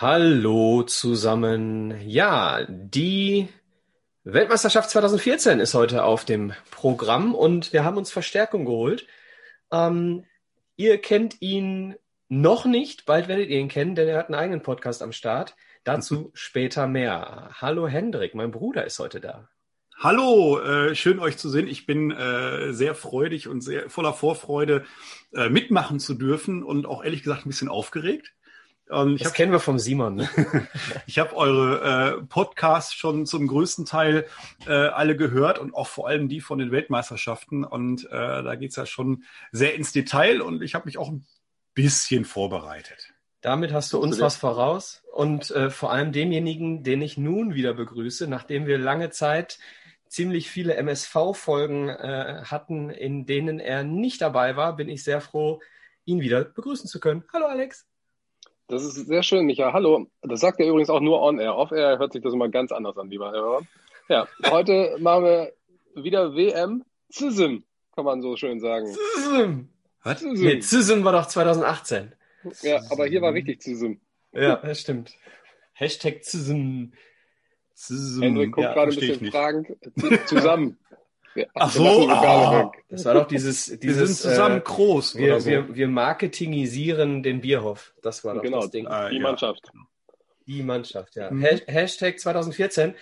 Hallo zusammen. Ja, die Weltmeisterschaft 2014 ist heute auf dem Programm und wir haben uns Verstärkung geholt. Ähm, Ihr kennt ihn noch nicht, bald werdet ihr ihn kennen, denn er hat einen eigenen Podcast am Start. Dazu später mehr. Hallo Hendrik, mein Bruder ist heute da. Hallo, schön euch zu sehen. Ich bin sehr freudig und sehr voller Vorfreude, mitmachen zu dürfen und auch ehrlich gesagt ein bisschen aufgeregt. Ich Das habe kennen wir vom Simon, ne? ich hab eure Podcasts schon zum größten Teil alle gehört und auch vor allem die von den Weltmeisterschaften. Und da geht's ja schon sehr ins Detail und ich habe mich auch ein bisschen vorbereitet. Damit hast du uns was voraus und vor allem demjenigen, den ich nun wieder begrüße, nachdem wir lange Zeit ziemlich viele MSV-Folgen hatten, in denen er nicht dabei war, bin ich sehr froh, ihn wieder begrüßen zu können. Hallo Alex. Das ist sehr schön, Micha. Hallo. Das sagt er übrigens auch nur on-air. Off-air hört sich das immer ganz anders an, lieber Hörer. Ja, heute machen wir wieder WM CISM, kann man so schön sagen. CISM. Was? Nee, CISM war doch 2018. Ja, aber hier war richtig CISM. Ja, das stimmt. Hashtag CISM. Hendrik guckt Ja, gerade ein verstehe ich bisschen nicht. fragend. Zusammen. Ja, Ach wir so, lassen die Vokale weg. Das war doch dieses wir sind zusammen groß oder wir, so. wir marketingisieren den Bierhoff. Das war doch Genau, das Ding. die Mannschaft. Die Mannschaft, ja. Mhm. Hashtag 2014.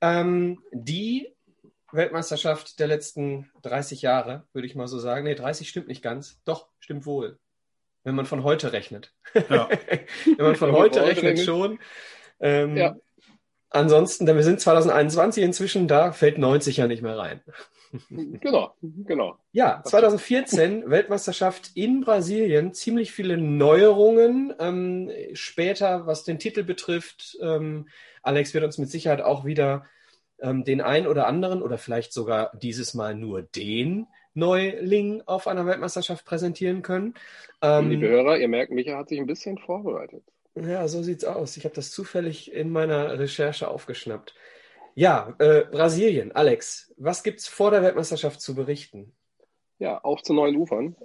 Die Weltmeisterschaft der letzten 30 Jahre, würde ich mal so sagen. Nee, 30 stimmt nicht ganz. Doch, stimmt wohl. Wenn man von heute rechnet. Ja. Wenn man von heute rechnet schon. Ja. Ansonsten, denn wir sind 2021 inzwischen, da fällt 90 ja nicht mehr rein. Genau. Ja, 2014 Weltmeisterschaft in Brasilien, ziemlich viele Neuerungen. Später, was den Titel betrifft, Alex wird uns mit Sicherheit auch wieder den ein oder anderen oder vielleicht sogar dieses Mal nur den Neuling auf einer Weltmeisterschaft präsentieren können. Liebe Hörer, ihr merkt, Micha hat sich ein bisschen vorbereitet. Ja, so sieht's aus. Ich habe das zufällig in meiner Recherche aufgeschnappt. Ja, Brasilien. Alex, was gibt's vor der Weltmeisterschaft zu berichten? Ja, auf zu neuen Ufern.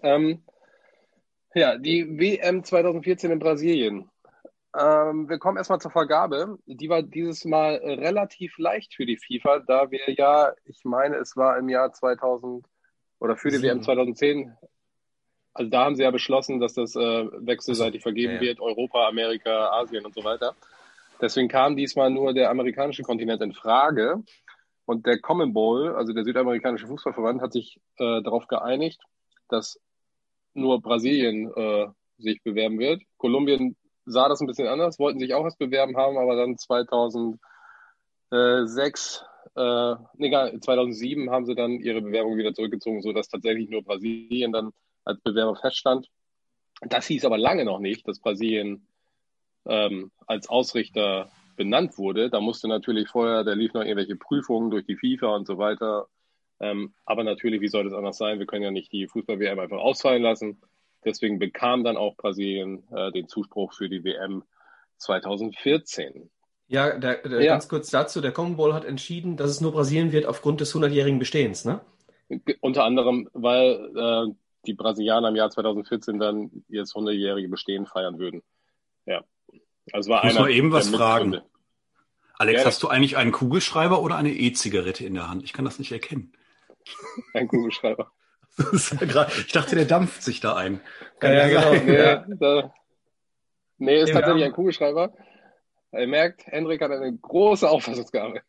Ja, die WM 2014 in Brasilien. Wir kommen erstmal zur Vergabe. Die war dieses Mal relativ leicht für die FIFA, da wir ja, ich meine, es war im Jahr 2000 oder für die WM 2010, also da haben sie ja beschlossen, dass das wechselseitig vergeben wird, Europa, Amerika, Asien und so weiter. Deswegen kam diesmal nur der amerikanische Kontinent in Frage. Und der CONMEBOL, also der südamerikanische Fußballverband, hat sich darauf geeinigt, dass nur Brasilien sich bewerben wird. Kolumbien sah das ein bisschen anders, wollten sich auch erst bewerben, haben aber dann 2007 haben sie dann ihre Bewerbung wieder zurückgezogen, sodass tatsächlich nur Brasilien dann als Bewerber feststand. Das hieß aber lange noch nicht, dass Brasilien als Ausrichter benannt wurde. Da musste natürlich vorher, da lief noch irgendwelche Prüfungen durch die FIFA und so weiter. Aber natürlich, wie soll das anders sein? Wir können ja nicht die Fußball-WM einfach ausfallen lassen. Deswegen bekam dann auch Brasilien den Zuspruch für die WM 2014. Ja, ganz kurz dazu, der CONMEBOL hat entschieden, dass es nur Brasilien wird aufgrund des 100-jährigen Bestehens, ne? Unter anderem, weil die Brasilianer im Jahr 2014 dann ihr 100-jährige Bestehen feiern würden. Ja. Also war Ich muss mal eben was fragen. Mitgründe. Alex, Gerne. hast du eigentlich einen Kugelschreiber oder eine E-Zigarette in der Hand? Ich kann das nicht erkennen. Ein Kugelschreiber. Ich dachte, der dampft sich da ein. Genau. Nee, ist tatsächlich ein Kugelschreiber. Ihr merkt, Hendrik hat eine große Auffassungsgabe.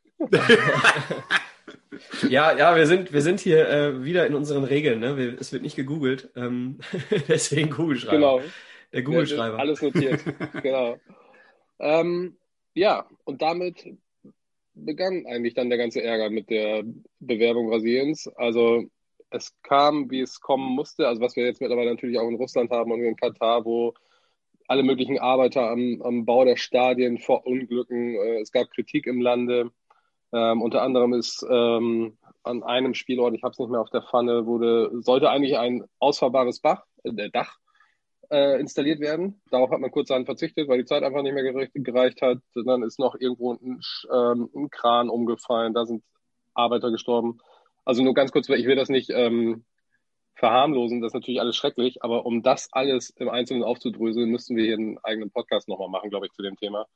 Ja, wir sind hier wieder in unseren Regeln, ne? Es wird nicht gegoogelt, deswegen Kugelschreiber. Genau. Der Kugelschreiber. Alles notiert. Genau. Ja, und damit begann eigentlich dann der ganze Ärger mit der Bewerbung Brasiliens. Also es kam, wie es kommen musste, also was wir jetzt mittlerweile natürlich auch in Russland haben und in Katar, wo alle möglichen Arbeiter am Bau der Stadien verunglücken. Es gab Kritik im Lande. Unter anderem ist an einem Spielort, ich habe es nicht mehr auf der Pfanne, sollte eigentlich ein ausfahrbares Dach installiert werden. Darauf hat man kurzerhand verzichtet, weil die Zeit einfach nicht mehr gereicht hat. Dann ist noch irgendwo ein Kran umgefallen, da sind Arbeiter gestorben. Also nur ganz kurz, ich will das nicht verharmlosen, das ist natürlich alles schrecklich, aber um das alles im Einzelnen aufzudröseln, müssten wir hier einen eigenen Podcast nochmal machen, glaube ich, zu dem Thema.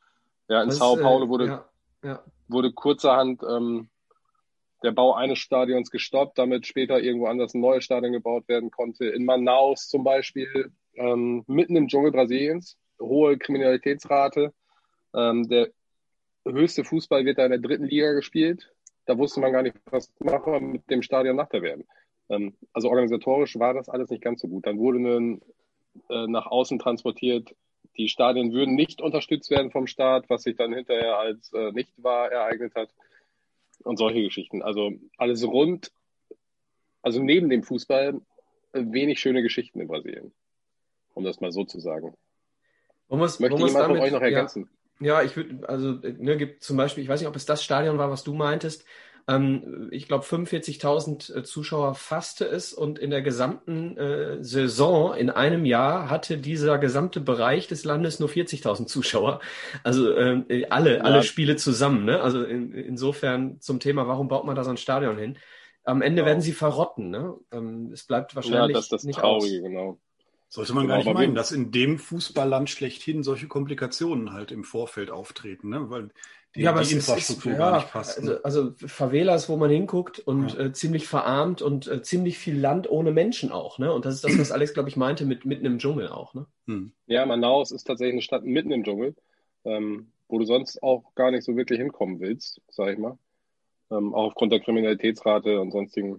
Ja, in Sao Paulo ja. wurde kurzerhand der Bau eines Stadions gestoppt, damit später irgendwo anders ein neues Stadion gebaut werden konnte. In Manaus zum Beispiel, mitten im Dschungel Brasiliens, hohe Kriminalitätsrate. Der höchste Fußball wird da in der 3. Liga gespielt. Da wusste man gar nicht, was machen wir mit dem Stadion nach der WM. Also organisatorisch war das alles nicht ganz so gut. Dann wurde nach außen transportiert, die Stadien würden nicht unterstützt werden vom Staat, was sich dann hinterher als nicht wahr ereignet hat. Und solche Geschichten. Also alles rund, also neben dem Fußball, wenig schöne Geschichten in Brasilien. Um das mal so zu sagen. Möchte jemand von euch noch ergänzen? Ja, ich würde, also gibt zum Beispiel, ich weiß nicht, ob es das Stadion war, was du meintest. Ich glaube, 45.000 Zuschauer fasste es und in der gesamten Saison in einem Jahr hatte dieser gesamte Bereich des Landes nur 40.000 Zuschauer. Also alle Spiele zusammen. Ne? Also insofern zum Thema, warum baut man da so ein Stadion hin? Am Ende werden sie verrotten. Ne? Es bleibt wahrscheinlich das ist das nicht Traurige, aus. Genau. Sollte man gar nicht meinen, dass in dem Fußballland schlechthin solche Komplikationen halt im Vorfeld auftreten, ne? Weil die Infrastruktur gar nicht passt. Ne? Also Favelas, wo man hinguckt und ziemlich verarmt und ziemlich viel Land ohne Menschen auch. Ne? Und das ist das, was Alex, glaube ich, meinte mit mitten im Dschungel auch. Ne? Ja, Manaus ist tatsächlich eine Stadt mitten im Dschungel, wo du sonst auch gar nicht so wirklich hinkommen willst, sag ich mal. Auch aufgrund der Kriminalitätsrate und sonstigen.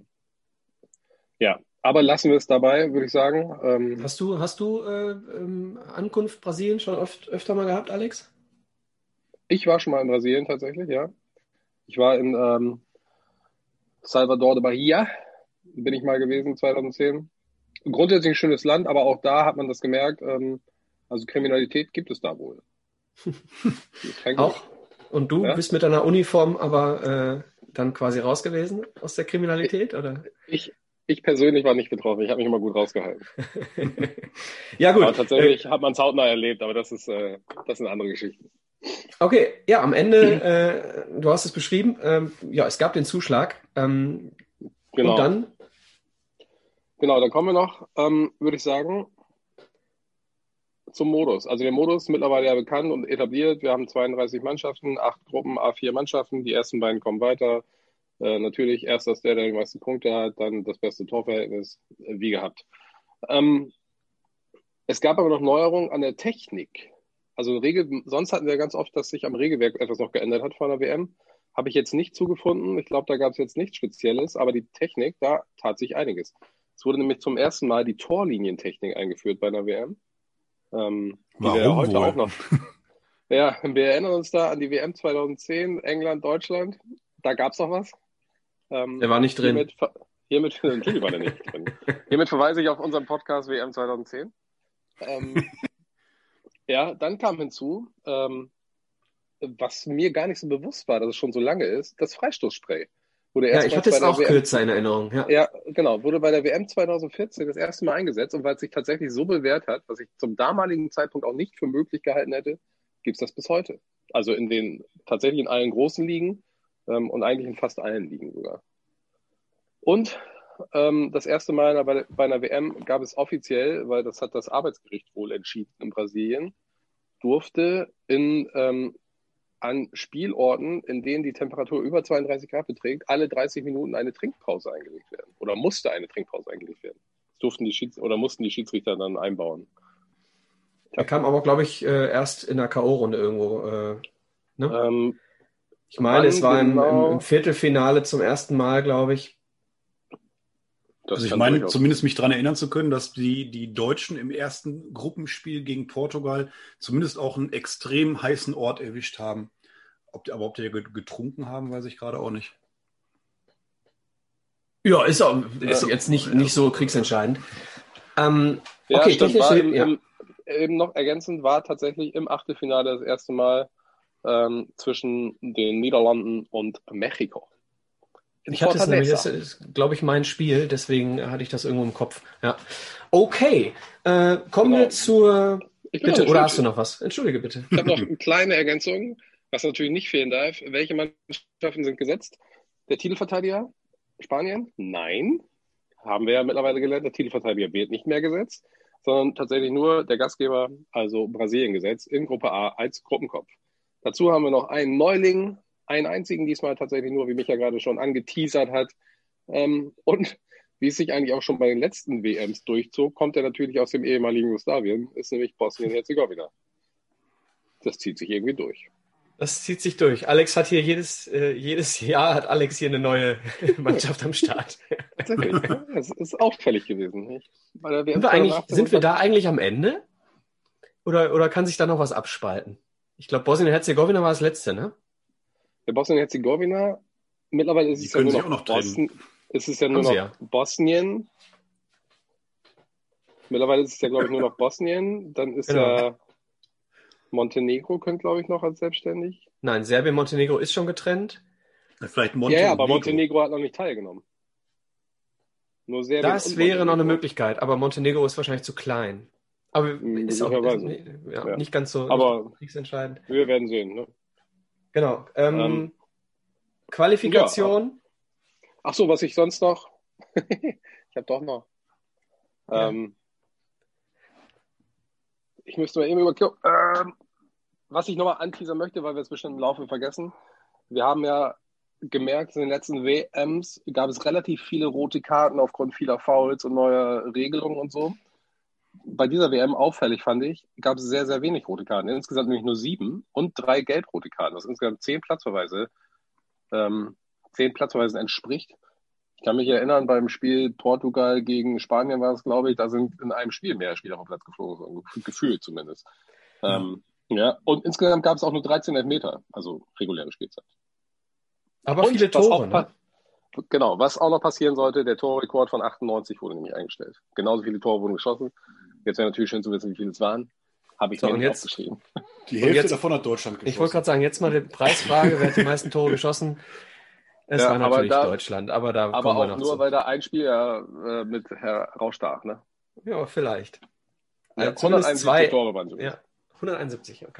Ja, aber lassen wir es dabei, würde ich sagen. Hast du Ankunft Brasilien schon öfter mal gehabt, Alex? Ich war schon mal in Brasilien tatsächlich, ja. Ich war in Salvador de Bahia, bin ich mal gewesen 2010. Grundsätzlich ein schönes Land, aber auch da hat man das gemerkt, also Kriminalität gibt es da wohl. Auch? Und du bist mit deiner Uniform aber dann quasi raus gewesen aus der Kriminalität, oder? Ich persönlich war nicht betroffen, ich habe mich immer gut rausgehalten. Ja, gut. Aber tatsächlich hat man es hautnah erlebt, aber das sind andere Geschichten. Okay, ja, am Ende, du hast es beschrieben, es gab den Zuschlag. Genau. Und dann? Genau, dann kommen wir noch, würde ich sagen, zum Modus. Also der Modus ist mittlerweile ja bekannt und etabliert. Wir haben 32 Mannschaften, 8 Gruppen, A4 Mannschaften. Die ersten beiden kommen weiter. Natürlich erst der die meisten Punkte hat, dann das beste Torverhältnis, wie gehabt. Es gab aber noch Neuerungen an der Technik. Also sonst hatten wir ganz oft, dass sich am Regelwerk etwas noch geändert hat vor der WM. Habe ich jetzt nicht zugefunden. Ich glaube, da gab es jetzt nichts Spezielles, aber die Technik, da tat sich einiges. Es wurde nämlich zum ersten Mal die Torlinientechnik eingeführt bei einer WM. Warum wir heute wohl? Auch noch. Ja, wir erinnern uns da an die WM 2010, England, Deutschland. Da gab es noch was. Der war nicht drin. Natürlich war der nicht drin. Hiermit verweise ich auf unseren Podcast WM 2010. Ja, dann kam hinzu, was mir gar nicht so bewusst war, dass es schon so lange ist, das Freistoßspray. Ich hatte es auch kürzer in Erinnerung. Ja, genau. Wurde bei der WM 2014 das erste Mal eingesetzt und weil es sich tatsächlich so bewährt hat, was ich zum damaligen Zeitpunkt auch nicht für möglich gehalten hätte, gibt es das bis heute. Also tatsächlich in allen großen Ligen und eigentlich in fast allen Ligen sogar. Und das erste Mal bei einer WM gab es offiziell, weil das hat das Arbeitsgericht wohl entschieden in Brasilien, durfte an Spielorten, in denen die Temperatur über 32 Grad beträgt, alle 30 Minuten eine Trinkpause eingelegt werden. Oder musste eine Trinkpause eingelegt werden. Das mussten die Schiedsrichter dann einbauen. Er kam aber, glaube ich, erst in der K.O.-Runde irgendwo. Ne? Ich meine, es war im Viertelfinale zum ersten Mal, glaube ich. Also ich meine, zumindest mich daran erinnern zu können, dass die Deutschen im ersten Gruppenspiel gegen Portugal zumindest auch einen extrem heißen Ort erwischt haben. Ob die getrunken haben, weiß ich gerade auch nicht. Ja, ist jetzt nicht so kriegsentscheidend. Okay, stimmt, eben noch ergänzend war tatsächlich im Achtelfinale das erste Mal zwischen den Niederlanden und Mexiko. Ich hatte es nämlich, das ist, glaube ich, mein Spiel, deswegen hatte ich das irgendwo im Kopf. Ja. Okay, kommen wir zur... Bitte, oder hast du noch was? Entschuldige bitte. Ich habe noch eine kleine Ergänzung, was natürlich nicht fehlen darf. Welche Mannschaften sind gesetzt? Der Titelverteidiger Spanien? Nein. Haben wir ja mittlerweile gelernt, der Titelverteidiger wird nicht mehr gesetzt, sondern tatsächlich nur der Gastgeber, also Brasilien gesetzt, in Gruppe A als Gruppenkopf. Dazu haben wir noch einen Neuling, einen einzigen diesmal tatsächlich nur, wie Micha gerade schon angeteasert hat. Und wie es sich eigentlich auch schon bei den letzten WMs durchzog, kommt er natürlich aus dem ehemaligen Jugoslawien, ist nämlich Bosnien-Herzegowina. Das zieht sich irgendwie durch. Das zieht sich durch. Alex hat hier jedes Jahr hat Alex hier eine neue Mannschaft am Start. Tatsächlich, ne? Das ist auffällig gewesen. Nicht? Bei der WM Sind wir da eigentlich am Ende? Oder kann sich da noch was abspalten? Ich glaube, Bosnien-Herzegowina war das letzte, ne? Der Bosnien-Herzegowina, mittlerweile ist es ja nur noch Bosnien. Es ist ja nur noch Bosnien. Mittlerweile ist es ja, glaube ich, nur noch Bosnien. Dann ist ja Montenegro, könnte, glaube ich, noch als selbstständig. Nein, Serbien, Montenegro ist schon getrennt. Vielleicht Montenegro. Ja, aber Montenegro hat noch nicht teilgenommen. Nur Serbien das wäre noch eine Möglichkeit, aber Montenegro ist wahrscheinlich zu klein. Aber ist auch nicht ganz so aber kriegsentscheidend. Wir werden sehen, ne? Genau. Qualifikation. Ja. Ach so, was ich sonst noch... ich habe doch noch... Ja. Ich müsste mal eben was ich nochmal anteasern möchte, weil wir es bestimmt im Laufe vergessen. Wir haben ja gemerkt, in den letzten WMs gab es relativ viele rote Karten aufgrund vieler Fouls und neuer Regelungen und so. Bei dieser WM auffällig, fand ich, gab es sehr, sehr wenig rote Karten. Insgesamt nämlich nur 7 und 3 gelb-rote Karten, was insgesamt 10 Platzverweise, 10 Platzverweisen entspricht. Ich kann mich erinnern, beim Spiel Portugal gegen Spanien war es, glaube ich, da sind in einem Spiel mehr Spieler vom Platz geflogen, so gefühlt zumindest. Ja, und insgesamt gab es auch nur 13 Elfmeter, also reguläre Spielzeit. Aber und viele Tore, ne? Genau, was auch noch passieren sollte, der Torrekord von 98 wurde nämlich eingestellt. Genauso viele Tore wurden geschossen. Jetzt wäre natürlich schön zu wissen, wie viele es waren. Habe ich mir nicht aufgeschrieben. Die Hälfte davon hat Deutschland geschossen. Ich wollte gerade sagen, jetzt mal die Preisfrage, wer hat die meisten Tore geschossen? Es war natürlich Deutschland, aber da aber kommen wir noch nur, zu. Weil da ein Spiel mit herausstach, ne? Ja, vielleicht. Ja, 171 Tore waren es. Ja, 171, okay.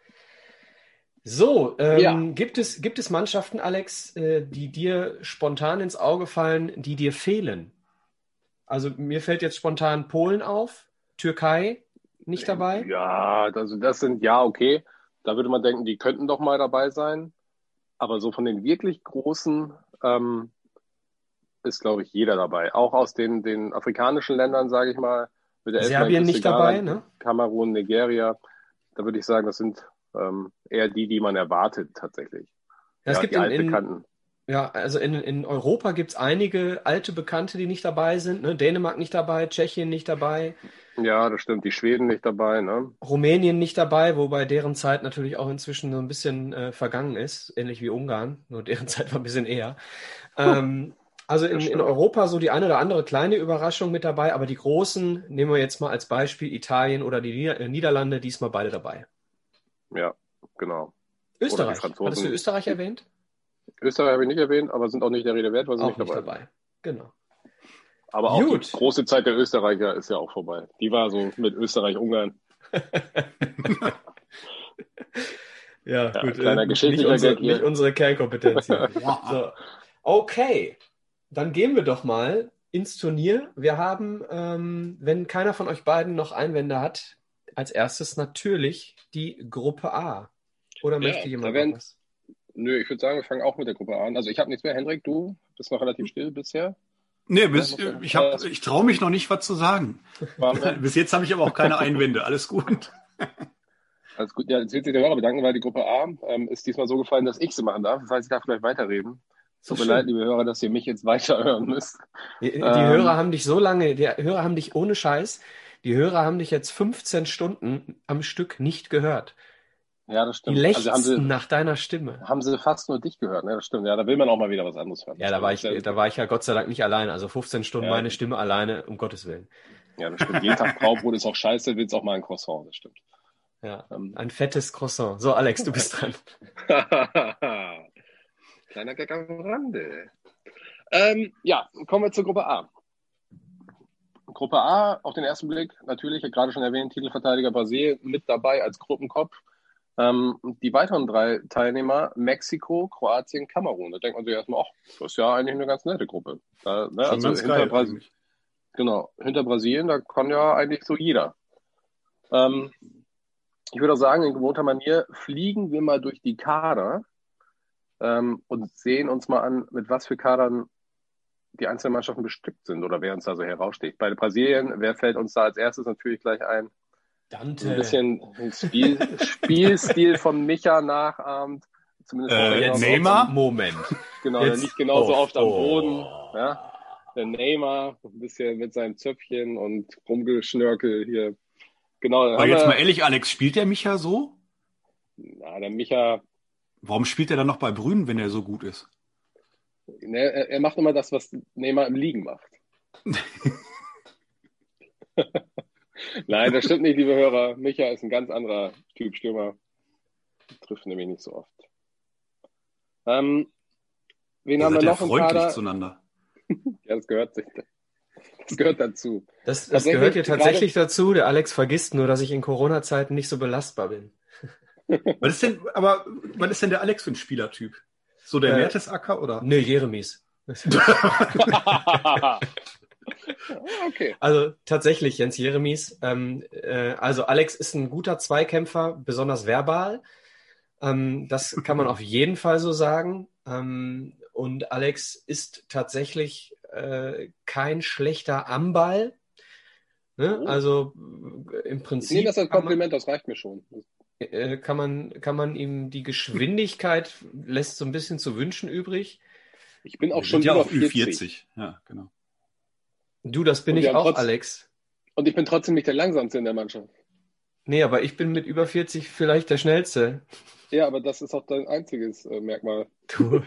So, gibt es Mannschaften, Alex, die dir spontan ins Auge fallen, die dir fehlen? Also mir fällt jetzt spontan Polen auf, Türkei nicht dabei? Ja, also das sind, okay. Da würde man denken, die könnten doch mal dabei sein. Aber so von den wirklich großen ist, glaube ich, jeder dabei. Auch aus den afrikanischen Ländern, sage ich mal. Mit der Serbien nicht dabei, ne? Kamerun, Nigeria. Da würde ich sagen, das sind eher die man erwartet tatsächlich. Ja, es gibt die altbekannten. Ja, also in Europa gibt es einige alte Bekannte, die nicht dabei sind. Ne? Dänemark nicht dabei, Tschechien nicht dabei. Ja, das stimmt. Die Schweden nicht dabei, ne? Rumänien nicht dabei, wobei deren Zeit natürlich auch inzwischen so ein bisschen vergangen ist, ähnlich wie Ungarn. Nur deren Zeit war ein bisschen eher. Also in Europa so die eine oder andere kleine Überraschung mit dabei, aber die großen nehmen wir jetzt mal als Beispiel Italien oder die Niederlande, diesmal beide dabei. Ja, genau. Österreich. Hattest du Österreich erwähnt? Österreich habe ich nicht erwähnt, aber sind auch nicht der Rede wert, weil sie auch nicht dabei. Genau. Aber auch die große Zeit der Österreicher ist ja auch vorbei. Die war so mit Österreich-Ungarn. ja, gut. Kleiner geschichtlicher Gag hier. Nicht unsere Kernkompetenz. So. Okay, dann gehen wir doch mal ins Turnier. Wir haben, wenn keiner von euch beiden noch Einwände hat, als erstes natürlich die Gruppe A. Oder möchte jemand noch was? Nö, ich würde sagen, wir fangen auch mit der Gruppe an. Also ich habe nichts mehr. Hendrik, du bist noch relativ still bisher. Nee, ich traue mich noch nicht, was zu sagen. Bis jetzt habe ich aber auch keine Einwände. Alles gut. Alles gut. Ja, jetzt wird sich der Hörer bedanken, weil die Gruppe A ist diesmal so gefallen, dass ich sie machen darf. Das heißt, ich darf gleich weiterreden. Tut mir leid, liebe Hörer, dass ihr mich jetzt weiterhören müsst. Die Hörer haben dich so lange, die Hörer haben dich ohne Scheiß, die Hörer haben dich jetzt 15 Stunden am Stück nicht gehört. Ja, das stimmt. Die lechzten nach deiner Stimme. Haben sie fast nur dich gehört, ne? Das stimmt. Ja, da will man auch mal wieder was anderes hören. Ja, da war ich ja Gott sei Dank nicht alleine. Also 15 Stunden meine Stimme alleine, um Gottes Willen. Ja, das stimmt. Jeden Tag Braubrot ist auch scheiße, willst auch mal ein Croissant, das stimmt. Ja, ein fettes Croissant. So, Alex, du bist dran. Kleiner Gag am Rande. Kommen wir zur Gruppe A. Gruppe A, auf den ersten Blick, natürlich, ich habe gerade schon erwähnt, Titelverteidiger Brasilien mit dabei als Gruppenkopf. Die weiteren 3 Teilnehmer, Mexiko, Kroatien, Kamerun. Da denkt man sich erstmal, das ist ja eigentlich eine ganz nette Gruppe. Also hinter Brasilien. Genau, hinter Brasilien, da kann ja eigentlich so jeder. Ich würde auch sagen, in gewohnter Manier fliegen wir mal durch die Kader und sehen uns mal an, mit was für Kadern die einzelnen Mannschaften bestückt sind oder wer uns da so heraussticht. Bei Brasilien, wer fällt uns da als erstes natürlich gleich ein? Dante. Ein bisschen ein Spielstil von Micha nachahmt. Zumindest jetzt Neymar? Moment. Genau, der liegt genauso oft am Boden. Ja? Der Neymar, ein bisschen mit seinem Zöpfchen und Rumgeschnörkel hier. Genau. Aber jetzt mal ehrlich, Alex, spielt der Micha so? Na, der Micha. Warum spielt er dann noch bei Brünen, wenn er so gut ist? Ne, er macht immer das, was Neymar im Liegen macht. Nein, das stimmt nicht, liebe Hörer. Micha ist ein ganz anderer Typ Stürmer. Trifft nämlich nicht so oft. Wen haben wir noch im Kader? Zueinander. Ja, das gehört dazu. Das gehört hier tatsächlich dazu. Der Alex vergisst nur, dass ich in Corona-Zeiten nicht so belastbar bin. Was ist denn der Alex für ein Spielertyp? So der Mertesacker oder? Nee, Jeremies. Okay. Also tatsächlich, Jens Jeremies. Also Alex ist ein guter Zweikämpfer, besonders verbal. Das kann man auf jeden Fall so sagen. Und Alex ist tatsächlich kein schlechter am Ball. Ne? Oh. Also im Prinzip. Ich nehme das als Kompliment, das reicht mir schon. Kann man ihm die Geschwindigkeit lässt so ein bisschen zu wünschen übrig. Ich bin auch Wir schon sind ja über auch 40. Ja, genau. Du, das bin ich auch, Alex. Und ich bin trotzdem nicht der Langsamste in der Mannschaft. Nee, aber ich bin mit über 40 vielleicht der Schnellste. Ja, aber das ist auch dein einziges Merkmal. Du.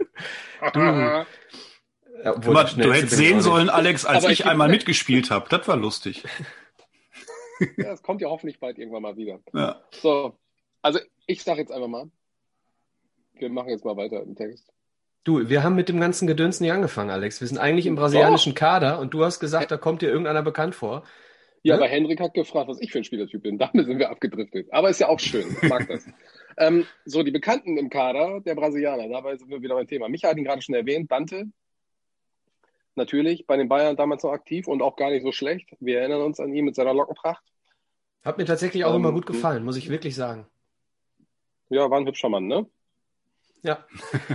Obwohl, du hättest sehen sollen, Alex, als ich einmal mitgespielt habe. Das war lustig. Ja, das kommt ja hoffentlich bald irgendwann mal wieder. Ja. So, also ich sage jetzt einfach mal, wir machen jetzt mal weiter im Text. Du, wir haben mit dem ganzen Gedöns nicht angefangen, Alex. Wir sind eigentlich im brasilianischen Kader und du hast gesagt, da kommt dir irgendeiner bekannt vor. Ja, aber Henrik hat gefragt, was ich für ein Spielertyp bin. Damit sind wir abgedriftet. Aber ist ja auch schön. Ich mag das. So, die Bekannten im Kader der Brasilianer. Dabei sind wir wieder beim Thema. Micha hat ihn gerade schon erwähnt. Dante. Natürlich bei den Bayern damals noch aktiv und auch gar nicht so schlecht. Wir erinnern uns an ihn mit seiner Lockenpracht. Hat mir tatsächlich auch immer gut gefallen, muss ich wirklich sagen. Ja, war ein hübscher Mann, ne? Ja.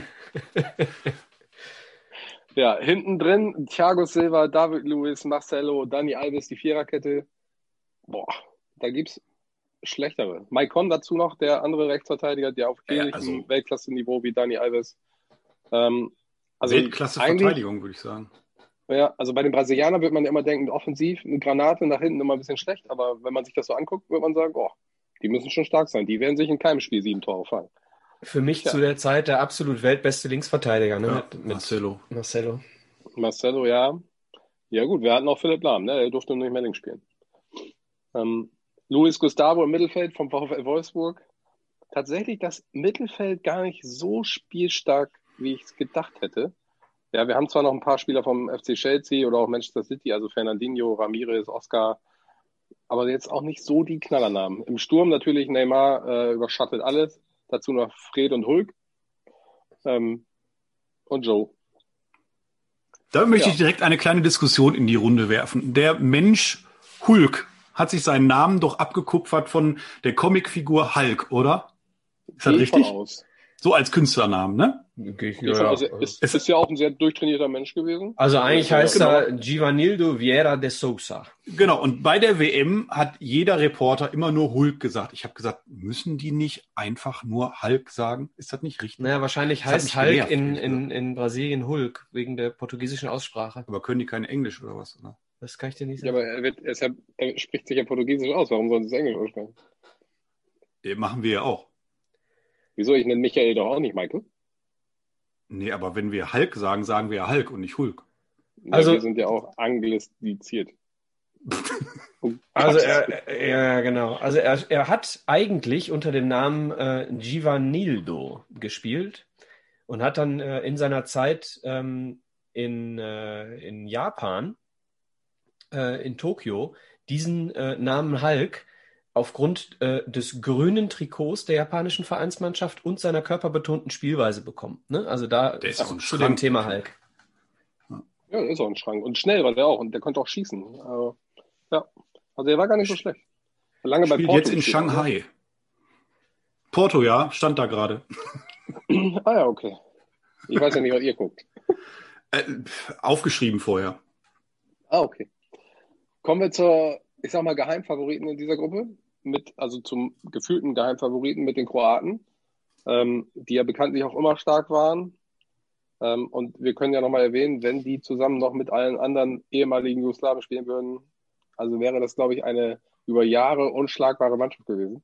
Ja, hinten drin Thiago Silva, David Luiz, Marcelo, Dani Alves, die Viererkette. Boah, da gibt's schlechtere. Maicon dazu noch, der andere Rechtsverteidiger, der auf ähnlichem Weltklasse-Niveau wie Dani Alves. Also Weltklasse-Verteidigung, würde ich sagen. Ja, also bei den Brasilianern wird man ja immer denken, offensiv, eine Granate nach hinten immer ein bisschen schlecht, aber wenn man sich das so anguckt, wird man sagen, oh, die müssen schon stark sein. Die werden sich in keinem Spiel 7 Tore fangen. Für mich zu der Zeit der absolut weltbeste Linksverteidiger, ne? Ja, mit Marcelo. Marcelo, ja. Ja gut, wir hatten auch Philipp Lahm, ne? Der durfte nur nicht mehr links spielen. Luis Gustavo im Mittelfeld vom VfL Wolfsburg. Tatsächlich das Mittelfeld gar nicht so spielstark, wie ich es gedacht hätte. Ja, wir haben zwar noch ein paar Spieler vom FC Chelsea oder auch Manchester City, also Fernandinho, Ramirez, Oscar, aber jetzt auch nicht so die Knallernamen. Im Sturm natürlich Neymar überschattet alles. Dazu noch Fred und Hulk und Joe. Da möchte ich direkt eine kleine Diskussion in die Runde werfen. Der Mensch Hulk hat sich seinen Namen doch abgekupfert von der Comicfigur Hulk, oder? Ist das richtig? Aus. So als Künstlernamen, ne? Ist ja auch ein sehr durchtrainierter Mensch gewesen. Also eigentlich heißt er Givanildo Vieira de Sousa. Genau, und bei der WM hat jeder Reporter immer nur Hulk gesagt. Ich habe gesagt, müssen die nicht einfach nur Hulk sagen? Ist das nicht richtig? Naja, wahrscheinlich heißt Hulk in Brasilien Hulk, wegen der portugiesischen Aussprache. Aber können die kein Englisch oder was? Oder? Das kann ich dir nicht sagen. Ja, aber er spricht sich ja Portugiesisch aus. Warum sollen sie es Englisch aussprechen? Machen wir ja auch. Wieso? Ich nenne Michael doch auch nicht Michael. Nee, aber wenn wir Hulk sagen, sagen wir ja Hulk und nicht Hulk. Ja, also wir sind ja auch angliziert. Also genau. Also er hat eigentlich unter dem Namen Givanildo gespielt und hat dann in seiner Zeit in Japan, in Tokio, diesen Namen Hulk aufgrund des grünen Trikots der japanischen Vereinsmannschaft und seiner körperbetonten Spielweise bekommen. Ne? Also da ist auch ein zu dem Thema Hulk. Ja, der ist auch ein Schrank. Und schnell war der auch. Und der konnte auch schießen. Ja, also er war gar nicht so schlecht. Lange bei Spielt Porto jetzt in Shanghai. Porto, ja, stand da gerade. Ah ja, okay. Ich weiß ja nicht, was ihr guckt. Aufgeschrieben vorher. Ah, okay. Kommen wir zur, ich sag mal, Geheimfavoriten in dieser Gruppe. Also zum gefühlten Geheimfavoriten mit den Kroaten, die ja bekanntlich auch immer stark waren. Und wir können ja nochmal erwähnen, wenn die zusammen noch mit allen anderen ehemaligen Jugoslawen spielen würden, also wäre das, glaube ich, eine über Jahre unschlagbare Mannschaft gewesen.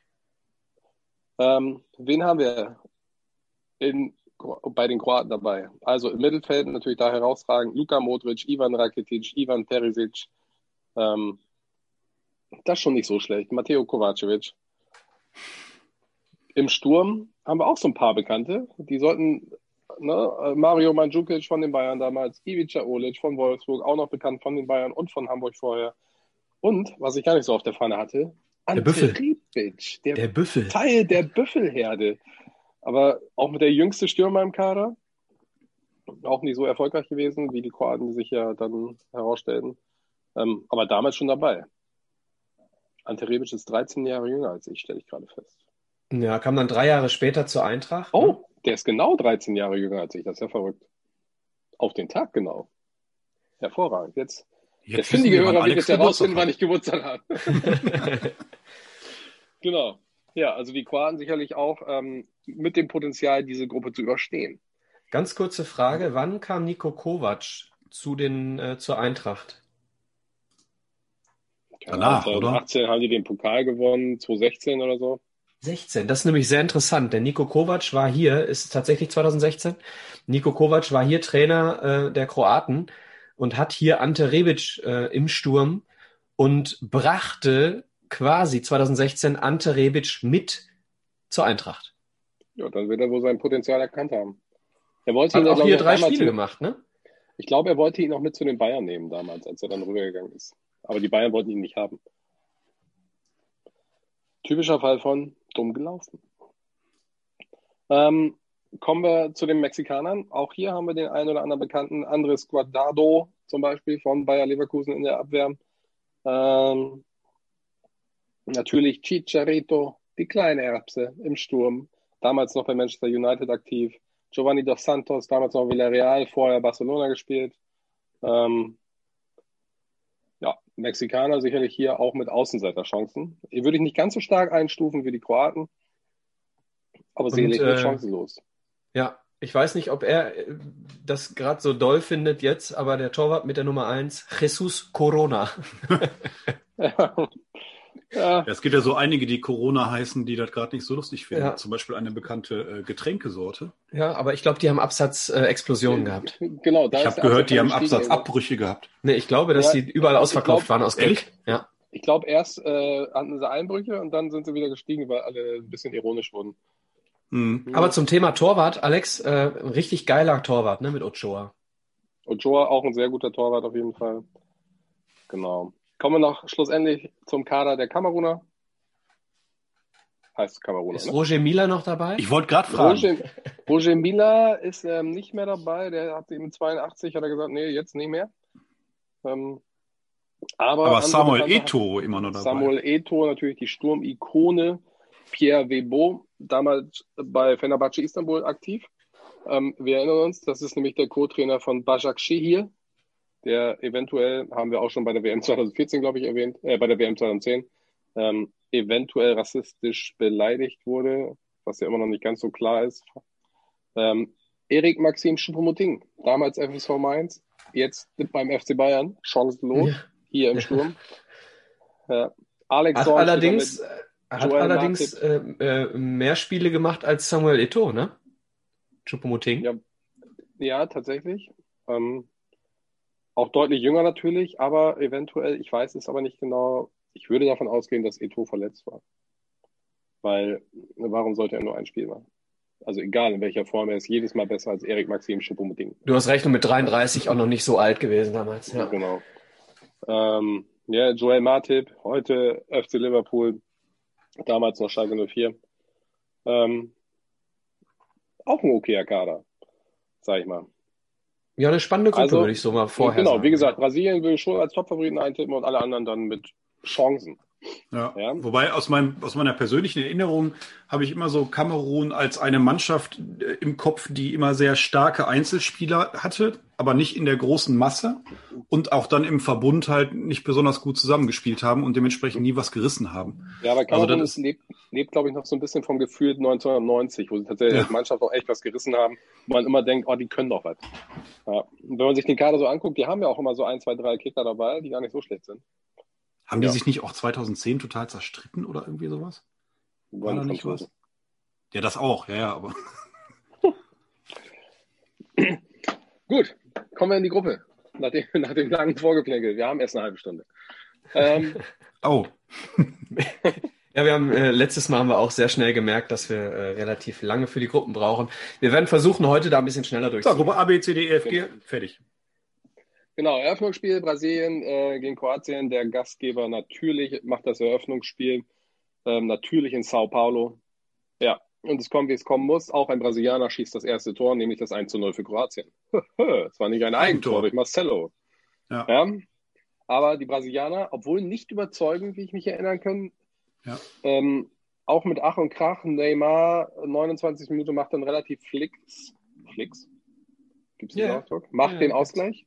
Wen haben wir bei den Kroaten dabei? Also im Mittelfeld natürlich da herausragend Luka Modric, Ivan Rakitic, Ivan Perisic. Das ist schon nicht so schlecht. Mateo Kovacevic. Im Sturm haben wir auch so ein paar Bekannte. Die sollten, ne, Mario Mandzukic von den Bayern damals, Ivica Olic von Wolfsburg, auch noch bekannt von den Bayern und von Hamburg vorher. Und, was ich gar nicht so auf der Pfanne hatte, Der Büffel. Ante Rebic, Der Büffel. Teil der Büffelherde. Aber auch mit der jüngste Stürmer im Kader. Auch nicht so erfolgreich gewesen, wie die Kroaten, die sich ja dann herausstellten. Aber damals schon dabei. Ante Rebic ist 13 Jahre jünger als ich, stelle ich gerade fest. Ja, kam dann 3 Jahre später zur Eintracht. Oh, der ist genau 13 Jahre jünger als ich. Das ist ja verrückt. Auf den Tag genau. Hervorragend. Jetzt der findige Hörer wird jetzt herausfinden, wann ich Geburtstag habe. Genau. Ja, also die Kroaten sicherlich auch mit dem Potenzial, diese Gruppe zu überstehen. Ganz kurze Frage, wann kam Niko Kovac zur Eintracht? Danach, oder? 2018 haben die den Pokal gewonnen, 2016 oder so. 16, das ist nämlich sehr interessant, denn Niko Kovac war hier, ist tatsächlich 2016, Niko Kovac war hier Trainer der Kroaten und hat hier Ante Rebic im Sturm und brachte quasi 2016 Ante Rebic mit zur Eintracht. Ja, dann wird er wohl sein Potenzial erkannt haben. Er wollte Hat ihn, auch glaube hier ich, 3 damals Spiele gemacht, ne? Ich glaube, er wollte ihn auch mit zu den Bayern nehmen damals, als er dann rübergegangen ist. Aber die Bayern wollten ihn nicht haben. Typischer Fall von dumm gelaufen. Kommen wir zu den Mexikanern. Auch hier haben wir den einen oder anderen Bekannten. Andrés Guardado zum Beispiel von Bayer Leverkusen in der Abwehr. Natürlich Chicharito, die kleine Erbse im Sturm. Damals noch bei Manchester United aktiv. Giovanni dos Santos, damals noch Villarreal, vorher Barcelona gespielt. Ja, Mexikaner sicherlich hier auch mit Außenseiterchancen. Hier würde ich nicht ganz so stark einstufen wie die Kroaten, aber sicherlich nicht chancenlos. Ja, ich weiß nicht, ob er das gerade so doll findet jetzt, aber der Torwart mit der Nummer 1, Jesus Corona. Ja, es gibt ja so einige, die Corona heißen, die das gerade nicht so lustig finden. Ja. Zum Beispiel eine bekannte Getränkesorte. Ja, aber ich glaube, die haben Absatzexplosionen gehabt. Genau, Ich habe gehört, die haben Absatzabbrüche gehabt. Nee, ich glaube, dass die überall ausverkauft waren aus Geld. Ja. Ich glaube, erst hatten sie Einbrüche und dann sind sie wieder gestiegen, weil alle ein bisschen ironisch wurden. Aber zum Thema Torwart, Alex, richtig geiler Torwart, ne, mit Ochoa. Ochoa auch ein sehr guter Torwart auf jeden Fall. Genau. Kommen wir noch schlussendlich zum Kader der Kameruner. Heißt Kameruner, Ist ne? Roger Mila noch dabei? Ich wollte gerade fragen. Roger Mila ist nicht mehr dabei. Der hat eben 82, hat er gesagt, nee, jetzt nicht mehr. Aber Samuel Eto'o immer noch dabei. Samuel Eto'o, natürlich die Sturmikone. Pierre Webo, damals bei Fenerbahce Istanbul aktiv. Wir erinnern uns, das ist nämlich der Co-Trainer von Başakşehir, der eventuell, haben wir auch schon bei der WM 2014, glaube ich, erwähnt, bei der WM 2010, eventuell rassistisch beleidigt wurde, was ja immer noch nicht ganz so klar ist. Erik Maxim Choupo-Moting, damals FSV Mainz, jetzt beim FC Bayern, chancenlos, hier im Sturm. Alex Ach, allerdings mehr Spiele gemacht als Samuel Eto'o, ne? Choupo-Moting. Ja, tatsächlich. Auch deutlich jünger natürlich, aber eventuell, ich weiß es aber nicht genau, ich würde davon ausgehen, dass Eto'o verletzt war. Weil, warum sollte er nur ein Spiel machen? Also egal in welcher Form, er ist jedes Mal besser als Erik Maxim Choupo-Moting. Du hast recht, und mit 33 auch noch nicht so alt gewesen damals. Ja, genau. Joel Matip, heute FC Liverpool, damals noch Schalke 04. Auch ein okayer Kader, sag ich mal. Ja, eine spannende Gruppe, würde ich so mal vorher sagen. Genau, wie gesagt, Brasilien will ich schon als Topfavoriten eintippen und alle anderen dann mit Chancen. Ja. Ja. Wobei aus meiner persönlichen Erinnerung habe ich immer so Kamerun als eine Mannschaft im Kopf, die immer sehr starke Einzelspieler hatte, aber nicht in der großen Masse und auch dann im Verbund halt nicht besonders gut zusammengespielt haben und dementsprechend nie was gerissen haben. Ja, aber Also Kamerun das ist, lebt, glaube ich, noch so ein bisschen vom Gefühl 1990, wo sie tatsächlich ja, als Mannschaft auch echt was gerissen haben, wo man immer denkt, oh, die können doch was. Ja. Und wenn man sich den Kader so anguckt, die haben ja auch immer so 1, 2, 3 Kicker dabei, die gar nicht so schlecht sind. haben die Ja, sich nicht auch 2010 total zerstritten oder irgendwie sowas? War waren da die nicht was? Franzosen. Ja, das auch, ja, aber. Gut, kommen wir in die Gruppe. Nach dem langen Vorgeplänkel. Wir haben erst eine halbe Stunde. Oh, Ja, wir haben letztes Mal haben wir auch sehr schnell gemerkt, dass wir relativ lange für die Gruppen brauchen. Wir werden versuchen, heute da ein bisschen schneller so, durchzugehen. Gruppe A, B, C, D, E, F, G, Genau. fertig. Genau, Eröffnungsspiel Brasilien gegen Kroatien. Der Gastgeber natürlich macht das Eröffnungsspiel. Natürlich in Sao Paulo. Ja, und es kommt, wie es kommen muss. Auch ein Brasilianer schießt das erste Tor, nämlich das 1:0 für Kroatien. Es war nicht ein Eigentor Eigentor. durch Marcelo. Ja, Ja, aber die Brasilianer, obwohl nicht überzeugend, wie ich mich erinnern kann, ja. auch mit Ach und Krach, Neymar, 29 Minuten macht dann relativ Flicks, gibt es diesen Ja, Ausdruck, macht ja, den gibt's. Ausgleich.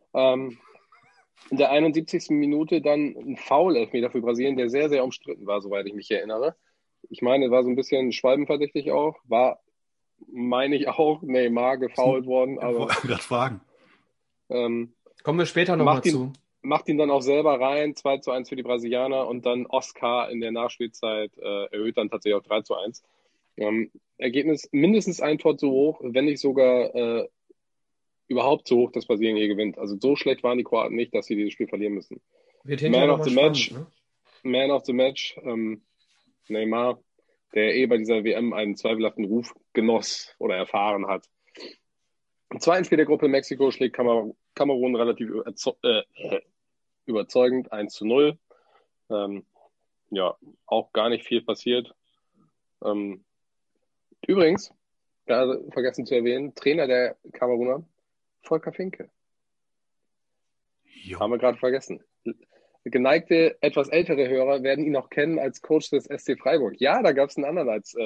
In der 71. Minute dann ein Foul-Elfmeter für Brasilien, der sehr, sehr umstritten war, soweit ich mich erinnere. Ich meine, war so ein bisschen schwalbenverdächtig auch. War, meine ich auch, Neymar gefoult worden, Ich aber wollte gerade fragen. Kommen wir später nochmal macht ihn, zu. macht ihn dann auch selber rein, 2:1 für die Brasilianer und dann Oscar in der Nachspielzeit erhöht dann tatsächlich auf 3:1. Ergebnis mindestens ein Tor zu hoch, wenn nicht sogar überhaupt so hoch, dass Brasilien hier gewinnt. Also so schlecht waren die Kroaten nicht, dass sie dieses Spiel verlieren müssen. Wird hinterher Man of nochmal the spannend, Match, ne? Man of the Match, Neymar, der bei dieser WM einen zweifelhaften Ruf genoss oder erfahren hat. Im zweiten Spiel der Gruppe Mexiko schlägt Kamerun relativ überzeugend 1:0. Ja, auch gar nicht viel passiert. Übrigens, gerade vergessen zu erwähnen, Trainer der Kameruner, Volker Finke. Jo. Haben wir gerade vergessen. Geneigte, etwas ältere Hörer werden ihn noch kennen als Coach des SC Freiburg. Ja, da gab es einen anderen als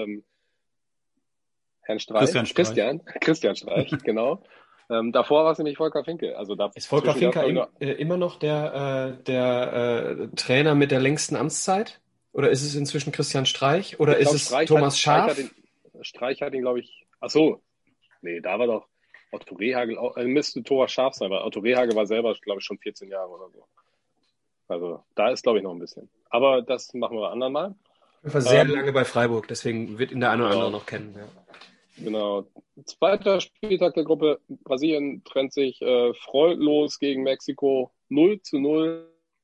Herrn Streich. Christian Streich, genau. Davor war es nämlich Volker Finke. Also Ist Volker dazwischen gab es, Finker glaube ich, noch. immer noch der Trainer mit der längsten Amtszeit? Oder ist es inzwischen Christian Streich? Oder Ich ist glaube, es Thomas Schaaf? Streich hat ihn, glaube ich. Ach so. Nee, da war doch Otto Rehagel, müsste Thomas Schaaf sein, weil Otto Rehagel war selber, glaube ich, schon 14 Jahre oder so. Also da ist, glaube ich, noch ein bisschen. Aber das machen wir anderen mal. Ich war sehr lange bei Freiburg, deswegen wird ihn der eine oder andere Genau. noch kennen. Ja. Genau. Zweiter Spieltag der Gruppe. Brasilien trennt sich freudlos gegen Mexiko 0:0.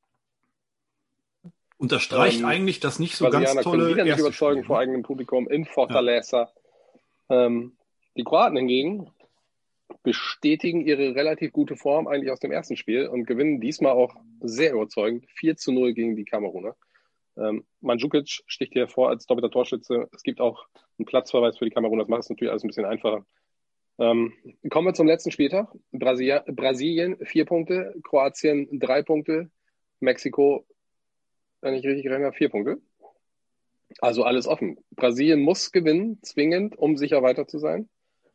Unterstreicht eigentlich das nicht so ganz Brasilianer können tolle wieder nicht erste überzeugen Spiel, vor ne? eigenem Publikum in Fortaleza. Die Kroaten hingegen bestätigen ihre relativ gute Form eigentlich aus dem ersten Spiel und gewinnen diesmal auch sehr überzeugend 4:0 gegen die Kameruner. Mandzukic sticht hier vor als doppelter Torschütze. Es gibt auch einen Platzverweis für die Kameruner. Das macht es natürlich alles ein bisschen einfacher. Kommen wir zum letzten Spieltag. Brasilien 4 Punkte, Kroatien 3 Punkte, Mexiko, wenn ich richtig rechne, 4 Punkte. Also alles offen. Brasilien muss gewinnen, zwingend, um sicher weiter zu sein.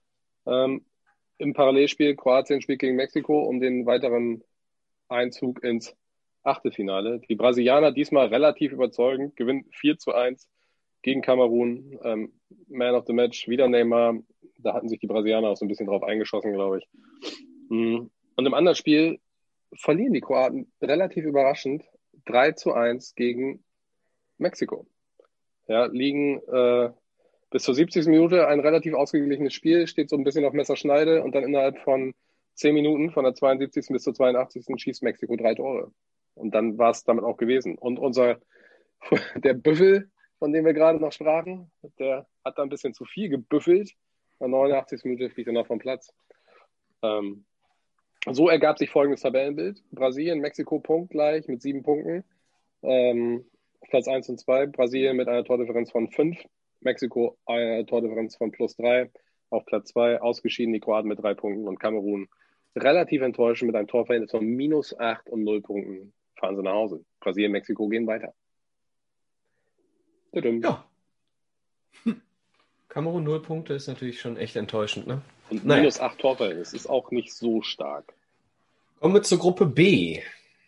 Im Parallelspiel Kroatien spielt gegen Mexiko um den weiteren Einzug ins Achtelfinale. Die Brasilianer diesmal relativ überzeugend, gewinnen 4:1 gegen Kamerun. Man of the Match, wieder Neymar. Da hatten sich die Brasilianer auch so ein bisschen drauf eingeschossen, glaube ich. Und im anderen Spiel verlieren die Kroaten relativ überraschend 3:1 gegen Mexiko. Ja, liegen bis zur 70. Minute ein relativ ausgeglichenes Spiel, steht so ein bisschen auf Messerschneide und dann innerhalb von 10 Minuten, von der 72. bis zur 82. schießt Mexiko 3 Tore. Und dann war es damit auch gewesen. Und der Büffel, von dem wir gerade noch sprachen, der hat da ein bisschen zu viel gebüffelt. In der 89. Minute fliegt er noch vom Platz. So ergab sich folgendes Tabellenbild. Brasilien, Mexiko punktgleich mit 7 Punkten. Platz 1 und 2. Brasilien mit einer Tordifferenz von 5. Mexiko eine Tordifferenz von +3. Auf Platz 2 ausgeschieden die Kroaten mit 3 Punkten und Kamerun relativ enttäuschend mit einem Torverhältnis von -8 und 0 Punkten fahren sie nach Hause. Brasilien, Mexiko gehen weiter. Ja. Kamerun 0 Punkte ist natürlich schon echt enttäuschend, ne? Und Naja. minus 8 Torverhältnis ist auch nicht so stark. Kommen wir zur Gruppe B.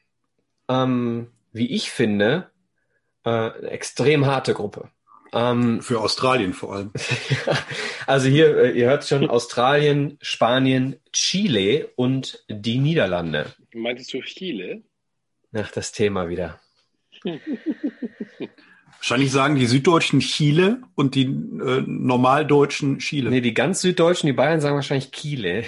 Wie ich finde, eine extrem harte Gruppe. Für Australien vor allem. Also hier, ihr hört schon, Australien, Spanien, Chile und die Niederlande. Meintest du Chile? Ach, das Thema wieder. Wahrscheinlich sagen die Süddeutschen Chile und die Normaldeutschen Chile. Nee, die ganz Süddeutschen, die Bayern sagen wahrscheinlich Chile.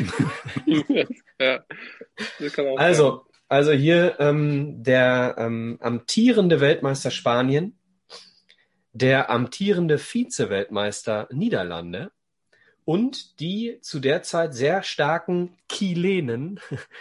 Ja, das kann auch sein. Also hier der amtierende Weltmeister Spanien, der amtierende Vize-Weltmeister Niederlande und die zu der Zeit sehr starken Chilenen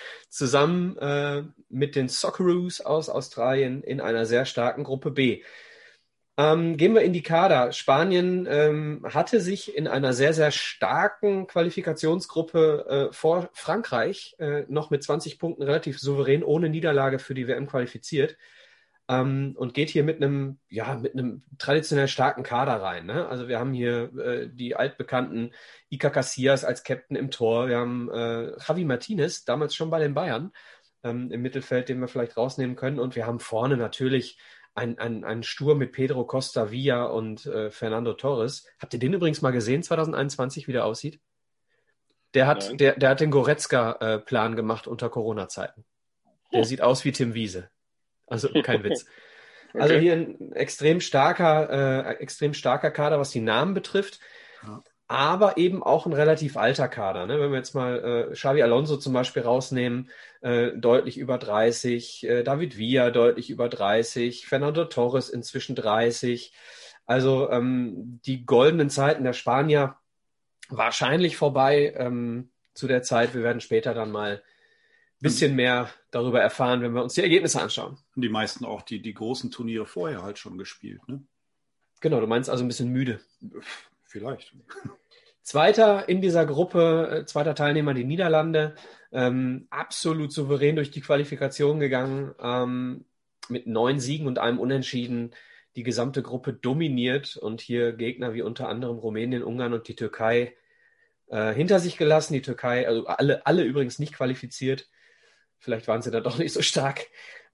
zusammen mit den Socceroos aus Australien in einer sehr starken Gruppe B. Gehen wir in die Kader. Spanien hatte sich in einer sehr, sehr starken Qualifikationsgruppe vor Frankreich noch mit 20 Punkten relativ souverän ohne Niederlage für die WM qualifiziert. Und geht hier mit einem traditionell starken Kader rein. Ne? Also wir haben hier die altbekannten Iker Casillas als Captain im Tor. Wir haben Javi Martinez, damals schon bei den Bayern, im Mittelfeld, den wir vielleicht rausnehmen können. Und wir haben vorne natürlich einen Sturm mit Pedro Costa Villa und Fernando Torres. Habt ihr den übrigens mal gesehen, 2021, wie der aussieht? Der hat den Goretzka-Plan gemacht unter Corona-Zeiten. Der sieht aus wie Tim Wiese. Also kein Witz. Okay. Also hier ein extrem starker Kader, was die Namen betrifft, aber eben auch ein relativ alter Kader. Ne? Wenn wir jetzt mal Xavi Alonso zum Beispiel rausnehmen, deutlich über 30, David Villa deutlich über 30, Fernando Torres inzwischen 30. Also die goldenen Zeiten der Spanier wahrscheinlich vorbei zu der Zeit. Wir werden später dann mal bisschen mehr darüber erfahren, wenn wir uns die Ergebnisse anschauen. Und die meisten auch die großen Turniere vorher halt schon gespielt, ne? Genau, du meinst also ein bisschen müde. Vielleicht. Zweiter in dieser Gruppe, zweiter Teilnehmer, die Niederlande. Absolut souverän durch die Qualifikation gegangen, mit 9 Siegen und einem Unentschieden die gesamte Gruppe dominiert und hier Gegner wie unter anderem Rumänien, Ungarn und die Türkei hinter sich gelassen. Die Türkei, also alle übrigens nicht qualifiziert. Vielleicht waren sie da doch nicht so stark.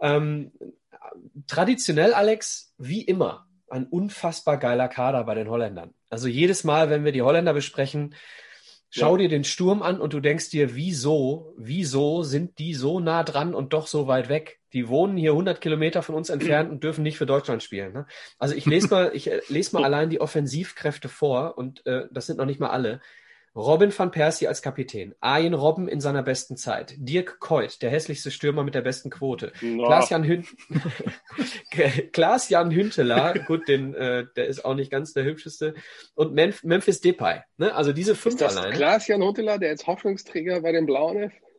Traditionell, Alex, wie immer, ein unfassbar geiler Kader bei den Holländern. Also jedes Mal, wenn wir die Holländer besprechen, schau dir den Sturm an und du denkst dir, wieso sind die so nah dran und doch so weit weg? Die wohnen hier 100 Kilometer von uns entfernt und dürfen nicht für Deutschland spielen. Ne? Also ich lese mal allein die Offensivkräfte vor und das sind noch nicht mal alle. Robin van Persie als Kapitän, Arjen Robben in seiner besten Zeit, Dirk Kuyt, der hässlichste Stürmer mit der besten Quote, Klaas-Jan Huntelaar, gut, der ist auch nicht ganz der hübscheste, und Memphis Depay. Ne? Also diese 5 ist das alleine. Klaas-Jan Huntelaar, der jetzt Hoffnungsträger bei den Blauen ist?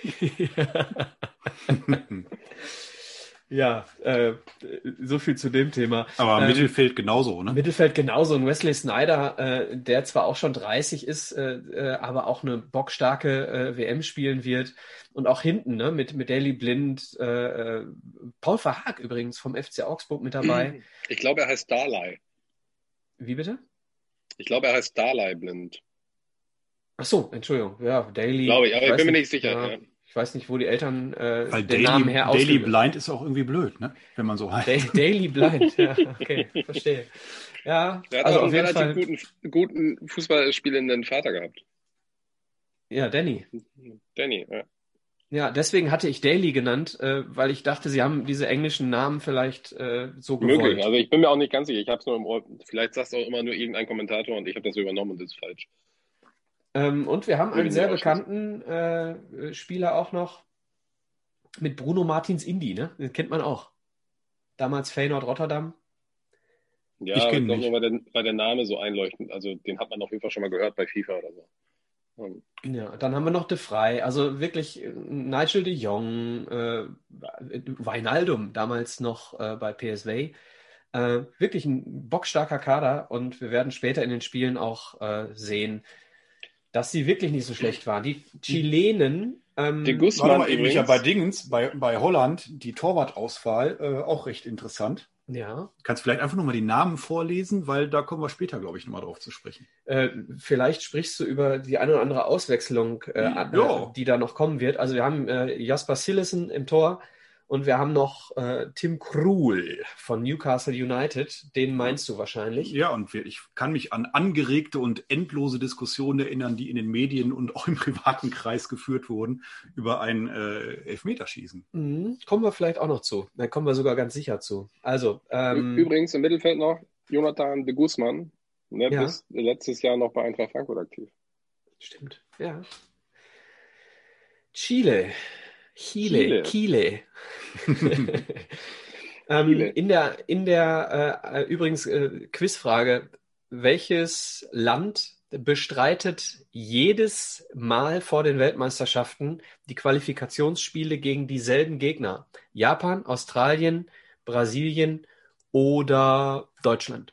Ja, so viel zu dem Thema. Aber Mittelfeld genauso, ne? Mittelfeld genauso. Und Wesley Sneijder, der zwar auch schon 30 ist, aber auch eine bockstarke WM spielen wird. Und auch hinten, ne, mit Daley Blind, Paul Verhaag übrigens vom FC Augsburg mit dabei. Ich glaube, er heißt Darley. Wie bitte? Ich glaube, er heißt Darley Blind. Ach so, Entschuldigung. Ja, Daley. Glaube ich, aber ich bin mir nicht sicher. Ja. Ich weiß nicht, wo die Eltern den Namen her ausgeben. Daily Blind ist auch irgendwie blöd, ne? Wenn man so heißt. Daily Blind, ja, okay, verstehe. Ja, der hat also auch auf einen jeden Fall guten Fußballspielenden Vater gehabt. Ja, Danny, ja. Ja, deswegen hatte ich Daly genannt, weil ich dachte, sie haben diese englischen Namen vielleicht so gewollt. Möglich, also ich bin mir auch nicht ganz sicher. Ich habe es nur im Ohr. Vielleicht sagt es auch immer nur irgendein Kommentator und ich habe das übernommen und das ist falsch. Und wir haben einen sehr bekannten Spieler auch noch mit Bruno Martins Indy, ne? Den kennt man auch. Damals Feyenoord Rotterdam. Ja, ich glaube nur, weil der Name so einleuchtend, also den hat man auf jeden Fall schon mal gehört bei FIFA oder so. Ja, dann haben wir noch De Vrij, also wirklich Nigel de Jong, Wijnaldum, damals noch bei PSV. Wirklich ein bockstarker Kader und wir werden später in den Spielen auch sehen, dass sie wirklich nicht so schlecht waren. Die Chilenen. Die Guzman übrigens ja bei Dingens, bei Holland, die Torwartauswahl auch recht interessant. Ja. Kannst vielleicht einfach nochmal die Namen vorlesen, weil da kommen wir später, glaube ich, nochmal drauf zu sprechen. Vielleicht sprichst du über die eine oder andere Auswechslung, die da noch kommen wird. Also wir haben Jasper Cillessen im Tor und wir haben noch Tim Krul von Newcastle United. Den meinst du wahrscheinlich. Ja, und ich kann mich an angeregte und endlose Diskussionen erinnern, die in den Medien und auch im privaten Kreis geführt wurden über ein Elfmeterschießen. Kommen wir vielleicht auch noch zu. Da kommen wir sogar ganz sicher zu. Also, übrigens im Mittelfeld noch Jonathan de Guzman, ne, Ja. bis letztes Jahr noch bei Eintracht Frankfurt aktiv. Stimmt, ja. Chile. Chile. Chile. In der übrigens Quizfrage, welches Land bestreitet jedes Mal vor den Weltmeisterschaften die Qualifikationsspiele gegen dieselben Gegner? Japan, Australien, Brasilien oder Deutschland?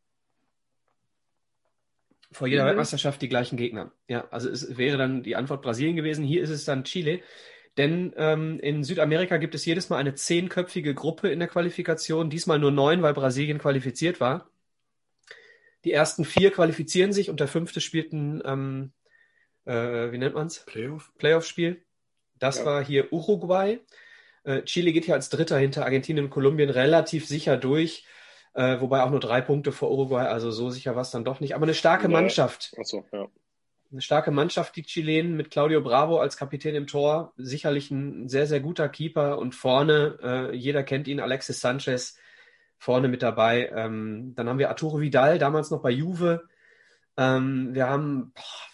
Vor jeder Weltmeisterschaft die gleichen Gegner. Ja, also es wäre dann die Antwort Brasilien gewesen. Hier ist es dann Chile. Denn in Südamerika gibt es jedes Mal eine 10-köpfige Gruppe in der Qualifikation. Diesmal nur 9, weil Brasilien qualifiziert war. Die ersten 4 qualifizieren sich und der 5. spielt ein, wie nennt man's? Playoff-Spiel. Das war hier Uruguay. Chile geht hier als Dritter hinter Argentinien und Kolumbien relativ sicher durch. Wobei auch nur 3 Punkte vor Uruguay, also so sicher war es dann doch nicht. Aber eine starke Mannschaft. Achso, ja. Eine starke Mannschaft, die Chilenen, mit Claudio Bravo als Kapitän im Tor. Sicherlich ein sehr, sehr guter Keeper. Und vorne, jeder kennt ihn, Alexis Sanchez, vorne mit dabei. Dann haben wir Arturo Vidal, damals noch bei Juve. Wir haben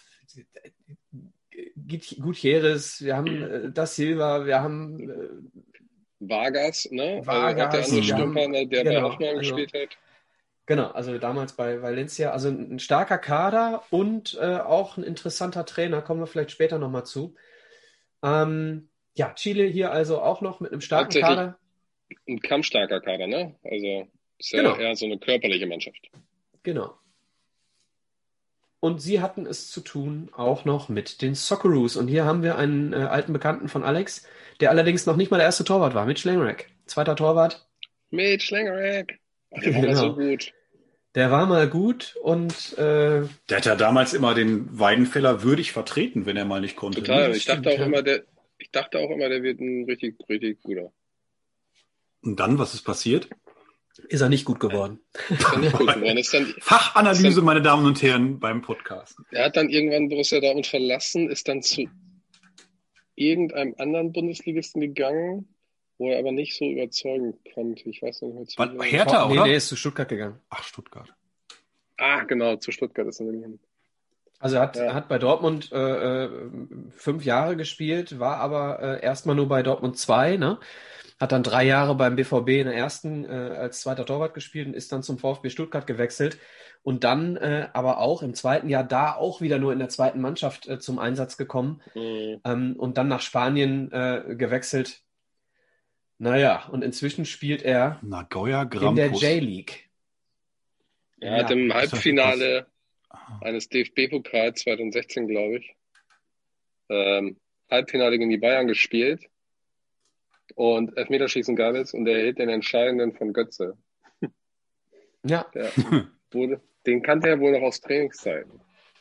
Gutierrez, wir haben Da Silva, wir haben Vargas, ne? Vargas, also der andere Stürmer, der bei Hoffenheim gespielt hat. Genau, also damals bei Valencia. Also ein starker Kader und auch ein interessanter Trainer, kommen wir vielleicht später nochmal zu. Ja, Chile hier also auch noch mit einem starken Kader. Ein kampfstarker Kader, ne? Also ist ja eher so eine körperliche Mannschaft. Genau. Und sie hatten es zu tun auch noch mit den Socceroos. Und hier haben wir einen alten Bekannten von Alex, der allerdings noch nicht mal der erste Torwart war, Mitch Langerack. Zweiter Torwart. Mitch Langerack. Der war mal so gut. Der war mal gut und der hat ja damals immer den Weidenfeller würdig vertreten, wenn er mal nicht konnte. Total. Ich dachte auch immer, der wird ein richtig, richtig guter. Und dann, was ist passiert? Ist er nicht gut geworden. Fachanalyse, meine Damen und Herren, beim Podcast. Er hat dann irgendwann Borussia Dortmund verlassen, ist dann zu irgendeinem anderen Bundesligisten gegangen, wo er aber nicht so überzeugen konnte. Ich weiß nicht mehr. Hertha, oder? Nee, der ist zu Stuttgart gegangen. Ach, Stuttgart. Ah, genau, zu Stuttgart ist er nämlich hin. Also er hat bei Dortmund 5 Jahre gespielt, war aber erstmal nur bei Dortmund 2, ne? Hat dann 3 Jahre beim BVB in der ersten als zweiter Torwart gespielt und ist dann zum VfB Stuttgart gewechselt und dann aber auch im zweiten Jahr da auch wieder nur in der zweiten Mannschaft zum Einsatz gekommen und dann nach Spanien gewechselt. Naja, und inzwischen spielt er Nagoya in der J-League. Er hat im Halbfinale eines DFB-Pokal 2016, glaube ich, Halbfinale gegen die Bayern gespielt. Und Elfmeterschießen gab es und er hält den entscheidenden von Götze. Ja. Den kannte er wohl noch aus Trainingszeiten.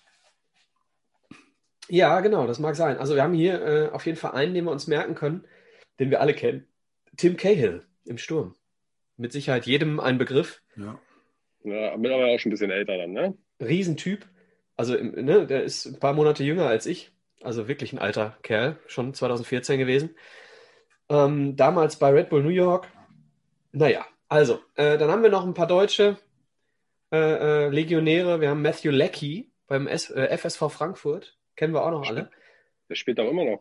Ja, genau, das mag sein. Also wir haben hier auf jeden Fall einen, den wir uns merken können, den wir alle kennen. Tim Cahill im Sturm. Mit Sicherheit jedem ein Begriff. Ja, mittlerweile auch schon ein bisschen älter dann, ne? Riesentyp. Also, der ist ein paar Monate jünger als ich. Also wirklich ein alter Kerl. Schon 2014 gewesen. Damals bei Red Bull New York. Naja, also, dann haben wir noch ein paar deutsche Legionäre. Wir haben Matthew Leckie beim FSV Frankfurt. Kennen wir auch noch alle. Der spielt auch immer noch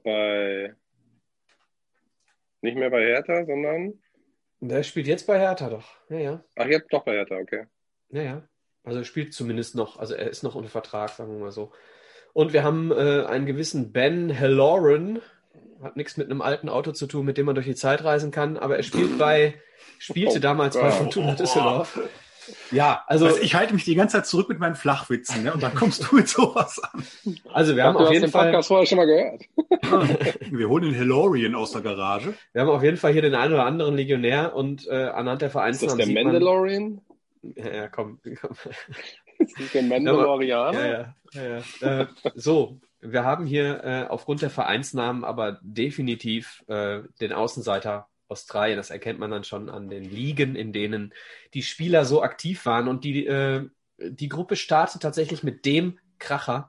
nicht mehr bei Hertha, sondern... Der spielt jetzt bei Hertha doch. Ja. Ach, jetzt doch bei Hertha, okay. Ja. Also er spielt zumindest noch. Also er ist noch unter Vertrag, sagen wir mal so. Und wir haben einen gewissen Ben Halloran. Hat nichts mit einem alten Auto zu tun, mit dem man durch die Zeit reisen kann. Aber er spielte damals bei Fortuna Düsseldorf. Ja, also ich halte mich die ganze Zeit zurück mit meinen Flachwitzen, ne? Und dann kommst du mit sowas an. Also wir haben auf jeden Fall... Du hast den Podcast vorher schon mal gehört. Wir holen den Helorian aus der Garage. Wir haben auf jeden Fall hier den einen oder anderen Legionär und anhand der Vereinsnamen Ist das der Mandalorian? Ja, komm. Ist das der Mandalorianer? Ja. So, wir haben hier aufgrund der Vereinsnamen aber definitiv den Außenseiter Australien. Das erkennt man dann schon an den Ligen, in denen die Spieler so aktiv waren. Und die Gruppe startet tatsächlich mit dem Kracher,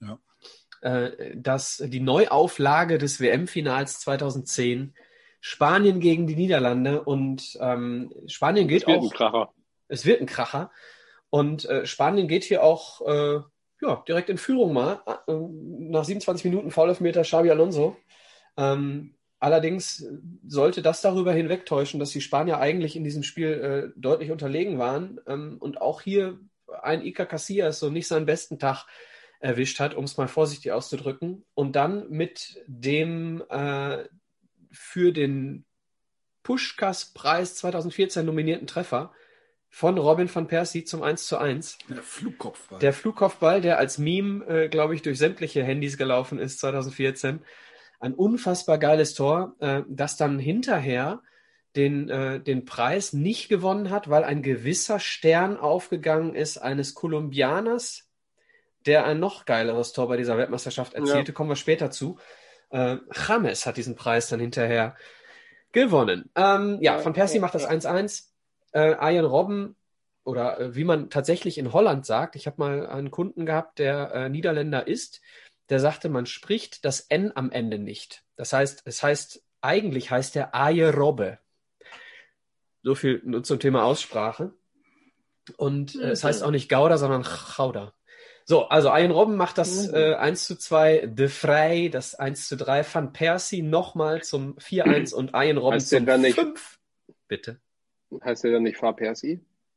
dass die Neuauflage des WM-Finals 2010 Spanien gegen die Niederlande und Spanien geht auch... Es wird ein Kracher. Und Spanien geht hier auch direkt in Führung mal. Nach 27 Minuten Foulelfmeter Xabi Alonso. Allerdings sollte das darüber hinwegtäuschen, dass die Spanier eigentlich in diesem Spiel deutlich unterlegen waren und auch hier ein Iker Casillas so nicht seinen besten Tag erwischt hat, um es mal vorsichtig auszudrücken. Und dann mit dem für den Puskás-Preis 2014 nominierten Treffer von Robin van Persie zum 1:1. Der Flugkopfball, der als Meme, glaube ich, durch sämtliche Handys gelaufen ist 2014. Ein unfassbar geiles Tor, das dann hinterher den Preis nicht gewonnen hat, weil ein gewisser Stern aufgegangen ist eines Kolumbianers, der ein noch geileres Tor bei dieser Weltmeisterschaft erzielte. Ja. Kommen wir später zu. James hat diesen Preis dann hinterher gewonnen. Van Persie macht das 1:1. Arjen Robben, oder wie man tatsächlich in Holland sagt, ich habe mal einen Kunden gehabt, der Niederländer ist, der sagte, man spricht das N am Ende nicht. Das heißt, eigentlich heißt der Arjen Robbe. So viel nur zum Thema Aussprache. Und es heißt auch nicht Gouda, sondern Gouda. So, also Arjen Robben macht das 1:2, De Vrij das 1:3, Van Persie nochmal zum 4:1 und Arjen Robben zum 5. Bitte. Heißt der dann nicht Van Persie?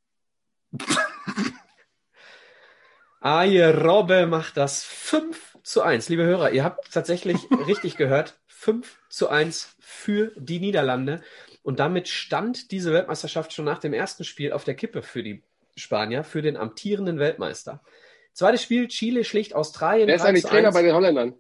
Arjen Robben macht das 5:1. Liebe Hörer, ihr habt tatsächlich richtig gehört. 5:1 für die Niederlande. Und damit stand diese Weltmeisterschaft schon nach dem ersten Spiel auf der Kippe für die Spanier, für den amtierenden Weltmeister. Zweites Spiel, Chile schlägt Australien. Wer ist eigentlich Trainer bei den Holländern?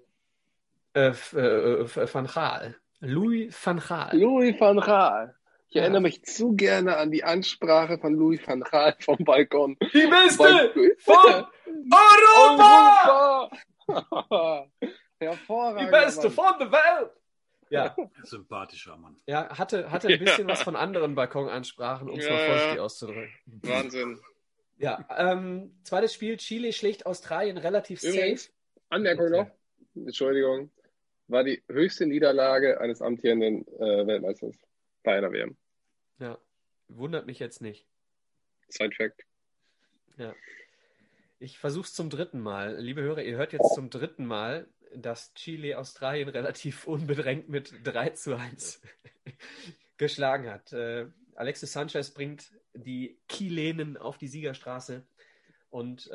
Van Gaal. Louis van Gaal. Louis van Gaal. Ich erinnere mich zu gerne an die Ansprache von Louis van Gaal vom Balkon. Die Beste von Europa! Hervorragend. Die Beste von der Welt! Ja. Sympathischer Mann. Ja, hatte ein bisschen was von anderen Balkonansprachen, um es mal vorsichtig auszudrücken. Wahnsinn. Ja, zweites Spiel, Chile schlägt Australien relativ Übrigens, safe. Anmerkung noch, Entschuldigung, war die höchste Niederlage eines amtierenden Weltmeisters bei einer WM. Ja, wundert mich jetzt nicht. Side Fact. Ja. Ich versuche es zum 3. Mal. Liebe Hörer, ihr hört jetzt zum 3. Mal, dass Chile Australien relativ unbedrängt mit 3:1 geschlagen hat. Alexis Sanchez bringt die Chilenen auf die Siegerstraße und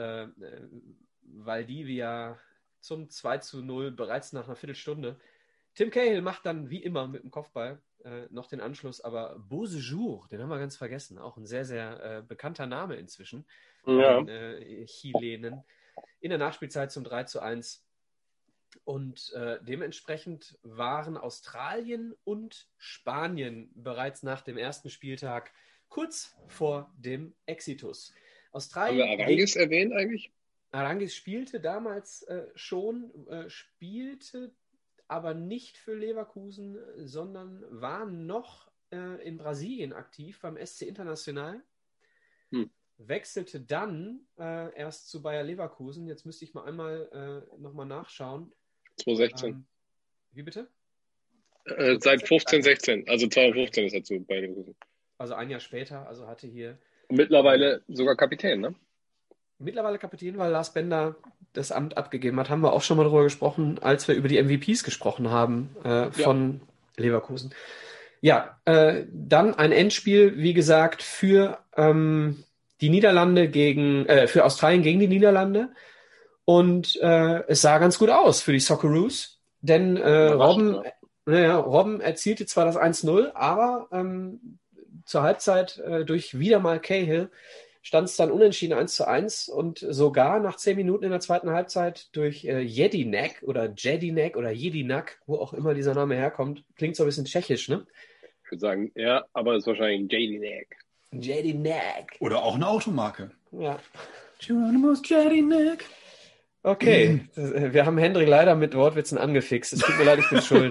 Valdivia zum 2:0 bereits nach einer Viertelstunde. Tim Cahill macht dann wie immer mit dem Kopfball noch den Anschluss, aber Beausejour, den haben wir ganz vergessen, auch ein sehr, sehr bekannter Name inzwischen. Ja. Chilenen in der Nachspielzeit zum 3:1. Und dementsprechend waren Australien und Spanien bereits nach dem ersten Spieltag kurz vor dem Exitus. Australien. Haben wir Arangis erwähnt eigentlich? Arangis spielte damals schon, spielte aber nicht für Leverkusen, sondern war noch in Brasilien aktiv beim SC Internacional. Wechselte dann erst zu Bayer Leverkusen. Jetzt müsste ich mal einmal nochmal nachschauen. 2016. Wie bitte? Seit 15, 16. Also 2015 ist er zu Bayer Leverkusen. Also ein Jahr später, also hatte hier... Mittlerweile sogar Kapitän, ne? Mittlerweile Kapitän, weil Lars Bender das Amt abgegeben hat. Haben wir auch schon mal darüber gesprochen, als wir über die MVPs gesprochen haben von Leverkusen. Ja, dann ein Endspiel, wie gesagt, für die Niederlande für Australien gegen die Niederlande. Und es sah ganz gut aus für die Socceroos, denn Robben erzielte zwar das 1:0, aber zur Halbzeit durch wieder mal Cahill stand es dann unentschieden 1:1 und sogar nach 10 Minuten in der zweiten Halbzeit durch Jedinak, wo auch immer dieser Name herkommt. Klingt so ein bisschen tschechisch, ne? Ich würde sagen, ja, aber es ist wahrscheinlich Jedinak. Jedinak. Oder auch eine Automarke. Ja. Geronimo's Jedinak. Okay, wir haben Hendrik leider mit Wortwitzen angefixt. Es tut mir leid, ich bin schuld.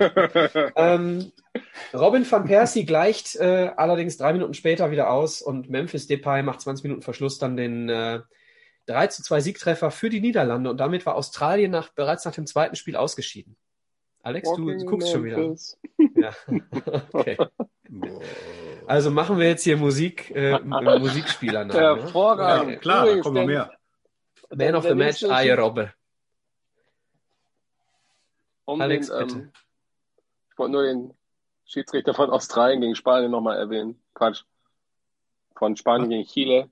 Robin van Persie gleicht allerdings 3 Minuten später wieder aus und Memphis Depay macht 20 Minuten Verschluss dann den 3:2 Siegtreffer für die Niederlande und damit war Australien bereits nach dem zweiten Spiel ausgeschieden. Alex, du guckst schon wieder. Ja. Okay. Also machen wir jetzt hier Musikspieler nach. Hervorragend. Ja, klar, da kommen noch mehr. Man of the Match, Arjen Robben. Alex, bitte. Ich wollte nur den Schiedsrichter von Australien gegen Spanien nochmal erwähnen. Quatsch. Von Spanien gegen Chile.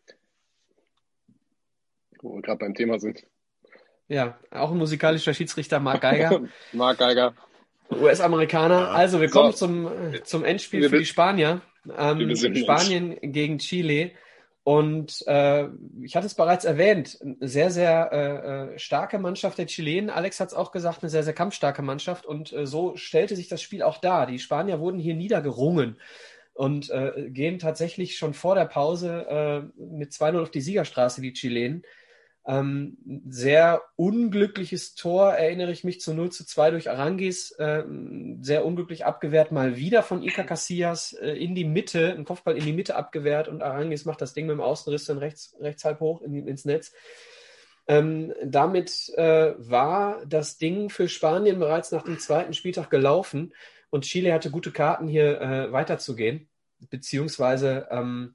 Wo wir gerade beim Thema sind. Ja, auch ein musikalischer Schiedsrichter, Mark Geiger. Mark Geiger. US-Amerikaner. Also wir kommen zum Endspiel für die Spanier. Spanien gegen Chile. Und ich hatte es bereits erwähnt, eine sehr, sehr starke Mannschaft der Chilenen. Alex hat es auch gesagt, eine sehr, sehr kampfstarke Mannschaft. Und so stellte sich das Spiel auch dar. Die Spanier wurden hier niedergerungen und gehen tatsächlich schon vor der Pause mit 2:0 auf die Siegerstraße, die Chilenen. Sehr unglückliches Tor, erinnere ich mich, zu 0:2 durch Aránguiz. Sehr unglücklich abgewehrt, mal wieder von Iker Casillas in die Mitte, ein Kopfball in die Mitte abgewehrt und Aránguiz macht das Ding mit dem Außenriss dann rechts halb hoch ins Netz. Damit war das Ding für Spanien bereits nach dem zweiten Spieltag gelaufen und Chile hatte gute Karten, hier weiterzugehen, beziehungsweise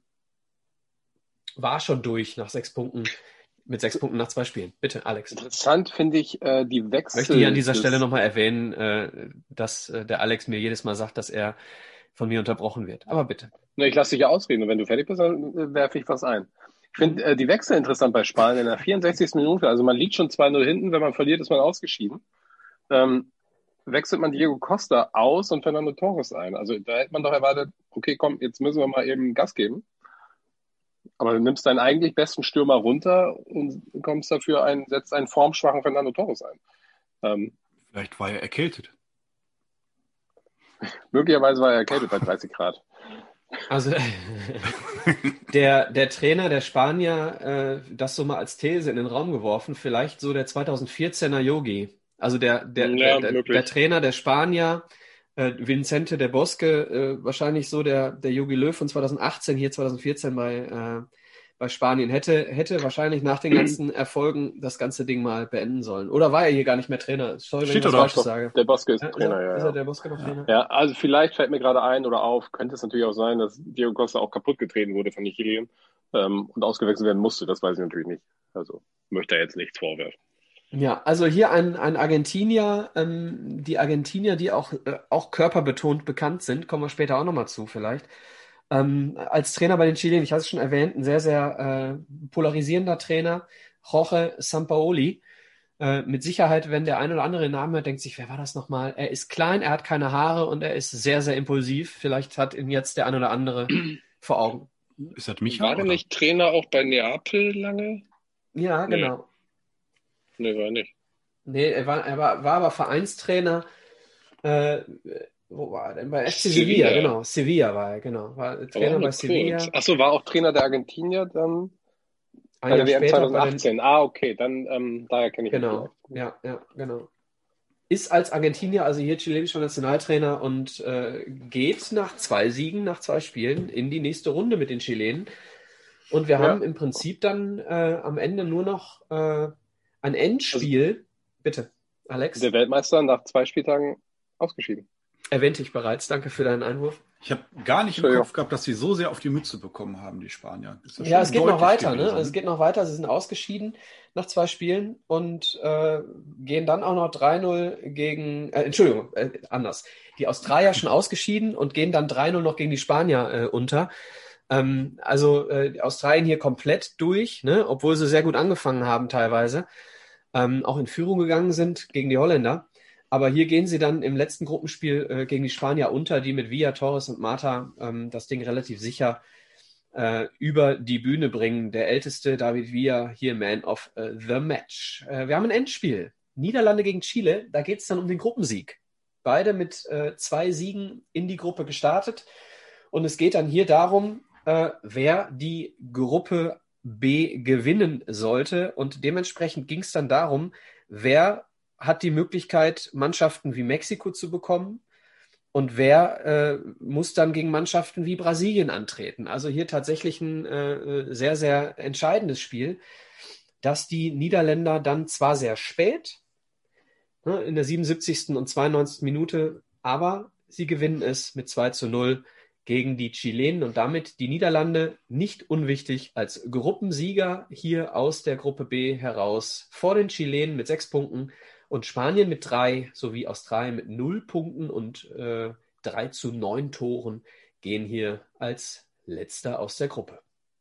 war schon durch nach 6 Punkten. Mit 6 Punkten nach 2 Spielen. Bitte, Alex. Interessant finde ich die Wechsel. Ich möchte hier an dieser Stelle nochmal erwähnen, dass der Alex mir jedes Mal sagt, dass er von mir unterbrochen wird. Aber bitte. Ne, ich lasse dich ja ausreden und wenn du fertig bist, dann werfe ich was ein. Ich finde die Wechsel interessant bei Spanien in der 64. Minute. Also man liegt schon 2:0 hinten. Wenn man verliert, ist man ausgeschieden. Wechselt man Diego Costa aus und Fernando Torres ein. Also da hätte man doch erwartet, okay, komm, jetzt müssen wir mal eben Gas geben. Aber du nimmst deinen eigentlich besten Stürmer runter und setzt einen formschwachen Fernando Torres ein. Vielleicht war er erkältet. Möglicherweise war er erkältet bei 30 Grad. Also der Trainer der Spanier, das so mal als These in den Raum geworfen, vielleicht so der 2014er Yogi. Also der Trainer der Spanier, Vicente del Bosque, wahrscheinlich so der Jogi Löw von 2018, hier 2014 bei Spanien, hätte wahrscheinlich nach den ganzen Erfolgen das ganze Ding mal beenden sollen. Oder war er hier gar nicht mehr Trainer? Sorry, wenn ich das Falsches sage. Der Bosque ist Trainer, Ist er der Bosque noch Trainer? Ja, also vielleicht fällt mir gerade ein oder auf, könnte es natürlich auch sein, dass Diego Costa auch kaputt getreten wurde von Nigerian und ausgewechselt werden musste. Das weiß ich natürlich nicht. Also möchte er jetzt nichts vorwerfen. Ja, also hier ein Argentinier, die Argentinier, die auch körperbetont bekannt sind, kommen wir später auch nochmal zu vielleicht. Als Trainer bei den Chilenen, ich hatte es schon erwähnt, ein sehr, sehr polarisierender Trainer, Jorge Sampaoli. Mit Sicherheit, wenn der ein oder andere Name hört, denkt sich, wer war das nochmal? Er ist klein, er hat keine Haare und er ist sehr, sehr impulsiv. Vielleicht hat ihn jetzt der ein oder andere vor Augen. Ist das Micha? War der nicht Trainer auch bei Neapel lange? Ja, genau. Nee, war er nicht. Nee, er war aber Vereinstrainer. Wo war er denn? Bei FC Sevilla, genau. Sevilla war er, genau. War Trainer bei Sevilla. Achso, war auch Trainer der Argentinier dann Ein Jahr später 2018. Okay, dann daher kenne ich ihn. Genau, ja, genau. Ist als Argentinier, also hier chilenischer Nationaltrainer und geht nach 2 Siegen, nach 2 Spielen in die nächste Runde mit den Chilenen. Und wir haben im Prinzip dann am Ende nur noch ein Endspiel. Also, bitte, Alex. Der Weltmeister nach 2 Spieltagen ausgeschieden. Erwähnte ich bereits. Danke für deinen Einwurf. Ich habe gar nicht im Kopf gehabt, dass sie so sehr auf die Mütze bekommen haben, die Spanier. Ja, es geht noch weiter. Ne? Also es geht noch weiter. Sie sind ausgeschieden nach 2 Spielen und gehen dann auch noch 3:0 gegen, anders. Die Australier schon ausgeschieden und gehen dann 3:0 noch gegen die Spanier unter. Australien hier komplett durch, ne? Obwohl sie sehr gut angefangen haben teilweise. Auch in Führung gegangen sind gegen die Holländer. Aber hier gehen sie dann im letzten Gruppenspiel gegen die Spanier unter, die mit Villa, Torres und Mata das Ding relativ sicher über die Bühne bringen. Der älteste David Villa, hier Man of the Match. Wir haben ein Endspiel. Niederlande gegen Chile. Da geht es dann um den Gruppensieg. Beide mit 2 Siegen in die Gruppe gestartet. Und es geht dann hier darum, wer die Gruppe B gewinnen sollte. Und dementsprechend ging es dann darum, wer hat die Möglichkeit, Mannschaften wie Mexiko zu bekommen und wer muss dann gegen Mannschaften wie Brasilien antreten. Also hier tatsächlich ein sehr, sehr entscheidendes Spiel, dass die Niederländer dann zwar sehr spät, in der 77. und 92. Minute, aber sie gewinnen es mit 2:0 gegen die Chilenen und damit die Niederlande nicht unwichtig als Gruppensieger hier aus der Gruppe B heraus vor den Chilenen mit 6 Punkten und Spanien mit 3 sowie Australien mit 0 Punkten und 3:9 Toren gehen hier als Letzter aus der Gruppe.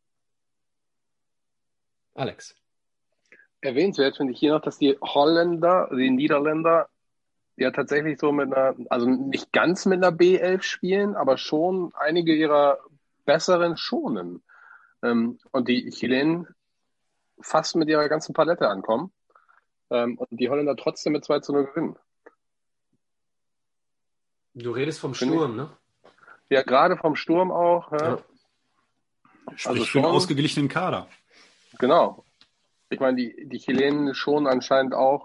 Alex. Erwähnenswert finde ich hier noch, dass die Niederländer, ja tatsächlich so also nicht ganz mit einer B11 spielen, aber schon einige ihrer besseren schonen. Und die Chilenen fast mit ihrer ganzen Palette ankommen. Und die Holländer trotzdem mit 2:0 gewinnen. Du redest vom Sturm, ne? Ja, gerade vom Sturm auch. Ja. Sprich also für einen ausgeglichenen Kader. Genau. Ich meine, die Chilenen schon anscheinend auch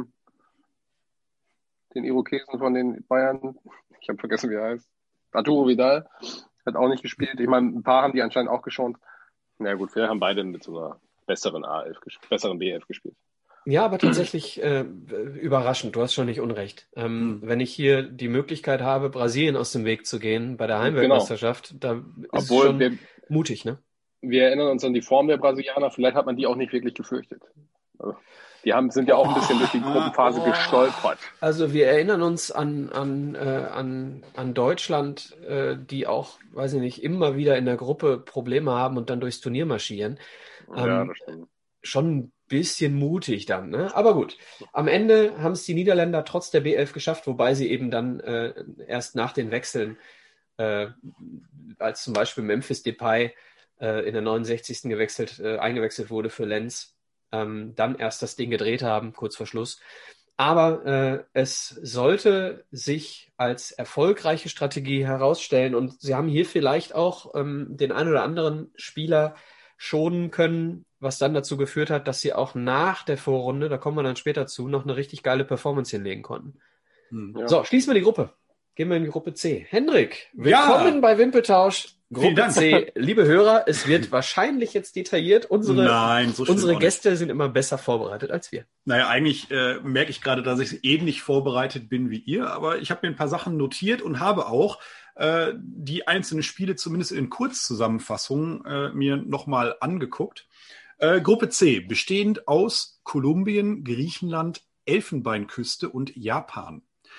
den Irokesen von den Bayern. Ich habe vergessen, wie er heißt. Arturo Vidal hat auch nicht gespielt. Ich meine, ein paar haben die anscheinend auch geschont. Na gut, vielleicht haben beide mit so einer besseren besseren B11 gespielt. Ja, aber tatsächlich überraschend. Du hast schon nicht unrecht. Wenn ich hier die Möglichkeit habe, Brasilien aus dem Weg zu gehen bei der Heimweltmeisterschaft, da ist es schon mutig, ne? Wir erinnern uns an die Form der Brasilianer. Vielleicht hat man die auch nicht wirklich gefürchtet. Also, die sind ja auch ein bisschen durch die Gruppenphase gestolpert. Also wir erinnern uns an Deutschland, die auch, weiß ich nicht, immer wieder in der Gruppe Probleme haben und dann durchs Turnier marschieren. Ja, das stimmt. Schon ein bisschen mutig dann, ne? Aber gut, am Ende haben es die Niederländer trotz der B11 geschafft, wobei sie eben dann erst nach den Wechseln, als zum Beispiel Memphis Depay in der 69. eingewechselt wurde für Lens, dann erst das Ding gedreht haben, kurz vor Schluss. Aber es sollte sich als erfolgreiche Strategie herausstellen und sie haben hier vielleicht auch den einen oder anderen Spieler schonen können, was dann dazu geführt hat, dass sie auch nach der Vorrunde, da kommen wir dann später zu, noch eine richtig geile Performance hinlegen konnten. Ja. So, schließen wir die Gruppe. Gehen wir in die Gruppe C. Hendrik, willkommen bei Wimpeltausch. Gruppe C. Liebe Hörer, es wird wahrscheinlich jetzt detailliert. Unsere Gäste sind immer besser vorbereitet als wir. Naja, eigentlich merke ich gerade, dass ich ähnlich vorbereitet bin wie ihr, aber ich habe mir ein paar Sachen notiert und habe auch die einzelnen Spiele zumindest in Kurzzusammenfassungen mir nochmal angeguckt. Gruppe C, bestehend aus Kolumbien, Griechenland, Elfenbeinküste und Japan.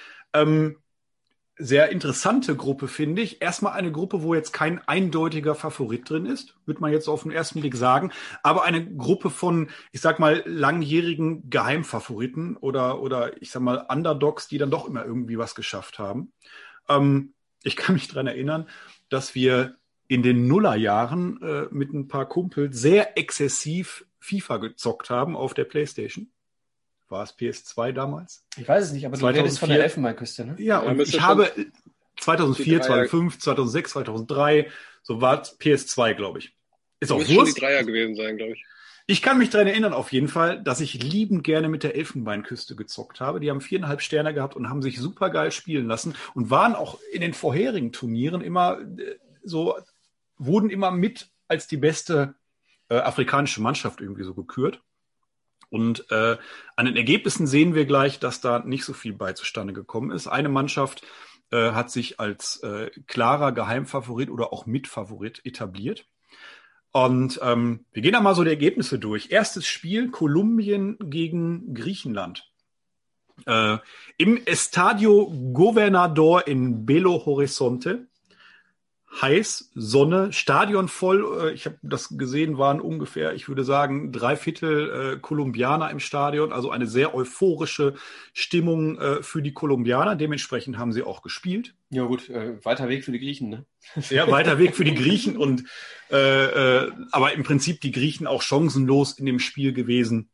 Sehr interessante Gruppe, finde ich. Erstmal eine Gruppe, wo jetzt kein eindeutiger Favorit drin ist, würde man jetzt auf den ersten Blick sagen, aber eine Gruppe von, ich sag mal, langjährigen Geheimfavoriten oder ich sag mal Underdogs, die dann doch immer irgendwie was geschafft haben. Ich kann mich dran erinnern, dass wir in den Nullerjahren mit ein paar Kumpels sehr exzessiv FIFA gezockt haben auf der PlayStation. War es PS2 damals? Ich weiß es nicht, aber 2004, du redest von der Elfenbeinküste, ne? Ja, und ich habe 2004, 2005, 2006, 2003, so war es PS2, glaube ich. Ist auch schon die Dreier gewesen sein, glaube ich. Ich kann mich daran erinnern auf jeden Fall, dass ich liebend gerne mit der Elfenbeinküste gezockt habe. Die haben 4,5 Sterne gehabt und haben sich super geil spielen lassen und waren auch in den vorherigen Turnieren immer wurden immer mit als die beste afrikanische Mannschaft irgendwie so gekürt. Und an den Ergebnissen sehen wir gleich, dass da nicht so viel bei zustande gekommen ist. Eine Mannschaft hat sich als klarer Geheimfavorit oder auch Mitfavorit etabliert. Und wir gehen da mal so die Ergebnisse durch. Erstes Spiel, Kolumbien gegen Griechenland. Im Estadio Governador in Belo Horizonte heiß, Sonne, Stadion voll. Ich habe das gesehen, waren ungefähr, ich würde sagen, 3/4 Kolumbianer im Stadion. Also eine sehr euphorische Stimmung für die Kolumbianer. Dementsprechend haben sie auch gespielt. Ja gut, weiter Weg für die Griechen, ne? Ja, weiter Weg für die Griechen aber im Prinzip die Griechen auch chancenlos in dem Spiel gewesen.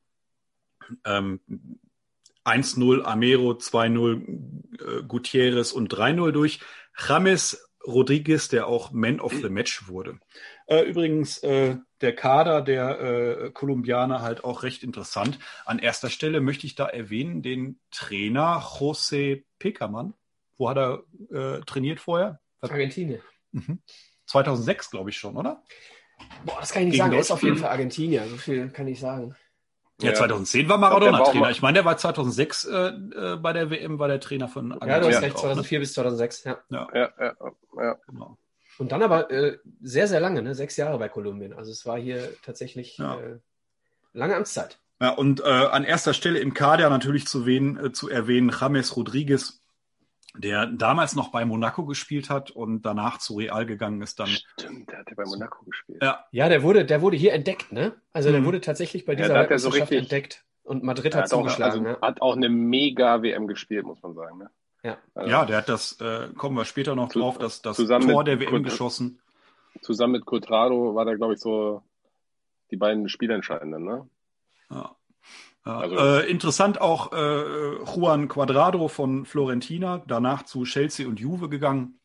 1-0 Amero, 2-0 Gutierrez und 3-0 durch James Rodriguez, der auch Man of the Match wurde. Übrigens der Kader der Kolumbianer halt auch recht interessant. An erster Stelle möchte ich da erwähnen den Trainer José Pekerman. Wo hat er trainiert vorher? Argentinien. 2006, glaube ich schon, oder? Boah, das kann ich nicht sagen. Er ist auf jeden Fall Argentinier. So viel kann ich sagen. Ja, 2010 war Maradona Trainer. Ich meine, der war 2006 bei der WM, war der Trainer von Argentinien. Ja, du hast recht, 2004 bis 2006. Ja. Genau. Und dann aber sehr, sehr lange, ne? 6 Jahre bei Kolumbien. Also es war hier tatsächlich lange Amtszeit. Ja, und an erster Stelle im Kader natürlich zu erwähnen James Rodriguez, der damals noch bei Monaco gespielt hat und danach zu Real gegangen ist dann. Stimmt, der hat ja bei Monaco gespielt. Ja, der wurde hier entdeckt, ne? Also der wurde tatsächlich bei dieser Weltmeisterschaft entdeckt. Und Madrid hat zugeschlagen. Hat auch eine mega WM gespielt, muss man sagen. Ne? Ja. Ja, der hat das, kommen wir später noch drauf, das Tor der WM geschossen. Zusammen mit Cuadrado war der, glaube ich, so die beiden Spielentscheidenden, ne? Ja. Also, interessant auch Juan Cuadrado von Fiorentina, danach zu Chelsea und Juve gegangen.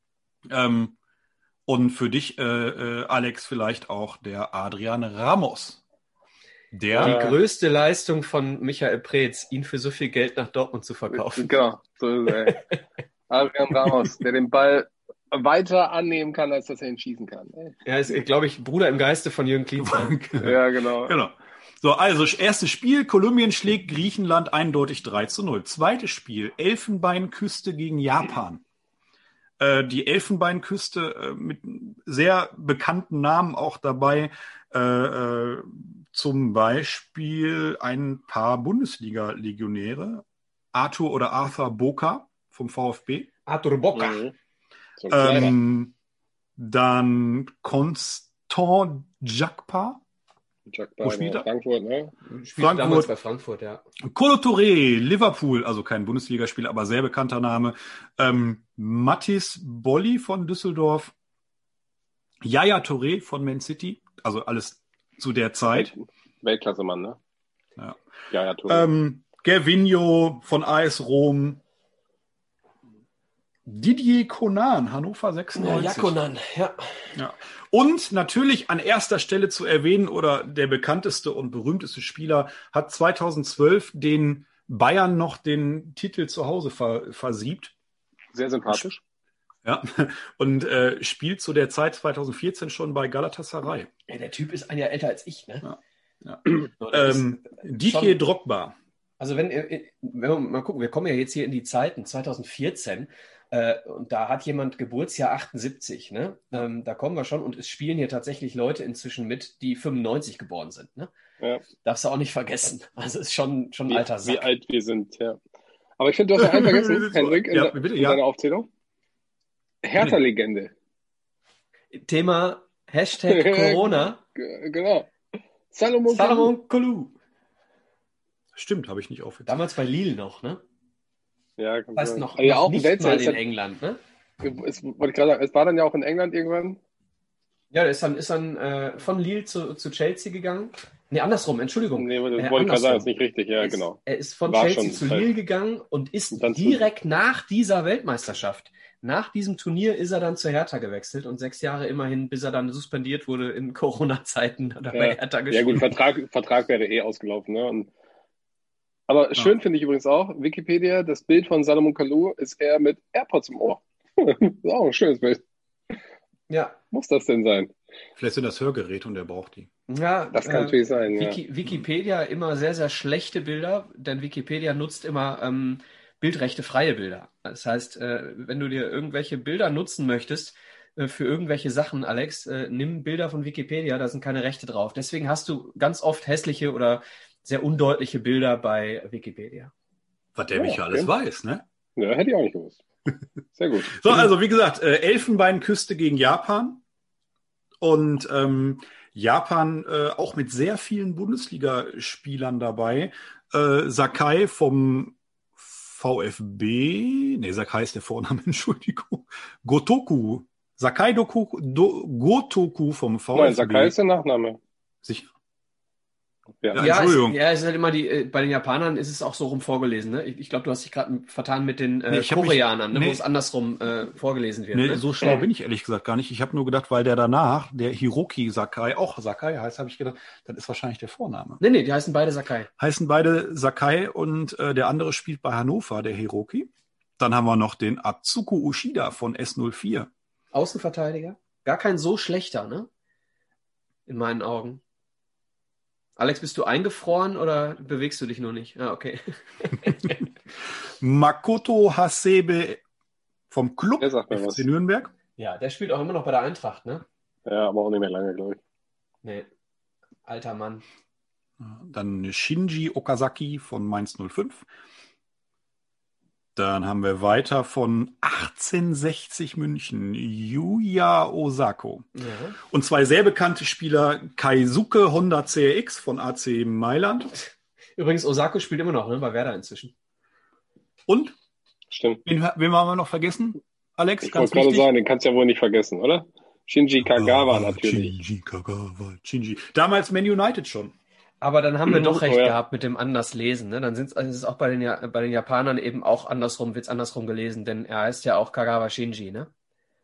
Und für dich, Alex, vielleicht auch der Adrian Ramos. Die größte Leistung von Michael Preetz, ihn für so viel Geld nach Dortmund zu verkaufen. Genau, so ist er. Adrian Ramos, der den Ball weiter annehmen kann, als dass er ihn schießen kann. Er ist, glaube ich, Bruder im Geiste von Jürgen Klinsmann. Ja, genau. So, also erstes Spiel, Kolumbien schlägt Griechenland eindeutig 3-0. Zweites Spiel, Elfenbeinküste gegen Japan. Die Elfenbeinküste mit sehr bekannten Namen auch dabei. Zum Beispiel ein paar Bundesliga-Legionäre. Arthur Boca vom VfB. Arthur Boca. Dann Constant Jakpa. Wo spielt er? Frankfurt, ne? Spielt damals bei Frankfurt, ja. Kolo Touré, Liverpool, also kein Bundesligaspieler, aber sehr bekannter Name. Mathis Bolli von Düsseldorf. Yaya Touré von Man City, also alles zu der Zeit. Weltklasse-Mann, ne? Ja. Yaya Touré. Gervinho von AS Rom. Didier Conan, Hannover 96. Ja, Conan, ja. Und natürlich an erster Stelle zu erwähnen, oder der bekannteste und berühmteste Spieler hat 2012 den Bayern noch den Titel zu Hause versiebt. Sehr sympathisch. Ja, und spielt zu der Zeit 2014 schon bei Galatasaray. Ja, der Typ ist ein Jahr älter als ich, ne? Ja. Didier Drogba. Also wenn wir mal gucken, wir kommen ja jetzt hier in die Zeiten 2014 und da hat jemand Geburtsjahr 78, ne? Da kommen wir schon und es spielen hier tatsächlich Leute inzwischen mit, die 95 geboren sind, ne? Ja. Darfst du auch nicht vergessen. Also ist schon ein alter Sack. Wie alt wir sind, ja. Aber ich finde, du hast noch einen vergessen, Henrik, in deiner Aufzählung. Hertha-Legende. Thema Hashtag Corona. Genau. Salomon Kalou. Stimmt, habe ich nicht aufgezählt. Damals bei Lille noch, ne? Ja, das heißt noch ja, auch nicht mal in England, ne? Wollte ich gerade sagen, es war dann ja auch in England irgendwann. Ja, der ist dann von Lille zu Chelsea gegangen. Nee, andersrum, Entschuldigung. Nee, das wollte ich gerade sagen, ist nicht richtig, ja, genau. Er ist von Chelsea zu Lille gegangen und ist direkt nach dieser Weltmeisterschaft, nach diesem Turnier ist er dann zu Hertha gewechselt und 6 Jahre immerhin, bis er dann suspendiert wurde in Corona-Zeiten bei Hertha gespielt. Ja gut, Vertrag wäre ausgelaufen, ne? Aber schön finde ich übrigens auch, Wikipedia, das Bild von Salomon Kalou ist er mit AirPods im Ohr. Das ist auch ein schönes Bild. Ja. Muss das denn sein? Vielleicht sind das Hörgeräte und er braucht die. Ja, das kann natürlich sein. Wikipedia immer sehr, sehr schlechte Bilder, denn Wikipedia nutzt immer bildrechte freie Bilder. Das heißt, wenn du dir irgendwelche Bilder nutzen möchtest für irgendwelche Sachen, Alex, nimm Bilder von Wikipedia, da sind keine Rechte drauf. Deswegen hast du ganz oft hässliche oder sehr undeutliche Bilder bei Wikipedia. Was der Micha alles weiß, ne? Ja, hätte ich auch nicht gewusst. Sehr gut. So, also wie gesagt, Elfenbeinküste gegen Japan. Und Japan auch mit sehr vielen Bundesligaspielern dabei. Sakai vom VfB, nee, Sakai ist der Vorname, Entschuldigung. Gotoku. Gotoku vom VfB. Nein, Sakai ist der Nachname. Sicher? Ja. Entschuldigung. Es ist halt immer bei den Japanern ist es auch so rum vorgelesen, ne? Ich glaube, du hast dich gerade vertan mit den ich hab Koreanern, mich- wo es andersrum vorgelesen wird. Nee, Ne? so schlau bin ich ehrlich gesagt gar nicht. Ich habe nur gedacht, weil der danach, der Hiroki Sakai, auch Sakai heißt, habe ich gedacht, das ist wahrscheinlich der Vorname. Nee, die heißen beide Sakai. Heißen beide Sakai und der andere spielt bei Hannover, der Hiroki. Dann haben wir noch den Atsuko Ushida von S04. Außenverteidiger. Gar kein so schlechter, ne? In meinen Augen. Alex, bist du eingefroren oder bewegst du dich nur nicht? Ah, okay. Makoto Hasebe vom Club Der sagt mir FC was. Nürnberg. Ja, der spielt auch immer noch bei der Eintracht, ne? Ja, aber auch nicht mehr lange, glaube ich. Nee. Alter Mann. Dann Shinji Okazaki von Mainz 05. Dann haben wir weiter von 1860 München Yuya Osako. Ja. Und zwei sehr bekannte Spieler, Keisuke Honda CRX von AC Mailand. Übrigens, Osako spielt immer noch, ne? Bei Werder inzwischen. Und, Stimmt. wen haben wir noch vergessen? Alex, Ich ganz wollte gerade wichtig. sagen, den kannst du ja wohl nicht vergessen, oder? Shinji Kagawa natürlich. Shinji. Damals Man United schon. Aber dann haben wir doch recht Oh ja. gehabt mit dem anders lesen. Ne? Dann ist es auch bei den Japanern eben auch andersrum, wird's andersrum gelesen, denn er heißt ja auch Kagawa Shinji, ne?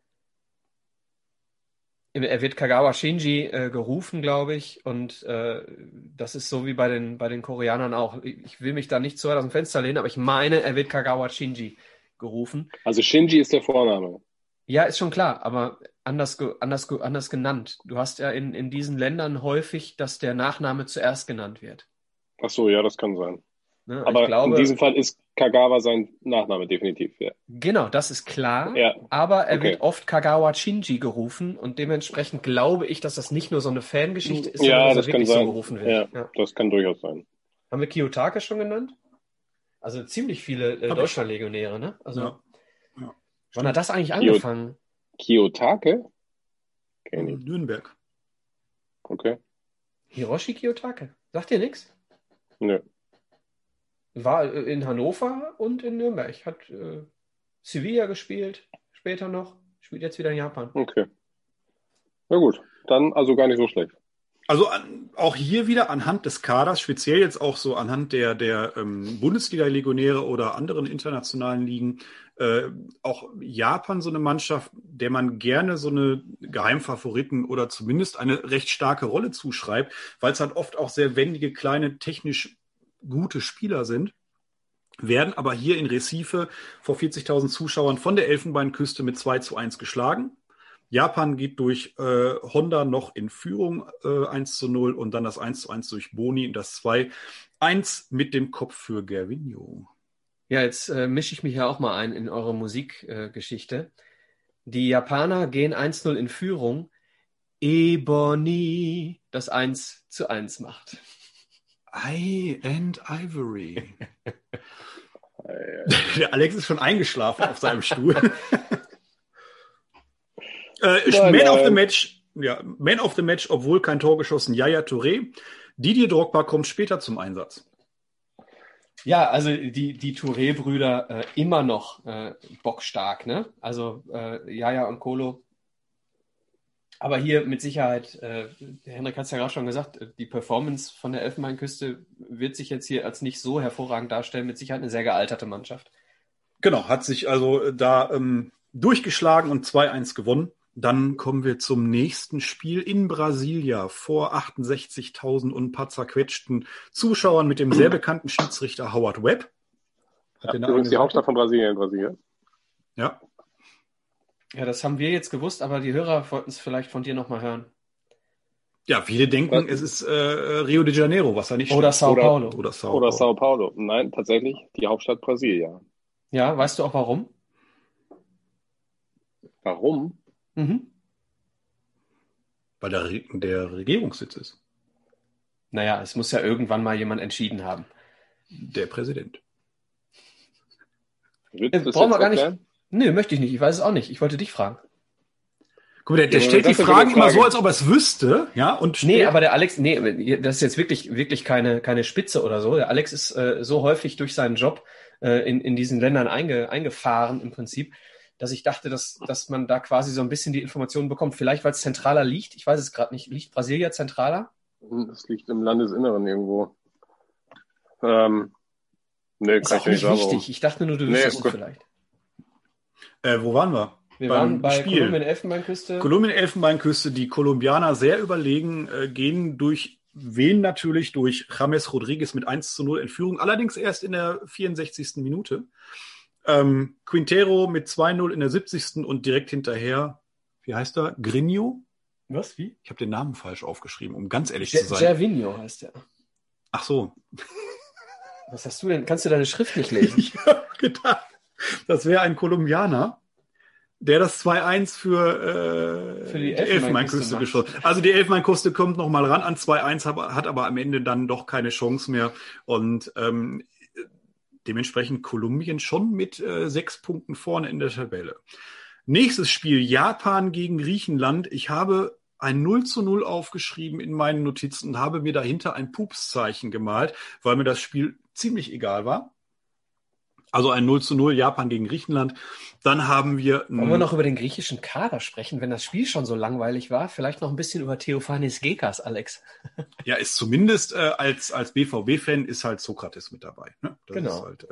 Er wird Kagawa Shinji gerufen, glaube ich, und das ist so wie bei den Koreanern auch. Ich will mich da nicht zu weit aus dem Fenster lehnen, aber ich meine, er wird Kagawa Shinji gerufen. Also Shinji ist der Vorname. Ja, ist schon klar, aber anders genannt. Du hast ja in diesen Ländern häufig, dass der Nachname zuerst genannt wird. Ach so, ja, das kann sein. Ne? Aber Ich glaube, in diesem Fall ist Kagawa sein Nachname definitiv. Ja. genau, das ist klar, Ja. aber er Okay. wird oft Kagawa Shinji gerufen und dementsprechend glaube ich, dass das nicht nur so eine Fangeschichte ist, Ja, sondern dass das er kann wirklich so sein. gerufen wird. Ja, Ja. das kann durchaus sein. Haben wir Kiyotake schon genannt? Also ziemlich viele Hab ich. Deutschland-Legionäre, ne? Also Ja. Ja. wann hat das eigentlich Kyo- angefangen? Kiyotake? Kenn ich. Nürnberg. Okay. Hiroshi Kiyotake. Sagt dir nichts? Nö. War in Hannover und in Nürnberg. Hat Sevilla gespielt, später noch. Spielt jetzt wieder in Japan. Okay. Na gut. Dann also gar nicht so schlecht. Also auch hier wieder anhand des Kaders, speziell jetzt auch so anhand der Bundesliga-Legionäre oder anderen internationalen Ligen, auch Japan so eine Mannschaft, der man gerne so eine Geheimfavoriten oder zumindest eine recht starke Rolle zuschreibt, weil es halt oft auch sehr wendige, kleine, technisch gute Spieler sind, werden aber hier in Recife vor 40.000 Zuschauern von der Elfenbeinküste mit 2:1 geschlagen. Japan geht durch Honda noch in Führung 1:0 und dann das 1:1 durch Boni und das 2:1 mit dem Kopf für Gervinho. Ja, jetzt mische ich mich ja auch mal ein in eure Musikgeschichte. Die Japaner gehen 1:0 in Führung. Ebony das 1:1 macht. I and Ivory. Der Alex ist schon eingeschlafen auf seinem Stuhl. Man of the Match, ja, Man of the Match, obwohl kein Tor geschossen, Yaya Touré. Didier Drogba kommt später zum Einsatz. Ja, also die Touré-Brüder immer noch bockstark, ne? Also Yaya und Kolo. Aber hier mit Sicherheit, der Henrik hat es ja gerade schon gesagt, die Performance von der Elfenbeinküste wird sich jetzt hier als nicht so hervorragend darstellen. Mit Sicherheit eine sehr gealterte Mannschaft. Genau, hat sich also da durchgeschlagen und 2:1 gewonnen. Dann kommen wir zum nächsten Spiel in Brasilia vor 68.000 und ein paar zerquetschten Zuschauern mit dem sehr bekannten Schiedsrichter Howard Webb. Ja, übrigens die Hauptstadt von Brasilien. Ja. Ja, das haben wir jetzt gewusst, aber die Hörer wollten es vielleicht von dir nochmal hören. Ja, viele denken, es ist Rio de Janeiro, was da nicht Oder stimmt. Sao Paulo. Oder Sao Oder Paulo. Sao Paulo. Nein, tatsächlich die Hauptstadt Brasilia. Ja, weißt du auch warum? Warum? Mhm. Weil der Regierungssitz ist. Naja, es muss ja irgendwann mal jemand entschieden haben. Der Präsident. Willst du das Brauchen wir jetzt gar nicht. erklären? Nö, möchte ich nicht. Ich weiß es auch nicht. Ich wollte dich fragen. Guck mal, der Ja, stellt das die ist eine Fragen gute immer so, Frage. als ob er es wüsste, ja, und Nee, stellt, aber der Alex, das ist jetzt wirklich keine Spitze oder so. Der Alex ist so häufig durch seinen Job in diesen Ländern eingefahren im Prinzip, dass ich dachte, dass man da quasi so ein bisschen die Informationen bekommt. Vielleicht, weil es zentraler liegt. Ich weiß es gerade nicht. Liegt Brasilia zentraler? Das liegt im Landesinneren irgendwo. Nee, Ist kann ich auch dir nicht nicht sagen, wichtig. warum. Ich dachte nur, du Nee, wüsstest es gut. vielleicht. wo waren wir? Wir Beim waren bei Spiel. Kolumbien-Elfenbeinküste. Kolumbien-Elfenbeinküste, die Kolumbianer sehr überlegen, gehen durch wen natürlich? Durch James Rodriguez mit 1:0 in Führung, allerdings erst in der 64. Minute. Quintero mit 2:0 in der 70. und direkt hinterher, wie heißt er? Grinho? Was? Wie? Ich habe den Namen falsch aufgeschrieben, um ganz ehrlich zu sein. Gervinho heißt der. Ach so. Was hast du denn? Kannst du deine Schrift nicht lesen? Ich habe gedacht, das wäre ein Kolumbianer, der das 2:1 für die die Elfenbeinküste macht. geschossen. Also die Elfenbeinküste kommt noch mal ran an 2:1, hat aber am Ende dann doch keine Chance mehr. Und dementsprechend Kolumbien schon mit 6 Punkten vorne in der Tabelle. Nächstes Spiel, Japan gegen Griechenland. Ich habe ein 0:0 aufgeschrieben in meinen Notizen und habe mir dahinter ein Pupszeichen gemalt, weil mir das Spiel ziemlich egal war. Also ein 0:0 Japan gegen Griechenland. Dann haben wir... Wollen wir noch über den griechischen Kader sprechen, wenn das Spiel schon so langweilig war? Vielleicht noch ein bisschen über Theophanis Gekas, Alex. Ja, ist zumindest als BVB-Fan ist halt Sokrates mit dabei. Ne? Das Genau. ist halt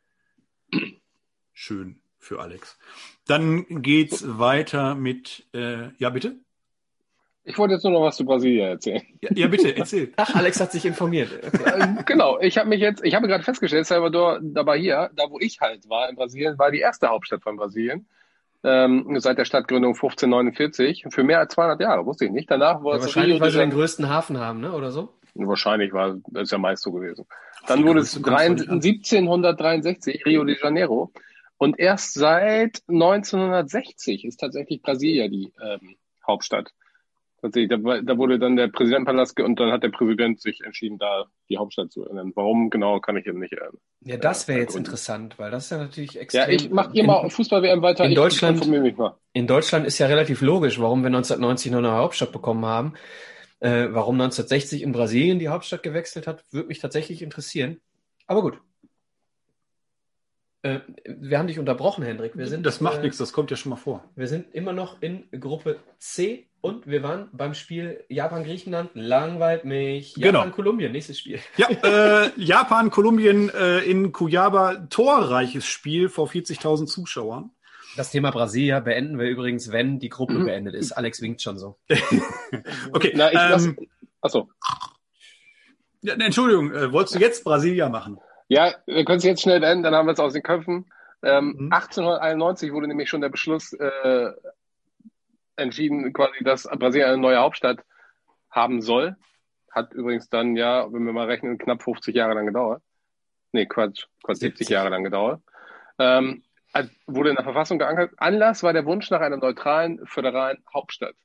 schön für Alex. Dann geht's weiter mit... ja, bitte? Ich wollte jetzt nur noch was zu Brasilien erzählen. Ja, bitte, erzähl. Ach, Alex hat sich informiert. Okay. Genau, ich habe gerade festgestellt, Salvador da Bahia, da wo ich halt war in Brasilien, war die erste Hauptstadt von Brasilien. Seit der Stadtgründung 1549. Für mehr als 200 Jahre, wusste ich nicht. Danach war Ja, es wahrscheinlich, Rio weil de sie den Janeiro. größten Hafen haben, ne? Oder so? Wahrscheinlich war das ja meist so gewesen. Auf Dann die wurde es Größe kommst du nicht an. 1763 Rio de Janeiro. Und erst seit 1960 ist tatsächlich Brasilia die Hauptstadt. Tatsächlich, da wurde dann der Präsidentenpalast und dann hat der Präsident sich entschieden, da die Hauptstadt zu ändern. Warum genau, kann ich eben nicht Ja, das wäre jetzt ergründen. interessant, weil das ist ja natürlich Ja, extrem. macht ihr mal Fußball-WM weiter. in Ich Deutschland- informiere mich mal. In Deutschland ist ja relativ logisch, warum wir 1990 noch eine Hauptstadt bekommen haben. Warum 1960 in Brasilien die Hauptstadt gewechselt hat, würde mich tatsächlich interessieren. Aber gut. Wir haben dich unterbrochen, Hendrik. Das macht nichts, das kommt ja schon mal vor. Wir sind immer noch in Gruppe C und wir waren beim Spiel Japan-Griechenland. Langweilt mich. Genau. Japan-Kolumbien, nächstes Spiel. Ja, Japan, Kolumbien in Cuyaba, torreiches Spiel vor 40.000 Zuschauern. Das Thema Brasilia beenden wir übrigens, wenn die Gruppe beendet ist. Alex winkt schon so. Okay, Na, achso. ja, Entschuldigung, wolltest du jetzt Brasilia machen? Ja, wir können es jetzt schnell beenden, dann haben wir es aus den Köpfen. Mhm. 1891 wurde nämlich schon der Beschluss entschieden, quasi, dass Brasilien eine neue Hauptstadt haben soll. Hat übrigens dann, ja, wenn wir mal rechnen, knapp 50 Jahre lang gedauert. Nee, Quatsch, 70 Jahre lang gedauert. Wurde in der Verfassung geankert. Anlass war der Wunsch nach einer neutralen, föderalen Hauptstadt.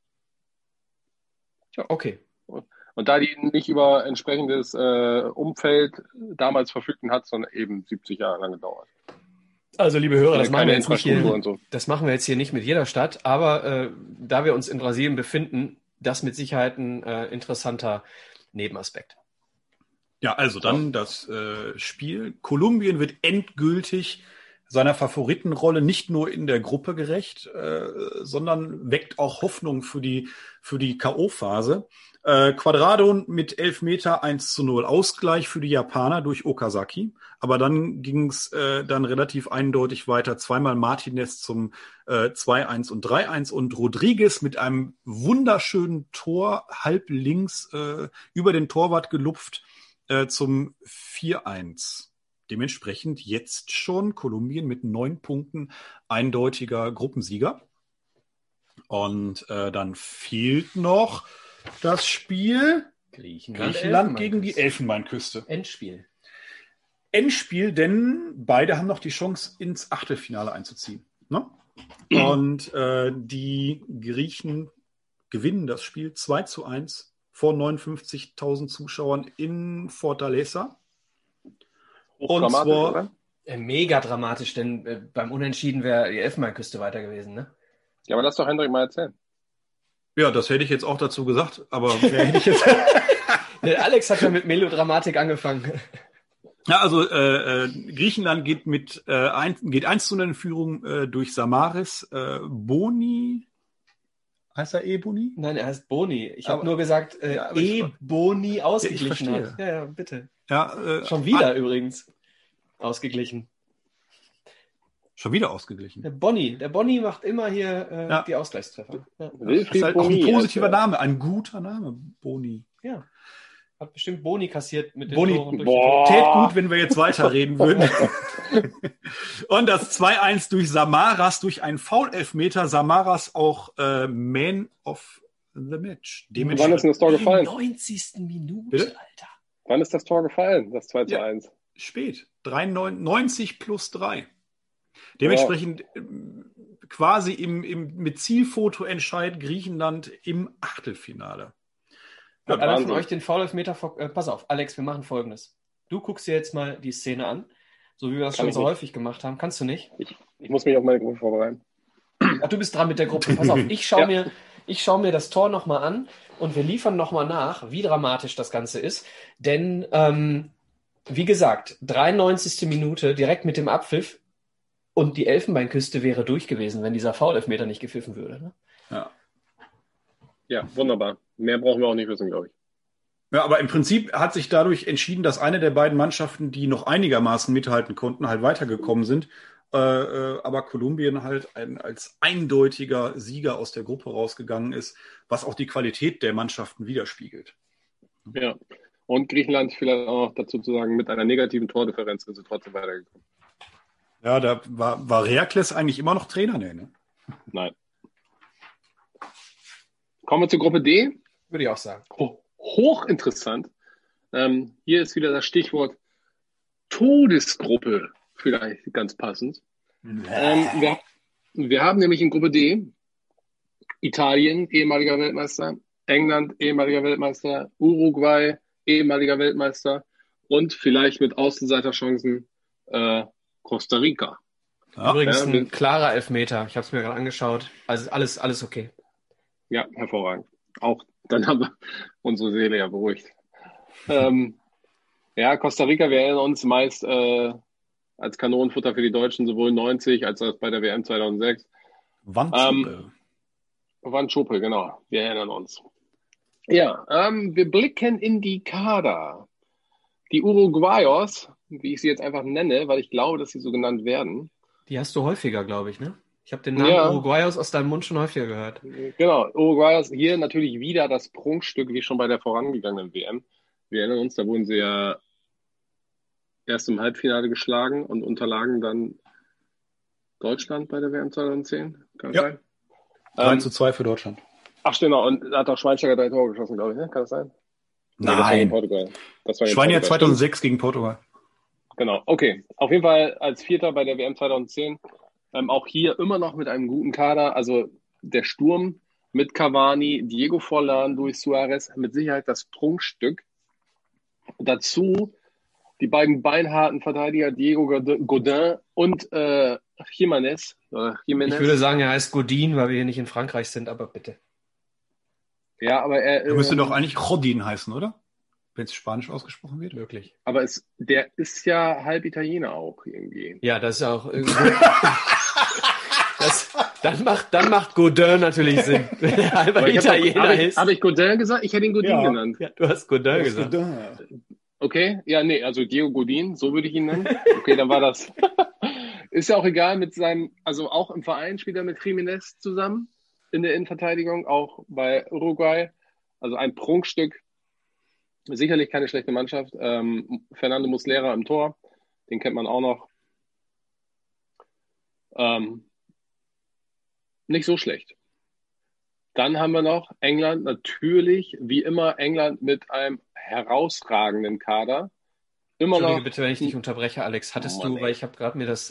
Okay. Und da die nicht über entsprechendes Umfeld damals verfügten, hat es dann eben 70 Jahre lang gedauert. Also, liebe Hörer, das machen Keine wir jetzt nicht Infrastruktur hier. und so. Das machen wir jetzt hier nicht mit jeder Stadt, aber da wir uns in Brasilien befinden, das mit Sicherheit ein interessanter Nebenaspekt. Ja, also dann das Spiel. Kolumbien wird endgültig seiner Favoritenrolle nicht nur in der Gruppe gerecht, sondern weckt auch Hoffnung für die K.O.-Phase. Cuadrado mit Elfmeter 1:0 Ausgleich für die Japaner durch Okazaki. Aber dann ging es dann relativ eindeutig weiter. Zweimal Martinez zum 2:1 und 3:1 und Rodriguez mit einem wunderschönen Tor halb links über den Torwart gelupft zum 4:1. Dementsprechend jetzt schon Kolumbien mit 9 Punkten eindeutiger Gruppensieger. Und dann fehlt noch das Spiel Griechenland gegen die Elfenbeinküste. Endspiel, denn beide haben noch die Chance, ins Achtelfinale einzuziehen. Ne? Und die Griechen gewinnen das Spiel 2:1 vor 59.000 Zuschauern in Fortaleza. Und zwar, Oder? Mega dramatisch, denn beim Unentschieden wäre die Elfenbeinküste weiter gewesen, ne? Ja, aber lass doch Hendrik mal erzählen. Ja, das hätte ich jetzt auch dazu gesagt, aber mehr hätte ich jetzt. Der Alex hat ja mit Melodramatik angefangen. Ja, also Griechenland geht mit 1:0 in Führung durch Samaris. Boni, heißt er Boni? Nein, er heißt Boni. Ich habe Aber- nur gesagt, ja, aber ich- Boni ausgeglichen verstehe. hat. Ja, bitte. Ja, Schon wieder übrigens ausgeglichen. Schon wieder ausgeglichen. Der Bonny macht immer hier die Ausgleichstreffer. Ja. Das Wilfried ist halt auch ein Boni, positiver also. Name, ein guter Name, Boni. Ja. Hat bestimmt Boni kassiert mit den Boni, Toren durch boah. die Tore. Tät gut, wenn wir jetzt weiterreden würden. Und das 2:1 durch Samaras, durch einen Foul-Elfmeter. Samaras auch Man of the Match. Wann ist denn das Tor In gefallen? 90. Minute, Bitte? Alter. Wann ist das Tor gefallen? Das 2:1. Spät. 93 plus 3. Dementsprechend quasi mit Zielfoto-Entscheid Griechenland im Achtelfinale. Hat einer von Wahnsinn. euch den Foul-Elfmeter pass auf, Alex, wir machen Folgendes. Du guckst dir jetzt mal die Szene an, so wie wir das Kann schon ich so nicht. häufig gemacht haben. Kannst du nicht? Ich muss mich auf meine Gruppe vorbereiten. Ach, du bist dran mit der Gruppe. Pass auf, ich schau mir das Tor nochmal an und wir liefern nochmal nach, wie dramatisch das Ganze ist. Denn, wie gesagt, 93. Minute, direkt mit dem Abpfiff und die Elfenbeinküste wäre durch gewesen, wenn dieser Foul-Elfmeter nicht gepfiffen würde. Ne? Ja. Ja, wunderbar. Mehr brauchen wir auch nicht wissen, glaube ich. Ja, aber im Prinzip hat sich dadurch entschieden, dass eine der beiden Mannschaften, die noch einigermaßen mithalten konnten, halt weitergekommen sind. Aber Kolumbien halt als eindeutiger Sieger aus der Gruppe rausgegangen ist, was auch die Qualität der Mannschaften widerspiegelt. Ja. Und Griechenland vielleicht auch noch dazu zu sagen, mit einer negativen Tordifferenz sind sie trotzdem weitergekommen. Ja, da war Herakles eigentlich immer noch Trainer, ne? Nein. Kommen wir zur Gruppe D. Würde ich auch sagen. Hochinteressant. Hier ist wieder das Stichwort Todesgruppe, vielleicht ganz passend. Wir haben nämlich in Gruppe D Italien, ehemaliger Weltmeister, England, ehemaliger Weltmeister, Uruguay, ehemaliger Weltmeister und vielleicht mit Außenseiterchancen Costa Rica. Ja, Übrigens ja, ein klarer Elfmeter. Ich habe es mir gerade angeschaut. Also alles okay. Ja, hervorragend. Auch dann haben wir unsere Seele ja beruhigt. Ja, Costa Rica, wir erinnern uns meist als Kanonenfutter für die Deutschen, sowohl 90 als auch bei der WM 2006. Wandschuppe. Wandschuppe, genau. Wir erinnern uns. Ja, wir blicken in die Kader. Die Uruguayos, wie ich sie jetzt einfach nenne, weil ich glaube, dass sie so genannt werden. Die hast du häufiger, glaube ich, ne? Ich habe den Namen Uruguayos aus deinem Mund schon häufiger gehört. Genau, Uruguayos, hier natürlich wieder das Prunkstück, wie schon bei der vorangegangenen WM. Wir erinnern uns, da wurden sie ja erst im Halbfinale geschlagen und unterlagen dann Deutschland bei der WM 2010. Kann das sein? 3:2 für Deutschland. Ach, genau, und da hat auch Schweinsteiger 3 Tore geschossen, glaube ich, ne? Kann das sein? Nee, das war gegen Portugal. Das war gegen Schwein ja Portugal. 2006 gegen Portugal. Genau, okay. Auf jeden Fall als Vierter bei der WM 2010. Auch hier immer noch mit einem guten Kader. Also der Sturm mit Cavani, Diego Forlán, Luis Suarez, mit Sicherheit das Prunkstück. Dazu die beiden beinharten Verteidiger Diego Godin und Jiménez. Ich würde sagen, er heißt Godin, weil wir hier nicht in Frankreich sind, aber bitte. Ja, aber er Müsste doch eigentlich Rodin heißen, oder? Wenn es Spanisch ausgesprochen wird. Möglich. aber der ist ja halb Italiener auch irgendwie. Ja, das ist auch dann macht Godin natürlich Sinn, wenn er halber Aber Italiener ist. Habe ich Godin gesagt? Ich hätte ihn Godin Ja. genannt. Ja, du hast Godin gesagt. Okay, ja, nee, also Diego Godin, so würde ich ihn nennen. Okay, dann war das. Ist ja auch egal mit seinem, also auch im Verein spielt er mit Jiménez zusammen in der Innenverteidigung, auch bei Uruguay. Also ein Prunkstück. Sicherlich keine schlechte Mannschaft. Fernando Muslera im Tor, den kennt man auch noch. Nicht so schlecht. Dann haben wir noch England, natürlich, wie immer, England mit einem herausragenden Kader. Immer Entschuldige noch. bitte, wenn ich dich unterbreche, Alex. Hattest Mann, du, weil ich habe gerade mir das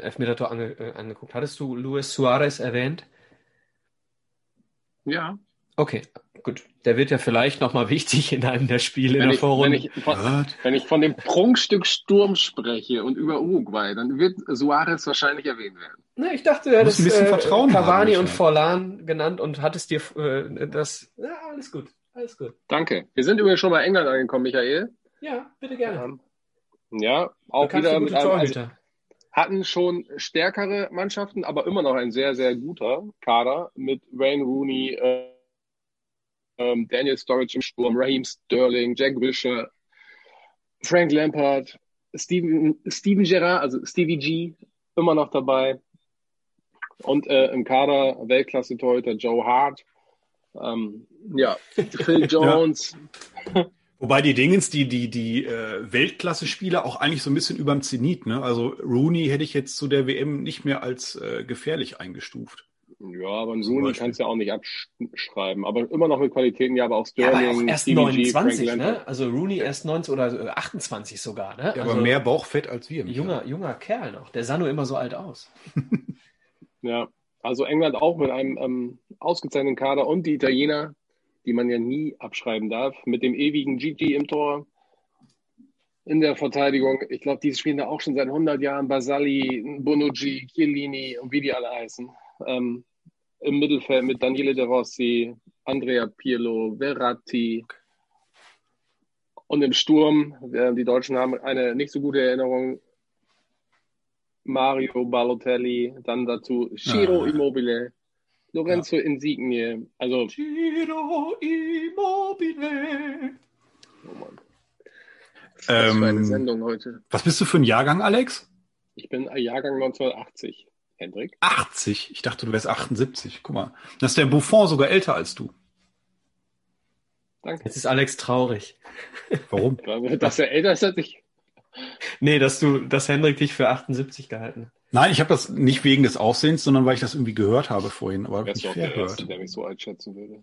Elfmeter-Tor angeguckt, hattest du Luis Suarez erwähnt? Ja, Okay, gut. Der wird ja vielleicht nochmal wichtig in einem der Spiele in Wenn der ich, Vorrunde. wenn ich von dem Prunkstück Sturm spreche und über Uruguay, dann wird Suarez wahrscheinlich erwähnt werden. Ne, ich dachte, du Du musst ein hättest bisschen Vertrauen haben, Cavani und Richard. Forlan genannt und hattest dir das. Ja, alles gut, alles gut. Danke. Wir sind übrigens schon bei England angekommen, Michael. Ja, bitte gerne. Ja, auch Bekannt für wieder gute mit einem, also Torhüter. hatten schon stärkere Mannschaften, aber immer noch ein sehr, sehr guter Kader mit Wayne Rooney, Daniel Sturridge im Sturm, Raheem Sterling, Jack Wilshere, Frank Lampard, Steven Gerrard, also Stevie G, immer noch dabei. Und im Kader Weltklasse-Torhüter Joe Hart. Ja, Phil Jones. Wobei die Dingens, die Weltklasse-Spieler auch eigentlich so ein bisschen überm Zenit, ne? Also Rooney hätte ich jetzt zu der WM nicht mehr als gefährlich eingestuft. Ja, aber einen Zum Rooney Beispiel. kannst du ja auch nicht abschreiben. Aber immer noch mit Qualitäten, ja, aber auch Ja, aber auch Sterling, erst Stevie G, Frank 29, Lampard. ne? Also Rooney erst 19 oder 28 sogar, ne? Ja, Also aber mehr Bauchfett als wir. Michael. junger Kerl noch. Der sah nur immer so alt aus. Ja, also England auch mit einem ausgezeichneten Kader und die Italiener, die man ja nie abschreiben darf, mit dem ewigen Gigi im Tor. In der Verteidigung, ich glaube, die spielen da auch schon seit 100 Jahren. Basalli, Bonucci, Chiellini und wie die alle heißen. Im Mittelfeld mit Daniele De Rossi, Andrea Pirlo, Verratti. Und im Sturm, die Deutschen haben eine nicht so gute Erinnerung. Mario Balotelli, dann dazu Ciro Immobile, Lorenzo Insigne. Also, Giro Immobile. oh Mann. Was für eine Sendung heute. Was bist du für ein Jahrgang, Alex? Ich bin Jahrgang 1980. Hendrik? 80. Ich dachte, du wärst 78. Guck mal. Das ist der Buffon sogar älter als du. Danke. Jetzt ist Alex traurig. Warum? Dass er älter ist als ich. Nee, dass Hendrik dich für 78 gehalten hat. Nein, ich habe das nicht wegen des Aussehens, sondern weil ich das irgendwie gehört habe vorhin, aber Wärst nicht du auch der verhört. Erste, der mich so alt schätzen würde.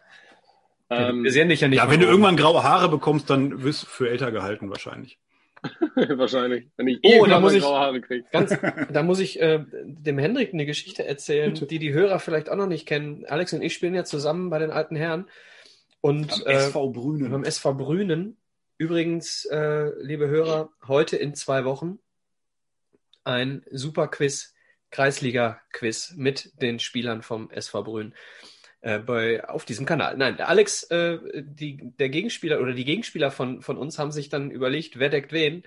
Wir sehen dich ja nicht. Ja, von wenn du oben. irgendwann graue Haare bekommst, dann wirst du für älter gehalten wahrscheinlich. Wahrscheinlich. Wenn ich Da irgendwann muss mal ich graue Haare kriege. da muss ich dem Hendrik eine Geschichte erzählen, die Hörer vielleicht auch noch nicht kennen. Alex und ich spielen ja zusammen bei den alten Herren und Am SV Brünen. beim SV Brünen. Übrigens, liebe Hörer, heute in 2 Wochen ein super Quiz, Kreisliga-Quiz mit den Spielern vom SV Brünen auf diesem Kanal. Nein, der Alex, der Gegenspieler oder die Gegenspieler von uns haben sich dann überlegt, wer deckt wen.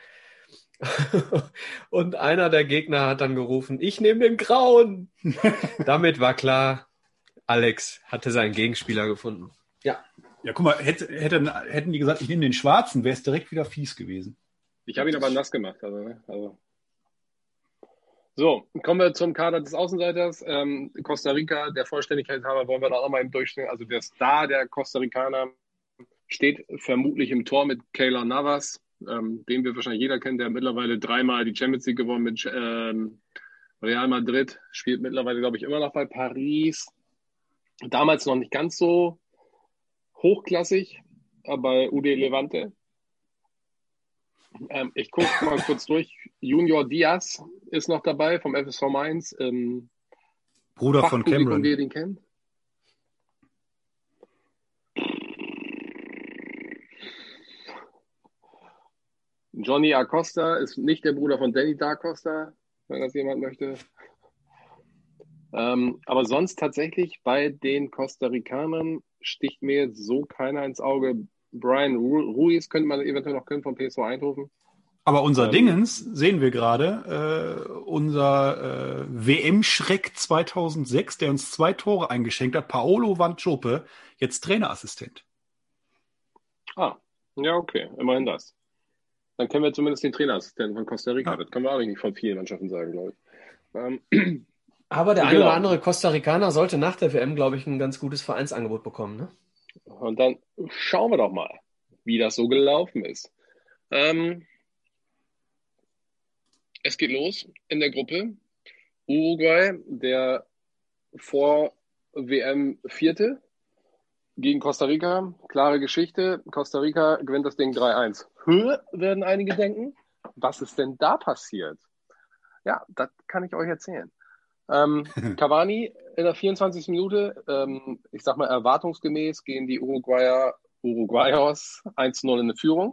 Und einer der Gegner hat dann gerufen, ich nehme den Grauen. Damit war klar, Alex hatte seinen Gegenspieler gefunden. Ja. Ja, guck mal, hätten die gesagt, ich nehme den Schwarzen, wäre es direkt wieder fies gewesen. Ich habe ihn aber nass gemacht. Also. So, kommen wir zum Kader des Außenseiters. Costa Rica, der Vollständigkeit halber, wollen wir da auch mal im Durchschnitt. Also der Star der Costa Ricaner steht vermutlich im Tor mit Keylor Navas, den wir wahrscheinlich jeder kennen, der hat mittlerweile 3-mal die Champions League gewonnen mit Real Madrid, spielt mittlerweile, glaube ich, immer noch bei Paris. Damals noch nicht ganz so hochklassig, bei UD Levante. Ich gucke mal kurz durch. Junior Diaz ist noch dabei vom FSV Mainz. Bruder von Cameron. Wie ihr den kennt. Johnny Acosta ist nicht der Bruder von Danny Da Costa, wenn das jemand möchte. Aber sonst tatsächlich bei den Costa Ricanern sticht mir jetzt so keiner ins Auge. Brian Ruiz könnte man eventuell noch können vom PSV Eindhoven. Aber unser Dingens, sehen wir gerade, unser WM-Schreck 2006, der uns 2 Tore eingeschenkt hat, Paolo Vanchope, jetzt Trainerassistent. Ah, ja, okay, immerhin das. Dann kennen wir zumindest den Trainerassistenten von Costa Rica. Ja. Das können wir auch nicht von vielen Mannschaften sagen, glaube ich. Aber der eine oder andere Costa Ricaner sollte nach der WM, glaube ich, ein ganz gutes Vereinsangebot bekommen. Ne? Und dann schauen wir doch mal, wie das so gelaufen ist. Es geht los in der Gruppe. Uruguay, der vor WM Vierte, gegen Costa Rica. Klare Geschichte. Costa Rica gewinnt das Ding 3-1. Werden einige denken. Was ist denn da passiert? Ja, das kann ich euch erzählen. Cavani in der 24. Minute, ich sag mal erwartungsgemäß, gehen die Uruguayos 1-0 in eine Führung.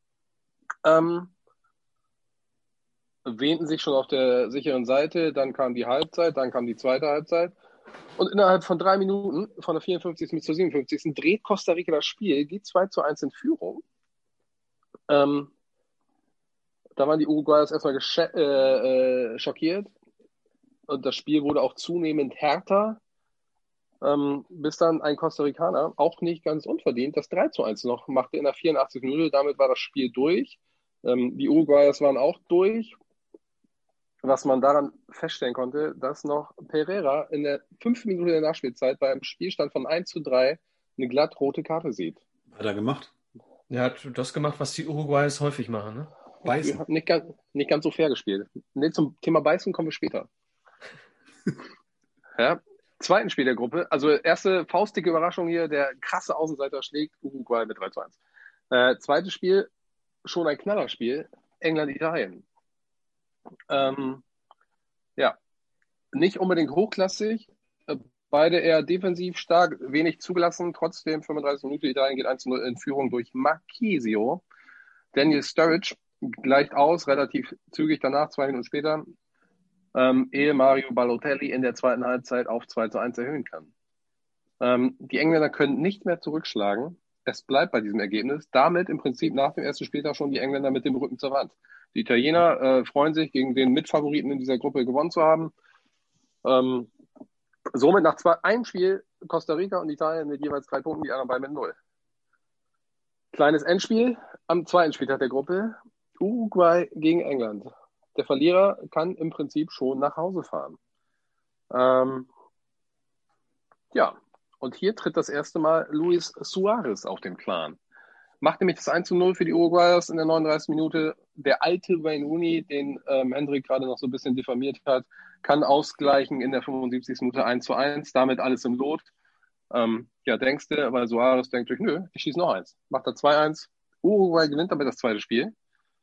Wähnten sich schon auf der sicheren Seite, dann kam die Halbzeit, dann kam die zweite Halbzeit. Und innerhalb von 3 Minuten, von der 54. bis zur 57. dreht Costa Rica das Spiel, geht 2-1 in Führung. Da waren die Uruguayos erstmal schockiert. Und das Spiel wurde auch zunehmend härter, bis dann ein Costa Ricaner, auch nicht ganz unverdient, das 3-1 noch machte in der 84. Minute. Damit war das Spiel durch. Die Uruguayos waren auch durch. Was man daran feststellen konnte, dass noch Pereira in der 5. Minute der Nachspielzeit bei einem Spielstand von 1-3 eine glatt rote Karte sieht. Hat er gemacht? Er hat das gemacht, was die Uruguayos häufig machen, ne? Beißen. Nicht ganz so fair gespielt. Nee, zum Thema Beißen kommen wir später. Ja, zweiten Spiel der Gruppe. Also erste faustdicke Überraschung hier. Der krasse Außenseiter schlägt Uruguay mit 3-1. Zweites Spiel, schon ein Knallerspiel. England-Italien. Ja, nicht unbedingt hochklassig. Beide eher defensiv stark, wenig zugelassen. Trotzdem 35 Minuten. Italien geht 1-0 in Führung durch Marchisio. Daniel Sturridge gleicht aus, relativ zügig danach, 2 Minuten später, ehe Mario Balotelli in der zweiten Halbzeit auf 2-1 erhöhen kann. Die Engländer können nicht mehr zurückschlagen. Es bleibt bei diesem Ergebnis. Damit im Prinzip nach dem ersten Spieltag schon die Engländer mit dem Rücken zur Wand. Die Italiener freuen sich, gegen den Mitfavoriten in dieser Gruppe gewonnen zu haben. Somit nach einem Spiel Costa Rica und Italien mit jeweils 3 Punkten, die anderen beiden mit 0. Kleines Endspiel am zweiten Spieltag der Gruppe. Uruguay gegen England. Der Verlierer kann im Prinzip schon nach Hause fahren. Ja, und hier tritt das erste Mal Luis Suarez auf den Plan. Macht nämlich das 1-0 für die Uruguayers in der 39. Minute. Der alte Wayne Rooney, den Hendrik gerade noch so ein bisschen diffamiert hat, kann ausgleichen in der 75. Minute 1-1. Damit alles im Lot. Ja, denkst du, weil Suarez denkt sich, nö, ich schieße noch eins. Macht er 2-1. Uruguay gewinnt damit das zweite Spiel.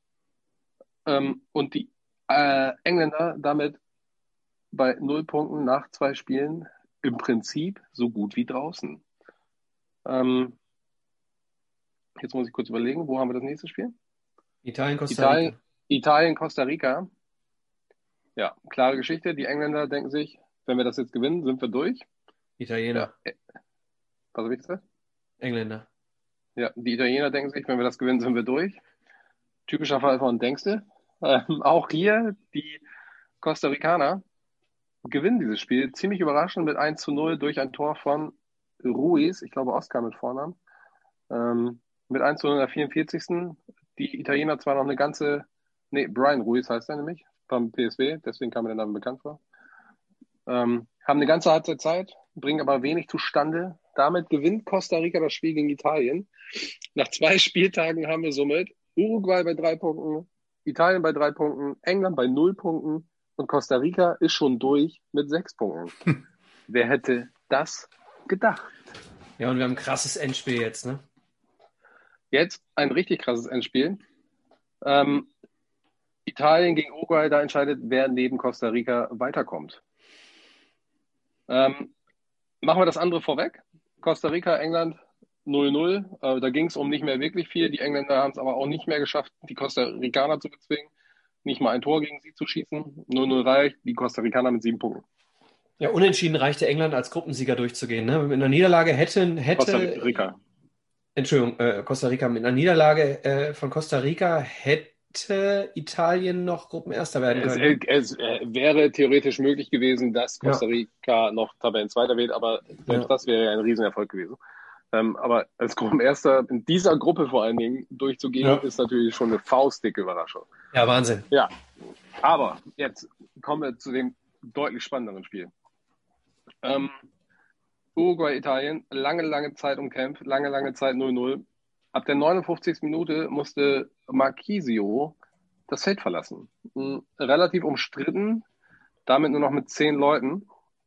Und die Engländer damit bei 0 Punkten nach 2 Spielen im Prinzip so gut wie draußen. Jetzt muss ich kurz überlegen, wo haben wir das nächste Spiel? Italien-Costa Rica. Italien-Costa Rica. Ja, klare Geschichte. Die Engländer denken sich, wenn wir das jetzt gewinnen, sind wir durch. Italiener. Ja. Was habe ich gesagt? Engländer. Ja, die Italiener denken sich, wenn wir das gewinnen, sind wir durch. Typischer Fall von Denkste. Auch hier die Costa Ricaner gewinnen dieses Spiel ziemlich überraschend mit 1-0 durch ein Tor von Ruiz, ich glaube Oscar mit Vornamen. Mit 1-0 in der 44. Die Italiener zwar noch Brian Ruiz heißt er nämlich, beim PSW, deswegen kam mir der Name bekannt vor. Haben eine ganze Halbzeit Zeit, bringen aber wenig zustande. Damit gewinnt Costa Rica das Spiel gegen Italien. Nach 2 Spieltagen haben wir somit Uruguay bei 3 Punkten, Italien bei 3 Punkten, England bei 0 Punkten und Costa Rica ist schon durch mit 6 Punkten. Wer hätte das gedacht? Ja, und wir haben ein krasses Endspiel jetzt, ne? Jetzt ein richtig krasses Endspiel. Italien gegen Uruguay, da entscheidet, wer neben Costa Rica weiterkommt. Machen wir das andere vorweg. Costa Rica, England 0-0. Da ging es um nicht mehr wirklich viel. Die Engländer haben es aber auch nicht mehr geschafft, die Costa Ricaner zu bezwingen. Nicht mal ein Tor gegen sie zu schießen. 0-0 reicht. Die Costa Ricaner mit 7 Punkten. Ja, unentschieden reichte England als Gruppensieger durchzugehen. Ne? Mit einer Niederlage hätte Costa Rica. Entschuldigung, Costa Rica. Mit einer Niederlage von Costa Rica hätte Italien noch Gruppenerster werden können. Es wäre theoretisch möglich gewesen, dass Costa Rica noch Tabellenzweiter wird, aber selbst das wäre ein Riesenerfolg gewesen. Aber als Gruppenerster in dieser Gruppe vor allen Dingen durchzugehen, ist natürlich schon eine faustdicke Überraschung. Ja, Wahnsinn. Ja, aber jetzt kommen wir zu dem deutlich spannenderen Spiel. Uruguay, Italien, lange Zeit umkämpft, lange Zeit 0-0. Ab der 59. Minute musste Marchisio das Feld verlassen. Relativ umstritten, damit nur noch mit 10 Leuten.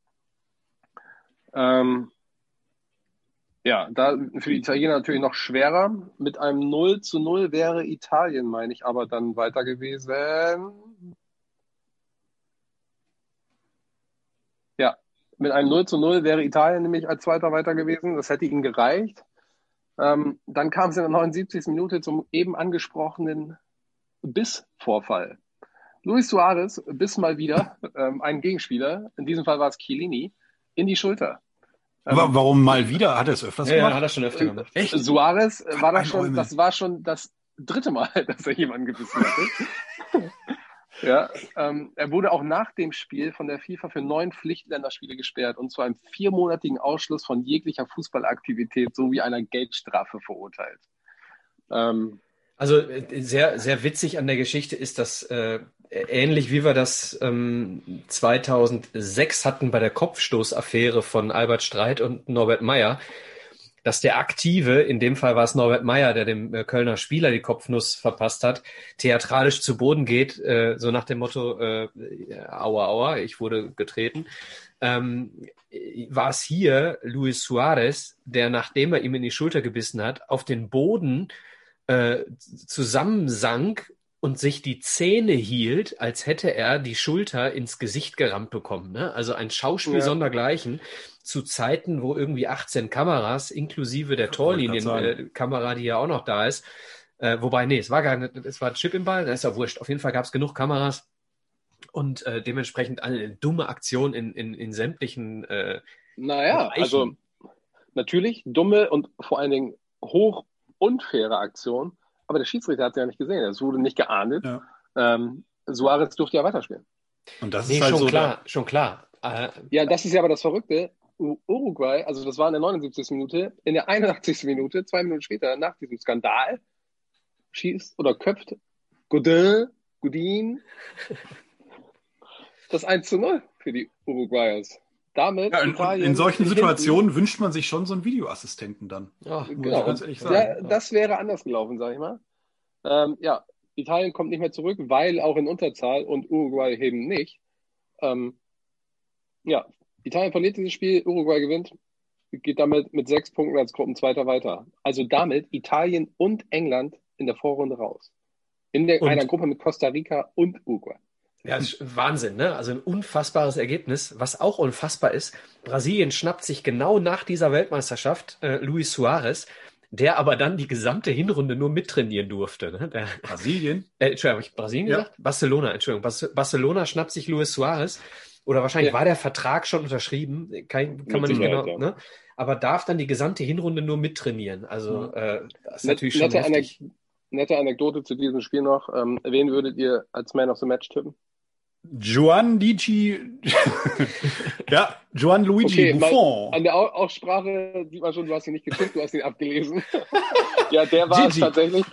Ja, da für die Italiener natürlich noch schwerer. Mit einem 0-0 wäre Italien, meine ich, aber dann weiter gewesen. Ja, Mit einem 0:0 wäre Italien nämlich als Zweiter weiter gewesen. Das hätte ihnen gereicht. Dann kam es in der 79. Minute zum eben angesprochenen Bissvorfall. Luis Suarez biss mal wieder einen Gegenspieler, in diesem Fall war es Chiellini, in die Schulter. Aber warum mal wieder? Hat er es öfters gemacht? Ja, hat er schon öfter gemacht. Echt? Suarez das war schon das dritte Mal, dass er jemanden gebissen hatte. Ja, er wurde auch nach dem Spiel von der FIFA für 9 Pflichtländerspiele gesperrt und zu einem 4-monatigen Ausschluss von jeglicher Fußballaktivität sowie einer Geldstrafe verurteilt. Also sehr, sehr witzig an der Geschichte ist, dass ähnlich wie wir das 2006 hatten bei der Kopfstoßaffäre von Albert Streit und Norbert Meyer, dass der Aktive, in dem Fall war es Norbert Meyer, der dem Kölner Spieler die Kopfnuss verpasst hat, theatralisch zu Boden geht, so nach dem Motto, aua, aua, ich wurde getreten. War es hier Luis Suarez, der, nachdem er ihm in die Schulter gebissen hat, auf den Boden zusammensank und sich die Zähne hielt, als hätte er die Schulter ins Gesicht gerammt bekommen. Ne? Also ein Schauspiel sondergleichen zu Zeiten, wo irgendwie 18 Kameras, inklusive der Torlinienkamera, die ja auch noch da ist, wobei, nee, es war ein Chip im Ball, das ist ja wurscht. Auf jeden Fall gab es genug Kameras und dementsprechend eine dumme Aktion in sämtlichen Bereichen. Also natürlich dumme und vor allen Dingen hoch unfaire Aktion, aber der Schiedsrichter hat es ja nicht gesehen. Es wurde nicht geahndet. Ja. Suarez durfte ja weiterspielen. Und das ist halt schon klar. Ja, das ist ja aber das Verrückte. Uruguay, also das war in der 79. Minute, in der 81. Minute, 2 Minuten später, nach diesem Skandal, schießt oder köpft Godin das 1:0 für die Uruguayers. Damit Italien, in solchen Situationen wünscht man sich schon so einen Videoassistenten dann. Ja, genau. Ganz ehrlich sagen. Ja, das wäre anders gelaufen, sag ich mal. Italien kommt nicht mehr zurück, weil auch in Unterzahl und Uruguay eben nicht. Italien verliert dieses Spiel, Uruguay gewinnt, geht damit mit 6 Punkten als Gruppenzweiter weiter. Also damit Italien und England in der Vorrunde raus. Einer Gruppe mit Costa Rica und Uruguay. Ja, das ist Wahnsinn, ne? Also ein unfassbares Ergebnis. Was auch unfassbar ist, Brasilien schnappt sich genau nach dieser Weltmeisterschaft Luis Suarez, der aber dann die gesamte Hinrunde nur mittrainieren durfte. Ne? Brasilien? Entschuldigung, habe ich Brasilien gesagt? Barcelona, Entschuldigung. Barcelona schnappt sich Luis Suarez. Oder wahrscheinlich war der Vertrag schon unterschrieben, kann man nicht genau, ne? Aber darf dann die gesamte Hinrunde nur mittrainieren. Also das ist natürlich schon heftig. Nette Anekdote zu diesem Spiel noch. Wen würdet ihr als Man of the Match tippen? Gianluigi Buffon. An der Aussprache sieht man schon, du hast ihn nicht getippt, du hast ihn abgelesen. Ja, der war es tatsächlich.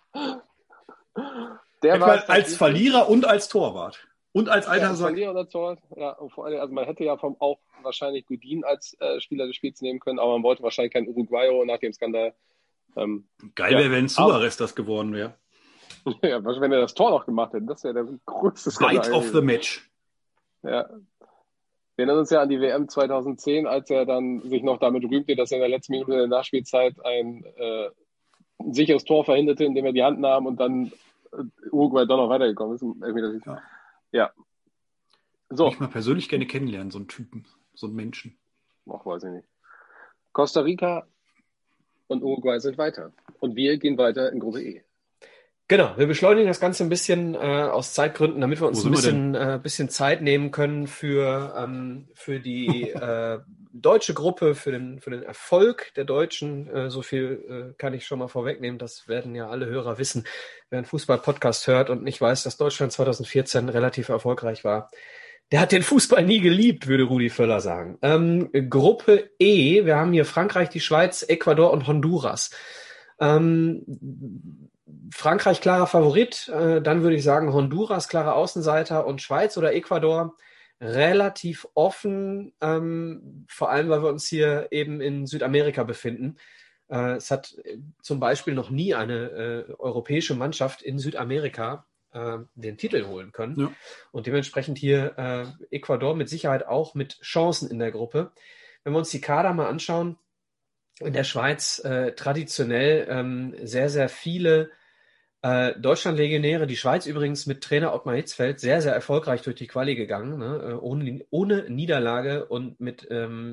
Als Verlierer und als Torwart. Und als alter Sack. Verlierer oder Torwart. Ja, und vor allem, also man hätte ja auch wahrscheinlich Godin als Spieler des Spiels nehmen können, aber man wollte wahrscheinlich keinen Uruguayo nach dem Skandal. Geil wäre, wenn Suarez das geworden wäre. Ja, wenn er das Tor noch gemacht hätte, das wäre der größte Skandal. Right of the Match. Ja. Wir erinnern uns ja an die WM 2010, als er dann sich noch damit rühmte, dass er in der letzten Minute der Nachspielzeit ein sicheres Tor verhinderte, indem er die Hand nahm und dann Uruguay doch noch weitergekommen ist. Ja. So. Ich mal persönlich gerne kennenlernen, so einen Typen, so einen Menschen. Ach, weiß ich nicht. Costa Rica und Uruguay sind weiter. Und wir gehen weiter in Gruppe E. Genau, wir beschleunigen das Ganze ein bisschen aus Zeitgründen, damit wir uns ein bisschen Zeit nehmen können für die deutsche Gruppe, für den Erfolg der Deutschen. So viel kann ich schon mal vorwegnehmen. Das werden ja alle Hörer wissen, wer einen Fußball-Podcast hört und nicht weiß, dass Deutschland 2014 relativ erfolgreich war. Der hat den Fußball nie geliebt, würde Rudi Völler sagen. Gruppe E, wir haben hier Frankreich, die Schweiz, Ecuador und Honduras. Frankreich klarer Favorit, dann würde ich sagen Honduras klarer Außenseiter und Schweiz oder Ecuador relativ offen, vor allem weil wir uns hier eben in Südamerika befinden. Es hat zum Beispiel noch nie eine europäische Mannschaft in Südamerika den Titel holen können. Ja. Und dementsprechend hier Ecuador mit Sicherheit auch mit Chancen in der Gruppe. Wenn wir uns die Kader mal anschauen, in der Schweiz traditionell sehr, sehr viele Deutschland-Legionäre, die Schweiz übrigens mit Trainer Ottmar Hitzfeld sehr, sehr erfolgreich durch die Quali gegangen, ne? Ohne Niederlage und mit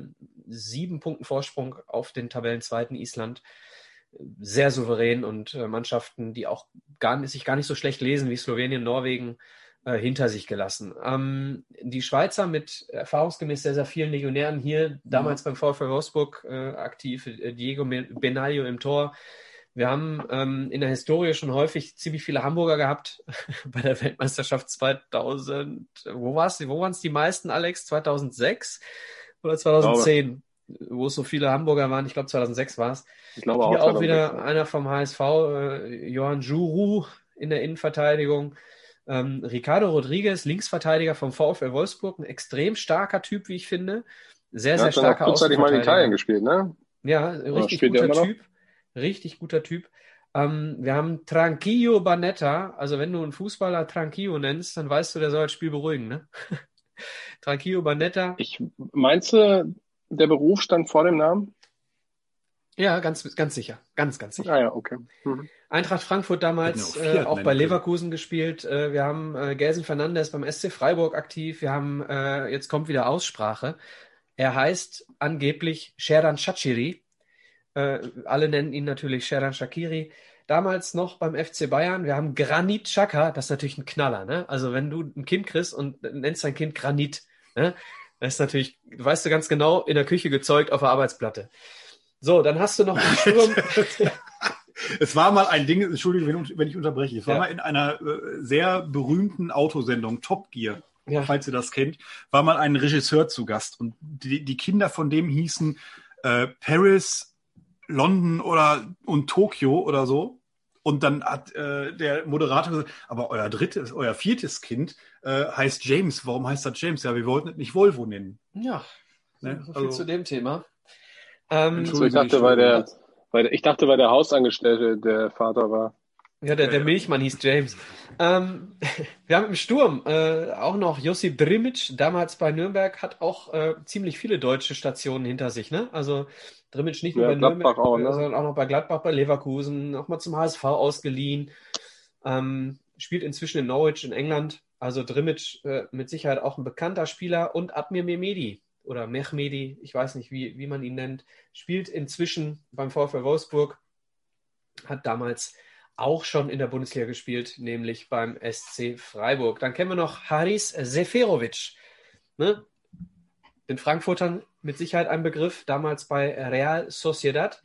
7 Punkten Vorsprung auf den Tabellenzweiten Island. Sehr souverän und Mannschaften, die auch sich gar nicht so schlecht lesen wie Slowenien, Norwegen, hinter sich gelassen. Die Schweizer mit erfahrungsgemäß sehr, sehr vielen Legionären hier, damals beim VfL Wolfsburg aktiv, Diego Benaglio im Tor. Wir haben in der Historie schon häufig ziemlich viele Hamburger gehabt. Bei der Weltmeisterschaft 2000, wo waren es die meisten, Alex? 2006 oder 2010? Wo es so viele Hamburger waren. Ich glaube 2006 war es. Ich glaube Hier auch auch wieder 2006, einer vom HSV, Johann Juru in der Innenverteidigung. Ricardo Rodriguez, Linksverteidiger vom VfL Wolfsburg, ein extrem starker Typ, wie ich finde. Sehr, sehr hat dann auch starker kurzzeitig mal in Italien Außenverteidiger. gespielt, ne? Ja, richtig spielt er guter immer noch? Typ. Richtig guter Typ. Wir haben Tranquillo Banetta. Also wenn du einen Fußballer Tranquillo nennst, dann weißt du, der soll das Spiel beruhigen, ne? Tranquillo Banetta. Meinst du, der Beruf stand vor dem Namen? Ja, ganz sicher. Ganz sicher. Ah ja, okay. Mhm. Eintracht Frankfurt damals Hätten wir auch Fiat auch nennen bei können. Leverkusen gespielt. Wir haben Gelson Fernandes beim SC Freiburg aktiv. Wir haben, jetzt kommt wieder Aussprache. Er heißt angeblich Xherdan Shaqiri. Alle nennen ihn natürlich Xherdan Shaqiri. Damals noch beim FC Bayern. Wir haben Granit Xhaka. Das ist natürlich ein Knaller, ne? Also wenn du ein Kind kriegst und nennst dein Kind Granit, ne? Das ist natürlich, weißt du ganz genau, in der Küche gezeugt auf der Arbeitsplatte. So, dann hast du noch im Sturm. Es war mal ein Ding, Entschuldigung, wenn ich unterbreche. Es war mal in einer sehr berühmten Autosendung, Top Gear, falls ihr das kennt, war mal ein Regisseur zu Gast. Und die Kinder von dem hießen Paris, London und Tokio oder so. Und dann hat der Moderator gesagt, aber euer viertes Kind heißt James. Warum heißt das James? Ja, wir wollten es nicht Volvo nennen. Ja, Ne? so viel zu dem Thema. Ich dachte, weil der Hausangestellte der Vater war. Ja, der Milchmann hieß James. Wir haben im Sturm auch noch Josip Drmić, damals bei Nürnberg, hat auch ziemlich viele deutsche Stationen hinter sich, ne? Also Drmić nicht nur bei Gladbach Nürnberg, auch, ne? sondern auch noch bei Gladbach, bei Leverkusen, auch mal zum HSV ausgeliehen. Spielt inzwischen in Norwich in England. Also Drmić mit Sicherheit auch ein bekannter Spieler und Admir Mehmedi oder Mehmedi, ich weiß nicht, wie man ihn nennt, spielt inzwischen beim VfL Wolfsburg, hat damals auch schon in der Bundesliga gespielt, nämlich beim SC Freiburg. Dann kennen wir noch Haris Seferovic, ne? Den Frankfurtern mit Sicherheit ein Begriff, damals bei Real Sociedad.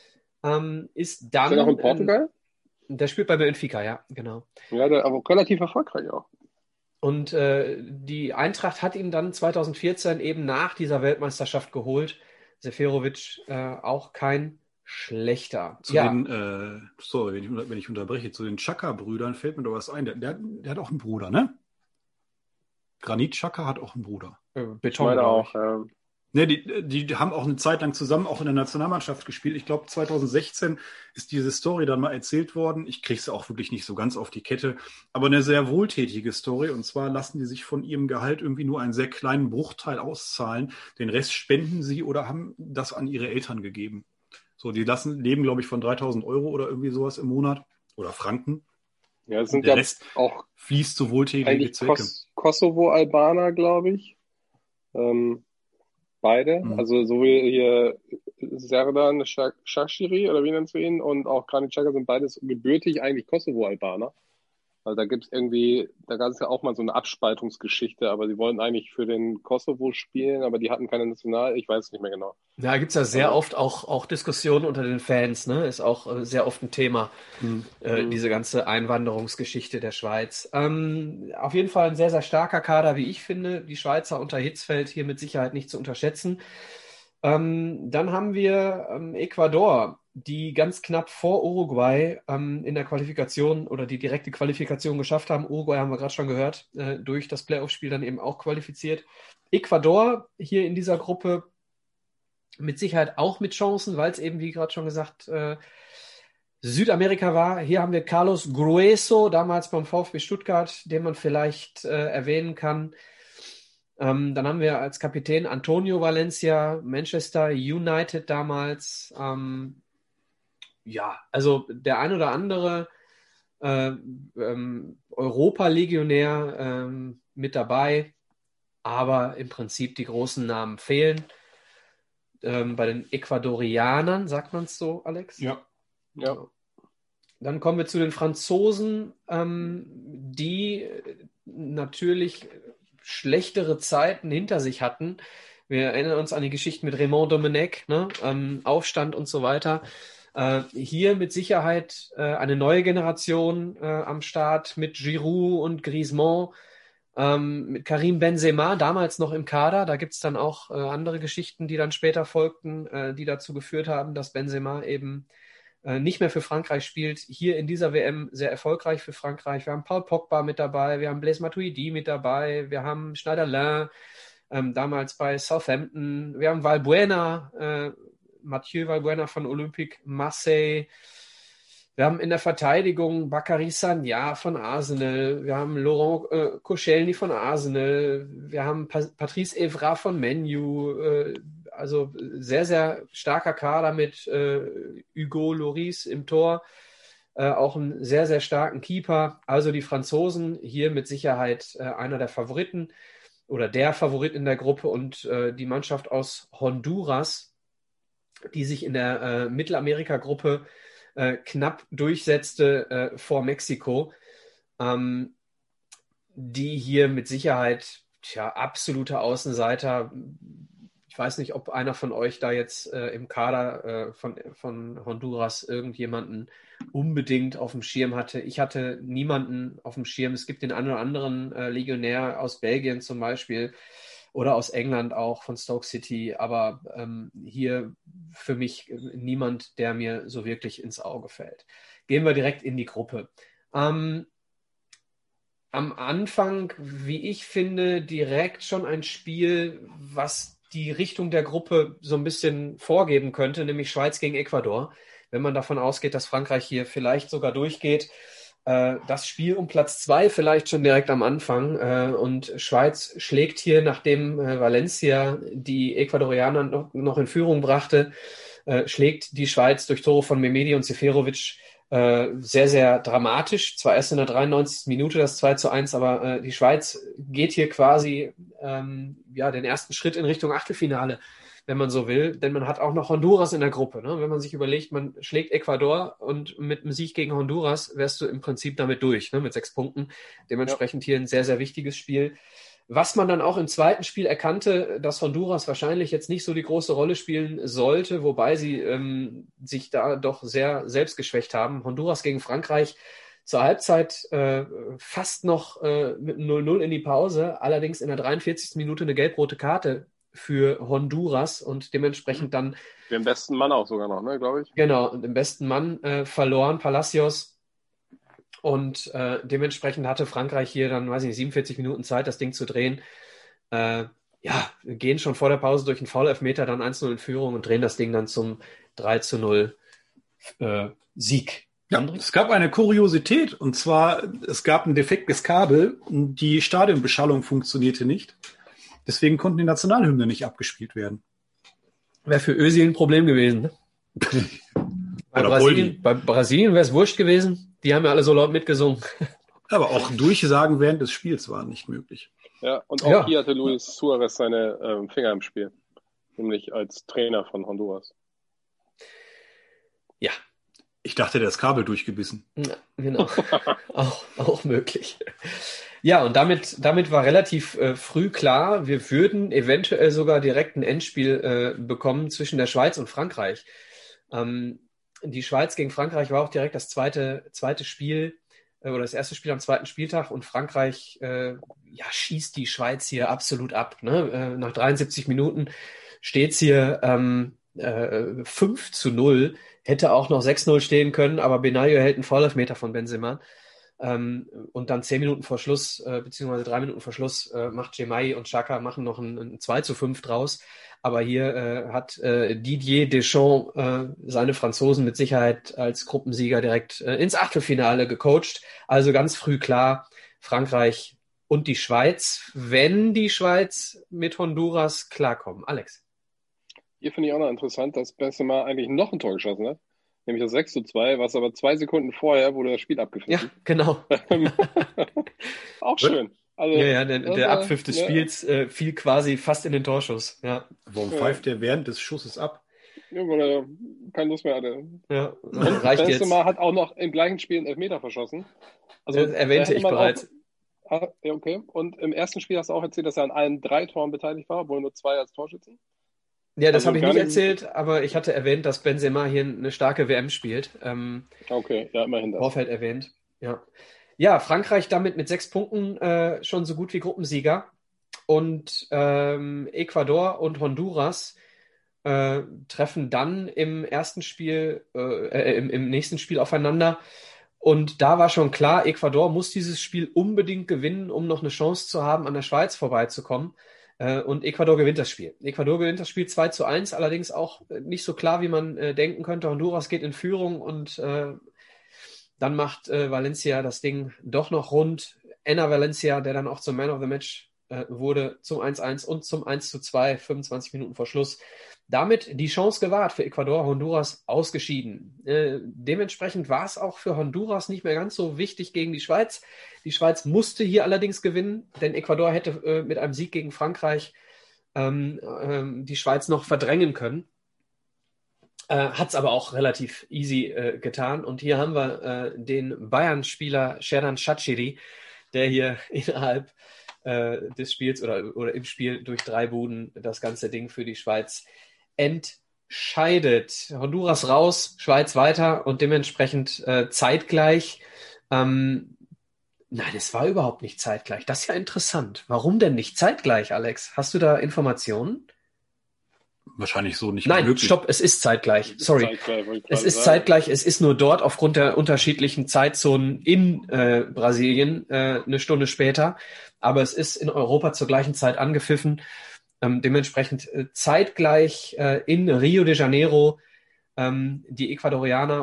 Ist dann... Ist der noch in Portugal? Der spielt bei Benfica, ja, genau. Ja, aber relativ erfolgreich auch. Und die Eintracht hat ihn dann 2014 eben nach dieser Weltmeisterschaft geholt. Seferovic auch kein schlechter. Sorry, wenn ich unterbreche, zu den Xhaka-Brüdern fällt mir doch was ein. Der hat auch einen Bruder, ne? Granit Xhaka hat auch einen Bruder. Beton auch. Ne, die haben auch eine Zeit lang zusammen auch in der Nationalmannschaft gespielt. Ich glaube, 2016 ist diese Story dann mal erzählt worden. Ich kriege es auch wirklich nicht so ganz auf die Kette. Aber eine sehr wohltätige Story. Und zwar lassen die sich von ihrem Gehalt irgendwie nur einen sehr kleinen Bruchteil auszahlen. Den Rest spenden sie oder haben das an ihre Eltern gegeben. So, die leben, glaube ich, von 3.000 € oder irgendwie sowas im Monat. Oder Franken. Ja, es sind der ja Rest auch fließt zu wohltätige Zwecke. Kosovo-Albaner, glaube ich. Beide. Also so wie hier Xherdan Shaqiri oder wie nennst du ihn? Und auch Granit Xhaka sind beides gebürtig eigentlich Kosovo-Albaner. Also da gibt's irgendwie, da gab es ja auch mal so eine Abspaltungsgeschichte, aber sie wollten eigentlich für den Kosovo spielen, aber die hatten keine National, ich weiß es nicht mehr genau. Ja, gibt's ja sehr oft auch Diskussionen unter den Fans, ne? Ist auch sehr oft ein Thema, diese ganze Einwanderungsgeschichte der Schweiz. Auf jeden Fall ein sehr, sehr starker Kader, wie ich finde. Die Schweizer unter Hitzfeld hier mit Sicherheit nicht zu unterschätzen. Dann haben wir Ecuador, die ganz knapp vor Uruguay in der Qualifikation oder die direkte Qualifikation geschafft haben. Uruguay haben wir gerade schon gehört, durch das Playoff-Spiel dann eben auch qualifiziert. Ecuador hier in dieser Gruppe mit Sicherheit auch mit Chancen, weil es eben, wie gerade schon gesagt, Südamerika war. Hier haben wir Carlos Grueso, damals beim VfB Stuttgart, den man vielleicht erwähnen kann. Dann haben wir als Kapitän Antonio Valencia, Manchester United damals. Ja, also der ein oder andere Europa-Legionär mit dabei, aber im Prinzip die großen Namen fehlen. Bei den Ecuadorianern, sagt man es so, Alex? Ja. Ja. Dann kommen wir zu den Franzosen, die natürlich schlechtere Zeiten hinter sich hatten. Wir erinnern uns an die Geschichten mit Raymond Domenech, ne? Aufstand und so weiter. Hier mit Sicherheit eine neue Generation am Start mit Giroud und Griezmann, mit Karim Benzema, damals noch im Kader. Da gibt es dann auch andere Geschichten, die dann später folgten, die dazu geführt haben, dass Benzema eben nicht mehr für Frankreich spielt. Hier in dieser WM sehr erfolgreich für Frankreich. Wir haben Paul Pogba mit dabei, wir haben Blaise Matuidi mit dabei, wir haben Schneiderlin, damals bei Southampton, wir haben Valbuena, Mathieu Valbuena von Olympique Marseille. Wir haben in der Verteidigung Bakary Sagna von Arsenal, wir haben Laurent Koscielny von Arsenal, wir haben Patrice Evra von Man U, also sehr, sehr starker Kader mit Hugo Lloris im Tor, auch einen sehr, sehr starken Keeper. Also die Franzosen hier mit Sicherheit einer der Favoriten oder der Favorit in der Gruppe und die Mannschaft aus Honduras, die sich in der Mittelamerika-Gruppe knapp durchsetzte vor Mexiko, die hier mit Sicherheit absolute Außenseiter. Ich weiß nicht, ob einer von euch da jetzt im Kader von Honduras irgendjemanden unbedingt auf dem Schirm hatte. Ich hatte niemanden auf dem Schirm. Es gibt den einen oder anderen Legionär aus Belgien zum Beispiel oder aus England auch von Stoke City, aber hier für mich niemand, der mir so wirklich ins Auge fällt. Gehen wir direkt in die Gruppe. Am Anfang, wie ich finde, direkt schon ein Spiel, was die Richtung der Gruppe so ein bisschen vorgeben könnte, nämlich Schweiz gegen Ecuador. Wenn man davon ausgeht, dass Frankreich hier vielleicht sogar durchgeht, das Spiel um Platz 2 vielleicht schon direkt am Anfang. Und Schweiz schlägt hier, nachdem Valencia die Ecuadorianer noch in Führung brachte, schlägt die Schweiz durch Tore von Mehmedi und Seferovic sehr, sehr dramatisch. Zwar erst in der 93. Minute das 2:1, aber die Schweiz geht hier quasi den ersten Schritt in Richtung Achtelfinale, wenn man so will. Denn man hat auch noch Honduras in der Gruppe. Ne? Wenn man sich überlegt, man schlägt Ecuador und mit einem Sieg gegen Honduras wärst du im Prinzip damit durch, ne? Mit 6 Punkten. Dementsprechend hier ein sehr, sehr wichtiges Spiel. Was man dann auch im zweiten Spiel erkannte, dass Honduras wahrscheinlich jetzt nicht so die große Rolle spielen sollte, wobei sie sich da doch sehr selbst geschwächt haben. Honduras gegen Frankreich zur Halbzeit fast noch mit 0:0 in die Pause, allerdings in der 43. Minute eine gelb-rote Karte für Honduras und dementsprechend dann den besten Mann auch sogar noch, ne, glaube ich. Genau, den besten Mann verloren, Palacios. Und dementsprechend hatte Frankreich hier dann, 47 Minuten Zeit, das Ding zu drehen. Wir gehen schon vor der Pause durch einen Foul-Elfmeter, dann 1:0 in Führung und drehen das Ding dann zum 3:0 Sieg. Ja, es gab eine Kuriosität, und zwar, es gab ein defektes Kabel und die Stadionbeschallung funktionierte nicht. Deswegen konnten die Nationalhymne nicht abgespielt werden. Wäre für Özil ein Problem gewesen, ne? Bei Brasilien wäre es wurscht gewesen. Die haben ja alle so laut mitgesungen. Aber auch Durchsagen während des Spiels waren nicht möglich. Ja, und auch hier hatte Luis Suarez seine Finger im Spiel. Nämlich als Trainer von Honduras. Ja. Ich dachte, der ist Kabel durchgebissen. Ja, genau. auch möglich. Ja, und damit war relativ früh klar, wir würden eventuell sogar direkt ein Endspiel bekommen zwischen der Schweiz und Frankreich. Die Schweiz gegen Frankreich war auch direkt das zweite Spiel oder das erste Spiel am zweiten Spieltag und Frankreich schießt die Schweiz hier absolut ab. Ne? Nach 73 Minuten steht es hier 5:0, hätte auch noch 6:0 stehen können, aber Benaglio hält einen Vorlaufmeter von Benzema. Und dann 10 Minuten vor Schluss, beziehungsweise 3 Minuten vor Schluss, macht Jemai und Xhaka machen noch ein 2:5 draus. Aber hier hat Didier Deschamps seine Franzosen mit Sicherheit als Gruppensieger direkt ins Achtelfinale gecoacht. Also ganz früh klar, Frankreich und die Schweiz, wenn die Schweiz mit Honduras klarkommen. Alex? Hier finde ich auch noch interessant, dass Benzema eigentlich noch ein Tor geschossen hat. nämlich das 6:2, was aber 2 Sekunden vorher wurde das Spiel Ja, abgepfiffen. genau. Auch schön. Also, Ja, der das Abpfiff des ne, Spiels fiel quasi fast in den Torschuss. Ja, Warum Ja. pfeift der während des Schusses ab? weil er keine Lust mehr hatte. ja, Und reicht jetzt. Benzema hat auch noch im gleichen Spiel einen Elfmeter verschossen. Also Das erwähnte da hätte ich man bereits. Auch, ja, okay. Und im ersten Spiel hast du auch erzählt, dass er an allen 3 Toren beteiligt war, obwohl nur 2 als Torschützen. Ja, das Also habe ich gar nicht nicht- erzählt, aber ich hatte erwähnt, dass Benzema hier eine starke WM spielt. Okay, ja, immerhin das. Vorfeld erwähnt. Ja. Ja, Frankreich damit mit 6 Punkten schon so gut wie Gruppensieger. Und Ecuador und Honduras treffen dann im ersten Spiel, im nächsten Spiel aufeinander. Und da war schon klar, Ecuador muss dieses Spiel unbedingt gewinnen, um noch eine Chance zu haben, an der Schweiz vorbeizukommen. Und Ecuador gewinnt das Spiel. Ecuador gewinnt das Spiel 2:1, allerdings auch nicht so klar, wie man denken könnte. Honduras geht in Führung und dann macht Valencia das Ding doch noch rund. Enner Valencia, der dann auch zum Man of the Match wurde, zum 1:1 und zum 1:2, 25 Minuten vor Schluss. Damit die Chance gewahrt für Ecuador, Honduras ausgeschieden. Dementsprechend war es auch für Honduras nicht mehr ganz so wichtig gegen die Schweiz. Die Schweiz musste hier allerdings gewinnen, denn Ecuador hätte mit einem Sieg gegen Frankreich die Schweiz noch verdrängen können. Hat es aber auch relativ easy getan. Und hier haben wir den Bayern-Spieler Xherdan Shaqiri, der hier innerhalb des Spiels oder im Spiel durch 3 Buden das ganze Ding für die Schweiz entscheidet. Honduras raus, Schweiz weiter und dementsprechend zeitgleich. Nein, es war überhaupt nicht zeitgleich. Das ist ja interessant. Warum denn nicht zeitgleich, Alex? Hast du da Informationen? Wahrscheinlich so nicht Nein, möglich. stopp, es ist zeitgleich. Sorry. Zeitgleich, wollte ich Es gerade ist sagen. zeitgleich, es ist nur dort aufgrund der unterschiedlichen Zeitzonen in Brasilien eine Stunde später, aber es ist in Europa zur gleichen Zeit angepfiffen. Dementsprechend zeitgleich in Rio de Janeiro die Ecuadorianer,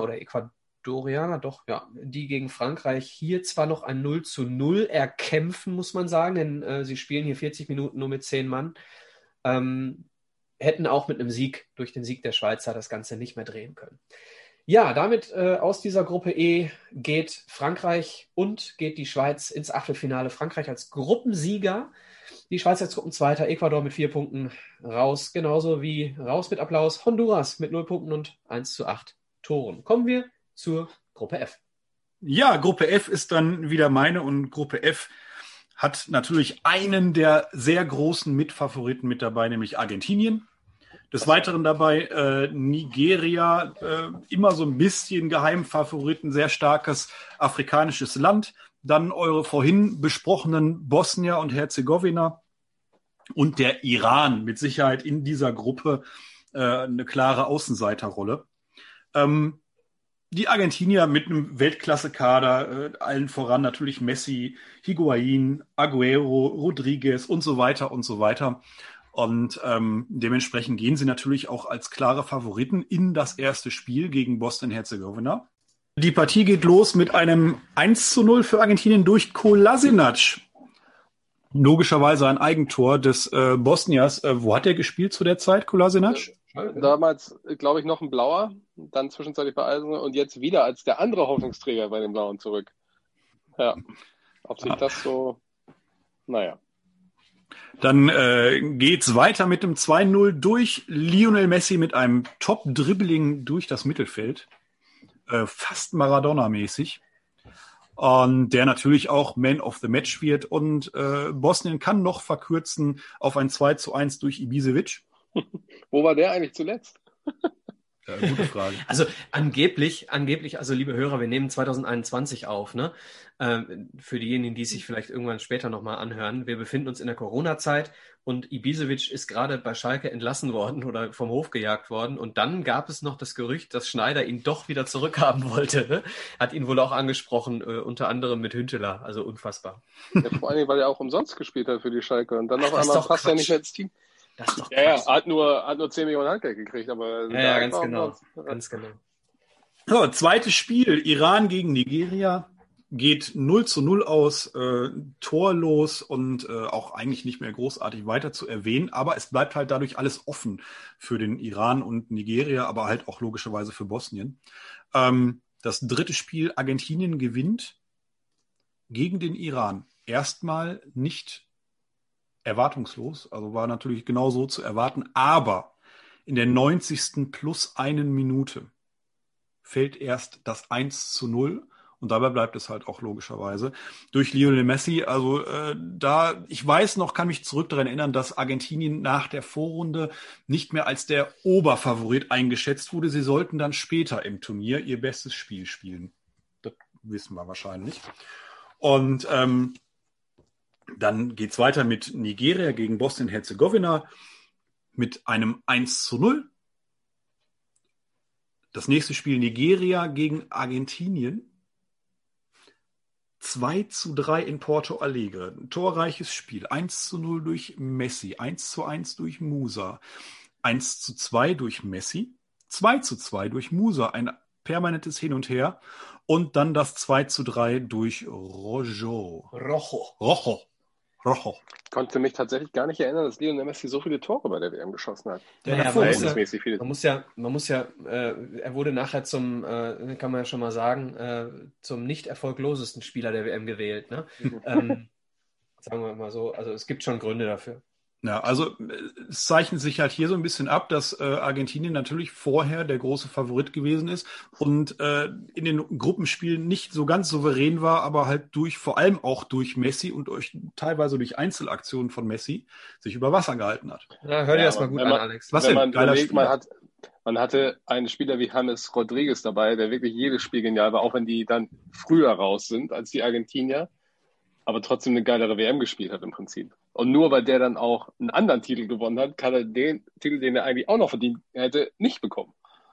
die gegen Frankreich hier zwar noch ein 0:0 erkämpfen, muss man sagen, denn sie spielen hier 40 Minuten nur mit 10 Mann. Hätten auch mit einem Sieg, durch den Sieg der Schweizer, das Ganze nicht mehr drehen können. Ja, damit aus dieser Gruppe E geht Frankreich und geht die Schweiz ins Achtelfinale. Frankreich als Gruppensieger, die Schweiz als Gruppenzweiter, Ecuador mit 4 Punkten raus, genauso wie raus mit Applaus Honduras mit 0 Punkten und 1:8 Toren. Kommen wir zur Gruppe F. Ja, Gruppe F ist dann wieder meine und Gruppe F hat natürlich einen der sehr großen Mitfavoriten mit dabei, nämlich Argentinien. Des Weiteren dabei Nigeria, immer so ein bisschen Geheimfavoriten, sehr starkes afrikanisches Land. Dann eure vorhin besprochenen Bosnier und Herzegowina und der Iran mit Sicherheit in dieser Gruppe eine klare Außenseiterrolle. Die Argentinier mit einem Weltklasse-Kader, allen voran natürlich Messi, Higuaín, Agüero, Rodriguez und so weiter und so weiter. Und dementsprechend gehen sie natürlich auch als klare Favoriten in das erste Spiel gegen Bosnien-Herzegowina. Die Partie geht los mit einem 1:0 für Argentinien durch Kolasinac. Logischerweise ein Eigentor des Bosniers. Wo hat er gespielt zu der Zeit, Kolasinac? Damals, glaube ich, noch ein Blauer, dann zwischenzeitlich bei Arsenal und jetzt wieder als der andere Hoffnungsträger bei den Blauen zurück. Ja, ob sich das so, naja. Dann geht's weiter mit dem 2:0 durch Lionel Messi mit einem Top-Dribbling durch das Mittelfeld. Fast Maradona-mäßig. Und der natürlich auch Man of the Match wird. Und Bosnien kann noch verkürzen auf ein 2:1 durch Ibisevic. Wo war der eigentlich zuletzt? Gute Frage. Also angeblich, also liebe Hörer, wir nehmen 2021 auf, ne? Für diejenigen, die es sich vielleicht irgendwann später nochmal anhören. Wir befinden uns in der Corona-Zeit und Ibisevic ist gerade bei Schalke entlassen worden oder vom Hof gejagt worden. Und dann gab es noch das Gerücht, dass Schneider ihn doch wieder zurückhaben wollte. Ne? Hat ihn wohl auch angesprochen, unter anderem mit Hünteler. Also unfassbar. Ja, vor allem, weil er auch umsonst gespielt hat für die Schalke. Und dann auf Das ist einmal doch passt er Quatsch. nicht mehr ins Team. Das ist doch Ja, Quatsch. hat nur 10 Millionen Handgeld gekriegt, aber Ja, ganz war genau. umsonst. Ganz genau. So, zweites Spiel, Iran gegen Nigeria. geht 0:0 aus, torlos und auch eigentlich nicht mehr großartig weiter zu erwähnen. Aber es bleibt halt dadurch alles offen für den Iran und Nigeria, aber halt auch logischerweise für Bosnien. Das dritte Spiel, Argentinien gewinnt gegen den Iran. Erstmal nicht erwartungslos, also war natürlich genau so zu erwarten, aber in der 90. plus 1 Minute fällt erst das 1:0 und dabei bleibt es halt auch logischerweise durch Lionel Messi. Also ich weiß noch, kann mich zurück daran erinnern, dass Argentinien nach der Vorrunde nicht mehr als der Oberfavorit eingeschätzt wurde. Sie sollten dann später im Turnier ihr bestes Spiel spielen. Das wissen wir wahrscheinlich. Und dann geht's weiter mit Nigeria gegen Bosnien-Herzegowina mit einem 1:0. Das nächste Spiel Nigeria gegen Argentinien. 2:3 in Porto Alegre. Ein torreiches Spiel. 1:0 durch Messi. 1:1 durch Musa. 1:2 durch Messi. 2:2 durch Musa. Ein permanentes Hin und Her. Und dann das 2:3 durch Rojo. Rojo. Konnte mich tatsächlich gar nicht erinnern, dass Lionel Messi so viele Tore bei der WM geschossen hat. Naja, Verhältnismäßig viele. man muss ja, er wurde nachher zum, kann man ja schon mal sagen, zum nicht erfolglosesten Spieler der WM gewählt. Ne? Sagen wir mal so, also es gibt schon Gründe dafür. Ja, also es zeichnet sich halt hier so ein bisschen ab, dass Argentinien natürlich vorher der große Favorit gewesen ist und in den Gruppenspielen nicht so ganz souverän war, aber halt vor allem auch durch Messi und teilweise durch Einzelaktionen von Messi sich über Wasser gehalten hat. Ja, hör dir das mal gut an, Alex. Was wenn denn? man Geiler überlegt, Spieler. man hatte einen Spieler wie James Rodriguez dabei, der wirklich jedes Spiel genial war, auch wenn die dann früher raus sind als die Argentinier, aber trotzdem eine geilere WM gespielt hat im Prinzip. Und nur weil der dann auch einen anderen Titel gewonnen hat, kann er den Titel, den er eigentlich auch noch verdient hätte, nicht bekommen.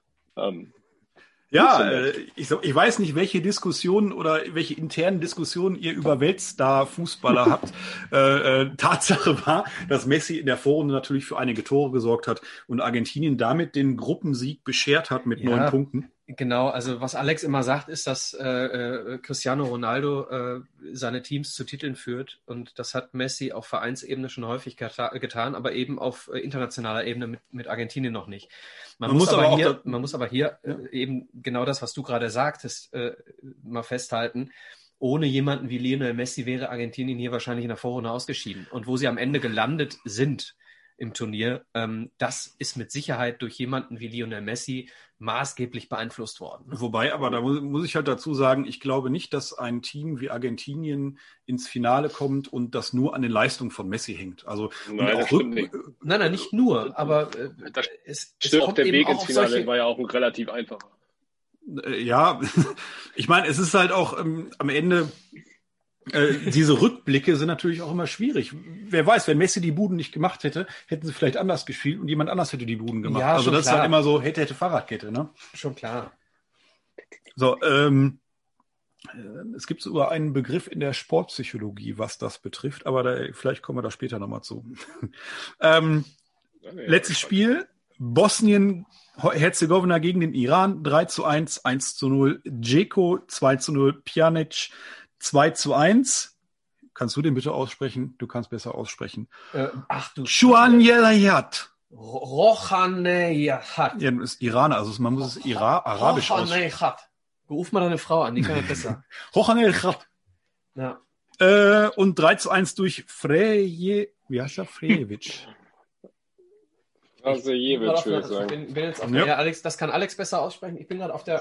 Ja, ich weiß nicht, welche Diskussionen oder welche internen Diskussionen ihr über Weltstar-Fußballer habt. Tatsache war, dass Messi in der Vorrunde natürlich für einige Tore gesorgt hat und Argentinien damit den Gruppensieg beschert hat mit 9 Punkten. Genau, also was Alex immer sagt, ist, dass Cristiano Ronaldo seine Teams zu Titeln führt und das hat Messi auf Vereinsebene schon häufig getan, aber eben auf internationaler Ebene mit Argentinien noch nicht. Man muss aber hier eben genau das, was du gerade sagtest, mal festhalten. Ohne jemanden wie Lionel Messi wäre Argentinien hier wahrscheinlich in der Vorrunde ausgeschieden. Und wo sie am Ende gelandet sind im Turnier, das ist mit Sicherheit durch jemanden wie Lionel Messi maßgeblich beeinflusst worden. Wobei, aber da muss ich halt dazu sagen, ich glaube nicht, dass ein Team wie Argentinien ins Finale kommt und das nur an den Leistungen von Messi hängt. Also Nein, das stimmt nicht. Nein, nicht nur, aber es kommt der Weg ins Finale war ja auch ein relativ einfacher. Ja, ich meine, es ist halt auch am Ende diese Rückblicke sind natürlich auch immer schwierig. Wer weiß, wenn Messi die Buden nicht gemacht hätte, hätten sie vielleicht anders gespielt und jemand anders hätte die Buden gemacht. Ja, also das klar. ist halt immer so hätte Fahrradkette, ne? Schon klar. So, es gibt sogar einen Begriff in der Sportpsychologie, was das betrifft, aber vielleicht kommen wir da später nochmal zu. Letztes Spiel, Bosnien-Herzegowina gegen den Iran, 3:1, 1:0, Dzeko, 2:0, Pjanic, 2:1. Kannst du den bitte aussprechen? Du kannst besser aussprechen. Chuanyelayat. Rochaneyat. Ja, das ist Iraner, also man muss es arabisch aussprechen. Ruf mal deine Frau an, die kann das besser. Rochaneyat. Ja. Und 3:1 durch Frejevic. Frajajevic, würde ich sagen. Ja, Alex, das kann Alex besser aussprechen. Ich bin gerade auf der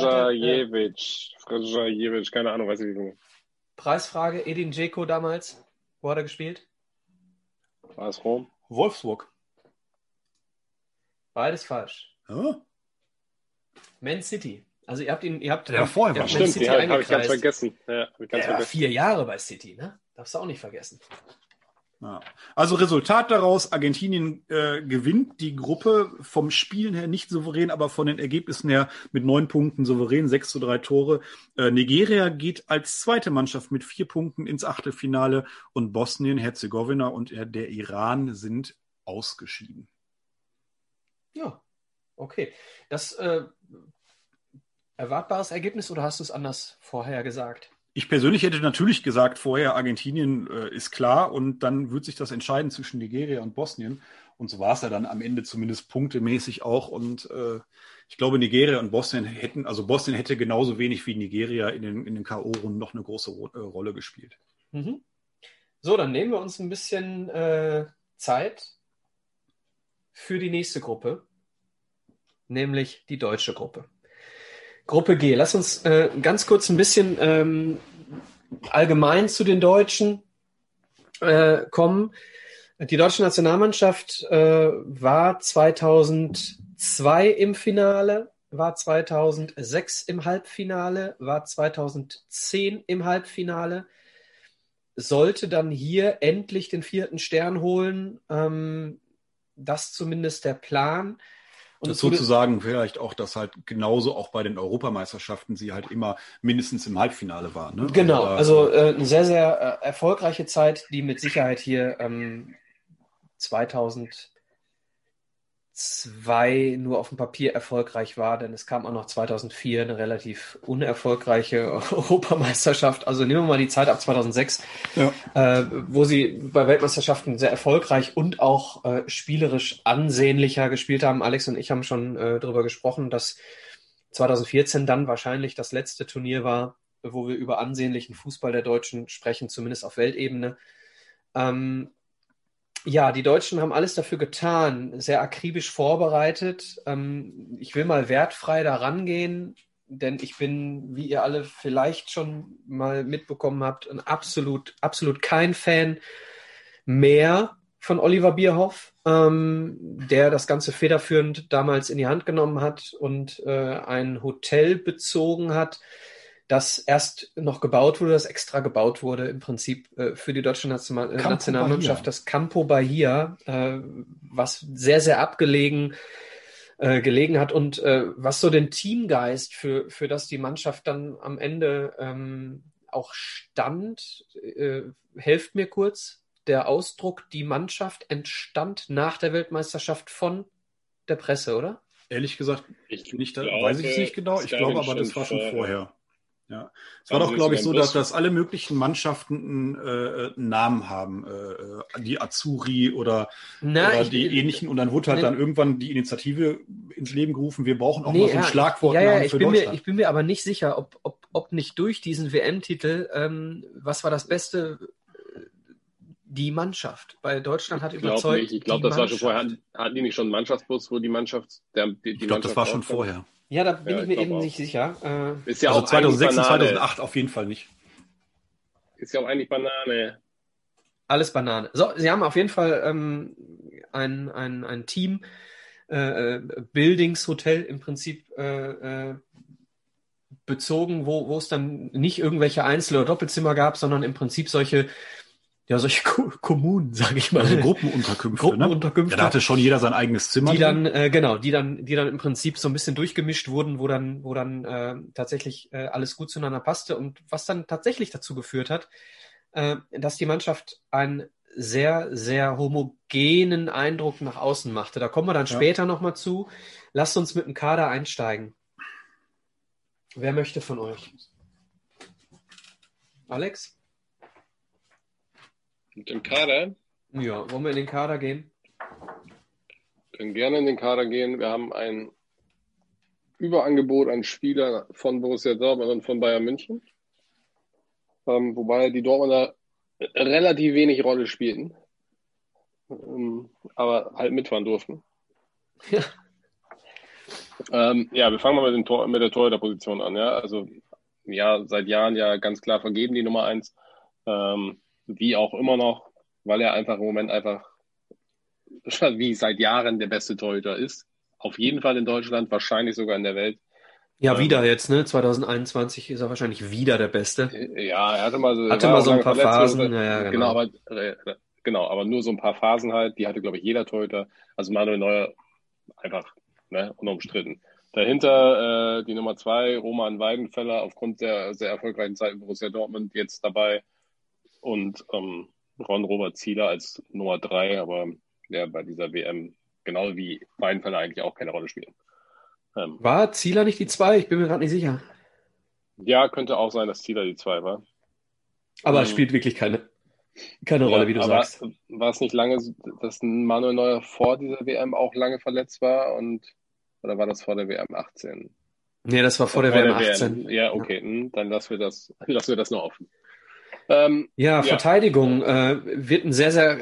Frajajevic, keine Ahnung, weiß ich nicht. Preisfrage, Edin Dzeko damals. Wo hat er gespielt? War es Rom? Wolfsburg. Beides falsch. Ja. Man City. Also ihr habt vorher war. Stimmt, die habe ich ganz vergessen. Ja, vergessen. 4 Jahre bei City, ne? Darfst du auch nicht vergessen. Ja. Also Resultat daraus, Argentinien gewinnt die Gruppe vom Spielen her nicht souverän, aber von den Ergebnissen her mit 9 Punkten souverän, 6:3 Tore. Nigeria geht als zweite Mannschaft mit 4 Punkten ins Achtelfinale und Bosnien, Herzegowina und der Iran sind ausgeschieden. Ja, okay. Das erwartbares Ergebnis oder hast du es anders vorher gesagt? Ich persönlich hätte natürlich gesagt, vorher Argentinien ist klar und dann wird sich das entscheiden zwischen Nigeria und Bosnien. Und so war es ja dann am Ende zumindest punktemäßig auch. Und ich glaube, Nigeria und Bosnien also Bosnien hätte genauso wenig wie Nigeria in den K.O.-Runden noch eine große Rolle gespielt. Mhm. So, dann nehmen wir uns ein bisschen Zeit für die nächste Gruppe, nämlich die deutsche Gruppe. Gruppe G. Lass uns ganz kurz ein bisschen allgemein zu den Deutschen kommen. Die deutsche Nationalmannschaft war 2002 im Finale, war 2006 im Halbfinale, war 2010 im Halbfinale, sollte dann hier endlich den 4. Stern holen. Das zumindest der Plan. Und dazu zu sagen vielleicht auch, dass halt genauso auch bei den Europameisterschaften sie halt immer mindestens im Halbfinale waren. Ne? Genau, also eine sehr, sehr erfolgreiche Zeit, die mit Sicherheit hier 2002 nur auf dem Papier erfolgreich war, denn es kam auch noch 2004 eine relativ unerfolgreiche Europameisterschaft. Also nehmen wir mal die Zeit ab 2006, wo sie bei Weltmeisterschaften sehr erfolgreich und auch spielerisch ansehnlicher gespielt haben. Alex und ich haben schon darüber gesprochen, dass 2014 dann wahrscheinlich das letzte Turnier war, wo wir über ansehnlichen Fußball der Deutschen sprechen, zumindest auf Weltebene. Ja, die Deutschen haben alles dafür getan, sehr akribisch vorbereitet. Ich will mal wertfrei da rangehen, denn ich bin, wie ihr alle vielleicht schon mal mitbekommen habt, absolut kein Fan mehr von Oliver Bierhoff, der das Ganze federführend damals in die Hand genommen hat und ein Hotel bezogen hat, das erst noch gebaut wurde, das extra gebaut wurde, im Prinzip für die deutsche Nationalmannschaft, das Campo Bahia, was sehr, sehr abgelegen gelegen hat und was so den Teamgeist, für das die Mannschaft dann am Ende auch stand, helft mir kurz, der Ausdruck, die Mannschaft entstand nach der Weltmeisterschaft von der Presse, oder? Ehrlich gesagt, weiß ich es nicht genau. Ich glaube aber, das war schon vorher. Ja, es war doch, glaube ich, so, dass alle möglichen Mannschaften einen Namen haben, die Azzurri oder die ähnlichen. Und dann wurde halt dann irgendwann die Initiative ins Leben gerufen. Wir brauchen auch mal so ein Schlagwortnamen für Deutschland. Ich bin mir aber nicht sicher, ob nicht durch diesen WM-Titel, was war das Beste? Die Mannschaft. Bei Deutschland hat überzeugt. Ich glaube, das war schon vorher. Hatten die nicht schon einen Mannschaftsbus, wo die Mannschaft. Ich glaube, das war schon vorher. Ja, da bin ich mir eben nicht sicher. Ist ja also auch 2006 und 2008 auf jeden Fall nicht. Ist ja auch eigentlich Banane. Alles Banane. So, sie haben auf jeden Fall ein Team, Buildings-Hotel im Prinzip bezogen, wo es dann nicht irgendwelche Einzel- oder Doppelzimmer gab, sondern im Prinzip solche Kommunen, sage ich mal. Also Gruppenunterkünfte. Ja, da hatte schon jeder sein eigenes Zimmer. Die dann im Prinzip so ein bisschen durchgemischt wurden, wo dann tatsächlich alles gut zueinander passte und was dann tatsächlich dazu geführt hat, dass die Mannschaft einen sehr, sehr homogenen Eindruck nach außen machte. Da kommen wir dann später nochmal zu. Lasst uns mit dem Kader einsteigen. Wer möchte von euch? Alex? Mit dem Kader? Ja, wollen wir in den Kader gehen? Können gerne in den Kader gehen. Wir haben ein Überangebot an Spielern von Borussia Dortmund und von Bayern München. Wobei die Dortmunder relativ wenig Rolle spielten. Aber halt mitfahren durften. Ja. Wir fangen mal mit der Torhüterposition an. Ja? Also seit Jahren ja ganz klar vergeben, die Nummer 1. Wie auch immer noch, weil er einfach im Moment wie seit Jahren der beste Torhüter ist. Auf jeden Fall in Deutschland, wahrscheinlich sogar in der Welt. Ja, wieder jetzt, ne? 2021 ist er wahrscheinlich wieder der Beste. Ja, er hatte mal so ein paar Phasen. Ja, genau. Aber nur so ein paar Phasen halt. Die hatte, glaube ich, jeder Torhüter. Also Manuel Neuer einfach unumstritten. Dahinter die Nummer 2, Roman Weidenfeller, aufgrund der sehr erfolgreichen Zeit in Borussia Dortmund jetzt dabei. Und Ron-Robert Zieler als Nummer 3, aber der bei dieser WM genau wie Weidenfeller eigentlich auch keine Rolle spielen. War Zieler nicht die 2? Ich bin mir gerade nicht sicher. Ja, könnte auch sein, dass Zieler die 2 war. Aber es spielt wirklich keine Rolle, wie du aber sagst. war es nicht lange, dass Manuel Neuer vor dieser WM auch lange verletzt war oder war das vor der WM 18? Nee, das war Das war vor der vor WM der 18. WM. Ja, Ja. okay, dann lassen wir das noch offen. Ja, Ja, Verteidigung wird ein sehr, sehr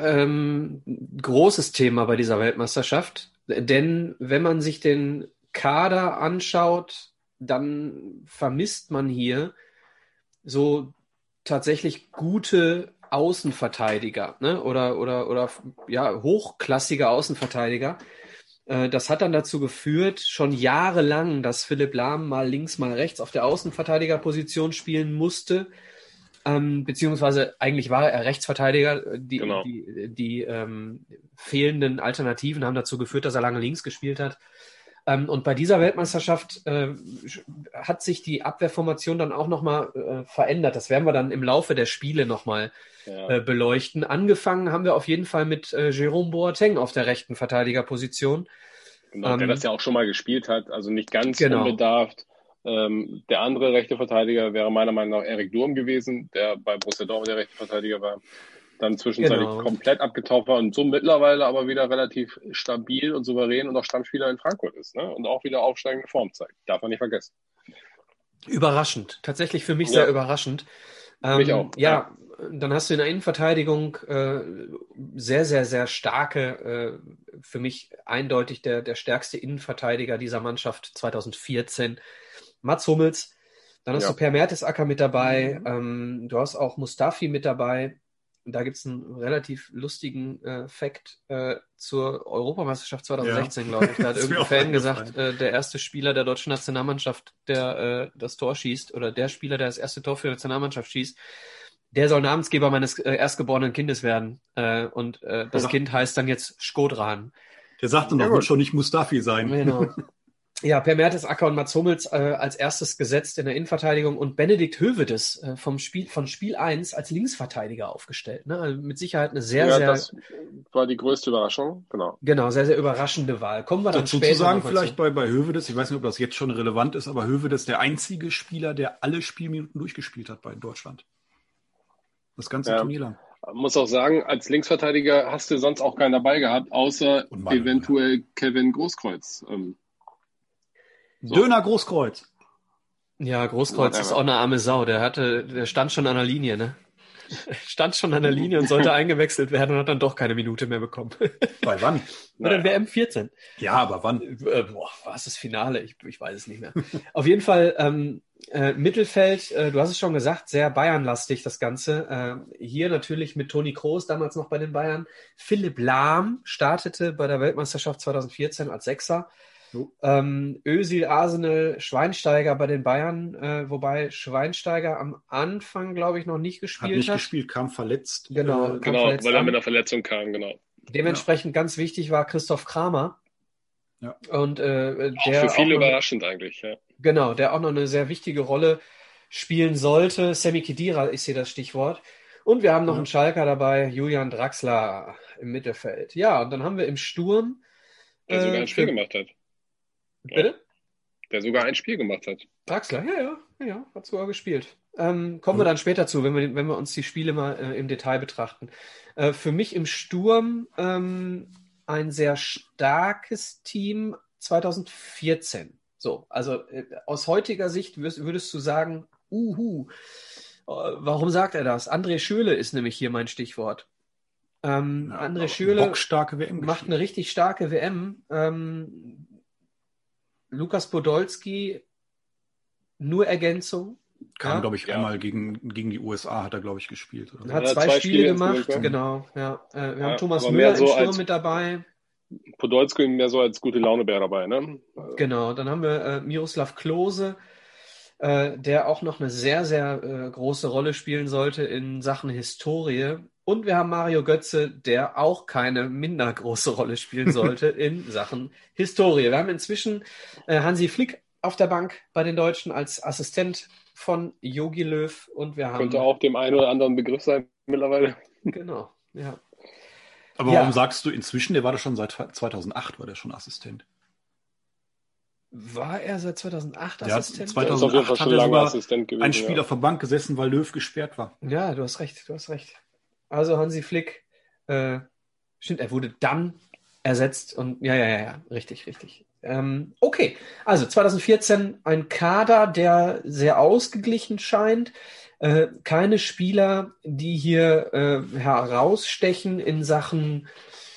großes Thema bei dieser Weltmeisterschaft. Denn wenn man sich den Kader anschaut, dann vermisst man hier so tatsächlich gute Außenverteidiger, ne? Oder ja, hochklassige Außenverteidiger. Das hat dann dazu geführt, schon jahrelang, dass Philipp Lahm mal links, mal rechts auf der Außenverteidigerposition spielen musste. Beziehungsweise eigentlich war er Rechtsverteidiger. genau. Die fehlenden Alternativen haben dazu geführt, dass er lange links gespielt hat. Und bei dieser Weltmeisterschaft hat sich die Abwehrformation dann auch nochmal verändert. Das werden wir dann im Laufe der Spiele nochmal beleuchten. Angefangen haben wir auf jeden Fall mit Jerome Boateng auf der rechten Verteidigerposition. Genau, der das ja auch schon mal gespielt hat, also nicht ganz Genau. unbedarft. Der andere rechte Verteidiger wäre meiner Meinung nach Erik Durm gewesen, der bei Borussia Dortmund der rechte Verteidiger war, dann zwischenzeitlich komplett abgetaucht war und so mittlerweile aber wieder relativ stabil und souverän und auch Stammspieler in Frankfurt ist, ne? Und auch wieder aufsteigende Form zeigt. Darf man nicht vergessen. Überraschend. Tatsächlich für mich sehr überraschend. Mich auch. Ja, dann hast du in der Innenverteidigung sehr, sehr, sehr starke, für mich eindeutig der stärkste Innenverteidiger dieser Mannschaft 2014, Mats Hummels. Dann hast du Per Mertesacker mit dabei. Du hast auch Mustafi mit dabei. Da gibt es einen relativ lustigen Fact zur Europameisterschaft 2016, glaube ich. Da hat irgendein Fan gesagt, der erste Spieler der deutschen Nationalmannschaft, der das Tor schießt, oder der Spieler, der das erste Tor für die Nationalmannschaft schießt, der soll Namensgeber meines erstgeborenen Kindes werden. Und das Kind heißt dann jetzt Skodran. Der sagte noch, wird schon nicht Mustafi sein. Genau. Ja, Per Mertesacker und Mats Hummels als erstes gesetzt in der Innenverteidigung und Benedikt Höwedes von Spiel 1 als Linksverteidiger aufgestellt. Ne? Also mit Sicherheit eine das war die größte Überraschung, genau. Genau, sehr, sehr überraschende Wahl. Kommen wir dann dazu später zu sagen, vielleicht bei Höwedes, ich weiß nicht, ob das jetzt schon relevant ist, aber Höwedes der einzige Spieler, der alle Spielminuten durchgespielt hat bei Deutschland. Das ganze Turnier lang. Muss auch sagen, als Linksverteidiger hast du sonst auch keinen dabei gehabt, außer eventuell Kevin Großkreuz. Döner Großkreuz. Ja, Großkreuz ist auch eine arme Sau. Der stand schon an der Linie, ne? Stand schon an der Linie und sollte eingewechselt werden und hat dann doch keine Minute mehr bekommen. Bei wann? Bei der WM 14. Ja, aber wann? War es das Finale? Ich weiß es nicht mehr. Auf jeden Fall Mittelfeld, du hast es schon gesagt, sehr Bayern-lastig das Ganze. Hier natürlich mit Toni Kroos, damals noch bei den Bayern. Philipp Lahm startete bei der Weltmeisterschaft 2014 als Sechser. Özil, Arsenal, Schweinsteiger bei den Bayern, wobei Schweinsteiger am Anfang, glaube ich, noch nicht gespielt hat. Hat nicht gespielt, kam verletzt. Genau, weil er mit einer Verletzung kam, genau. Dementsprechend ganz wichtig war Christoph Kramer. Ja. Und der auch für viele überraschend eigentlich, ja. Genau, der auch noch eine sehr wichtige Rolle spielen sollte. Sami Khedira ist hier das Stichwort. Und wir haben noch einen Schalker dabei, Julian Draxler im Mittelfeld. Ja, und dann haben wir im Sturm. Der sogar ein Spiel gemacht hat. Bitte? Der sogar ein Spiel gemacht hat. Draxler, ja, hat sogar gespielt. Kommen wir dann später zu, wenn wir uns die Spiele mal im Detail betrachten. Für mich im Sturm ein sehr starkes Team 2014. So, also aus heutiger Sicht würdest du sagen, warum sagt er das? André Schürrle ist nämlich hier mein Stichwort. André Schürrle macht eine richtig starke WM. Lukas Podolski, nur Ergänzung. Kam, glaube ich, einmal gegen die USA hat er, glaube ich, gespielt. Oder? Hat zwei Spiele gemacht, genau. Ja. Wir haben Thomas Müller im Sturm mit dabei. Podolski mehr so als gute Launebär dabei, ne? Genau, dann haben wir Miroslav Klose, der auch noch eine sehr, sehr große Rolle spielen sollte in Sachen Historie. Und wir haben Mario Götze, der auch keine minder große Rolle spielen sollte in Sachen Historie. Wir haben inzwischen Hansi Flick auf der Bank bei den Deutschen als Assistent von Jogi Löw. Und wir haben... Könnte auch dem einen oder anderen Begriff sein mittlerweile. Genau, ja. Aber warum sagst du inzwischen, der war doch schon seit 2008, war der schon Assistent? War er seit 2008 Ja, Assistent? 2008 Ist auf jeden Fall hat schon er lange sogar Assistent gewesen, ein Spiel ja. auf der Bank gesessen, weil Löw gesperrt war. Ja, du hast recht. Also Hansi Flick, stimmt, er wurde dann ersetzt und ja, richtig. Okay, also 2014 ein Kader, der sehr ausgeglichen scheint. Keine Spieler, die hier herausstechen in Sachen,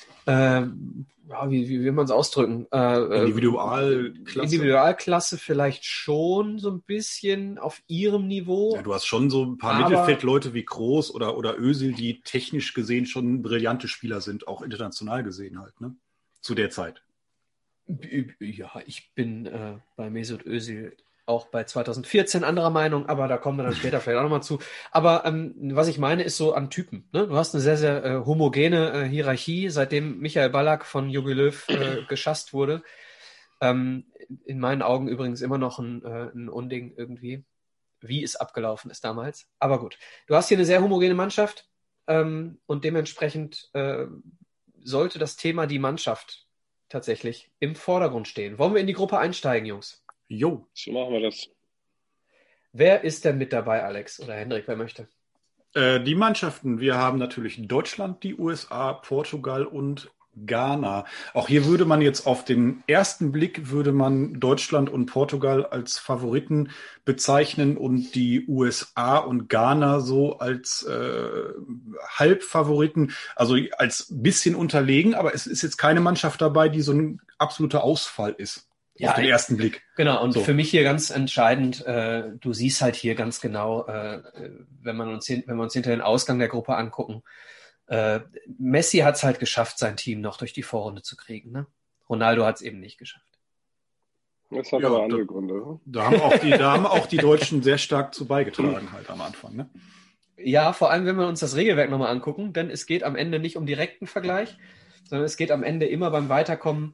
wie will man es ausdrücken? Individualklasse vielleicht schon so ein bisschen auf ihrem Niveau. Ja, du hast schon so ein paar Aber- Mittelfeldleute wie Kroos oder Özil, die technisch gesehen schon brillante Spieler sind, auch international gesehen halt, ne? Zu der Zeit. Ja, ich bin bei Mesut Özil auch bei 2014 anderer Meinung, aber da kommen wir dann später vielleicht auch nochmal zu. Aber was ich meine, ist so an Typen. Ne? Du hast eine sehr, sehr homogene Hierarchie, seitdem Michael Ballack von Jogi Löw geschasst wurde. In meinen Augen übrigens immer noch ein Unding irgendwie, wie es abgelaufen ist damals. Aber gut, du hast hier eine sehr homogene Mannschaft und dementsprechend sollte das Thema die Mannschaft tatsächlich im Vordergrund stehen. Wollen wir in die Gruppe einsteigen, Jungs? Jo. So machen wir das. Wer ist denn mit dabei, Alex? Oder Hendrik, wer möchte? Die Mannschaften, wir haben natürlich Deutschland, die USA, Portugal und Ghana. Auch hier würde man jetzt auf den ersten Blick würde man Deutschland und Portugal als Favoriten bezeichnen und die USA und Ghana so als Halbfavoriten, also als bisschen unterlegen, aber es ist jetzt keine Mannschaft dabei, die so ein absoluter Ausfall ist. Ja, Auf den ersten Blick. Genau, und So. für mich hier ganz entscheidend, du siehst halt hier ganz genau, wenn wir uns hinter den Ausgang der Gruppe angucken, Messi hat es halt geschafft, sein Team noch durch die Vorrunde zu kriegen. Ne? Ronaldo hat es eben nicht geschafft. Das hat Ja, aber andere Gründe. Da haben auch die Deutschen sehr stark zu beigetragen halt am Anfang. Ne? Ja, vor allem, wenn wir uns das Regelwerk nochmal angucken, denn es geht am Ende nicht um direkten Vergleich, sondern es geht am Ende immer beim Weiterkommen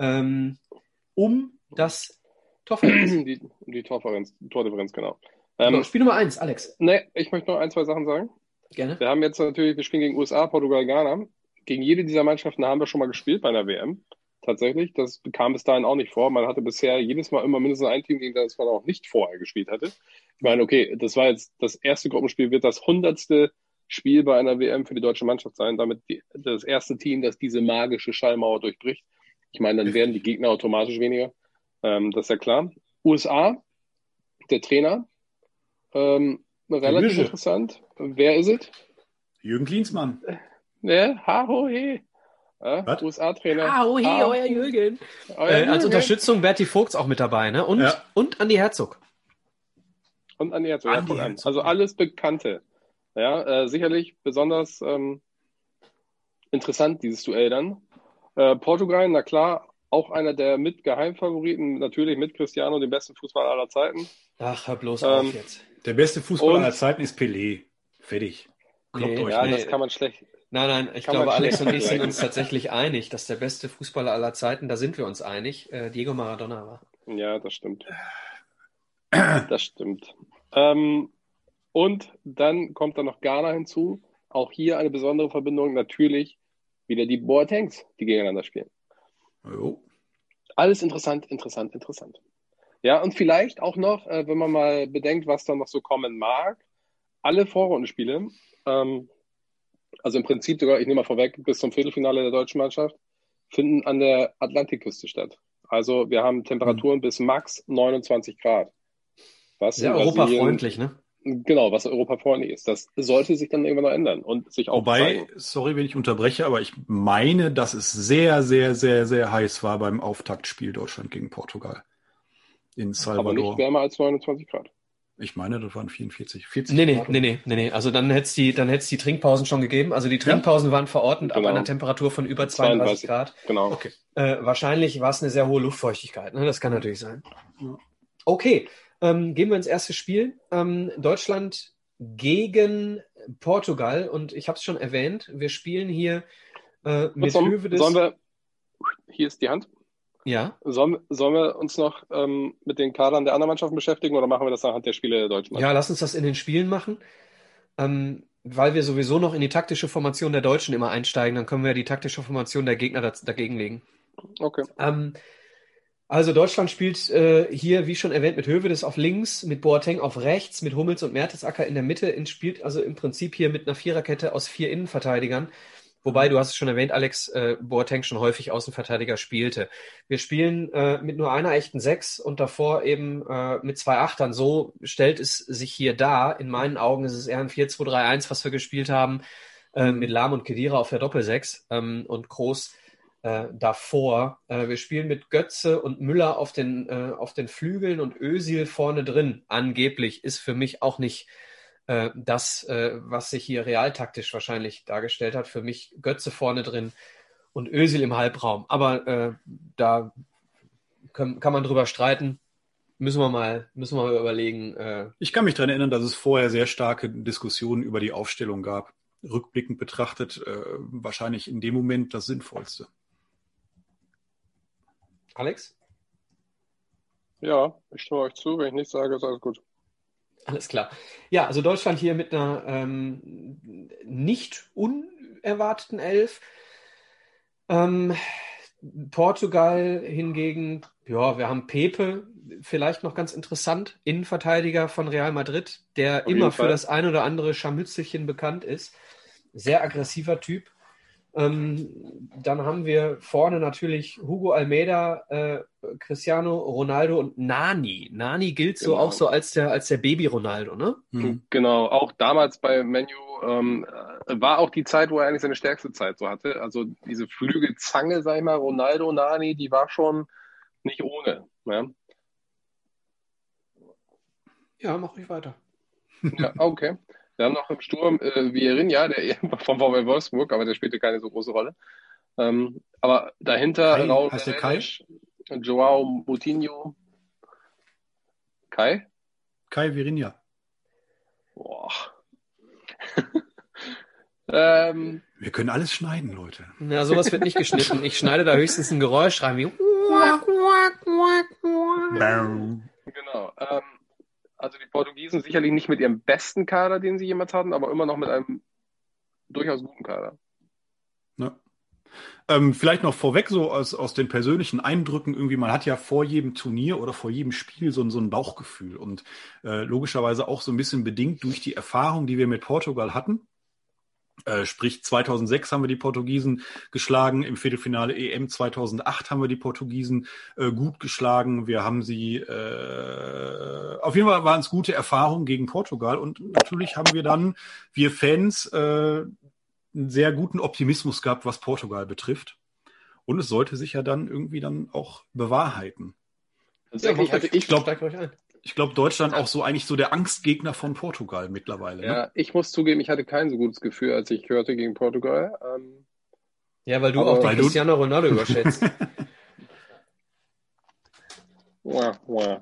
um das Torverhältnis. Die Tordifferenz, genau. Spiel Nummer 1, Alex. Ne, ich möchte noch ein, zwei Sachen sagen. Gerne. Wir haben jetzt natürlich, wir spielen gegen USA, Portugal, Ghana. Gegen jede dieser Mannschaften haben wir schon mal gespielt bei einer WM. Tatsächlich. Das kam bis dahin auch nicht vor. Man hatte bisher jedes Mal immer mindestens ein Team, gegen das man auch nicht vorher gespielt hatte. Ich meine, okay, das war jetzt das erste Gruppenspiel, wird das 100. Spiel bei einer WM für die deutsche Mannschaft sein. Damit das erste Team, das diese magische Schallmauer durchbricht. Ich meine, dann werden die Gegner automatisch weniger. Das ist ja klar. USA, der Trainer, relativ interessant. Wer ist es? Jürgen Klinsmann. Ne? Ha-ho-he. USA-Trainer. Ah, euer Jürgen. Als Unterstützung Berti Vogts auch mit dabei, ne? Und Andi Herzog. Und Andi Herzog. Also alles Bekannte. Ja, sicherlich besonders interessant, dieses Duell dann. Portugal, na klar, auch einer der Geheimfavoriten, natürlich mit Cristiano, dem besten Fußballer aller Zeiten. Ach, hör bloß auf jetzt. Der beste Fußballer aller Zeiten ist Pelé. Fertig. Kloppt euch ja, nicht. das kann man schlecht. Nein, ich glaube, Alex und ich sind uns tatsächlich einig, dass der beste Fußballer aller Zeiten, da sind wir uns einig, Diego Maradona war. Ja, das stimmt. Das stimmt. Und dann kommt da noch Ghana hinzu. Auch hier eine besondere Verbindung. Natürlich wieder die Boatengs, die gegeneinander spielen. Jo. Alles interessant. Ja, und vielleicht auch noch, wenn man mal bedenkt, was da noch so kommen mag, alle Vorrundenspiele, also im Prinzip sogar, ich nehme mal vorweg, bis zum Viertelfinale der deutschen Mannschaft, finden an der Atlantikküste statt. Also wir haben Temperaturen bis max 29 Grad. Was sehr europafreundlich, ne? Genau, was europafreundlich ist. Das sollte sich dann irgendwann noch ändern und sich auch zeigen. Sorry, wenn ich unterbreche, aber ich meine, dass es sehr, sehr, sehr, sehr heiß war beim Auftaktspiel Deutschland gegen Portugal in Salvador. Aber nicht wärmer als 29 Grad. Ich meine, das waren 40 Grad. Nee. Also dann hätte es die Trinkpausen schon gegeben. Also die Trinkpausen waren verordnet ab einer Temperatur von über 32 Grad. Genau. Okay. Wahrscheinlich war es eine sehr hohe Luftfeuchtigkeit. Ne? Das kann natürlich sein. Okay, gehen wir ins erste Spiel. Deutschland gegen Portugal. Und ich habe es schon erwähnt, wir spielen hier mit Hövedes. Hier ist die Hand. Ja. Sollen wir uns noch mit den Kadern der anderen Mannschaften beschäftigen oder machen wir das anhand der Spiele der deutschen Mannschaft? Ja, lass uns das in den Spielen machen. Weil wir sowieso noch in die taktische Formation der Deutschen immer einsteigen, dann können wir die taktische Formation der Gegner dagegen legen. Okay. Also Deutschland spielt hier, wie schon erwähnt, mit Höwedes auf links, mit Boateng auf rechts, mit Hummels und Mertesacker in der Mitte, spielt also im Prinzip hier mit einer Viererkette aus 4 Innenverteidigern. Wobei, du hast es schon erwähnt, Alex, Boateng schon häufig Außenverteidiger spielte. Wir spielen mit nur einer echten 6 und davor eben mit 2 Achtern. So stellt es sich hier dar. In meinen Augen ist es eher ein 4-2-3-1, was wir gespielt haben, mit Lahm und Khedira auf der Doppel-6 und Kroos davor. Wir spielen mit Götze und Müller auf den Flügeln und Özil vorne drin. Angeblich ist für mich auch nicht das, was sich hier realtaktisch wahrscheinlich dargestellt hat. Für mich Götze vorne drin und Özil im Halbraum. Aber da kann man drüber streiten. Müssen wir mal überlegen. Ich kann mich daran erinnern, dass es vorher sehr starke Diskussionen über die Aufstellung gab. Rückblickend betrachtet wahrscheinlich in dem Moment das Sinnvollste. Alex? Ja, ich stimme euch zu. Wenn ich nichts sage, ist alles gut. Alles klar. Ja, also Deutschland hier mit einer nicht unerwarteten 11. Portugal hingegen, ja, wir haben Pepe, vielleicht noch ganz interessant, Innenverteidiger von Real Madrid, der Auf immer jeden für Fall. das ein oder andere Scharmützelchen bekannt ist. Sehr aggressiver Typ. Dann haben wir vorne natürlich Hugo Almeida, Cristiano Ronaldo und Nani. Nani gilt so Genau. auch so als der Baby Ronaldo, ne? Genau, auch damals bei Man U war auch die Zeit, wo er eigentlich seine stärkste Zeit so hatte. Also diese Flügelzange, sag ich mal, Ronaldo, Nani, die war schon nicht ohne. Ja, Ja, mach ich weiter. ja okay. Wir haben noch im Sturm Vieirinha, der vom VfL Wolfsburg, aber der spielte keine so große Rolle. Aber dahinter Kai, Raul heißt der Kai? Paredes, Joao Moutinho. Kai? Kai Vieirinha. Boah. Wir können alles schneiden, Leute. Na, sowas wird nicht geschnitten. Ich schneide da höchstens ein Geräusch rein, wie Genau. Also die Portugiesen sicherlich nicht mit ihrem besten Kader, den sie jemals hatten, aber immer noch mit einem durchaus guten Kader. Ja. Vielleicht noch vorweg so aus den persönlichen Eindrücken irgendwie, man hat ja vor jedem Turnier oder vor jedem Spiel so ein Bauchgefühl und logischerweise auch so ein bisschen bedingt durch die Erfahrung, die wir mit Portugal hatten. Sprich 2006 haben wir die Portugiesen geschlagen, im Viertelfinale EM 2008 haben wir die Portugiesen gut geschlagen. Wir haben sie, auf jeden Fall waren es gute Erfahrungen gegen Portugal und natürlich haben wir dann, wir Fans, einen sehr guten Optimismus gehabt, was Portugal betrifft. Und es sollte sich ja dann irgendwie dann auch bewahrheiten. Tatsächlich hatte ich, steigt euch ein. Ich glaube, Deutschland auch so eigentlich so der Angstgegner von Portugal mittlerweile. Ne? ja, ich muss zugeben, ich hatte kein so gutes Gefühl, als ich hörte gegen Portugal. Ja, weil du Aber- auch Weil den du- Cristiano Ronaldo überschätzt. Ja,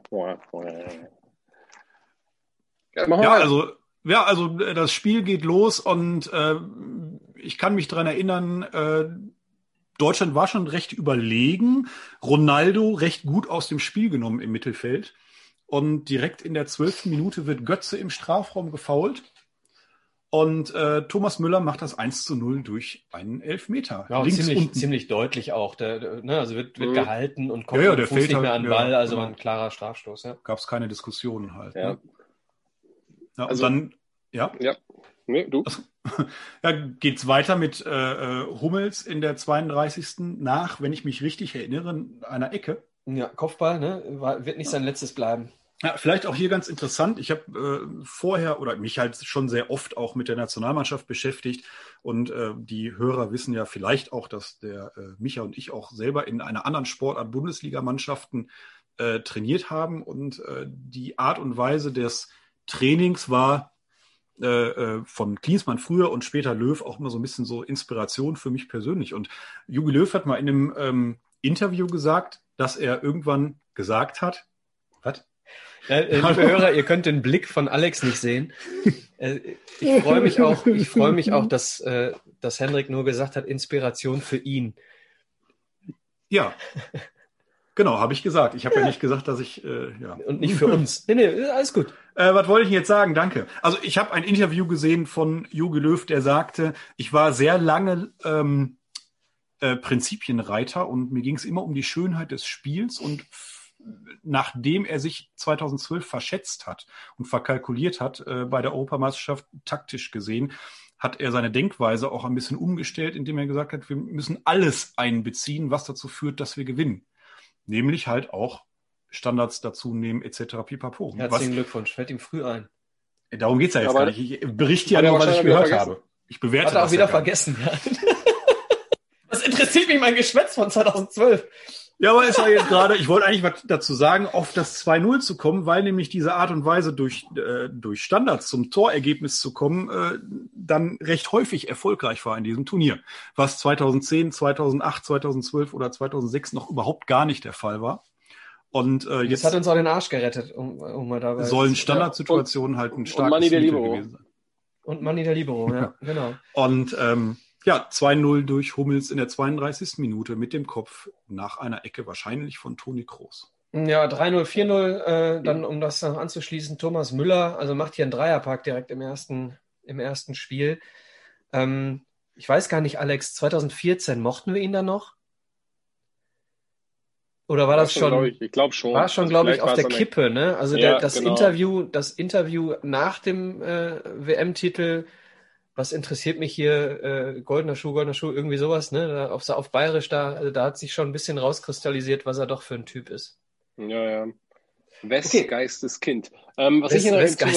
machen wir Ja, weiter. also das Spiel geht los und ich kann mich dran erinnern, Deutschland war schon recht überlegen, Ronaldo recht gut aus dem Spiel genommen im Mittelfeld und direkt in der 12. Minute wird Götze im Strafraum gefoult und Thomas Müller macht das 1:0 durch einen Elfmeter. Ja, und Links unten. ziemlich deutlich auch. Ne, also wird Mhm. gehalten und kommt Ja, mit der dem Fuß fällt nicht halt, mehr an den ja, Ball, also genau. ein klarer Strafstoß. Ja. Gab es keine Diskussionen halt. Ja. Ne? Ja, Also- und dann, ja. Ja, nee, du? Ja, geht's weiter mit Hummels in der 32. nach, wenn ich mich richtig erinnere, einer Ecke. Ja, Kopfball, ne? Wird nicht sein letztes bleiben. Ja, vielleicht auch hier ganz interessant. Ich habe vorher oder mich halt schon sehr oft auch mit der Nationalmannschaft beschäftigt und die Hörer wissen ja vielleicht auch, dass der Micha und ich auch selber in einer anderen Sportart Bundesligamannschaften trainiert haben und die Art und Weise des Trainings war von Klinsmann früher und später Löw auch immer so ein bisschen so Inspiration für mich persönlich. Und Jogi Löw hat mal in einem Interview gesagt, dass er irgendwann gesagt hat, was? Liebe Hörer, ihr könnt den Blick von Alex nicht sehen. Ich freue mich auch, dass Henrik nur gesagt hat, Inspiration für ihn. Ja, genau, habe ich gesagt. Ich habe ja nicht gesagt, dass ich, ja. Und nicht für uns. Nee, alles gut. Was wollte ich denn jetzt sagen? Danke. Also ich habe ein Interview gesehen von Jogi Löw, der sagte, ich war sehr lange Prinzipienreiter und mir ging es immer um die Schönheit des Spiels und nachdem er sich 2012 verschätzt hat und verkalkuliert hat bei der Europameisterschaft taktisch gesehen, hat er seine Denkweise auch ein bisschen umgestellt, indem er gesagt hat, wir müssen alles einbeziehen, was dazu führt, dass wir gewinnen. Nämlich halt auch Standards dazu nehmen, etc. pipapo. Herzlichen Glückwunsch, fällt ihm früh ein. Darum geht's ja jetzt Aber gar nicht. Ich berichte ja nur, was ich gehört habe. Ich bewerte Hat er auch das wieder ja gar nicht. vergessen, ja. Was interessiert mich mein Geschwätz von 2012? Ja, aber ist ja jetzt gerade, ich wollte eigentlich was dazu sagen, auf das 2-0 zu kommen, weil nämlich diese Art und Weise durch Standards zum Torergebnis zu kommen, dann recht häufig erfolgreich war in diesem Turnier. Was 2010, 2008, 2012 oder 2006 noch überhaupt gar nicht der Fall war. Und jetzt Das hat uns auch den Arsch gerettet, um mal dabei. sollen Standardsituationen halt ein starkes Manni der Mittel Libero. gewesen sein. Und Manni der Libero, ja, genau. Und 2-0 durch Hummels in der 32. Minute mit dem Kopf nach einer Ecke, wahrscheinlich von Toni Kroos. Ja, 3-0, 4-0, dann um das noch anzuschließen, Thomas Müller, also macht hier einen Dreierpack direkt im ersten Spiel. Ich weiß gar nicht, Alex, 2014, mochten wir ihn da noch? Oder war das schon? Ich glaube schon. War schon, Also glaube ich, vielleicht auf war der es Kippe, ne? Also Ja, das genau. Interview nach dem WM-Titel, was interessiert mich hier, goldener Schuh, irgendwie sowas, ne? Auf Bayerisch, da hat sich schon ein bisschen rauskristallisiert, was er doch für ein Typ ist. Ja. Westgeisteskind. Was ich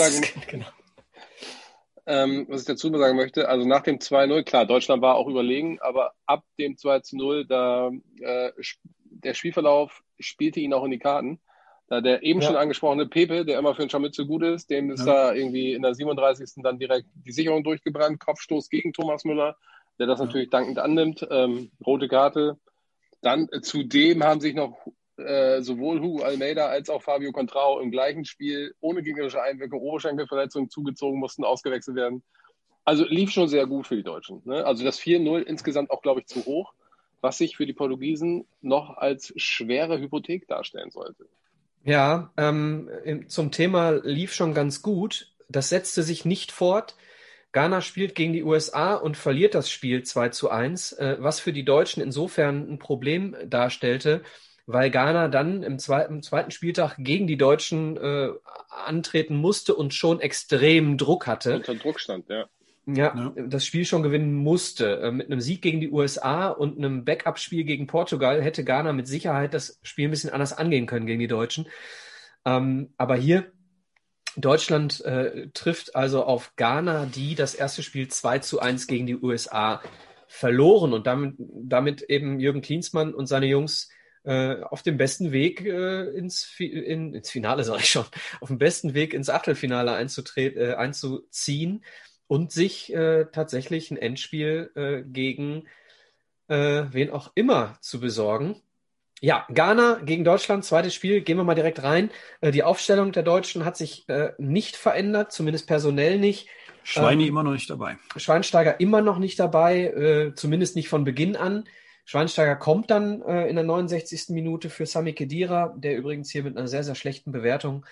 dazu sagen möchte, also nach dem 2-0, klar, Deutschland war auch überlegen, aber ab dem 2-0, der Spielverlauf spielte ihn auch in die Karten. Da der eben schon angesprochene Pepe, der immer für den Scharmützel gut ist, dem ist da irgendwie in der 37. dann direkt die Sicherung durchgebrannt, Kopfstoß gegen Thomas Müller, der das natürlich dankend annimmt, rote Karte. Dann zudem haben sich noch sowohl Hugo Almeida als auch Fabio Contrao im gleichen Spiel ohne gegnerische Einwirkung, Oberschenkelverletzungen zugezogen, mussten ausgewechselt werden. Also lief schon sehr gut für die Deutschen. Ne? Also das 4-0 insgesamt auch, glaube ich, zu hoch, was sich für die Portugiesen noch als schwere Hypothek darstellen sollte. Ja, zum Thema lief schon ganz gut. Das setzte sich nicht fort. Ghana spielt gegen die USA und verliert das Spiel 2-1, was für die Deutschen insofern ein Problem darstellte, weil Ghana dann im zweiten Spieltag gegen die Deutschen antreten musste und schon extremen Druck hatte. Unter Druck stand, ja. Ja, das Spiel schon gewinnen musste. Mit einem Sieg gegen die USA und einem Backup-Spiel gegen Portugal hätte Ghana mit Sicherheit das Spiel ein bisschen anders angehen können gegen die Deutschen. Aber hier, Deutschland trifft also auf Ghana, die das erste Spiel 2-1 gegen die USA verloren und damit eben Jürgen Klinsmann und seine Jungs auf dem besten Weg ins Finale, sage ich schon, auf dem besten Weg ins Achtelfinale einzuziehen und sich tatsächlich ein Endspiel gegen wen auch immer zu besorgen. Ja, Ghana gegen Deutschland, zweites Spiel, gehen wir mal direkt rein. Die Aufstellung der Deutschen hat sich nicht verändert, zumindest personell nicht. Schweini immer noch nicht dabei. Schweinsteiger immer noch nicht dabei, zumindest nicht von Beginn an. Schweinsteiger kommt dann in der 69. Minute für Sami Khedira, der übrigens hier mit einer sehr, sehr schlechten Bewertung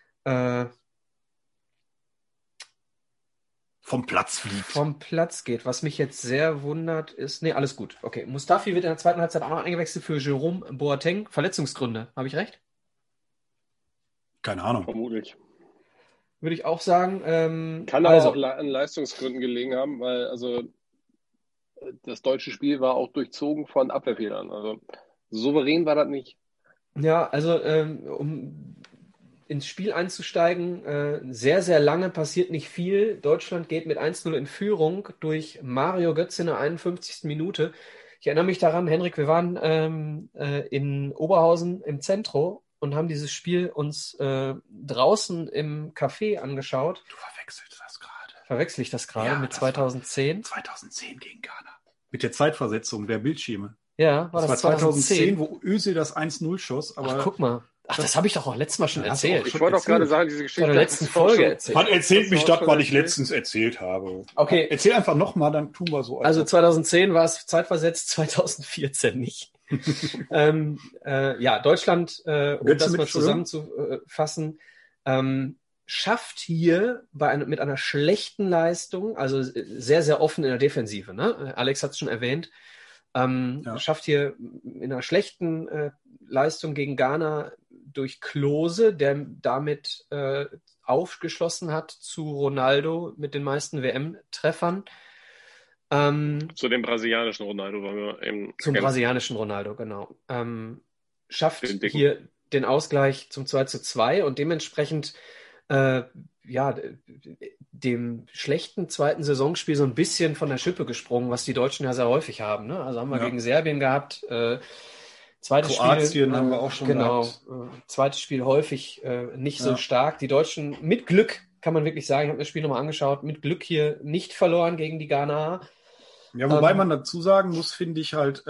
vom Platz fliegt. Vom Platz geht. Was mich jetzt sehr wundert ist, nee, alles gut. Okay, Mustafi wird in der zweiten Halbzeit auch noch eingewechselt für Jerome Boateng. Verletzungsgründe, habe ich recht? Keine Ahnung. Vermutlich. Würde ich auch sagen. Kann aber auch an Leistungsgründen gelegen haben, weil also das deutsche Spiel war auch durchzogen von Abwehrfehlern. Also souverän war das nicht. Ja, also um ins Spiel einzusteigen, sehr, sehr lange passiert nicht viel. Deutschland geht mit 1-0 in Führung durch Mario Götze in der 51. Minute. Ich erinnere mich daran, Henrik, wir waren in Oberhausen im Zentrum und haben dieses Spiel uns draußen im Café angeschaut. Du verwechselst das gerade. Verwechsel ich das gerade Ja, mit 2010? 2010 gegen Ghana. Mit der Zeitversetzung der Bildschirme. Ja, war das 2010, wo Özil das 1-0 schoss. Aber ach, guck mal. Ach, das habe ich doch auch letztes Mal schon erzählt. Ich wollte auch gerade sagen, diese Geschichte. In der letzten Folge erzählt. Man erzählt mich das, was ich letztens erzählt habe. Okay. Erzähl einfach nochmal, dann tun wir so. Also 2010 war es zeitversetzt, 2014 nicht. Ja, Deutschland, um das mal zusammenzufassen, schafft hier mit einer schlechten Leistung, also sehr, sehr offen in der Defensive, ne? Alex hat es schon erwähnt, Schafft hier in einer schlechten Leistung gegen Ghana durch Klose, der damit aufgeschlossen hat zu Ronaldo mit den meisten WM-Treffern. Zu dem brasilianischen Ronaldo wollen wir eben Zum brasilianischen Ronaldo, genau. Schafft hier den Ausgleich zum 2:2 und dementsprechend dem schlechten zweiten Saisonspiel so ein bisschen von der Schippe gesprungen, was die Deutschen ja sehr häufig haben. Ne? Also haben wir gegen Serbien gehabt, zweites Kroatien Spiel, haben wir auch schon gehabt. Zweites Spiel häufig nicht so stark. Die Deutschen mit Glück, kann man wirklich sagen, ich habe mir das Spiel nochmal angeschaut, mit Glück hier nicht verloren gegen die Ghana. Ja, wobei man dazu sagen muss, finde ich halt,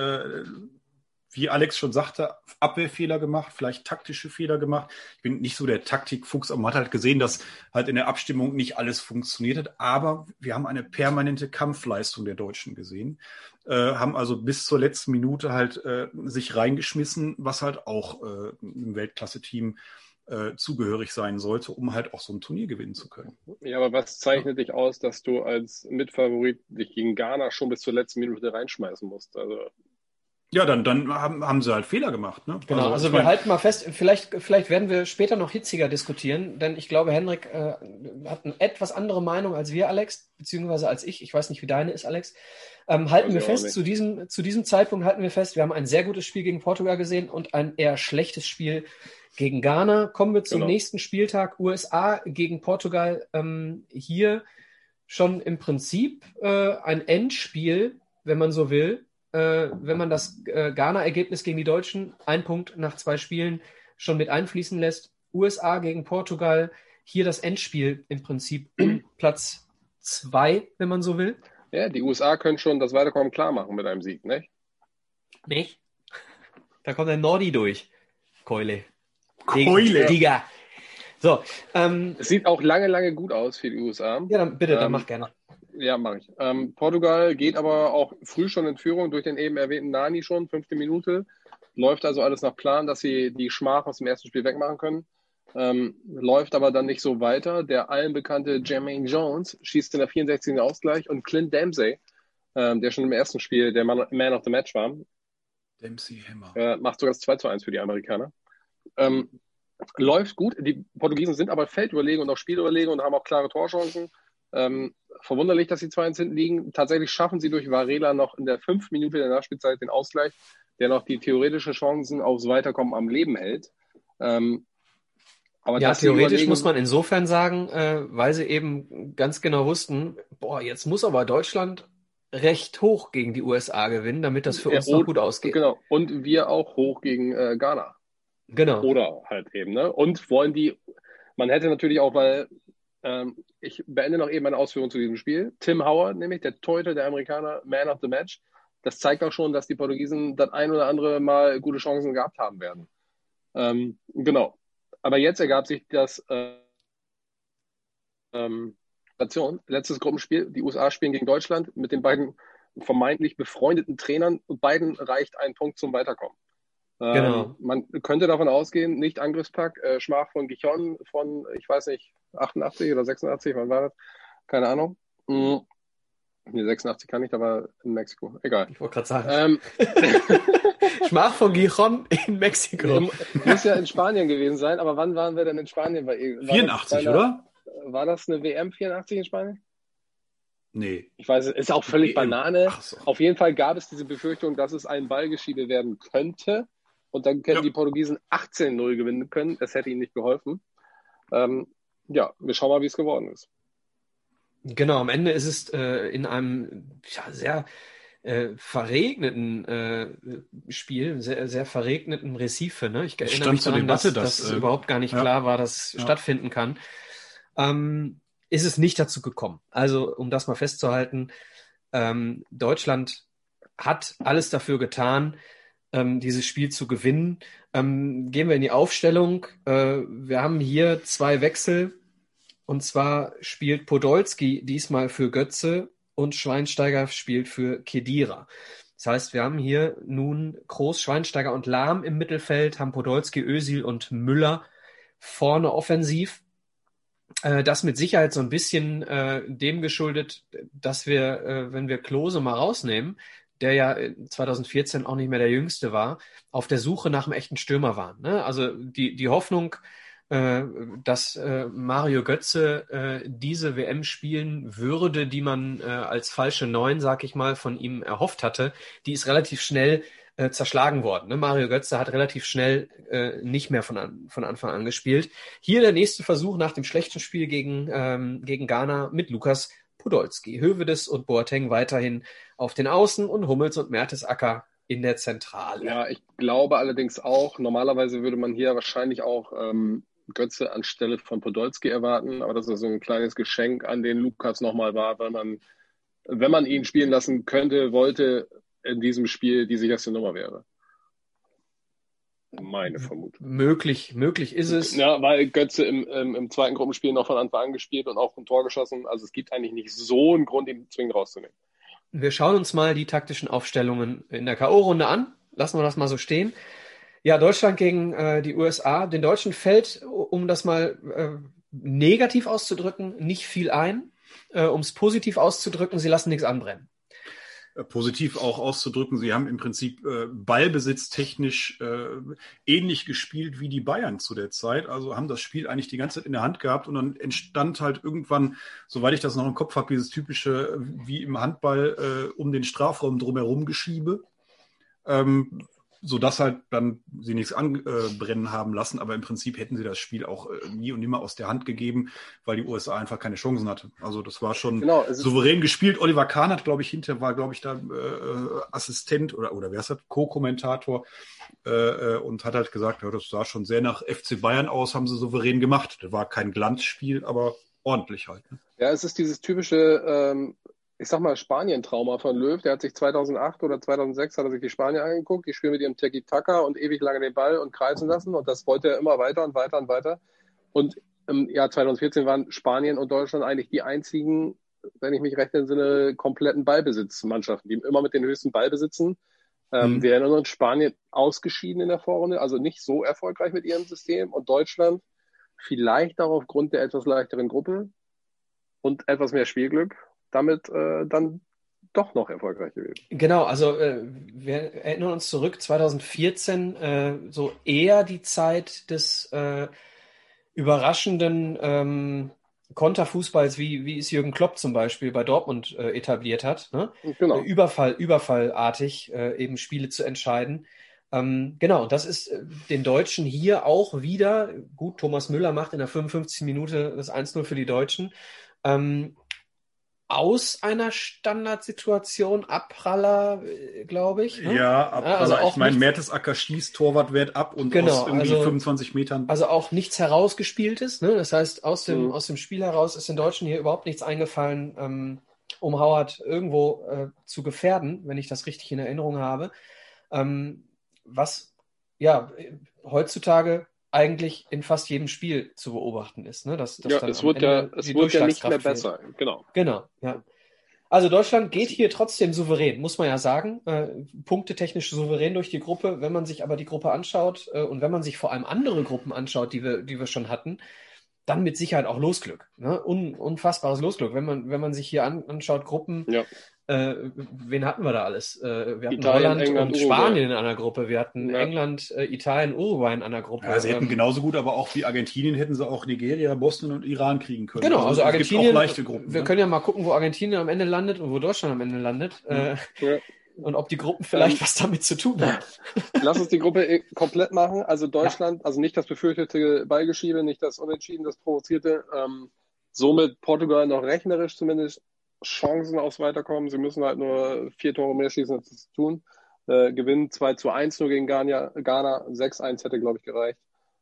wie Alex schon sagte, Abwehrfehler gemacht, vielleicht taktische Fehler gemacht. Ich bin nicht so der Taktikfuchs, aber man hat halt gesehen, dass halt in der Abstimmung nicht alles funktioniert hat. Aber wir haben eine permanente Kampfleistung der Deutschen gesehen, haben also bis zur letzten Minute halt sich reingeschmissen, was halt auch einem Weltklasse-Team zugehörig sein sollte, um halt auch so ein Turnier gewinnen zu können. Ja, aber was zeichnet dich aus, dass du als Mitfavorit dich gegen Ghana schon bis zur letzten Minute reinschmeißen musst? Also ja, dann haben sie halt Fehler gemacht. Ne? Genau, also wir halten mal fest, vielleicht werden wir später noch hitziger diskutieren, denn ich glaube, Henrik hat eine etwas andere Meinung als wir, Alex, beziehungsweise als ich. Ich weiß nicht, wie deine ist, Alex. Halten wir fest, zu diesem Zeitpunkt halten wir fest, wir haben ein sehr gutes Spiel gegen Portugal gesehen und ein eher schlechtes Spiel gegen Ghana. Kommen wir zum nächsten Spieltag, USA gegen Portugal. Hier schon im Prinzip ein Endspiel, wenn man so will. Wenn man das Ghana-Ergebnis gegen die Deutschen, 1 Punkt nach 2 Spielen, schon mit einfließen lässt. USA gegen Portugal, hier das Endspiel im Prinzip um Platz 2, wenn man so will. Ja, die USA können schon das Weiterkommen klar machen mit einem Sieg, nicht? Nicht? Da kommt der Nordi durch. Keule. Digga. So, es sieht auch lange gut aus für die USA. Ja, dann bitte, dann mach gerne. Ja, mache ich. Portugal geht aber auch früh schon in Führung durch den eben erwähnten Nani schon, 5. Minute. Läuft also alles nach Plan, dass sie die Schmach aus dem ersten Spiel wegmachen können. Läuft aber dann nicht so weiter. Der allen bekannte Jermaine Jones schießt in der 64. Ausgleich und Clint Dempsey, der schon im ersten Spiel der Man of the Match war, Dempsey Hammer. macht sogar das 2:1 für die Amerikaner. Läuft gut. Die Portugiesen sind aber feldüberlegen und auch spielüberlegen und haben auch klare Torchancen. Verwunderlich, dass sie 2-1 hinten liegen. Tatsächlich schaffen sie durch Varela noch in der 5. Minute der Nachspielzeit den Ausgleich, der noch die theoretische Chancen aufs Weiterkommen am Leben hält. Aber ja, theoretisch muss man insofern sagen, weil sie eben ganz genau wussten, jetzt muss aber Deutschland recht hoch gegen die USA gewinnen, damit das für uns noch gut ausgeht. Genau, und wir auch hoch gegen Ghana. Genau. Oder halt eben, ne? Und man hätte natürlich auch, weil ich beende noch eben meine Ausführungen zu diesem Spiel. Tim Howard, nämlich der Torhüter der Amerikaner, Man of the Match. Das zeigt auch schon, dass die Portugiesen das ein oder andere Mal gute Chancen gehabt haben werden. Genau. Aber jetzt ergab sich das letztes Gruppenspiel. Die USA spielen gegen Deutschland mit den beiden vermeintlich befreundeten Trainern und beiden reicht ein Punkt zum Weiterkommen. Genau. Man könnte davon ausgehen, nicht Angriffspack, Schmach von Gijon von, ich weiß nicht, 88 oder 86, wann war das? Keine Ahnung. Nee, 86 kann ich, da war in Mexiko. Egal. Ich wollte gerade sagen. Schmach von Gijon in Mexiko. Muss ja in Spanien gewesen sein, aber wann waren wir denn in Spanien? 84, oder? War das eine WM 84 in Spanien? Nee. Ich weiß, es ist auch völlig Banane. So. Auf jeden Fall gab es diese Befürchtung, dass es ein Ballgeschiebe werden könnte. Und dann hätten die Portugiesen 18-0 gewinnen können. Es hätte ihnen nicht geholfen. Wir schauen mal, wie es geworden ist. Genau, am Ende ist es in einem sehr verregneten Spiel, sehr, sehr verregneten Recife. Ne? Ich erinnere mich daran, dass überhaupt gar nicht klar war, dass es stattfinden kann. Ist es nicht dazu gekommen. Also, um das mal festzuhalten, Deutschland hat alles dafür getan, dieses Spiel zu gewinnen. Gehen wir in die Aufstellung. Wir haben hier 2 Wechsel. Und zwar spielt Podolski diesmal für Götze und Schweinsteiger spielt für Khedira. Das heißt, wir haben hier nun Kroos, Schweinsteiger und Lahm im Mittelfeld, haben Podolski, Özil und Müller vorne offensiv. Das mit Sicherheit so ein bisschen dem geschuldet, dass wir, wenn wir Klose mal rausnehmen, der ja 2014 auch nicht mehr der Jüngste war, auf der Suche nach einem echten Stürmer waren. Ne? Also die Hoffnung, dass Mario Götze diese WM spielen würde, die man als falsche Neun, sag ich mal, von ihm erhofft hatte, die ist relativ schnell zerschlagen worden. Ne? Mario Götze hat relativ schnell nicht mehr von Anfang an gespielt. Hier der nächste Versuch nach dem schlechten Spiel gegen Ghana mit Lukas Podolski. Hövedes und Boateng weiterhin auf den Außen und Hummels und Mertesacker in der Zentrale. Ja, ich glaube allerdings auch, normalerweise würde man hier wahrscheinlich auch Götze anstelle von Podolski erwarten, aber dass das so ein kleines Geschenk an den Lukas nochmal war, weil man, wenn man ihn spielen lassen könnte, wollte, in diesem Spiel die sicherste Nummer wäre. Meine Vermutung. Möglich ist es. Ja, weil Götze im zweiten Gruppenspiel noch von Anfang an gespielt und auch ein Tor geschossen. Also es gibt eigentlich nicht so einen Grund, ihn zwingend rauszunehmen. Wir schauen uns mal die taktischen Aufstellungen in der K.O.-Runde an. Lassen wir das mal so stehen. Ja, Deutschland gegen die USA. Den Deutschen fällt, um das mal negativ auszudrücken, nicht viel ein. Um es positiv auszudrücken, sie lassen nichts anbrennen. Positiv auch auszudrücken, sie haben im Prinzip ballbesitztechnisch ähnlich gespielt wie die Bayern zu der Zeit. Also haben das Spiel eigentlich die ganze Zeit in der Hand gehabt und dann entstand halt irgendwann, soweit ich das noch im Kopf habe, dieses typische wie im Handball um den Strafraum drumherum Geschiebe. Sodass halt dann sie nichts anbrennen haben lassen, aber im Prinzip hätten sie das Spiel auch nie und nimmer aus der Hand gegeben, weil die USA einfach keine Chancen hatte. Also das war schon souverän gespielt. Oliver Kahn hat, glaube ich, war da Assistent oder wer ist das, Co-Kommentator und hat halt gesagt, ja, das sah schon sehr nach FC Bayern aus, haben sie souverän gemacht. Das war kein Glanzspiel, aber ordentlich halt. Ne? Ja, es ist dieses typische ich sag mal, Spanien-Trauma von Löw. Der hat sich 2008 oder 2006 hat er sich die Spanier angeguckt. Die spielen mit ihrem Tiki-Taka und ewig lange den Ball und kreisen lassen. Und das wollte er immer weiter und weiter und weiter. Und im Jahr 2014 waren Spanien und Deutschland eigentlich die einzigen, wenn ich mich recht entsinne, kompletten Ballbesitzmannschaften, die immer mit den höchsten Ballbesitzen. Wir erinnern uns, Spanien ausgeschieden in der Vorrunde, also nicht so erfolgreich mit ihrem System. Und Deutschland vielleicht auch aufgrund der etwas leichteren Gruppe und etwas mehr Spielglück damit dann doch noch erfolgreich gewesen. Genau, also wir erinnern uns zurück, 2014 so eher die Zeit des überraschenden Konterfußballs, wie es Jürgen Klopp zum Beispiel bei Dortmund etabliert hat. Ne? Genau. Überfallartig eben Spiele zu entscheiden. Genau, das ist den Deutschen hier auch wieder, gut, Thomas Müller macht in der 55. Minute das 1-0 für die Deutschen, aus einer Standardsituation, Abpraller, glaube ich. Ne? Ja, Abpraller. Also auch ich meine, Mertesacker schießt, Torwart wehrt ab und genau, aus irgendwie 25 Metern. Also auch nichts herausgespieltes. Ne? Das heißt, aus dem Spiel heraus ist den Deutschen hier überhaupt nichts eingefallen, um Howard irgendwo zu gefährden, wenn ich das richtig in Erinnerung habe. Was ja heutzutage eigentlich in fast jedem Spiel zu beobachten ist. Ne? Dass ja, dann es wird ja nicht mehr besser. Genau, ja. Also Deutschland geht hier trotzdem souverän, muss man ja sagen. Punktetechnisch souverän durch die Gruppe. Wenn man sich aber die Gruppe anschaut und wenn man sich vor allem andere Gruppen anschaut, die wir schon hatten, dann mit Sicherheit auch Losglück. Ne? Unfassbares Losglück. Wenn man sich hier anschaut, Gruppen, ja. Wen hatten wir da alles? Wir hatten Italien, Holland England, und Spanien in einer Gruppe. Wir hatten England, Italien, Uruguay in einer Gruppe. Ja, sie hätten genauso gut, aber auch wie Argentinien hätten sie auch Nigeria, Bosnien und Iran kriegen können. Genau, also Argentinien. Es gibt auch leichte Gruppen. Wir können ja mal gucken, wo Argentinien am Ende landet und wo Deutschland am Ende landet. Und ob die Gruppen vielleicht was damit zu tun haben. Lass uns die Gruppe komplett machen. Also Deutschland, also nicht das befürchtete Ballgeschiebe, nicht das Unentschieden, das provozierte. Somit Portugal noch rechnerisch zumindest Chancen aufs Weiterkommen. Sie müssen halt nur 4 Tore mehr schießen, als sie es tun. Gewinnen 2-1 nur gegen Ghana. 6-1 hätte, glaube ich, gereicht.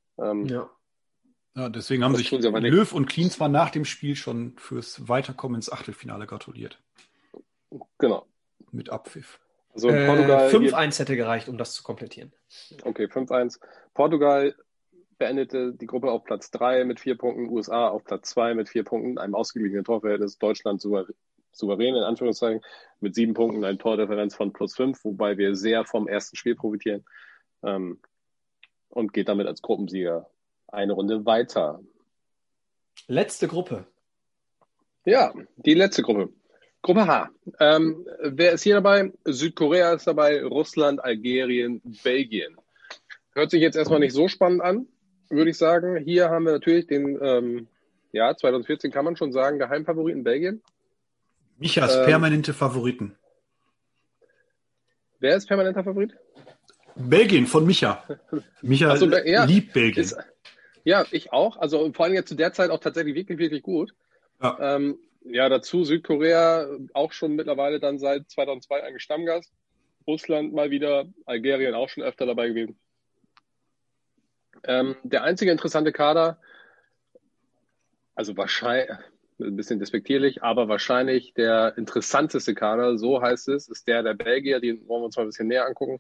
Ja, deswegen haben sich Löw und Klinsmann zwar nach dem Spiel schon fürs Weiterkommen ins Achtelfinale gratuliert. Genau. Mit Abpfiff. Also Portugal 5-1 hätte gereicht, um das zu komplettieren. Okay, 5-1. Portugal beendete die Gruppe auf Platz 3 mit 4 Punkten, USA auf Platz 2 mit 4 Punkten, einem ausgeglichenen Torverhältnis, Deutschland souverän in Anführungszeichen mit 7 Punkten, eine Tordifferenz von +5, wobei wir sehr vom ersten Spiel profitieren und geht damit als Gruppensieger eine Runde weiter. Letzte Gruppe. Ja, die letzte Gruppe. Gruppe H. Wer ist hier dabei? Südkorea ist dabei, Russland, Algerien, Belgien. Hört sich jetzt erstmal nicht so spannend an, würde ich sagen. Hier haben wir natürlich den, 2014 kann man schon sagen, Geheimfavoriten Belgien. Michas permanente Favoriten. Wer ist permanenter Favorit? Belgien von Micha. Micha liebt Belgien. Ich auch. Also vor allem jetzt zu der Zeit auch tatsächlich wirklich, wirklich gut. Ja. Dazu Südkorea auch schon mittlerweile dann seit 2002 eigentlich Stammgast. Russland mal wieder, Algerien auch schon öfter dabei gewesen. Der einzige interessante Kader, also wahrscheinlich, ein bisschen despektierlich, aber wahrscheinlich der interessanteste Kader, so heißt es, ist der Belgier. Den wollen wir uns mal ein bisschen näher angucken.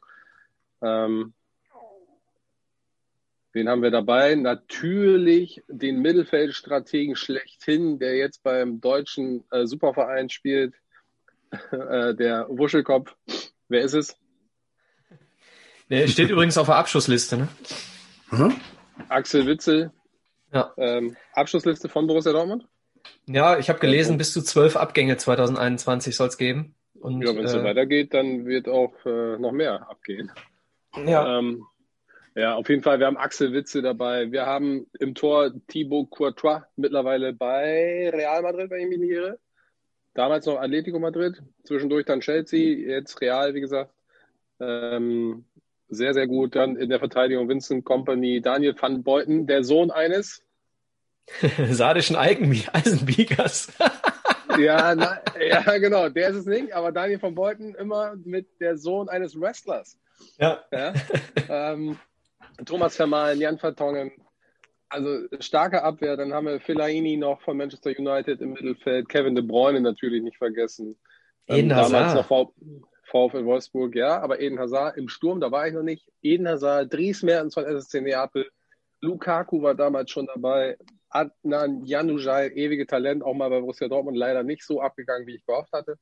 Wen haben wir dabei? Natürlich den Mittelfeldstrategen schlechthin, der jetzt beim deutschen Superverein spielt, der Wuschelkopf. Wer ist es? Der steht übrigens auf der Abschussliste, ne? Axel Witsel. Ja. Abschlussliste von Borussia Dortmund? Ja, ich habe gelesen, bis zu 12 Abgänge 2021 soll es geben. Und, wenn es so weitergeht, dann wird auch noch mehr abgehen. Ja. Auf jeden Fall, wir haben Axel Witsel dabei. Wir haben im Tor Thibaut Courtois, mittlerweile bei Real Madrid, wenn ich mich nicht irre. Damals noch Atletico Madrid, zwischendurch dann Chelsea, jetzt Real, wie gesagt. Sehr, sehr gut. Dann in der Verteidigung Vincent Kompany, Daniel van Beuten, der Sohn eines sardischen Eisenbiegers. Ja, genau, der ist es nicht, aber Daniel van Beuten immer mit der Sohn eines Wrestlers. Ja. Thomas Vermaelen, Jan Vertongen, also starke Abwehr. Dann haben wir Fellaini noch von Manchester United im Mittelfeld, Kevin De Bruyne natürlich nicht vergessen. Eden damals Hazard. noch VfL Wolfsburg, ja, aber Eden Hazard im Sturm, da war ich noch nicht. Eden Hazard, Dries Mertens von SSC Neapel, Lukaku war damals schon dabei, Adnan Januzaj, ewige Talent, auch mal bei Borussia Dortmund, leider nicht so abgegangen, wie ich gehofft hatte.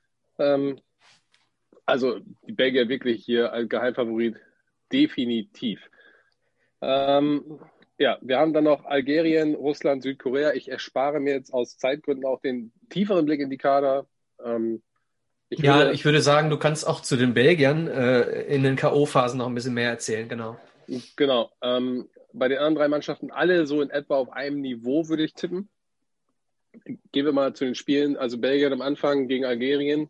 Also die Belgier wirklich hier als Geheimfavorit, definitiv. Wir haben dann noch Algerien, Russland, Südkorea. Ich erspare mir jetzt aus Zeitgründen auch den tieferen Blick in die Kader. Ich würde sagen, du kannst auch zu den Belgiern in den K.O.-Phasen noch ein bisschen mehr erzählen, genau. Genau. Bei den anderen drei Mannschaften alle so in etwa auf einem Niveau, würde ich tippen. Gehen wir mal zu den Spielen. Also Belgien am Anfang gegen Algerien.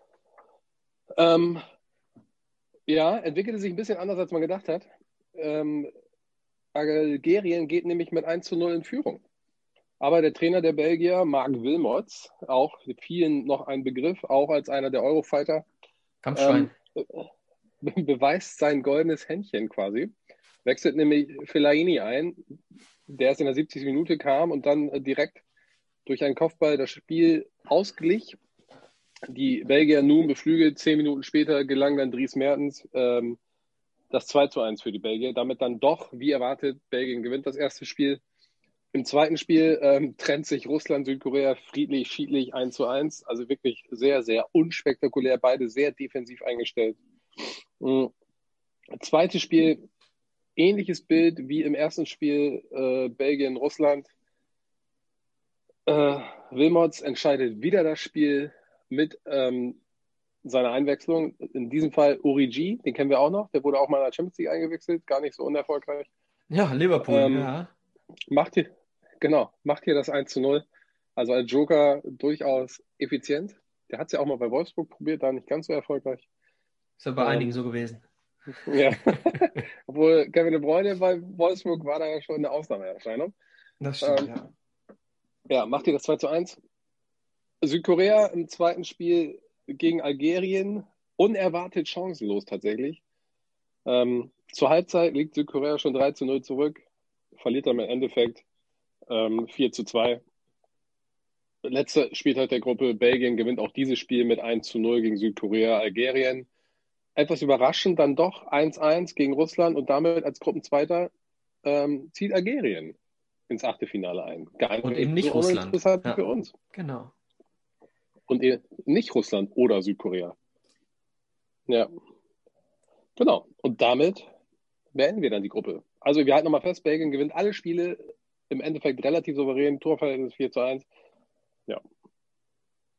Entwickelte sich ein bisschen anders, als man gedacht hat. Algerien geht nämlich mit 1:0 in Führung. Aber der Trainer der Belgier, Marc Wilmots, auch vielen noch ein Begriff, auch als einer der Eurofighter, Kampfschwein. beweist sein goldenes Händchen quasi. Wechselt nämlich Fellaini ein, der erst in der 70. Minute kam und dann direkt durch einen Kopfball das Spiel ausglich. Die Belgier nun beflügelt, 10 Minuten später gelang dann Dries Mertens das 2:1 für die Belgier. Damit dann doch, wie erwartet, Belgien gewinnt das erste Spiel. Im zweiten Spiel trennt sich Russland, Südkorea friedlich, schiedlich 1:1. Also wirklich sehr, sehr unspektakulär. Beide sehr defensiv eingestellt. Zweites Spiel, ähnliches Bild wie im ersten Spiel Belgien, Russland. Wilmots entscheidet wieder das Spiel mit seiner Einwechslung. In diesem Fall Origi, den kennen wir auch noch. Der wurde auch mal in der Champions League eingewechselt, gar nicht so unerfolgreich. Ja, Liverpool, ja. Macht hier das 1:0. Also als Joker durchaus effizient. Der hat es ja auch mal bei Wolfsburg probiert, da nicht ganz so erfolgreich. Ist ja bei einigen so gewesen. Ja. Obwohl Kevin De Bruyne bei Wolfsburg war da ja schon eine Ausnahmeerscheinung. Das stimmt, ja. Ja, macht ihr das 2:1. Südkorea im zweiten Spiel gegen Algerien unerwartet chancenlos tatsächlich. Zur Halbzeit liegt Südkorea schon 3:0 zurück, verliert dann im Endeffekt 4:2. Letzter Spieltag der Gruppe, Belgien gewinnt auch dieses Spiel mit 1:0 gegen Südkorea. Algerien etwas überraschend dann doch 1:1 gegen Russland und damit als Gruppenzweiter zieht Algerien ins Achtelfinale ein. Und eben nicht Russland. Für uns. Genau. Und nicht Russland oder Südkorea. Ja. Genau. Und damit beenden wir dann die Gruppe. Also wir halten nochmal fest, Belgien gewinnt alle Spiele, im Endeffekt relativ souverän, Torverhältnis 4:1. Ja.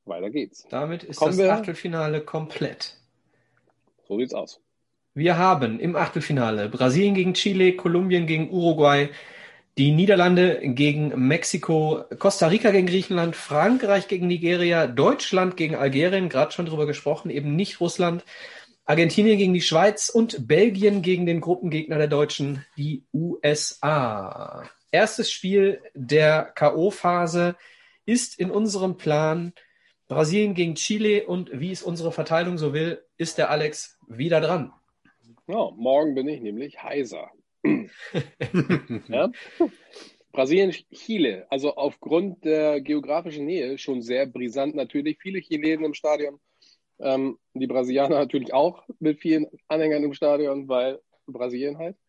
Weiter geht's. Damit ist Kommen das wir- Achtelfinale komplett. So sieht's aus. Wir haben im Achtelfinale Brasilien gegen Chile, Kolumbien gegen Uruguay, die Niederlande gegen Mexiko, Costa Rica gegen Griechenland, Frankreich gegen Nigeria, Deutschland gegen Algerien, gerade schon drüber gesprochen, eben nicht Russland, Argentinien gegen die Schweiz und Belgien gegen den Gruppengegner der Deutschen, die USA. Erstes Spiel der K.O.-Phase ist in unserem Plan Brasilien gegen Chile und wie es unsere Verteilung so will, ist der Alex wieder dran. Ja, morgen bin ich nämlich heiser. Ja? Brasilien, Chile, also aufgrund der geografischen Nähe schon sehr brisant natürlich. Viele Chilenen im Stadion. Die Brasilianer natürlich auch mit vielen Anhängern im Stadion, weil Brasilien halt.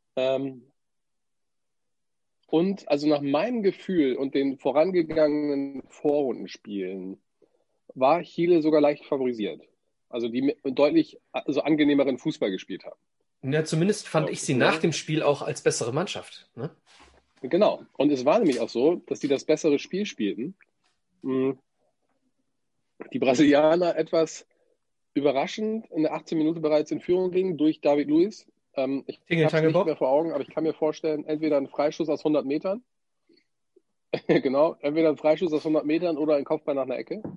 Und also nach meinem Gefühl und den vorangegangenen Vorrundenspielen war Chile sogar leicht favorisiert. Also die mit deutlich angenehmeren Fußball gespielt haben. Ja, zumindest fand ich sie nach dem Spiel auch als bessere Mannschaft. Ne? Genau. Und es war nämlich auch so, dass die das bessere Spiel spielten. Die Brasilianer etwas überraschend in der 18 Minute bereits in Führung gingen durch David Luiz. Ich habe es nicht mehr vor Augen, aber ich kann mir vorstellen, entweder ein Freischuss aus 100 Metern. Genau, entweder ein Freischuss aus 100 Metern oder ein Kopfball nach einer Ecke.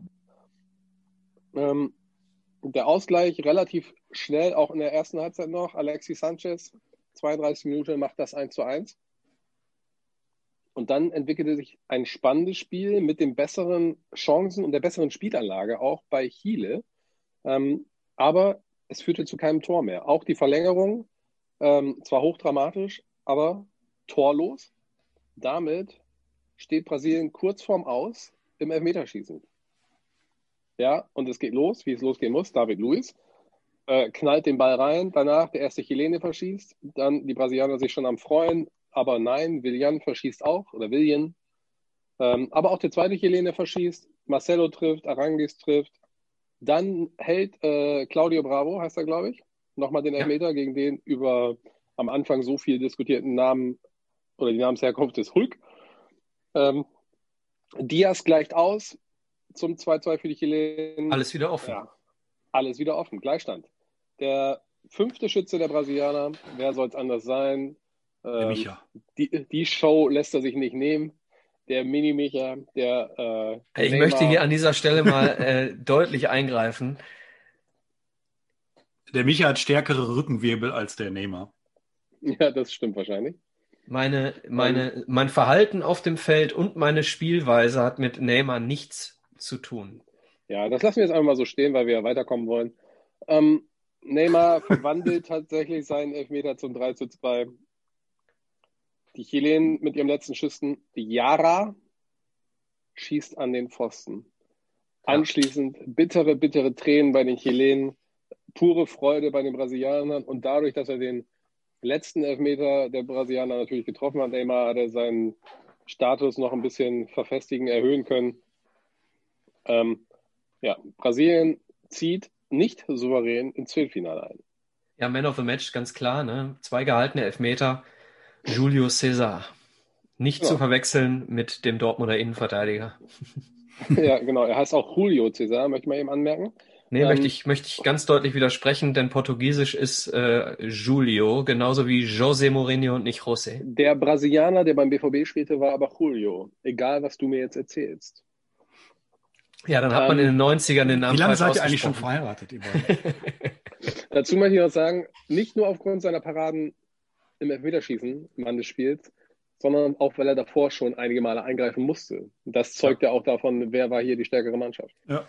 Der Ausgleich relativ schnell, auch in der ersten Halbzeit noch. Alexis Sanchez, 32 Minuten, macht das 1:1. Und dann entwickelte sich ein spannendes Spiel mit den besseren Chancen und der besseren Spielanlage, auch bei Chile. Aber es führte zu keinem Tor mehr. Auch die Verlängerung, zwar hochdramatisch, aber torlos. Damit steht Brasilien kurz vorm Aus im Elfmeterschießen. Ja, und es geht los, wie es losgehen muss. David Luiz knallt den Ball rein, danach der erste Chilene verschießt, dann die Brasilianer sich schon am Freuen, aber nein, Willian verschießt auch, oder Willian. Aber auch der zweite Chilene verschießt, Marcelo trifft, Aranguiz trifft. Dann hält Claudio Bravo, heißt er, glaube ich, nochmal den Elfmeter gegen den über am Anfang so viel diskutierten Namen oder die Namensherkunft des Hulk. Diaz gleicht aus zum 2:2 für die Chilenen. Alles wieder offen. Ja, alles wieder offen. Gleichstand. Der 5. Schütze der Brasilianer, wer soll es anders sein? Der Micha. Die Show lässt er sich nicht nehmen. Der Mini-Micha, der Ich möchte hier an dieser Stelle mal deutlich eingreifen. Der Micha hat stärkere Rückenwirbel als der Neymar. Ja, das stimmt wahrscheinlich. Mein Verhalten auf dem Feld und meine Spielweise hat mit Neymar nichts zu tun. Ja, das lassen wir jetzt einfach mal so stehen, weil wir ja weiterkommen wollen. Neymar verwandelt tatsächlich seinen Elfmeter zum 3:2. Die Chilenen mit ihrem letzten Schüssen, Yara schießt an den Pfosten. Ja. Anschließend bittere Tränen bei den Chilenen, pure Freude bei den Brasilianern und dadurch, dass er den letzten Elfmeter der Brasilianer natürlich getroffen hat, Neymar, hat er seinen Status noch ein bisschen verfestigen, erhöhen können. Brasilien zieht nicht souverän ins Viertelfinale ein. Ja, Man of the Match, ganz klar, ne? 2 gehaltene Elfmeter. Julio César. Nicht zu verwechseln mit dem Dortmunder Innenverteidiger. Ja, genau. Er heißt auch Julio César, möchte ich mal eben anmerken. Nee, möchte ich ganz deutlich widersprechen, denn Portugiesisch ist Julio, genauso wie José Mourinho und nicht José. Der Brasilianer, der beim BVB spielte, war aber Julio. Egal, was du mir jetzt erzählst. Ja, dann hat man in den 90ern den Namen. Wie lange seid ihr eigentlich schon verheiratet, ihr beiden? Dazu möchte ich noch sagen, nicht nur aufgrund seiner Paraden im Elfmeterschießen Mann des Spiels, sondern auch, weil er davor schon einige Male eingreifen musste. Das zeugt ja auch davon, wer war hier die stärkere Mannschaft. Ja.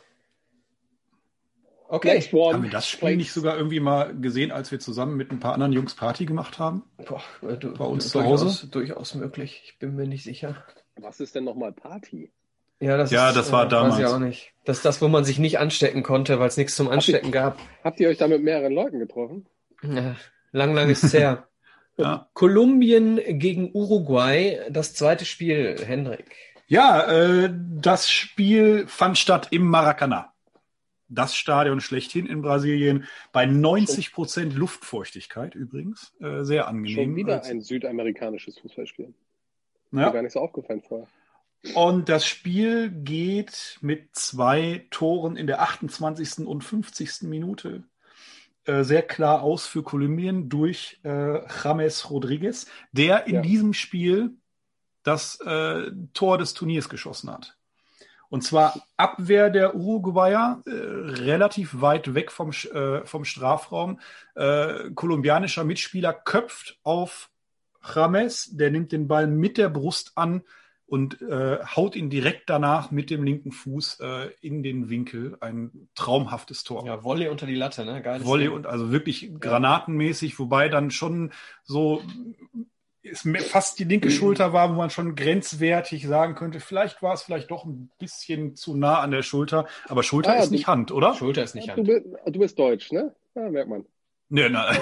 Okay. Haben wir das Spiel nicht sogar irgendwie mal gesehen, als wir zusammen mit ein paar anderen Jungs Party gemacht haben? Bei uns zu Hause? Durchaus möglich. Ich bin mir nicht sicher. Was ist denn nochmal Party? Ja, das war damals. Weiß ich auch nicht. Das ist das, wo man sich nicht anstecken konnte, weil es nichts zum Anstecken gab. Habt ihr euch da mit mehreren Leuten getroffen? Ja, lang ist es her. Ja. Kolumbien gegen Uruguay, das zweite Spiel, Hendrik. Ja, das Spiel fand statt im Maracanã. Das Stadion schlechthin in Brasilien, bei 90% Luftfeuchtigkeit übrigens. Sehr angenehm. Schon wieder ein südamerikanisches Fußballspiel. Ja. Mir gar nicht so aufgefallen vorher. Und das Spiel geht mit 2 Toren in der 28. und 50. Minute sehr klar aus für Kolumbien durch James Rodriguez, der in diesem Spiel das Tor des Turniers geschossen hat. Und zwar Abwehr der Uruguayer, relativ weit weg vom Strafraum. Kolumbianischer Mitspieler köpft auf James, der nimmt den Ball mit der Brust an und haut ihn direkt danach mit dem linken Fuß in den Winkel. Ein traumhaftes Tor. Ja, Volley unter die Latte, ne? Geiles Volley Ding. und also wirklich granatenmäßig, wobei dann schon so es fast die linke Schulter war, wo man schon grenzwertig sagen könnte, vielleicht war es vielleicht doch ein bisschen zu nah an der Schulter, aber Schulter ist nicht Hand, oder? Schulter ist nicht Hand. Du bist deutsch, ne? Ja, merkt man. Nee, nein.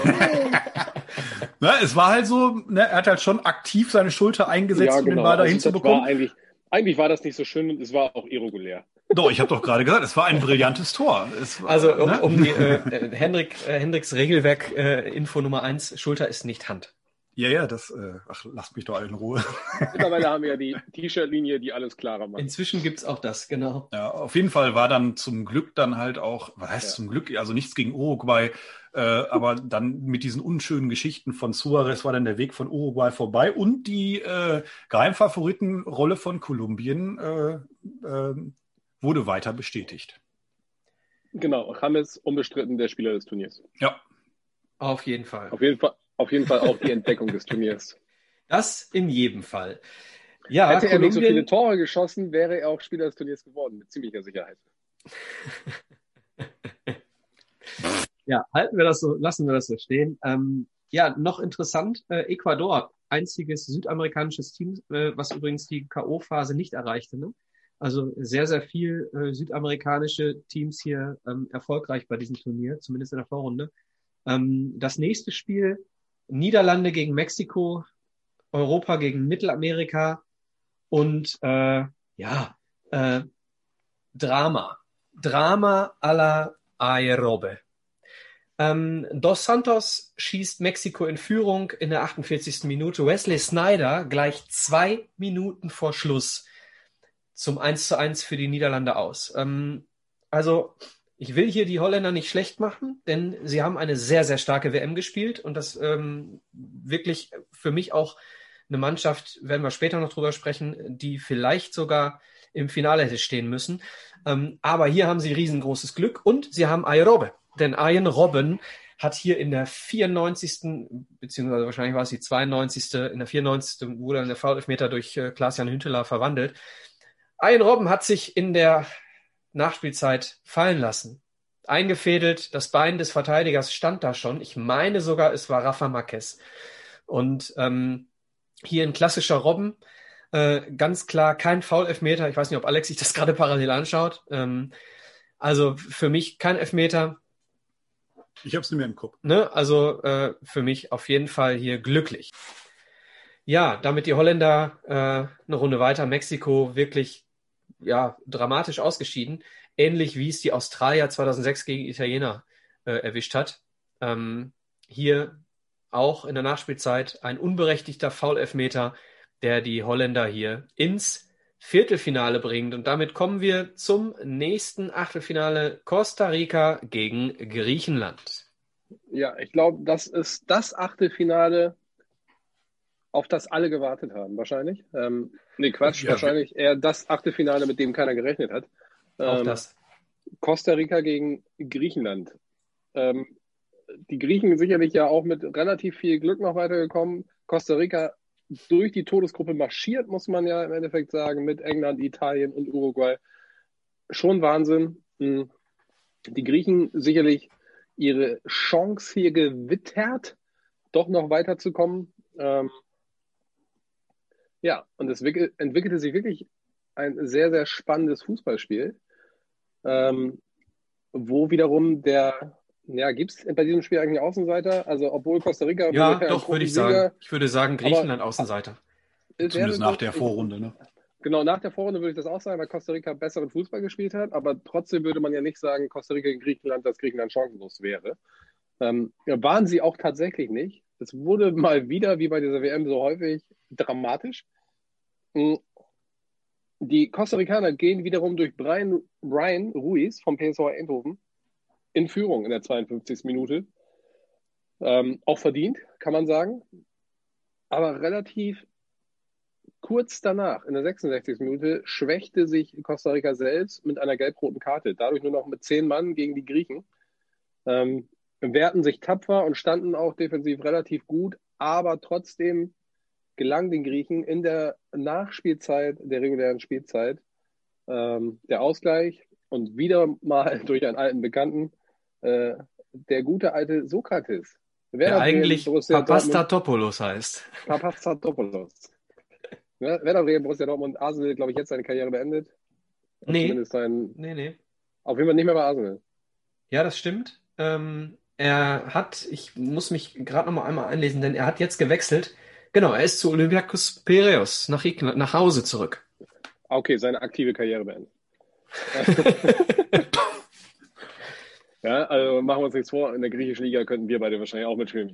Es war halt so, ne, er hat halt schon aktiv seine Schulter eingesetzt, um den Ball dahin zu bekommen. Eigentlich war das nicht so schön und es war auch irregulär. Doch, ich habe doch gerade gesagt, es war ein brillantes Tor. Um die Hendricks Regelwerk Info Nummer 1, Schulter ist nicht Hand. Ja, lasst mich doch alle in Ruhe. Mittlerweile haben wir ja die T-Shirt-Linie, die alles klarer macht. Inzwischen gibt's auch das, genau. Ja, auf jeden Fall war dann zum Glück dann halt auch, was heißt zum Glück, also nichts gegen Uruguay, aber dann mit diesen unschönen Geschichten von Suarez war dann der Weg von Uruguay vorbei und die Geheimfavoritenrolle von Kolumbien wurde weiter bestätigt. Genau, James unbestritten der Spieler des Turniers. Ja. Auf jeden Fall. Auf jeden Fall auch die Entdeckung des Turniers. Das in jedem Fall. Ja, hätte er nicht so viele Tore geschossen, wäre er auch Spieler des Turniers geworden, mit ziemlicher Sicherheit. Ja, lassen wir das so stehen. Noch interessant, Ecuador, einziges südamerikanisches Team, was übrigens die K.O.-Phase nicht erreichte. Ne? Also sehr, sehr viel südamerikanische Teams hier erfolgreich bei diesem Turnier, zumindest in der Vorrunde. Das nächste Spiel, Niederlande gegen Mexiko, Europa gegen Mittelamerika und Drama à la Aerobe. Dos Santos schießt Mexiko in Führung in der 48. Minute. Wesley Sneijder gleich 2 Minuten vor Schluss zum 1:1 für die Niederlande aus. Ich will hier die Holländer nicht schlecht machen, denn sie haben eine sehr, sehr starke WM gespielt und das wirklich für mich auch eine Mannschaft, werden wir später noch drüber sprechen, die vielleicht sogar im Finale hätte stehen müssen. Aber hier haben sie riesengroßes Glück und sie haben Aerobe, denn Arjen Robben hat hier in der 94. beziehungsweise wahrscheinlich war es die 92. In der 94. wurde dann der Foul-Elfmeter durch Klaas-Jan Huntelaar verwandelt. Arjen Robben hat sich in der Nachspielzeit fallen lassen. Eingefädelt, das Bein des Verteidigers stand da schon. Ich meine sogar, es war Rafa Marquez. Und hier ein klassischer Robben. Ganz klar kein Foul-Elfmeter. Ich weiß nicht, ob Alex sich das gerade parallel anschaut. Also für mich kein Elfmeter. Ich habe es nicht mehr im Kopf. Ne? Also für mich auf jeden Fall hier glücklich. Ja, damit die Holländer eine Runde weiter. Mexiko wirklich dramatisch ausgeschieden. Ähnlich wie es die Australier 2006 gegen Italiener erwischt hat. Hier auch in der Nachspielzeit ein unberechtigter Foul-Elfmeter, der die Holländer hier ins Viertelfinale bringt. Und damit kommen wir zum nächsten Achtelfinale. Costa Rica gegen Griechenland. Ja, ich glaube, das ist das Achtelfinale, auf das alle gewartet haben, wahrscheinlich. Wahrscheinlich eher das Achtelfinale, mit dem keiner gerechnet hat. Auch das. Costa Rica gegen Griechenland. Die Griechen sicherlich ja auch mit relativ viel Glück noch weitergekommen. Costa Rica durch die Todesgruppe marschiert, muss man ja im Endeffekt sagen, mit England, Italien und Uruguay. Schon Wahnsinn. Die Griechen sicherlich ihre Chance hier gewittert, doch noch weiterzukommen. Und es entwickelte sich wirklich ein sehr, sehr spannendes Fußballspiel, wo wiederum gibt es bei diesem Spiel eigentlich Außenseiter? Also obwohl Costa Rica... Ja, doch, würde ich sagen. Ich würde sagen, Griechenland Außenseiter. Zumindest nach der Vorrunde, ne? Genau, nach der Vorrunde würde ich das auch sagen, weil Costa Rica besseren Fußball gespielt hat, aber trotzdem würde man ja nicht sagen, Costa Rica gegen Griechenland, dass Griechenland chancenlos wäre. Waren sie auch tatsächlich nicht. Es wurde mal wieder, wie bei dieser WM so häufig, dramatisch. Die Costa Ricaner gehen wiederum durch Brian Ruiz vom PSV Eindhoven in Führung in der 52. Minute. Auch verdient, kann man sagen. Aber relativ kurz danach, in der 66. Minute, schwächte sich Costa Rica selbst mit einer gelb-roten Karte. Dadurch nur noch mit 10 Mann gegen die Griechen. Wehrten sich tapfer und standen auch defensiv relativ gut. Aber trotzdem gelang den Griechen in der Nachspielzeit, der regulären Spielzeit, der Ausgleich und wieder mal durch einen alten Bekannten, der gute alte Sokrates. Der eigentlich Papastatopoulos heißt. Papastatopoulos. Ja, Werder Bremen, Borussia Dortmund, Arsenal, glaube ich, jetzt seine Karriere beendet. Nee. Nee. Auf jeden Fall nicht mehr bei Arsenal. Ja, das stimmt. Ich muss mich gerade noch mal einmal einlesen, denn er hat jetzt gewechselt. Genau, er ist zu Olympiakos Piräus nach Hause zurück. Okay, seine aktive Karriere beendet. Ja, also machen wir uns nichts vor, in der griechischen Liga könnten wir beide wahrscheinlich auch mitspielen.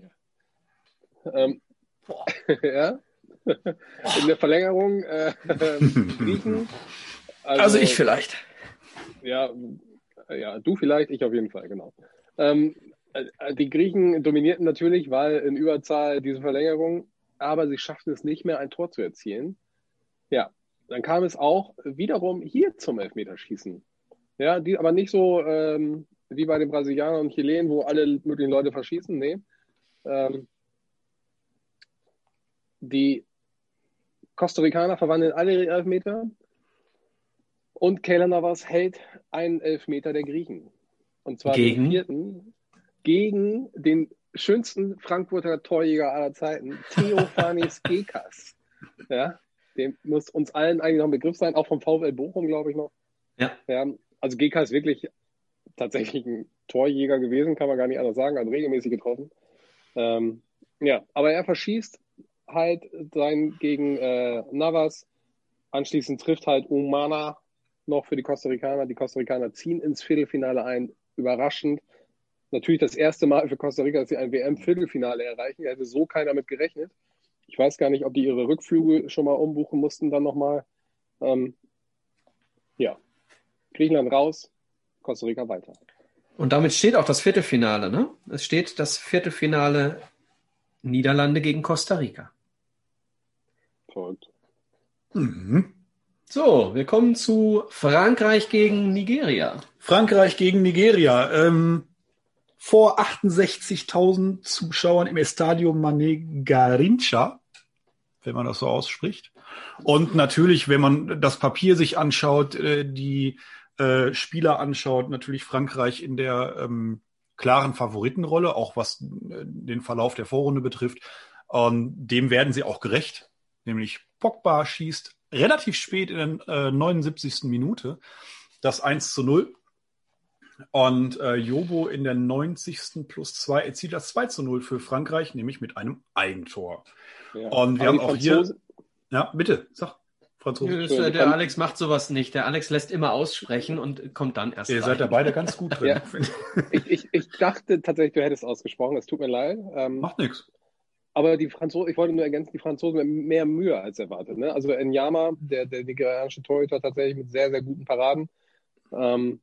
Ja. In der Verlängerung Griechen. Also ich vielleicht. Ja, du vielleicht, ich auf jeden Fall, genau. Die Griechen dominierten natürlich, weil in Überzahl diese Verlängerung, aber sie schafften es nicht mehr, ein Tor zu erzielen. Ja, dann kam es auch wiederum hier zum Elfmeterschießen. Ja, aber nicht so wie bei den Brasilianern und Chilenen, wo alle möglichen Leute verschießen. Nee. Die Costa Ricaner verwandeln alle ihre Elfmeter und Keylor Navas hält einen Elfmeter der Griechen. Und zwar den 4. gegen den schönsten Frankfurter Torjäger aller Zeiten, Theofanis Gekas. Ja, dem muss uns allen eigentlich noch ein Begriff sein, auch vom VfL Bochum, glaube ich noch. Ja. Also Gekas ist wirklich tatsächlich ein Torjäger gewesen, kann man gar nicht anders sagen, also regelmäßig getroffen. Aber er verschießt halt sein gegen Navas. Anschließend trifft halt Umana noch für die Costa Ricaner. Die Costa Ricaner ziehen ins Viertelfinale ein. Überraschend. Natürlich das erste Mal für Costa Rica, dass sie ein WM-Viertelfinale erreichen. Da hätte so keiner mit gerechnet. Ich weiß gar nicht, ob die ihre Rückflüge schon mal umbuchen mussten dann nochmal. Griechenland raus, Costa Rica weiter. Und damit steht auch das Viertelfinale, ne? Es steht das Viertelfinale Niederlande gegen Costa Rica. Verrückt. Mhm. So, wir kommen zu Frankreich gegen Nigeria. Frankreich gegen Nigeria. Vor 68.000 Zuschauern im Estadio Mané Garrincha, wenn man das so ausspricht. Und natürlich, wenn man das Papier sich anschaut, die Spieler anschaut, natürlich Frankreich in der klaren Favoritenrolle, auch was den Verlauf der Vorrunde betrifft. Und dem werden sie auch gerecht. Nämlich Pogba schießt relativ spät in der 79. Minute das 1:0. Und Yobo in der 90. +2 erzielt das 2:0 für Frankreich, nämlich mit einem Eigentor. Ja. Und wir haben auch hier... Ja, bitte, sag. Franzose. Der Alex macht sowas nicht. Der Alex lässt immer aussprechen und kommt dann erst Ihr seid da beide ganz gut drin. Ja. Ich dachte tatsächlich, du hättest ausgesprochen. Es tut mir leid. Macht nichts. Aber die Franzosen, ich wollte nur ergänzen, die Franzosen haben mehr Mühe als erwartet. Ne? Also Nyama, der nigerianische Torhüter, tatsächlich mit sehr, sehr guten Paraden. Und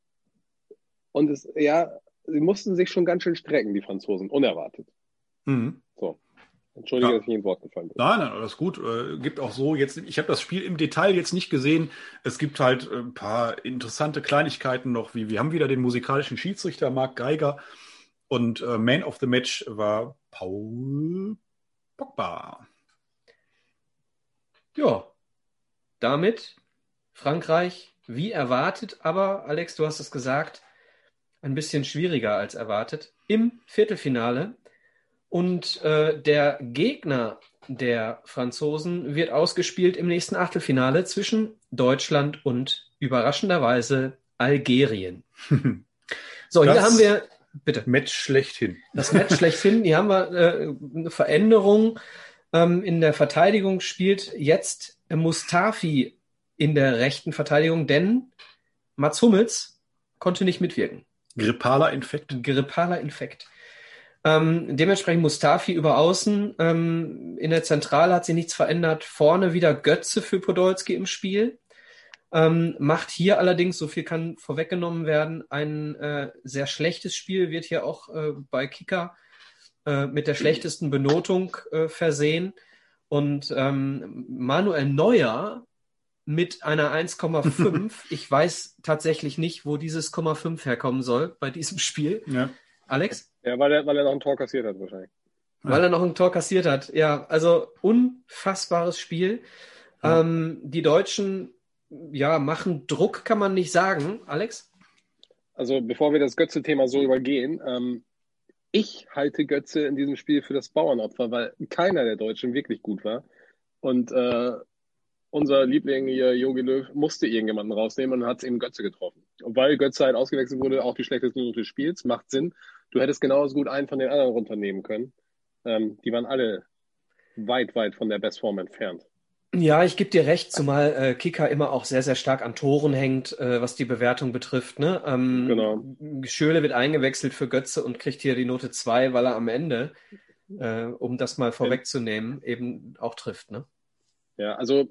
sie mussten sich schon ganz schön strecken, die Franzosen, unerwartet. Mhm. So. Entschuldige, dass ich Ihnen Wort gefallen bin. Nein, alles gut. Gibt auch so jetzt. Ich habe das Spiel im Detail jetzt nicht gesehen. Es gibt halt ein paar interessante Kleinigkeiten noch, wie wir haben wieder den musikalischen Schiedsrichter Marc Geiger und Man of the Match war Paul Pogba. Ja, damit Frankreich wie erwartet, aber Alex, du hast es gesagt, ein bisschen schwieriger als erwartet im Viertelfinale. Und der Gegner der Franzosen wird ausgespielt im nächsten Achtelfinale zwischen Deutschland und überraschenderweise Algerien. So, hier haben wir bitte Match schlechthin. Das Match schlechthin. Hier haben wir eine Veränderung. In der Verteidigung spielt jetzt Mustafi in der rechten Verteidigung, denn Mats Hummels konnte nicht mitwirken. Grippaler Infekt. Dementsprechend Mustafi über außen. In der Zentrale hat sich nichts verändert. Vorne wieder Götze für Podolski im Spiel. Macht hier allerdings, so viel kann vorweggenommen werden, ein sehr schlechtes Spiel, wird hier auch bei Kicker mit der schlechtesten Benotung versehen. Und Manuel Neuer mit einer 1,5. Ich weiß tatsächlich nicht, wo dieses 0,5 herkommen soll bei diesem Spiel. Ja. Alex? Ja, weil er noch ein Tor kassiert hat wahrscheinlich. Weil er noch ein Tor kassiert hat. Ja, also unfassbares Spiel. Ja. Die Deutschen machen Druck, kann man nicht sagen. Alex? Also bevor wir das Götze-Thema so übergehen, ich halte Götze in diesem Spiel für das Bauernopfer, weil keiner der Deutschen wirklich gut war. Und unser Liebling hier, Jogi Löw, musste irgendjemanden rausnehmen und hat es eben Götze getroffen. Und weil Götze halt ausgewechselt wurde, auch die schlechteste Minute des Spiels, macht Sinn. Du hättest genauso gut einen von den anderen runternehmen können. Die waren alle weit, weit von der Bestform entfernt. Ja, ich gebe dir recht, zumal Kicker immer auch sehr, sehr stark an Toren hängt, was die Bewertung betrifft. Ne? Genau. Schürrle wird eingewechselt für Götze und kriegt hier die Note 2, weil er am Ende, um das mal vorwegzunehmen, eben auch trifft. Ne? Ja, also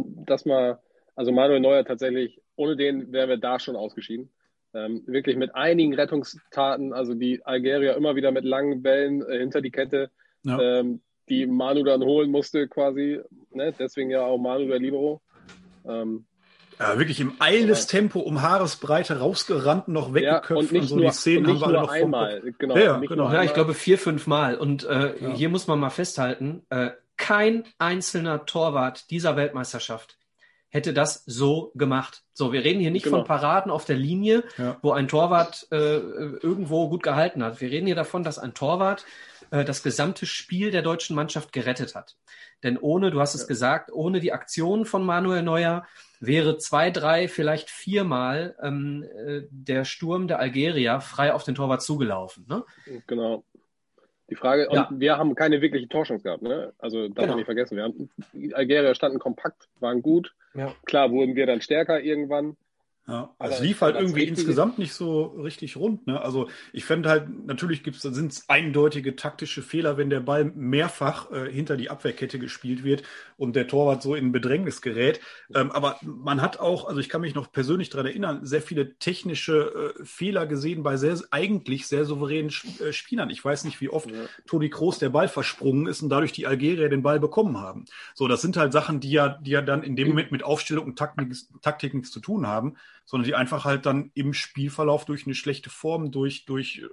Manuel Neuer tatsächlich, ohne den wären wir da schon ausgeschieden. Wirklich mit einigen Rettungstaten, also die Algerier immer wieder mit langen Bällen hinter die Kette, die Manu dann holen musste quasi. Ne? Deswegen ja auch Manu der Libero. Ja, wirklich im Eilestempo um Haaresbreite rausgerannt, noch weggeköpft. Ja, und nicht so nur, die Szenen und nicht haben wir alle nur noch vom einmal. Kopf. Genau, Ja, nicht genau. nur Ja, ich einmal. glaube 4-5 Mal. Und hier muss man mal festhalten, kein einzelner Torwart dieser Weltmeisterschaft hätte das so gemacht. So, wir reden hier nicht von Paraden auf der Linie, wo ein Torwart irgendwo gut gehalten hat. Wir reden hier davon, dass ein Torwart das gesamte Spiel der deutschen Mannschaft gerettet hat. Denn ohne, du hast es gesagt, ohne die Aktion von Manuel Neuer wäre 2, 3, vielleicht 4 Mal der Sturm der Algerier frei auf den Torwart zugelaufen. Ne? Genau. Die Frage, und wir haben keine wirkliche Torchance gehabt, ne? Also darf man nicht vergessen. Die Algerier standen kompakt, waren gut. Ja. Klar wurden wir dann stärker irgendwann. Ja, es lief halt irgendwie insgesamt nicht so richtig rund. Ne? Also ich fände halt, natürlich sind es eindeutige taktische Fehler, wenn der Ball mehrfach hinter die Abwehrkette gespielt wird und der Torwart so in Bedrängnis gerät. Aber man hat auch, also ich kann mich noch persönlich daran erinnern, sehr viele technische Fehler gesehen bei eigentlich sehr souveränen Spielern. Ich weiß nicht, wie oft Toni Kroos der Ball versprungen ist und dadurch die Algerier den Ball bekommen haben. So, das sind halt Sachen, die ja dann in dem Moment mit Aufstellung und Taktik nichts zu tun haben, sondern die einfach halt dann im Spielverlauf durch eine schlechte Form, durch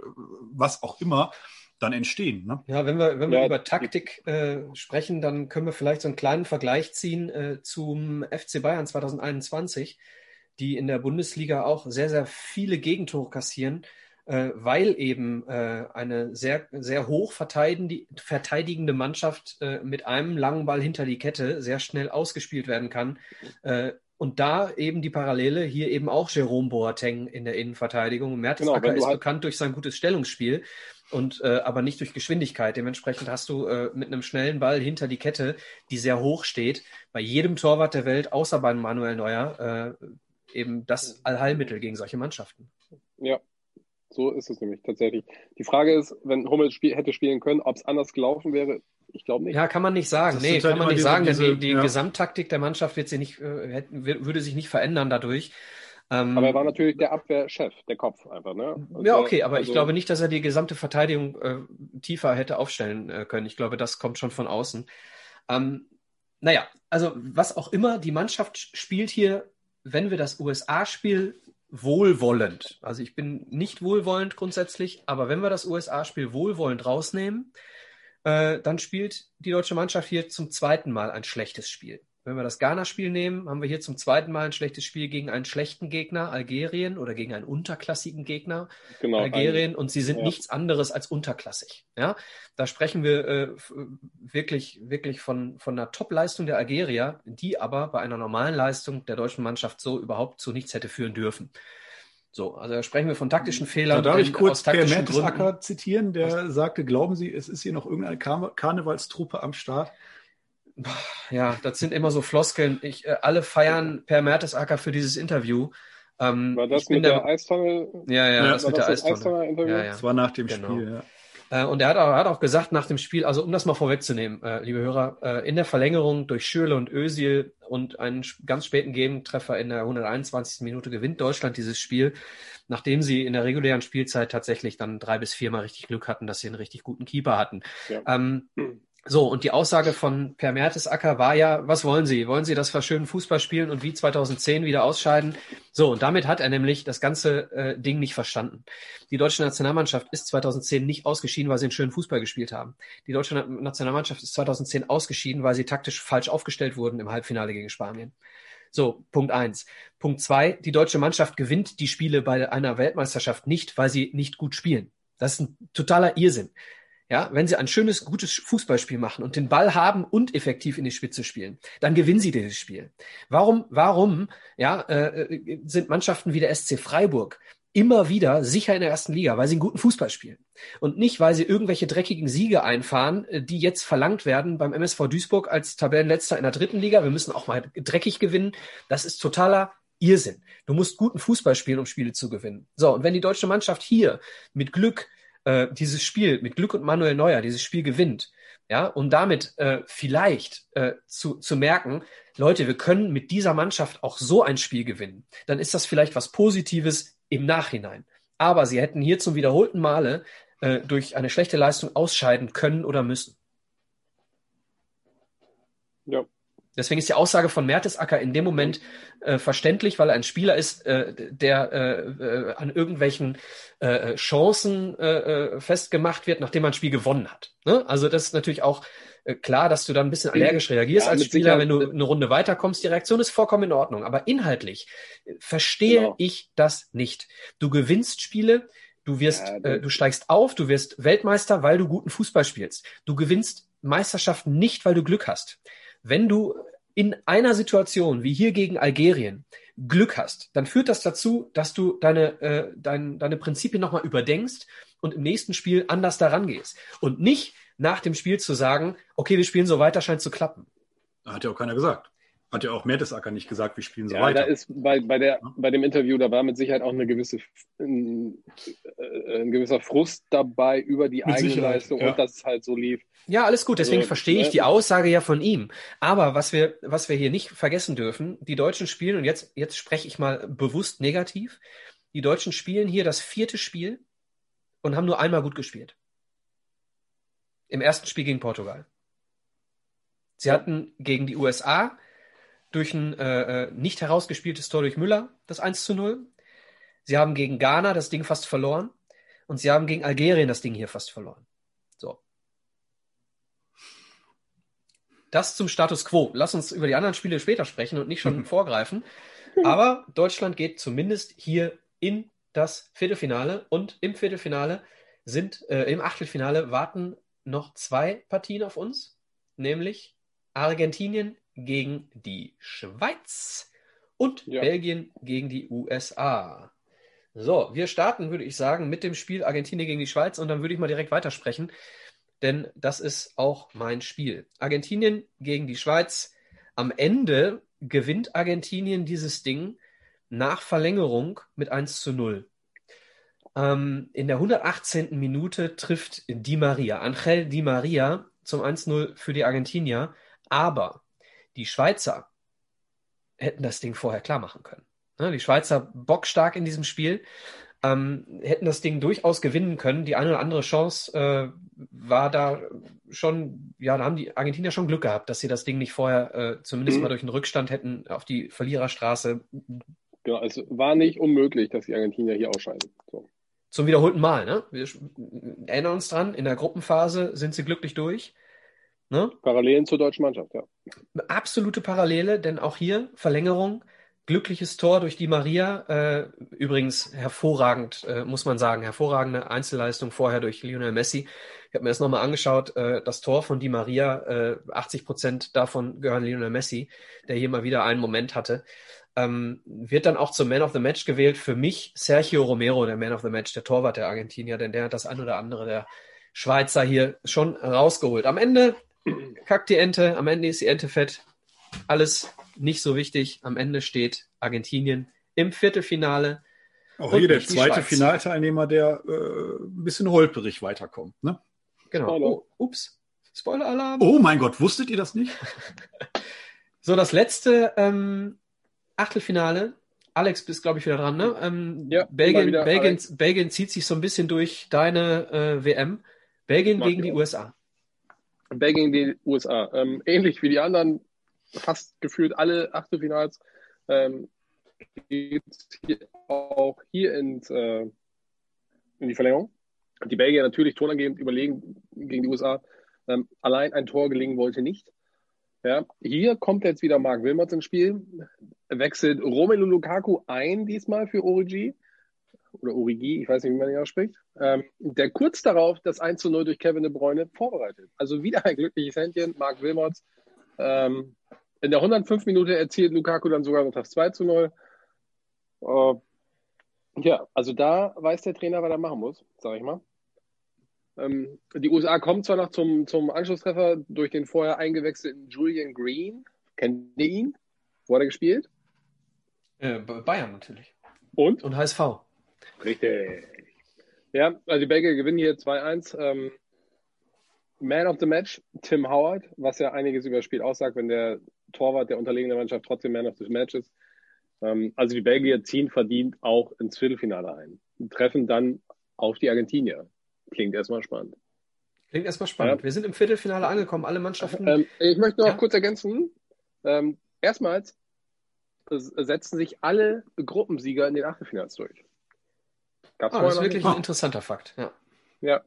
was auch immer, dann entstehen. Ne? Ja, wenn wir über Taktik sprechen, dann können wir vielleicht so einen kleinen Vergleich ziehen zum FC Bayern 2021, die in der Bundesliga auch sehr, sehr viele Gegentore kassieren, weil eben eine sehr, sehr hoch verteidigende Mannschaft mit einem langen Ball hinter die Kette sehr schnell ausgespielt werden kann. Und da eben die Parallele, hier eben auch Jerome Boateng in der Innenverteidigung. Mertesacker ist bekannt durch sein gutes Stellungsspiel und aber nicht durch Geschwindigkeit. Dementsprechend hast du mit einem schnellen Ball hinter die Kette, die sehr hoch steht, bei jedem Torwart der Welt, außer bei Manuel Neuer, eben das Allheilmittel gegen solche Mannschaften. Ja, so ist es nämlich tatsächlich. Die Frage ist, wenn Hummels hätte spielen können, ob es anders gelaufen wäre. Ich glaube nicht. Ja, kann man nicht sagen. Nee, kann man nicht sagen, denn die Gesamttaktik der Mannschaft würde sich nicht verändern dadurch. Aber er war natürlich der Abwehrchef, der Kopf einfach, ne? Ja, okay, aber ich glaube nicht, dass er die gesamte Verteidigung tiefer hätte aufstellen können. Ich glaube, das kommt schon von außen. Naja, also was auch immer, die Mannschaft spielt hier, wenn wir das USA-Spiel wohlwollend, also ich bin nicht wohlwollend grundsätzlich, aber wenn wir das USA-Spiel wohlwollend rausnehmen, dann spielt die deutsche Mannschaft hier zum zweiten Mal ein schlechtes Spiel. Wenn wir das Ghana-Spiel nehmen, haben wir hier zum zweiten Mal ein schlechtes Spiel gegen einen schlechten Gegner, Algerien, oder gegen einen unterklassigen Gegner, Algerien, und sie sind nichts anderes als unterklassig. Ja? Da sprechen wir wirklich, wirklich von einer Top-Leistung der Algerier, die aber bei einer normalen Leistung der deutschen Mannschaft so überhaupt zu nichts hätte führen dürfen. So, also da sprechen wir von taktischen Fehlern. Da darf ich kurz Per Mertesacker zitieren, der sagte, glauben Sie, es ist hier noch irgendeine Karnevalstruppe am Start? Ja, das sind immer so Floskeln. Alle feiern Per Mertesacker für dieses Interview. War das mit der Eistonne? Ja, das mit der Eistonne. Das war nach dem Spiel, ja. Und er hat auch gesagt nach dem Spiel, also um das mal vorwegzunehmen, liebe Hörer, in der Verlängerung durch Schürrle und Özil und einen ganz späten Gegentreffer in der 121. Minute gewinnt Deutschland dieses Spiel, nachdem sie in der regulären Spielzeit tatsächlich dann 3 bis 4 Mal richtig Glück hatten, dass sie einen richtig guten Keeper hatten. Ja. So, und die Aussage von Per Mertesacker war ja, was wollen Sie? Wollen Sie, dass wir schön Fußball spielen und wie 2010 wieder ausscheiden? So, und damit hat er nämlich das ganze Ding nicht verstanden. Die deutsche Nationalmannschaft ist 2010 nicht ausgeschieden, weil sie einen schönen Fußball gespielt haben. Die deutsche Nationalmannschaft ist 2010 ausgeschieden, weil sie taktisch falsch aufgestellt wurden im Halbfinale gegen Spanien. So, Punkt 1. Punkt 2, die deutsche Mannschaft gewinnt die Spiele bei einer Weltmeisterschaft nicht, weil sie nicht gut spielen. Das ist ein totaler Irrsinn. Ja, wenn sie ein schönes, gutes Fußballspiel machen und den Ball haben und effektiv in die Spitze spielen, dann gewinnen sie dieses Spiel. Warum sind Mannschaften wie der SC Freiburg immer wieder sicher in der ersten Liga? Weil sie einen guten Fußball spielen. Und nicht, weil sie irgendwelche dreckigen Siege einfahren, die jetzt verlangt werden beim MSV Duisburg als Tabellenletzter in der dritten Liga. Wir müssen auch mal dreckig gewinnen. Das ist totaler Irrsinn. Du musst guten Fußball spielen, um Spiele zu gewinnen. So, und wenn die deutsche Mannschaft hier mit Glück dieses Spiel mit Glück und Manuel Neuer dieses Spiel gewinnt, ja, und damit vielleicht zu merken, Leute, wir können mit dieser Mannschaft auch so ein Spiel gewinnen, dann ist das vielleicht was Positives im Nachhinein. Aber sie hätten hier zum wiederholten Male durch eine schlechte Leistung ausscheiden können oder müssen. Ja. Deswegen ist die Aussage von Mertesacker in dem Moment verständlich, weil er ein Spieler ist, der an irgendwelchen Chancen festgemacht wird, nachdem man ein Spiel gewonnen hat. Ne? Also das ist natürlich auch klar, dass du dann ein bisschen allergisch reagierst als Spieler, wenn du eine Runde weiterkommst. Die Reaktion ist vollkommen in Ordnung. Aber inhaltlich verstehe ich das nicht. Du gewinnst Spiele, du steigst auf, du wirst Weltmeister, weil du guten Fußball spielst. Du gewinnst Meisterschaften nicht, weil du Glück hast. Wenn du in einer Situation wie hier gegen Algerien Glück hast, dann führt das dazu, dass du deine Prinzipien nochmal überdenkst und im nächsten Spiel anders daran gehst. Und nicht nach dem Spiel zu sagen, okay, wir spielen so weiter, scheint zu klappen. Hat ja auch keiner gesagt. Hat ja auch Mertesacker nicht gesagt, wir spielen so Ja, weiter. da ist bei dem Interview, da war mit Sicherheit auch ein gewisser Frust dabei über die eigene Leistung und dass es halt so lief. Ja, alles gut, deswegen verstehe ich die Aussage ja von ihm. Aber was wir hier nicht vergessen dürfen, die Deutschen spielen, und jetzt spreche ich mal bewusst negativ, die Deutschen spielen hier das 4. Spiel und haben nur einmal gut gespielt. Im ersten Spiel gegen Portugal. Sie hatten gegen die USA durch ein nicht herausgespieltes Tor durch Müller das 1:0. Sie haben gegen Ghana das Ding fast verloren und sie haben gegen Algerien das Ding hier fast verloren. So. Das zum Status quo. Lass uns über die anderen Spiele später sprechen und nicht schon vorgreifen. Aber Deutschland geht zumindest hier in das Viertelfinale und im Achtelfinale warten noch 2 Partien auf uns, nämlich Argentinien gegen die Schweiz und Belgien gegen die USA. So, wir starten, würde ich sagen, mit dem Spiel Argentinien gegen die Schweiz und dann würde ich mal direkt weitersprechen, denn das ist auch mein Spiel. Argentinien gegen die Schweiz. Am Ende gewinnt Argentinien dieses Ding nach Verlängerung mit 1:0. In der 118. Minute trifft Angel Di Maria zum 1:0 für die Argentinier, aber die Schweizer hätten das Ding vorher klar machen können. Die Schweizer bockstark in diesem Spiel, hätten das Ding durchaus gewinnen können. Die eine oder andere Chance war da schon, ja, da haben die Argentinier schon Glück gehabt, dass sie das Ding nicht vorher zumindest mal durch einen Rückstand hätten auf die Verliererstraße. Genau, es war nicht unmöglich, dass die Argentinier hier ausscheiden. So. Zum wiederholten Mal, ne? Wir erinnern uns dran, in der Gruppenphase sind sie glücklich durch. Ne? Parallelen zur deutschen Mannschaft, ja. Absolute Parallele, denn auch hier Verlängerung, glückliches Tor durch Di Maria, übrigens hervorragend, muss man sagen, hervorragende Einzelleistung vorher durch Lionel Messi. Ich habe mir das nochmal angeschaut, das Tor von Di Maria, 80% davon gehören Lionel Messi, der hier mal wieder einen Moment hatte. Wird dann auch zum Man of the Match gewählt. Für mich Sergio Romero, der Man of the Match, der Torwart der Argentinier, denn der hat das ein oder andere der Schweizer hier schon rausgeholt. Am Ende kackt die Ente, am Ende ist die Ente fett. Alles nicht so wichtig. Am Ende steht Argentinien im Viertelfinale Auch hier der zweite Finalteilnehmer, der ein bisschen holperig weiterkommt, ne? Genau. Oh, ups. Spoiler-Alarm. Oh mein Gott, wusstet ihr das nicht? So, das letzte Achtelfinale. Alex, bist, glaube ich, wieder dran, ne? Ja, Belgien zieht sich so ein bisschen durch deine WM. Belgien gegen die USA. Belgien gegen die USA. Ähnlich wie die anderen, fast gefühlt alle Achtelfinals, geht auch hier in die Verlängerung. Die Belgier natürlich tonangebend überlegen gegen die USA. Allein ein Tor gelingen wollte nicht. Ja, hier kommt jetzt wieder Marc Wilmots ins Spiel. Wechselt Romelu Lukaku ein, diesmal für Origi. Oder Origi, ich weiß nicht, wie man ihn ausspricht. Der kurz darauf das 1:0 durch Kevin De Bruyne vorbereitet. Also wieder ein glückliches Händchen. Marc Wilmots. In der 105. Minute erzielt Lukaku dann sogar noch das 2:0. Ja, also da weiß der Trainer, was er machen muss, sag ich mal. Die USA kommen zwar noch zum Anschlusstreffer durch den vorher eingewechselten Julian Green. Kennt ihr ihn? Wo hat er gespielt? Bayern natürlich. Und HSV. Richtig. Ja, also die Belgier gewinnen hier 2:1. Man of the Match, Tim Howard, was ja einiges über das Spiel aussagt, wenn der Torwart der unterlegenen Mannschaft trotzdem Man of the Match ist. Also die Belgier ziehen verdient auch ins Viertelfinale ein. Und treffen dann auf die Argentinier. Klingt erstmal spannend. Ja. Wir sind im Viertelfinale angekommen, alle Mannschaften. Ich möchte noch kurz ergänzen. Erstmals setzen sich alle Gruppensieger in den Achtelfinals durch. Das ist wirklich ein interessanter Fakt. Ja.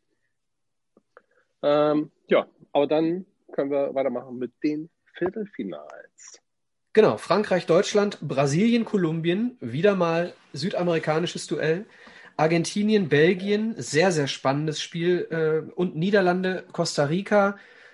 Aber dann können wir weitermachen mit den Viertelfinals. Genau, Frankreich, Deutschland, Brasilien, Kolumbien, wieder mal südamerikanisches Duell. Argentinien, Belgien, sehr, sehr spannendes Spiel. Und Niederlande, Costa Rica.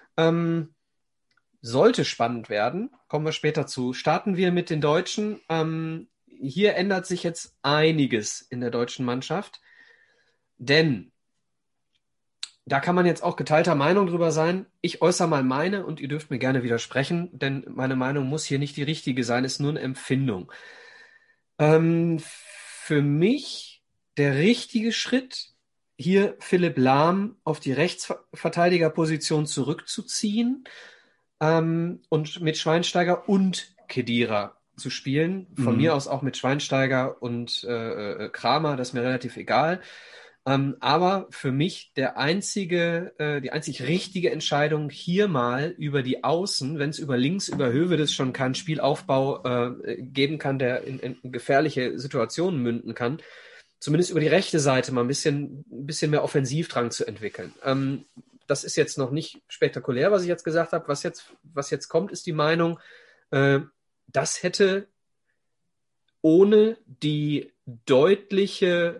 Sollte spannend werden, kommen wir später zu. Starten wir mit den Deutschen. Hier ändert sich jetzt einiges in der deutschen Mannschaft, denn da kann man jetzt auch geteilter Meinung drüber sein. Ich äußere mal meine und ihr dürft mir gerne widersprechen, denn meine Meinung muss hier nicht die richtige sein, ist nur eine Empfindung. Für mich der richtige Schritt, hier Philipp Lahm auf die Rechtsverteidigerposition zurückzuziehen und mit Schweinsteiger und Khedira zu spielen. Von mir aus auch mit Schweinsteiger und Kramer, das ist mir relativ egal. Aber für mich die einzig richtige Entscheidung hier mal über die Außen, wenn es über links, über Höwedes schon keinen Spielaufbau geben kann, der in gefährliche Situationen münden kann, zumindest über die rechte Seite mal ein bisschen mehr Offensivdrang zu entwickeln. Das ist jetzt noch nicht spektakulär, was ich jetzt gesagt habe. Was jetzt kommt, ist die Meinung, das hätte ohne die deutliche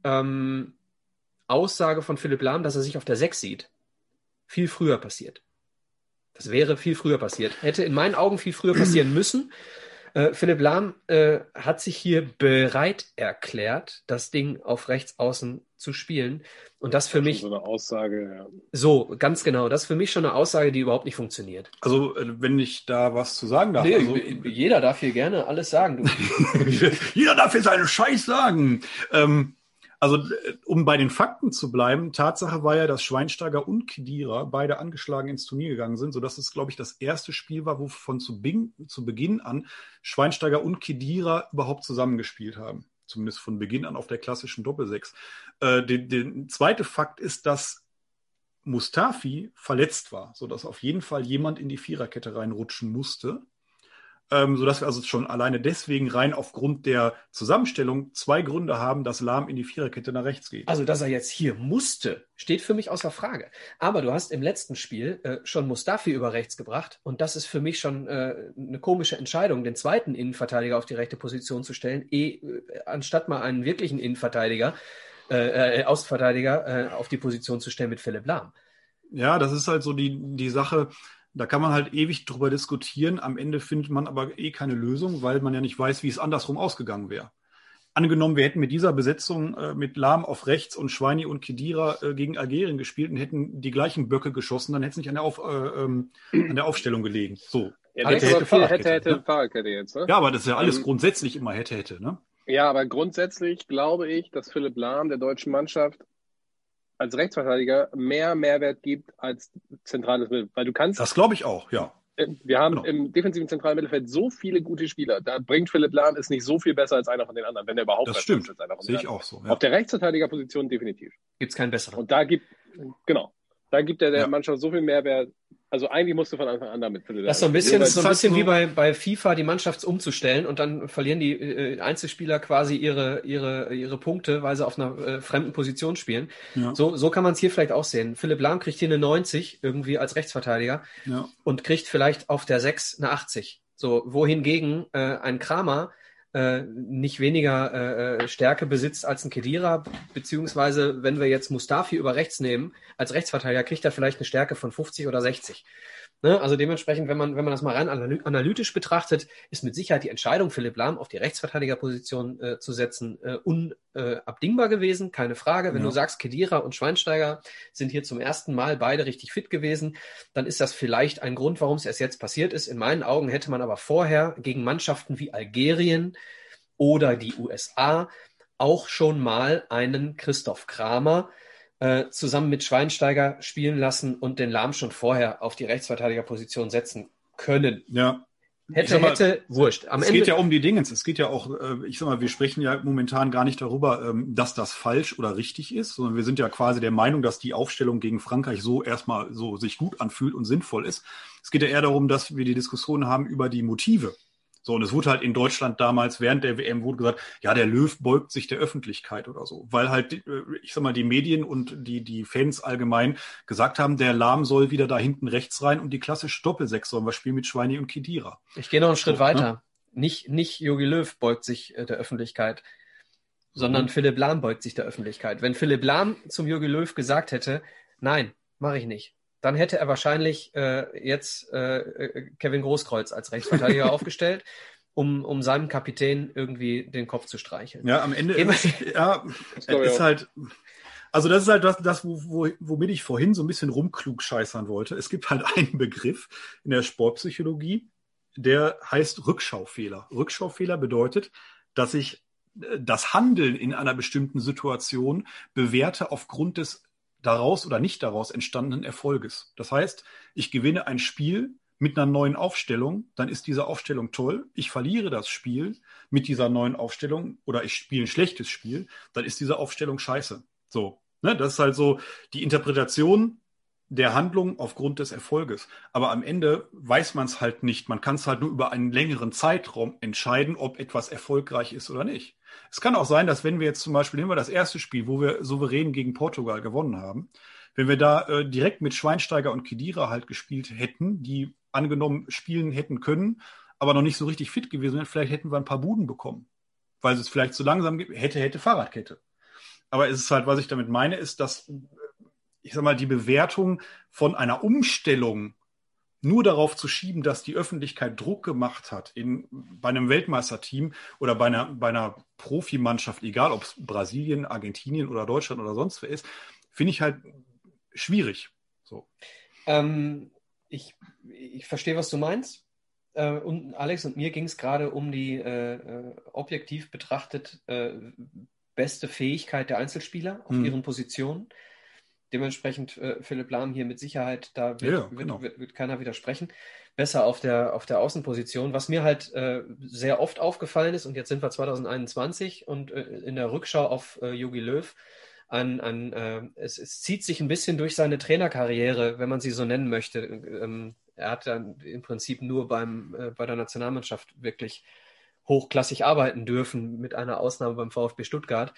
Aussage von Philipp Lahm, dass er sich auf der 6 sieht, viel früher passiert. Das wäre viel früher passiert. Hätte in meinen Augen viel früher passieren müssen. Philipp Lahm hat sich hier bereit erklärt, das Ding auf rechts außen zu spielen. Und das für mich... So eine Aussage, ja. So, ganz genau. Das ist für mich schon eine Aussage, die überhaupt nicht funktioniert. Also, wenn ich da was zu sagen darf. Nee, also, jeder darf hier gerne alles sagen. Jeder darf hier seinen Scheiß sagen. Also, um bei den Fakten zu bleiben, Tatsache war ja, dass Schweinsteiger und Khedira beide angeschlagen ins Turnier gegangen sind, sodass es, glaube ich, das erste Spiel war, wovon zu Beginn an Schweinsteiger und Khedira überhaupt zusammengespielt haben. Zumindest von Beginn an auf der klassischen Doppelsechs. Der zweite Fakt ist, dass Mustafi verletzt war, sodass auf jeden Fall jemand in die Viererkette reinrutschen musste. Sodass wir also schon alleine deswegen rein aufgrund der Zusammenstellung 2 Gründe haben, dass Lahm in die Viererkette nach rechts geht. Also, dass er jetzt hier musste, steht für mich außer Frage. Aber du hast im letzten Spiel schon Mustafi über rechts gebracht und das ist für mich schon eine komische Entscheidung, den zweiten Innenverteidiger auf die rechte Position zu stellen, anstatt mal einen wirklichen Innenverteidiger, Außenverteidiger auf die Position zu stellen mit Philipp Lahm. Ja, das ist halt so die Sache. Da kann man halt ewig drüber diskutieren. Am Ende findet man aber keine Lösung, weil man ja nicht weiß, wie es andersrum ausgegangen wäre. Angenommen, wir hätten mit dieser Besetzung mit Lahm auf rechts und Schweini und Khedira gegen Algerien gespielt und hätten die gleichen Böcke geschossen, dann hätte es nicht an der Aufstellung gelegen. So. Ja, hätte Fahrradkette jetzt, ne? Ja, aber das ist ja alles grundsätzlich immer hätte, ne? Ja, aber grundsätzlich glaube ich, dass Philipp Lahm der deutschen Mannschaft als Rechtsverteidiger mehr Mehrwert gibt als zentrales Mittelfeld. Weil du kannst, Das glaube ich auch, ja. wir haben Genau. im defensiven zentralen Mittelfeld so viele gute Spieler. Da bringt Philipp Lahm es nicht so viel besser als einer von den anderen, wenn er überhaupt Das besser ist stimmt. als einer von Sehe den ich anderen. auch so, ja. Auf der Rechtsverteidigerposition definitiv. Gibt's keinen besseren. Und da gibt er der Ja. Mannschaft so viel Mehrwert. Also eigentlich musst du von Anfang an damit Philipp Lahm. Das ist so ein spielen. bisschen, Nur ist so ein halt bisschen so- wie bei FIFA, die Mannschaft umzustellen und dann verlieren die Einzelspieler quasi ihre Punkte, weil sie auf einer fremden Position spielen. Ja. So kann man es hier vielleicht auch sehen. Philipp Lahm kriegt hier eine 90 irgendwie als Rechtsverteidiger Ja. und kriegt vielleicht auf der 6 eine 80. So, wohingegen ein Kramer nicht weniger Stärke besitzt als ein Kedira, beziehungsweise wenn wir jetzt Mustafi über rechts nehmen, als Rechtsverteidiger kriegt er vielleicht eine Stärke von 50 oder 60. Ne? Also dementsprechend, wenn man das mal rein analytisch betrachtet, ist mit Sicherheit die Entscheidung, Philipp Lahm auf die Rechtsverteidigerposition zu setzen, unabdingbar gewesen, keine Frage. Wenn du sagst, Khedira und Schweinsteiger sind hier zum ersten Mal beide richtig fit gewesen, dann ist das vielleicht ein Grund, warum es erst jetzt passiert ist. In meinen Augen hätte man aber vorher gegen Mannschaften wie Algerien oder die USA auch schon mal einen Christoph Kramer zusammen mit Schweinsteiger spielen lassen und den Lahm schon vorher auf die Rechtsverteidigerposition setzen können. Ja. Hätte, wurscht. Am Es Ende geht ja um die Dingens. Es geht ja auch, ich sag mal, wir sprechen ja momentan gar nicht darüber, dass das falsch oder richtig ist, sondern wir sind ja quasi der Meinung, dass die Aufstellung gegen Frankreich so erstmal so sich gut anfühlt und sinnvoll ist. Es geht ja eher darum, dass wir die Diskussion haben über die Motive. So, und es wurde halt in Deutschland damals während der WM wurde gesagt, ja, der Löw beugt sich der Öffentlichkeit oder so, weil halt, ich sag mal, die Medien und die Fans allgemein gesagt haben, der Lahm soll wieder da hinten rechts rein und die klassische Doppelsechs sollen wir spielen mit Schweini und Khedira. Ich gehe noch einen Schritt So, weiter. Nicht Jogi Löw beugt sich der Öffentlichkeit, sondern Philipp Lahm beugt sich der Öffentlichkeit. Wenn Philipp Lahm zum Jogi Löw gesagt hätte, nein, mache ich nicht, dann hätte er wahrscheinlich jetzt Kevin Großkreuz als Rechtsverteidiger aufgestellt, um seinem Kapitän irgendwie den Kopf zu streicheln. Ja, am Ende ist halt, also das ist halt das womit ich vorhin so ein bisschen rumklugscheißern wollte. Es gibt halt einen Begriff in der Sportpsychologie, der heißt Rückschaufehler. Rückschaufehler bedeutet, dass ich das Handeln in einer bestimmten Situation bewerte aufgrund des daraus oder nicht daraus entstandenen Erfolges. Das heißt, ich gewinne ein Spiel mit einer neuen Aufstellung, dann ist diese Aufstellung toll. Ich verliere das Spiel mit dieser neuen Aufstellung oder ich spiele ein schlechtes Spiel, dann ist diese Aufstellung scheiße. So, ne? Das ist halt so die Interpretation der Handlung aufgrund des Erfolges. Aber am Ende weiß man es halt nicht. Man kann es halt nur über einen längeren Zeitraum entscheiden, ob etwas erfolgreich ist oder nicht. Es kann auch sein, dass wenn wir jetzt zum Beispiel, nehmen wir das erste Spiel, wo wir souverän gegen Portugal gewonnen haben, wenn wir da direkt mit Schweinsteiger und Khedira halt gespielt hätten, die angenommen spielen hätten können, aber noch nicht so richtig fit gewesen wären, vielleicht hätten wir ein paar Buden bekommen. Weil es vielleicht zu langsam hätte Fahrradkette. Aber es ist halt, was ich damit meine, ist, dass ich sag mal, die Bewertung von einer Umstellung nur darauf zu schieben, dass die Öffentlichkeit Druck gemacht hat bei einem Weltmeisterteam oder bei einer Profimannschaft, egal ob es Brasilien, Argentinien oder Deutschland oder sonst wer ist, finde ich halt schwierig. So. Ich verstehe, was du meinst. Und Alex und mir ging es gerade um die objektiv betrachtet beste Fähigkeit der Einzelspieler auf ihren Positionen. Dementsprechend Philipp Lahm hier mit Sicherheit, da wird keiner widersprechen. Besser auf der Außenposition. Was mir halt sehr oft aufgefallen ist, und jetzt sind wir 2021 und in der Rückschau auf Jogi Löw, es zieht sich ein bisschen durch seine Trainerkarriere, wenn man sie so nennen möchte. Er hat dann im Prinzip nur bei der Nationalmannschaft wirklich hochklassig arbeiten dürfen, mit einer Ausnahme beim VfB Stuttgart.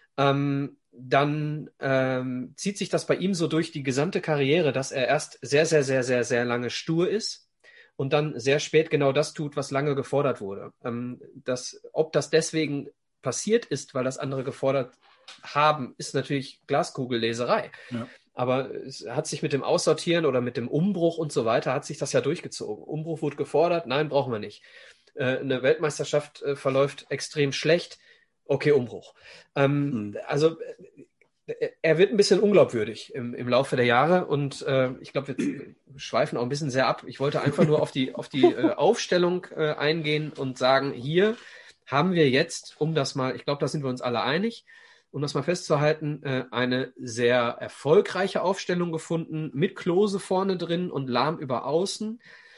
Dann zieht sich das bei ihm so durch die gesamte Karriere, dass er erst sehr, sehr, sehr, sehr, sehr lange stur ist und dann sehr spät genau das tut, was lange gefordert wurde. Ob das deswegen passiert ist, weil das andere gefordert haben, ist natürlich Glaskugelleserei. Ja. Aber es hat sich mit dem Aussortieren oder mit dem Umbruch und so weiter, hat sich das ja durchgezogen. Umbruch wurde gefordert, nein, brauchen wir nicht. Eine Weltmeisterschaft verläuft extrem schlecht, okay, Umbruch. Also er wird ein bisschen unglaubwürdig im Laufe der Jahre und ich glaube, wir schweifen auch ein bisschen sehr ab. Ich wollte einfach nur auf die Aufstellung eingehen und sagen, hier haben wir jetzt, ich glaube, da sind wir uns alle einig, um das mal festzuhalten, eine sehr erfolgreiche Aufstellung gefunden, mit Klose vorne drin und Lahm über außen.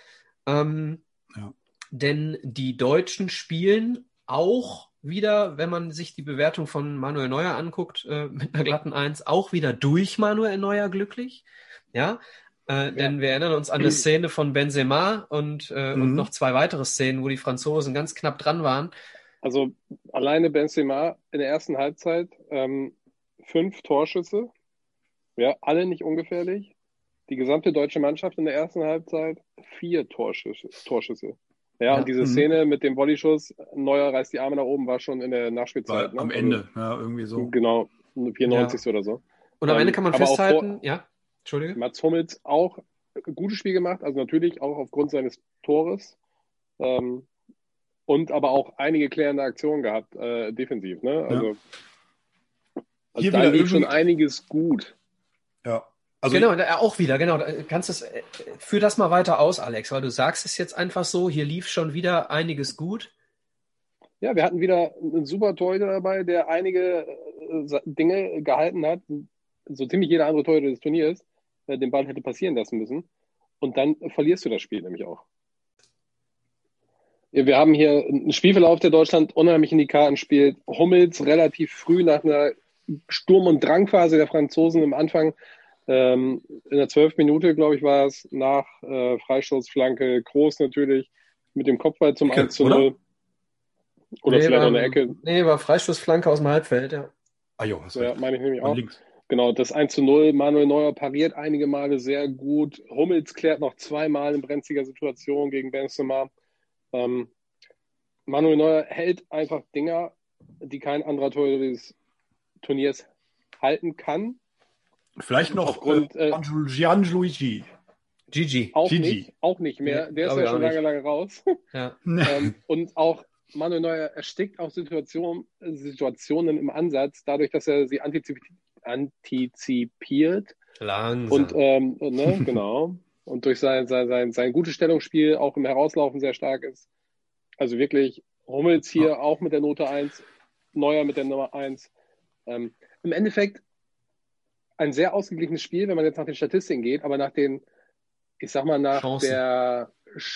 Denn die Deutschen spielen auch wieder, wenn man sich die Bewertung von Manuel Neuer anguckt, mit einer glatten 1, auch wieder durch Manuel Neuer glücklich. Ja, denn wir erinnern uns an eine Szene von Benzema und noch 2 weitere Szenen, wo die Franzosen ganz knapp dran waren. Also alleine Benzema in der ersten Halbzeit 5 Torschüsse, ja, alle nicht ungefährlich. Die gesamte deutsche Mannschaft in der ersten Halbzeit 4 Torschüsse. Ja, und diese Szene mit dem Volleyschuss, Neuer reißt die Arme nach oben, war schon in der Nachspielzeit. Am Ende, irgendwie so. Genau, 94. oder so. Und am Ende kann man festhalten, Entschuldige. Mats Hummels auch ein gutes Spiel gemacht, also natürlich auch aufgrund seines Tores. Und aber auch einige klärende Aktionen gehabt, defensiv. Ne? Also da lief schon einiges gut. Ja. Also genau, auch wieder, genau. Führ das mal weiter aus, Alex, weil du sagst es jetzt einfach so, hier lief schon wieder einiges gut. Ja, wir hatten wieder einen super Torhüter dabei, der einige Dinge gehalten hat, so ziemlich jeder andere Torhüter des Turniers, den Ball hätte passieren lassen müssen. Und dann verlierst du das Spiel nämlich auch. Ja, wir haben hier einen Spielverlauf, der Deutschland unheimlich in die Karten spielt. Hummels relativ früh nach einer Sturm- und Drangphase der Franzosen im Anfang, in der 12. Minute, glaube ich, war es, nach Freistoßflanke, Groß natürlich, mit dem Kopfball zum 1:0. Oder vielleicht noch eine Ecke. Nee, war Freistoßflanke aus dem Halbfeld, ja. Meine ich nämlich auch. Links. Genau, das 1:0, Manuel Neuer pariert einige Male sehr gut. Hummels klärt noch 2-mal in brenzliger Situation gegen Benzema. Manuel Neuer hält einfach Dinger, die kein anderer Torhüter des Turniers halten kann. Vielleicht noch Gianluigi. Gigi. Auch nicht mehr. Der ist ja schon lange raus. Ja. Und auch Manuel Neuer erstickt auch Situationen im Ansatz, dadurch, dass er sie antizipiert. Langsam. Und genau. Und durch sein gutes Stellungsspiel auch im Herauslaufen sehr stark ist. Also wirklich Hummels hier auch mit der Note 1, Neuer mit der Nummer 1. Im Endeffekt ein sehr ausgeglichenes Spiel, wenn man jetzt nach den Statistiken geht, aber nach den, ich sag mal, nach der,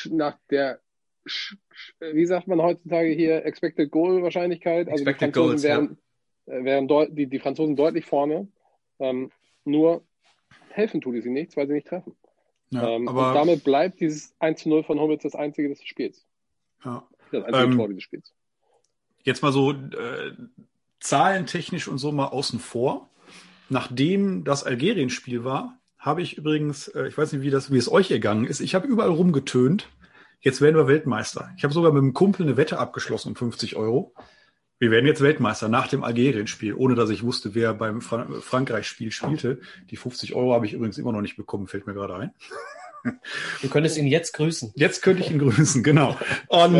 wie sagt man heutzutage hier, Expected Goal Wahrscheinlichkeit. Also die Franzosen wären die Franzosen deutlich vorne. Nur helfen tut es ihnen nichts, weil sie nicht treffen. Ja, und damit bleibt dieses 1:0 von Hummels das einzige des Spiels. Ja. Das einzige Tor dieses Spiels. Jetzt mal so zahlentechnisch und so mal außen vor. Nachdem das Algerien-Spiel war, habe ich übrigens, ich weiß nicht, wie es euch ergangen ist, ich habe überall rumgetönt, jetzt werden wir Weltmeister. Ich habe sogar mit einem Kumpel eine Wette abgeschlossen um 50 €. Wir werden jetzt Weltmeister nach dem Algerien-Spiel, ohne dass ich wusste, wer beim Frankreich-Spiel spielte. Die 50 € habe ich übrigens immer noch nicht bekommen, fällt mir gerade ein. Du könntest ihn jetzt grüßen. Jetzt könnte ich ihn grüßen, genau. Und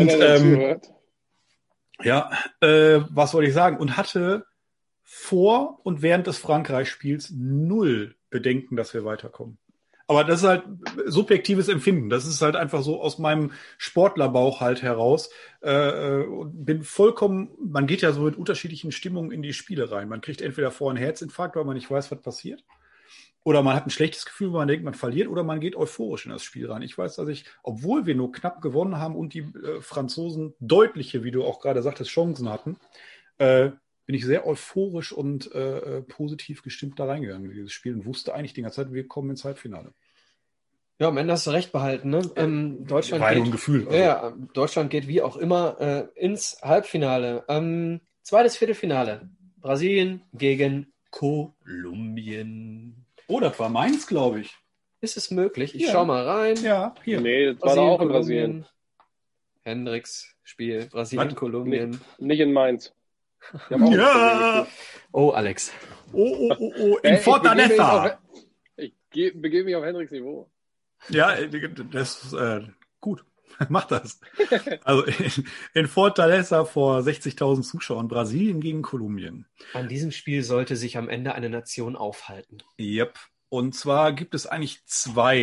was wollte ich sagen? Und hatte vor und während des Frankreich-Spiels 0 Bedenken, dass wir weiterkommen. Aber das ist halt subjektives Empfinden. Das ist halt einfach so aus meinem Sportlerbauch halt heraus. Bin vollkommen, man geht ja so mit unterschiedlichen Stimmungen in die Spiele rein. Man kriegt entweder vorher einen Herzinfarkt, weil man nicht weiß, was passiert. Oder man hat ein schlechtes Gefühl, weil man denkt, man verliert. Oder man geht euphorisch in das Spiel rein. Ich weiß, dass obwohl wir nur knapp gewonnen haben und die Franzosen deutliche, wie du auch gerade sagtest, Chancen hatten, bin ich sehr euphorisch und positiv gestimmt da reingegangen in dieses Spiel und wusste eigentlich die ganze Zeit, wir kommen ins Halbfinale. Ja, am Ende hast du recht behalten. Ne? Deutschland war nur ein Gefühl. Also. Ja, Deutschland geht wie auch immer ins Halbfinale. Zweites Viertelfinale. Brasilien gegen Kolumbien. Oh, das war meins, glaube ich. Ist es möglich? Ich schau mal rein. Ja, hier. Nee, das war da auch in Brasilien. Hendricks Spiel. Brasilien, Kolumbien. Nicht in Mainz. Ja! Oh, Alex. Oh. In Fortaleza. Ich begebe mich auf Hendricks Niveau. Ja, das ist gut. Mach das. Also in Fortaleza vor 60.000 Zuschauern. Brasilien gegen Kolumbien. An diesem Spiel sollte sich am Ende eine Nation aufhalten. Yep. Und zwar gibt es eigentlich 2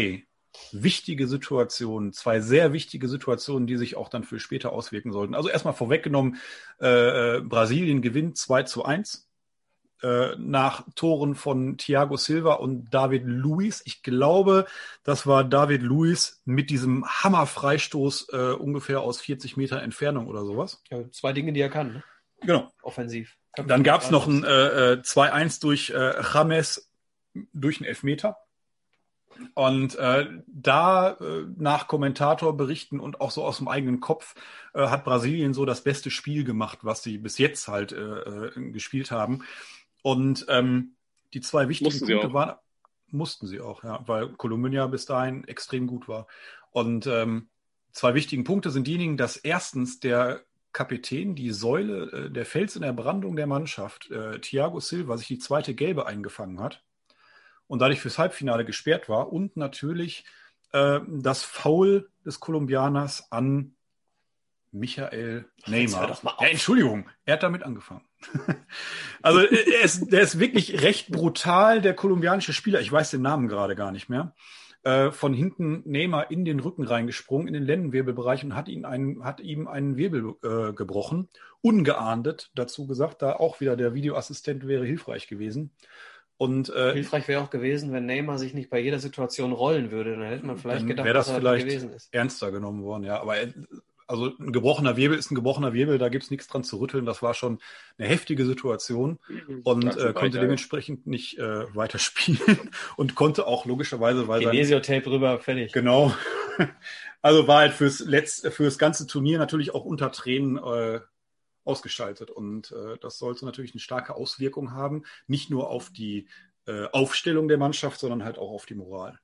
wichtige Situationen, zwei sehr wichtige Situationen, die sich auch dann für später auswirken sollten. Also erstmal vorweggenommen, Brasilien gewinnt 2-1 nach Toren von Thiago Silva und David Luiz. Ich glaube, das war David Luiz mit diesem Hammerfreistoß ungefähr aus 40 Metern Entfernung oder sowas. Ja, zwei Dinge, die er kann, ne? Genau. Offensiv. Dann gab es noch ein 2-1 durch James durch einen Elfmeter. Und nach Kommentatorberichten und auch so aus dem eigenen Kopf hat Brasilien so das beste Spiel gemacht, was sie bis jetzt halt gespielt haben. Und die zwei wichtigen Punkte waren, mussten sie auch, ja, weil Kolumbien ja bis dahin extrem gut war. Und zwei wichtigen Punkte sind diejenigen, dass erstens der Kapitän, die Säule, der Fels in der Brandung der Mannschaft, Thiago Silva, sich die zweite Gelbe eingefangen hat und dadurch fürs Halbfinale gesperrt war und natürlich das Foul des Kolumbianers an Michael Neymar. Ja, Entschuldigung, er hat damit angefangen. Also der ist wirklich recht brutal, der kolumbianische Spieler, ich weiß den Namen gerade gar nicht mehr, von hinten Neymar in den Rücken reingesprungen, in den Lendenwirbelbereich und hat ihm einen Wirbel gebrochen. Ungeahndet, dazu gesagt, da auch wieder der Videoassistent wäre hilfreich gewesen. Und hilfreich wäre auch gewesen, wenn Neymar sich nicht bei jeder Situation rollen würde. Dann hätte man vielleicht gedacht, dass er vielleicht gewesen ist. Ernster genommen worden, ja. Aber also ein gebrochener Wirbel ist ein gebrochener Wirbel, da gibt's nichts dran zu rütteln. Das war schon eine heftige Situation und konnte dementsprechend nicht weiterspielen und konnte auch logischerweise, weil Kinesio-Tape rüber, fertig. Genau. Also war halt fürs ganze Turnier natürlich auch unter Tränen ausgeschaltet und das sollte natürlich eine starke Auswirkung haben, nicht nur auf die Aufstellung der Mannschaft, sondern halt auch auf die Moral.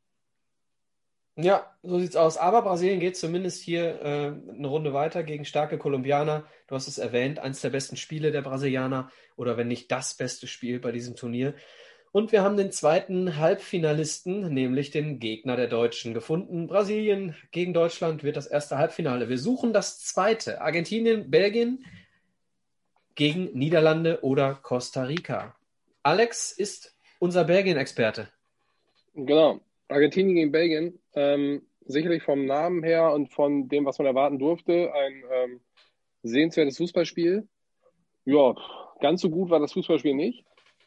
Ja, so sieht's aus. Aber Brasilien geht zumindest hier eine Runde weiter gegen starke Kolumbianer. Du hast es erwähnt, eins der besten Spiele der Brasilianer oder wenn nicht das beste Spiel bei diesem Turnier. Und wir haben den zweiten Halbfinalisten, nämlich den Gegner der Deutschen, gefunden. Brasilien gegen Deutschland wird das erste Halbfinale. Wir suchen das zweite. Argentinien, Belgien gegen Niederlande oder Costa Rica. Alex ist unser Belgien-Experte. Genau. Argentinien gegen Belgien, sicherlich vom Namen her und von dem, was man erwarten durfte, ein sehenswertes Fußballspiel. Ja, ganz so gut war das Fußballspiel nicht.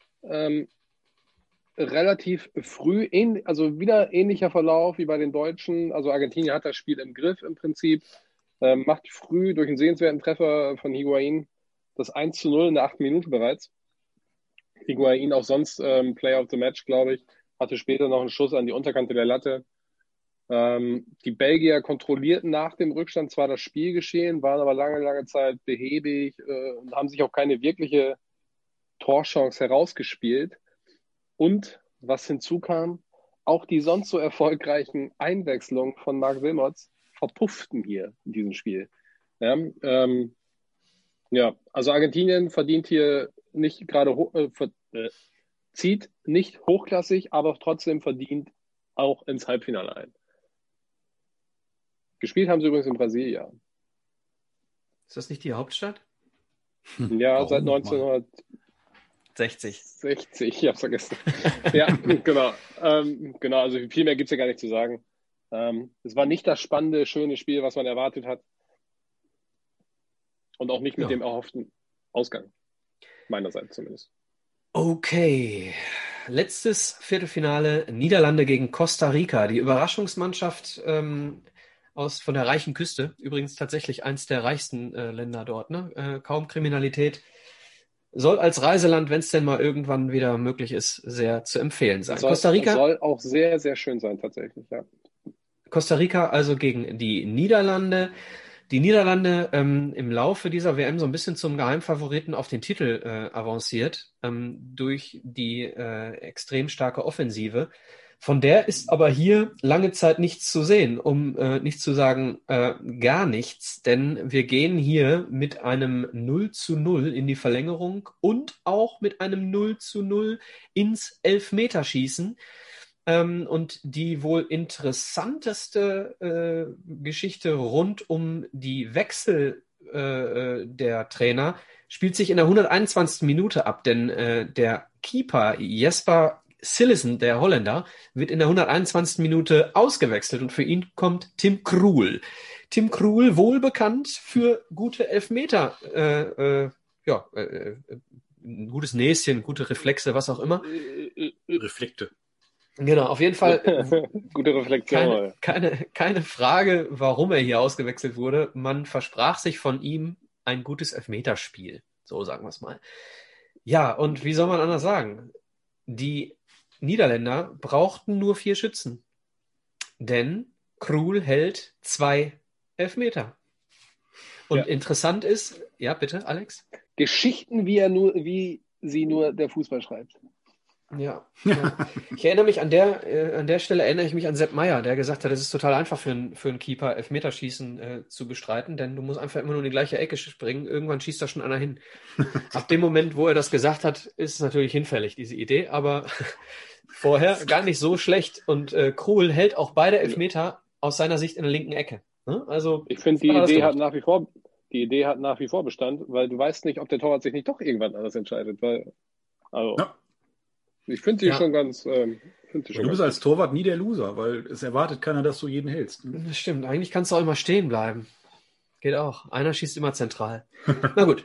Relativ früh, also wieder ähnlicher Verlauf wie bei den Deutschen. Also Argentinien hat das Spiel im Griff im Prinzip, macht früh durch einen sehenswerten Treffer von Higuaín das 1-0 in der 8. Minute bereits. Higuaín auch sonst Player of the Match, glaube ich. Hatte später noch einen Schuss an die Unterkante der Latte. Die Belgier kontrollierten nach dem Rückstand zwar das Spielgeschehen, waren aber lange Zeit behäbig und haben sich auch keine wirkliche Torchance herausgespielt. Und was hinzukam, auch die sonst so erfolgreichen Einwechslungen von Marc Wilmots verpufften hier in diesem Spiel. Ja, also Argentinien verdient hier nicht gerade zieht nicht hochklassig, aber trotzdem verdient auch ins Halbfinale ein. Gespielt haben sie übrigens in Brasilien. Ist das nicht die Hauptstadt? Ja, seit 1960. Ich hab's vergessen. Ja, genau. Genau, also viel mehr gibt's ja gar nicht zu sagen. Es war nicht das spannende, schöne Spiel, was man erwartet hat. Und auch nicht mit dem erhofften Ausgang. Meinerseits zumindest. Okay, letztes Viertelfinale, Niederlande gegen Costa Rica. Die Überraschungsmannschaft von der reichen Küste, übrigens tatsächlich eins der reichsten Länder dort, ne? Kaum Kriminalität. Soll als Reiseland, wenn es denn mal irgendwann wieder möglich ist, sehr zu empfehlen sein. Costa Rica soll auch sehr, sehr schön sein tatsächlich, ja. Costa Rica also gegen die Niederlande. Die Niederlande im Laufe dieser WM so ein bisschen zum Geheimfavoriten auf den Titel avanciert durch die extrem starke Offensive. Von der ist aber hier lange Zeit nichts zu sehen, um nicht zu sagen gar nichts, denn wir gehen hier mit einem 0-0 in die Verlängerung und auch mit einem 0-0 ins Elfmeterschießen. Und die wohl interessanteste Geschichte rund um die Wechsel der Trainer spielt sich in der 121. Minute ab, denn der Keeper Jesper Cillessen, der Holländer, wird in der 121. Minute ausgewechselt und für ihn kommt Tim Krul. Tim Krul, wohl bekannt für gute Elfmeter, ein gutes Näschen, gute Reflexe, was auch immer. Reflekte. Genau, auf jeden Fall Gute Reflexion. keine Frage, warum er hier ausgewechselt wurde. Man versprach sich von ihm ein gutes Elfmeterspiel. So sagen wir es mal. Ja, und wie soll man anders sagen? Die Niederländer brauchten nur 4 Schützen. Denn Krul hält 2 Elfmeter. Und interessant ist, ja bitte, Alex? Geschichten, wie sie nur der Fußball schreibt. Ja. Ich erinnere mich an der Stelle erinnere ich mich an Sepp Maier, der gesagt hat, es ist total einfach für einen Keeper Elfmeterschießen zu bestreiten, denn du musst einfach immer nur in die gleiche Ecke springen, irgendwann schießt da schon einer hin. Ab dem Moment, wo er das gesagt hat, ist es natürlich hinfällig, diese Idee, aber vorher gar nicht so schlecht und Krul hält auch beide Elfmeter aus seiner Sicht in der linken Ecke. Ne? Also ich finde, die Idee hat nach wie vor Bestand, weil du weißt nicht, ob der Torwart sich nicht doch irgendwann anders entscheidet, ich finde sie schon ganz. Du bist als Torwart nie der Loser, weil es erwartet keiner, dass du jeden hältst. Das stimmt. Eigentlich kannst du auch immer stehen bleiben. Geht auch. Einer schießt immer zentral. Na gut.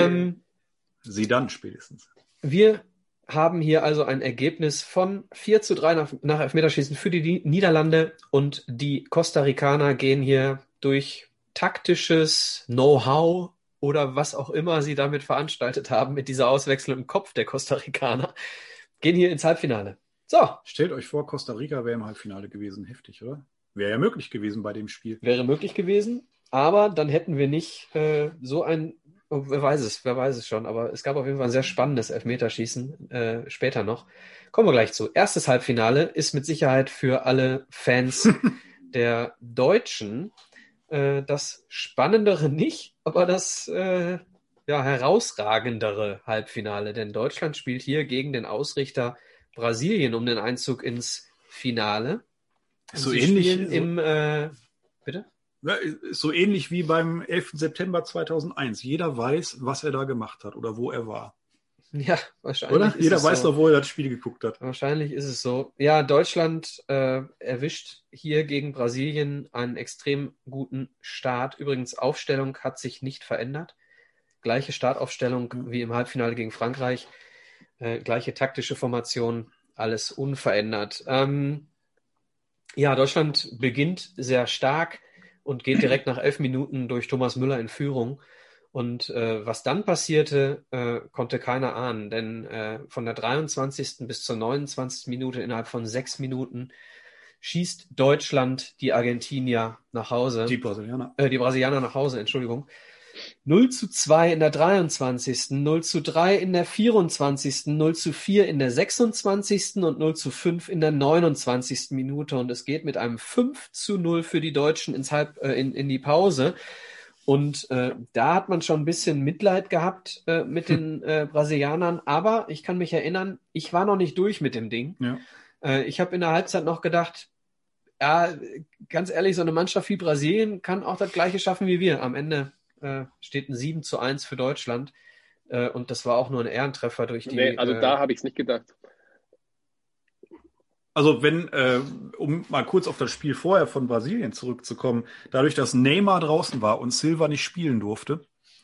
Sie dann spätestens. Wir haben hier also ein Ergebnis von 4:3 nach Elfmeterschießen für die Niederlande und die Costa Ricaner gehen hier durch taktisches Know-how oder was auch immer sie damit veranstaltet haben mit dieser Auswechslung im Kopf der Costa Ricaner. Gehen hier ins Halbfinale. So. Stellt euch vor, Costa Rica wäre im Halbfinale gewesen. Heftig, oder? Wäre ja möglich gewesen bei dem Spiel. Wäre möglich gewesen, aber dann hätten wir nicht wer weiß es schon, aber es gab auf jeden Fall ein sehr spannendes Elfmeterschießen später noch. Kommen wir gleich zu. Erstes Halbfinale ist mit Sicherheit für alle Fans der Deutschen das Spannendere nicht, aber das herausragendere Halbfinale, denn Deutschland spielt hier gegen den Ausrichter Brasilien um den Einzug ins Finale. So ähnlich bitte? Ja, so ähnlich wie beim 11. September 2001. Jeder weiß, was er da gemacht hat oder wo er war. Ja, wahrscheinlich. Oder? Jeder weiß doch, wo er das Spiel geguckt hat. Wahrscheinlich ist es so. Ja, Deutschland erwischt hier gegen Brasilien einen extrem guten Start. Übrigens, Aufstellung hat sich nicht verändert. Gleiche Startaufstellung wie im Halbfinale gegen Frankreich. Gleiche taktische Formation, alles unverändert. Deutschland beginnt sehr stark und geht direkt nach 11 Minuten durch Thomas Müller in Führung. Und was dann passierte, konnte keiner ahnen, denn von der 23. bis zur 29. Minute innerhalb von 6 Minuten schießt Deutschland die Argentinier nach Hause. Die Brasilianer. Die Brasilianer nach Hause, Entschuldigung. 0:2 in der 23., 0:3 in der 24., 0:4 in der 26. und 0:5 in der 29. Minute. Und es geht mit einem 5:0 für die Deutschen in die Pause. Und da hat man schon ein bisschen Mitleid gehabt mit den Brasilianern. Aber ich kann mich erinnern, ich war noch nicht durch mit dem Ding. Ja. Ich habe in der Halbzeit noch gedacht, ja, ganz ehrlich, so eine Mannschaft wie Brasilien kann auch das Gleiche schaffen wie wir. Am Ende steht ein 7:1 für Deutschland. Und das war auch nur ein Ehrentreffer durch die... Nee, also da habe ich es nicht gedacht. Also um mal kurz auf das Spiel vorher von Brasilien zurückzukommen, dadurch, dass Neymar draußen war und Silva nicht spielen durfte,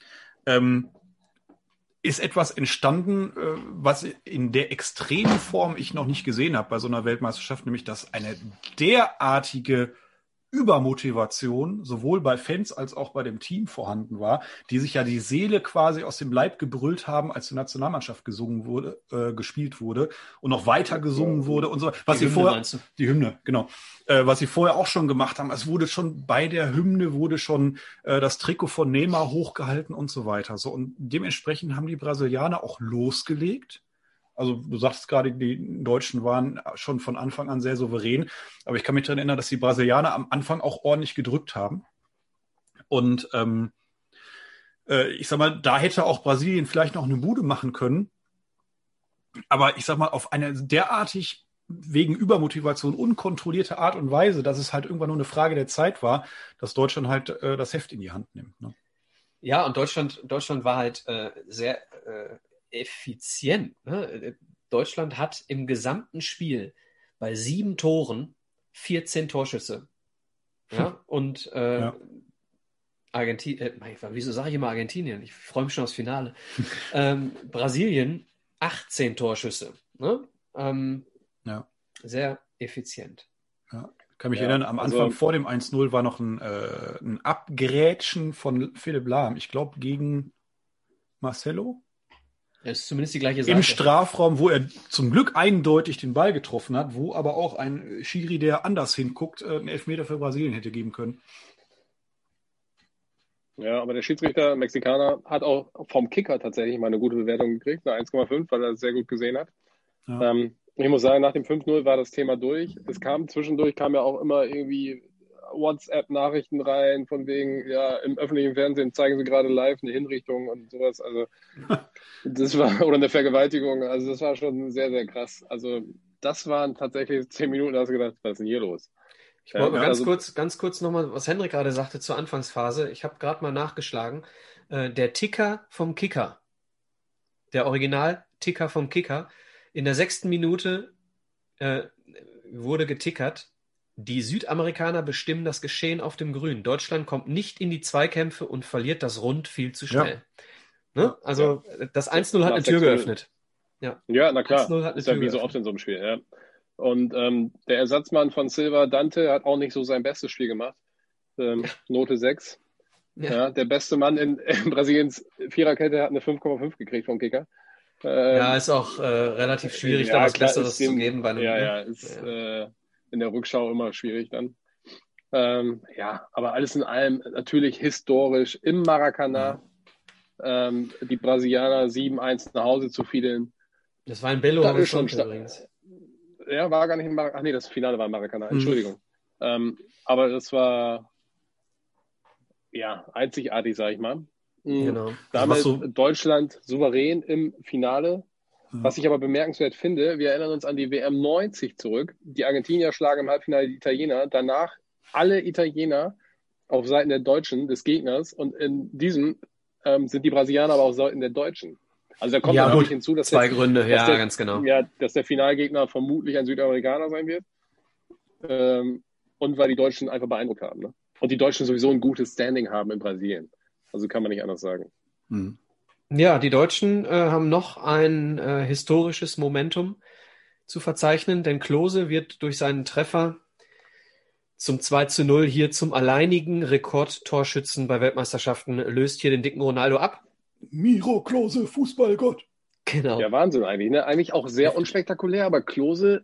ist etwas entstanden, was in der extremen Form ich noch nicht gesehen habe bei so einer Weltmeisterschaft, nämlich dass eine derartige Übermotivation sowohl bei Fans als auch bei dem Team vorhanden war, die sich ja die Seele quasi aus dem Leib gebrüllt haben, als die Nationalmannschaft gespielt wurde und noch weiter gesungen wurde und so. Die Hymne, genau. Was sie vorher auch schon gemacht haben. Es wurde schon bei der Hymne das Trikot von Neymar hochgehalten und so weiter. So, und dementsprechend haben die Brasilianer auch losgelegt. Also du sagst gerade, die Deutschen waren schon von Anfang an sehr souverän. Aber ich kann mich daran erinnern, dass die Brasilianer am Anfang auch ordentlich gedrückt haben. Und ich sag mal, da hätte auch Brasilien vielleicht noch eine Bude machen können. Aber ich sag mal, auf eine derartig wegen Übermotivation unkontrollierte Art und Weise, dass es halt irgendwann nur eine Frage der Zeit war, dass Deutschland halt das Heft in die Hand nimmt. Ne? Ja, und Deutschland war halt sehr effizient. Ne? Deutschland hat im gesamten Spiel bei 7 Toren 14 Torschüsse. Ja, und Argentinien, wieso sage ich immer Argentinien? Ich freue mich schon aufs Finale. Brasilien 18 Torschüsse. Ne? Sehr effizient. Ja. Ich kann mich erinnern, am Anfang vor dem 1-0 war noch ein Abgrätschen von Philipp Lahm. Ich glaube, gegen Marcelo. Das ist zumindest die gleiche Seite. Im Strafraum, wo er zum Glück eindeutig den Ball getroffen hat, wo aber auch ein Schiri, der anders hinguckt, einen Elfmeter für Brasilien hätte geben können. Ja, aber der Schiedsrichter, Mexikaner, hat auch vom Kicker tatsächlich mal eine gute Bewertung gekriegt, eine 1,5, weil er das sehr gut gesehen hat. Ja. Ich muss sagen, nach dem 5-0 war das Thema durch. Zwischendurch kam ja auch immer irgendwie WhatsApp-Nachrichten rein, von wegen, ja, im öffentlichen Fernsehen zeigen sie gerade live eine Hinrichtung und sowas. Also, das war, oder eine Vergewaltigung. Also, das war schon sehr, sehr krass. Also, das waren tatsächlich 10 Minuten, da hast du gedacht, was ist denn hier los? Ich wollte ganz kurz nochmal, was Hendrik gerade sagte zur Anfangsphase. Ich habe gerade mal nachgeschlagen. Der Ticker vom Kicker, der Original-Ticker vom Kicker, in der 6. Minute wurde getickert: Die Südamerikaner bestimmen das Geschehen auf dem Grün. Deutschland kommt nicht in die Zweikämpfe und verliert das Rund viel zu schnell. Ja. Ne? Also das 1-0 hat eine Tür geöffnet. Ja, na klar. Das ist ja wie so oft in so einem Spiel. Ja. Und der Ersatzmann von Silva, Dante, hat auch nicht so sein bestes Spiel gemacht. Note 6. Ja, der beste Mann in Brasiliens Viererkette hat eine 5,5 gekriegt vom Kicker. Ist auch relativ schwierig, da was Besseres zu geben bei einem. Ist in der Rückschau immer schwierig dann. Aber alles in allem natürlich historisch im Maracanã. Die Brasilianer 7-1 nach Hause zu fiedeln. Das war in Belo Horizonte übrigens. Ja, war gar nicht in Maracanã. Ach nee, das Finale war in Maracanã. Entschuldigung. Aber das war einzigartig, sag ich mal. Genau. Damit Deutschland souverän im Finale. Was ich aber bemerkenswert finde, wir erinnern uns an die WM 90 zurück. Die Argentinier schlagen im Halbfinale die Italiener. Danach alle Italiener auf Seiten der Deutschen, des Gegners. Und in diesem sind die Brasilianer aber auf Seiten der Deutschen. Also da kommt natürlich hinzu, dass Gründe, ganz genau. Ja, dass der Finalgegner vermutlich ein Südamerikaner sein wird. Und weil die Deutschen einfach beeindruckt haben. Ne? Und die Deutschen sowieso ein gutes Standing haben in Brasilien. Also kann man nicht anders sagen. Ja, die Deutschen haben noch ein historisches Momentum zu verzeichnen, denn Klose wird durch seinen Treffer zum 2-0 hier zum alleinigen Rekordtorschützen bei Weltmeisterschaften, löst hier den dicken Ronaldo ab. Miro Klose, Fußballgott. Genau. Ja, Wahnsinn eigentlich. Ne? Eigentlich auch sehr unspektakulär, aber Klose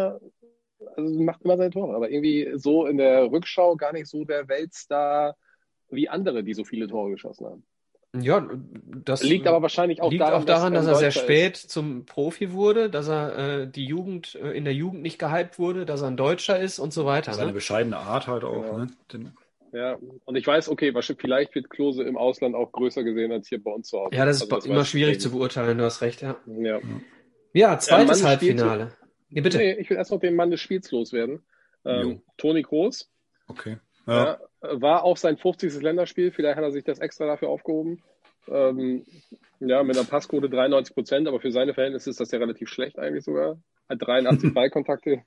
macht immer seine Tore. Aber irgendwie so in der Rückschau gar nicht so der Weltstar wie andere, die so viele Tore geschossen haben. Ja, das liegt aber wahrscheinlich auch daran, dass er sehr spät zum Profi wurde, dass er in der Jugend nicht gehypt wurde, dass er ein Deutscher ist und so weiter. Seine bescheidene Art halt auch. Genau. Ne? Ja, und ich weiß, okay, vielleicht wird Klose im Ausland auch größer gesehen als hier bei uns zu Hause. Ja, das ist immer schwierig zu beurteilen, du hast recht, ja. Ja, zweites Halbfinale. Ja, bitte. Nee, ich will erst noch den Mann des Spiels loswerden. Toni Kroos. Okay. Ja, war auch sein 50. Länderspiel. Vielleicht hat er sich das extra dafür aufgehoben. Mit einer Passquote 93%, aber für seine Verhältnisse ist das ja relativ schlecht eigentlich sogar. Hat 83 Ballkontakte.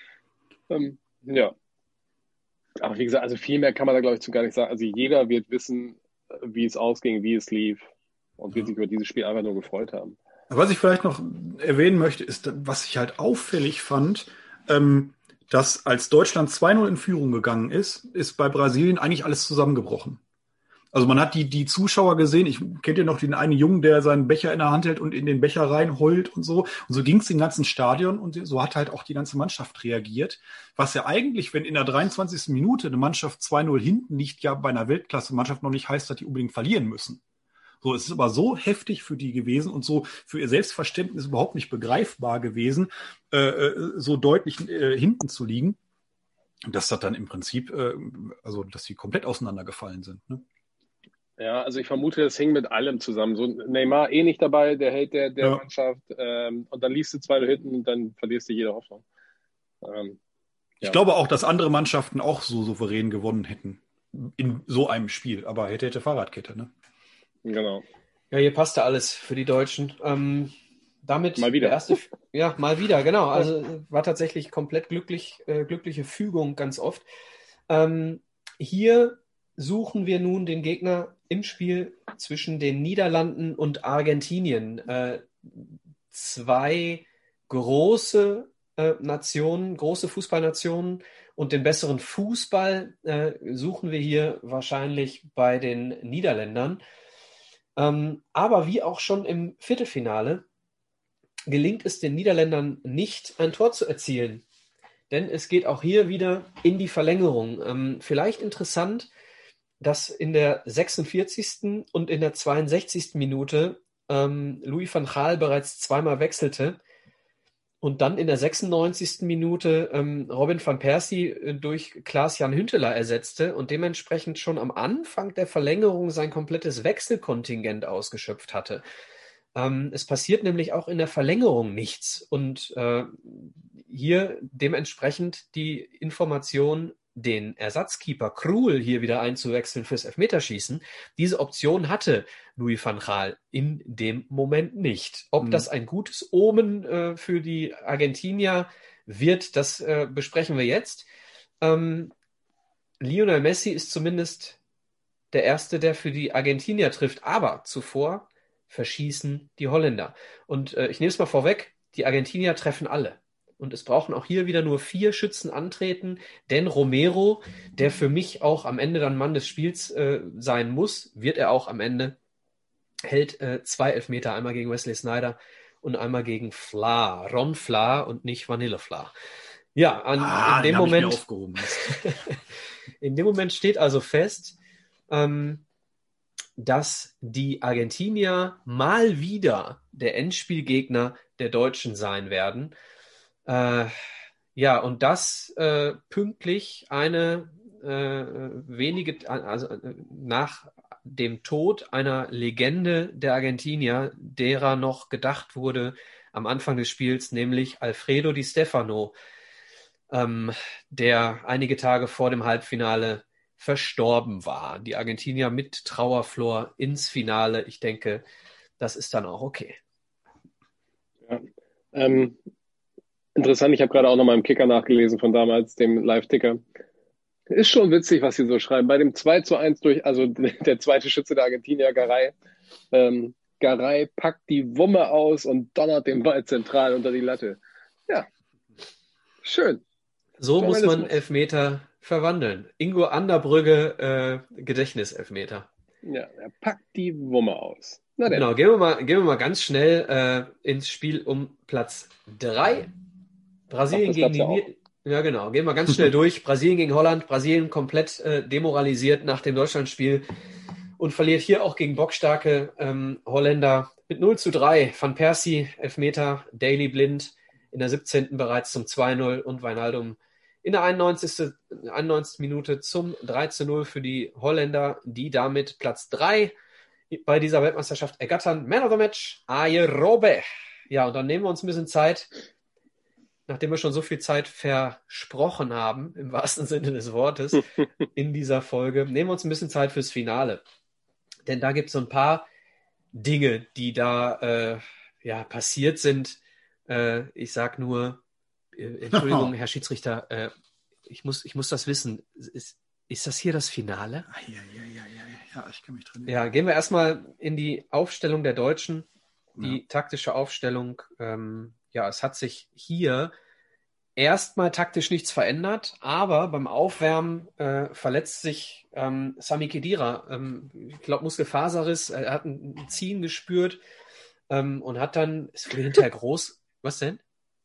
Aber wie gesagt, also viel mehr kann man da, glaube ich, zu gar nicht sagen. Also jeder wird wissen, wie es ausging, wie es lief und wird sich über dieses Spiel einfach nur gefreut haben. Was ich vielleicht noch erwähnen möchte, ist, was ich halt auffällig fand, dass als Deutschland 2-0 in Führung gegangen ist bei Brasilien eigentlich alles zusammengebrochen. Also man hat die Zuschauer gesehen, kennt ihr noch den einen Jungen, der seinen Becher in der Hand hält und in den Becher rein heult und so. Und so ging es im ganzen Stadion und so hat halt auch die ganze Mannschaft reagiert. Was ja eigentlich, wenn in der 23. Minute eine Mannschaft 2-0 hinten liegt, ja bei einer Weltklasse-Mannschaft noch nicht heißt, dass die unbedingt verlieren müssen. So, es ist aber so heftig für die gewesen und so für ihr Selbstverständnis überhaupt nicht begreifbar gewesen, so deutlich hinten zu liegen, dass das dann im Prinzip, dass sie komplett auseinandergefallen sind. Ne? Ja, also ich vermute, das hing mit allem zusammen. So Neymar nicht dabei, der Held der Mannschaft, und dann liegst du 2 hinten und dann verlierst du jede Hoffnung. Ich glaube auch, dass andere Mannschaften auch so souverän gewonnen hätten in so einem Spiel, aber hätte Fahrradkette, ne? Genau. Ja, hier passte alles für die Deutschen. damit Mal wieder. der erste, ja, mal wieder, genau. Also war tatsächlich komplett glückliche Fügung ganz oft. Hier suchen wir nun den Gegner im Spiel zwischen den Niederlanden und Argentinien. Zwei große Nationen, große Fußballnationen, und den besseren Fußball suchen wir hier wahrscheinlich bei den Niederländern. Aber wie auch schon im Viertelfinale gelingt es den Niederländern nicht, ein Tor zu erzielen. Denn es geht auch hier wieder in die Verlängerung. Vielleicht interessant, dass in der 46. und in der 62. Minute Louis van Gaal bereits zweimal wechselte und dann in der 96. Minute Robin van Persie durch Klaas-Jan Huntelaar ersetzte und dementsprechend schon am Anfang der Verlängerung sein komplettes Wechselkontingent ausgeschöpft hatte. Es passiert nämlich auch in der Verlängerung nichts. Und hier dementsprechend die Information, den Ersatzkeeper Krul hier wieder einzuwechseln fürs Elfmeterschießen. Diese Option hatte Louis van Gaal in dem Moment nicht. Ob das ein gutes Omen für die Argentinier wird, das besprechen wir jetzt. Lionel Messi ist zumindest der Erste, der für die Argentinier trifft. Aber zuvor verschießen die Holländer. Und ich nehme es mal vorweg, die Argentinier treffen alle. Und es brauchen auch hier wieder nur 4 Schützen antreten, denn Romero, der für mich auch am Ende dann Mann des Spiels sein muss, wird er auch am Ende, hält 2 Elfmeter, einmal gegen Wesley Sneijder und einmal gegen Fla, Ron Fla und nicht Vanille Fla. Ja, in dem Moment, in dem Moment steht also fest, dass die Argentinier mal wieder der Endspielgegner der Deutschen sein werden. Ja, und das pünktlich nach dem Tod einer Legende der Argentinier, derer noch gedacht wurde am Anfang des Spiels, nämlich Alfredo Di Stefano, der einige Tage vor dem Halbfinale verstorben war. Die Argentinier mit Trauerflor ins Finale. Ich denke, das ist dann auch okay. Ja. Interessant, ich habe gerade auch noch mal im Kicker nachgelesen von damals, dem Live-Ticker. Ist schon witzig, was sie so schreiben. Bei dem 2:1 also der zweite Schütze der Argentinier, Garay. Garay packt die Wumme aus und donnert den Ball zentral unter die Latte. Ja, schön. So muss man Elfmeter verwandeln. Ingo Anderbrügge, Gedächtniselfmeter. Ja, er packt die Wumme aus. Na denn. Genau, gehen wir mal ganz schnell ins Spiel um Platz 3. Brasilien gegen ja, genau. Gehen wir ganz schnell durch. Brasilien gegen Holland. Brasilien komplett demoralisiert nach dem Deutschlandspiel und verliert hier auch gegen bockstarke Holländer mit 0:3. Van Persie, Elfmeter, Daley Blind in der 17. bereits zum 2:0 und Wijnaldum in der 91. Minute zum 3:0 für die Holländer, die damit Platz 3 bei dieser Weltmeisterschaft ergattern. Man of the Match, Arjen Robben. Ja, und dann nehmen wir uns ein bisschen Zeit, nachdem wir schon so viel Zeit versprochen haben, im wahrsten Sinne des Wortes, in dieser Folge, nehmen wir uns ein bisschen Zeit fürs Finale. Denn da gibt es so ein paar Dinge, die da passiert sind. Ich sag nur, Entschuldigung, Herr Schiedsrichter, ich muss das wissen. Ist das hier das Finale? Ja, ich kann mich drin. Ja, gehen wir erstmal in die Aufstellung der Deutschen, die taktische Aufstellung. Es hat sich hier erstmal taktisch nichts verändert, aber beim Aufwärmen verletzt sich Sami Khedira. Ich glaube, Muskelfaserriss, er hat ein Ziehen gespürt und hat dann, es wurde hinterher groß. Was denn?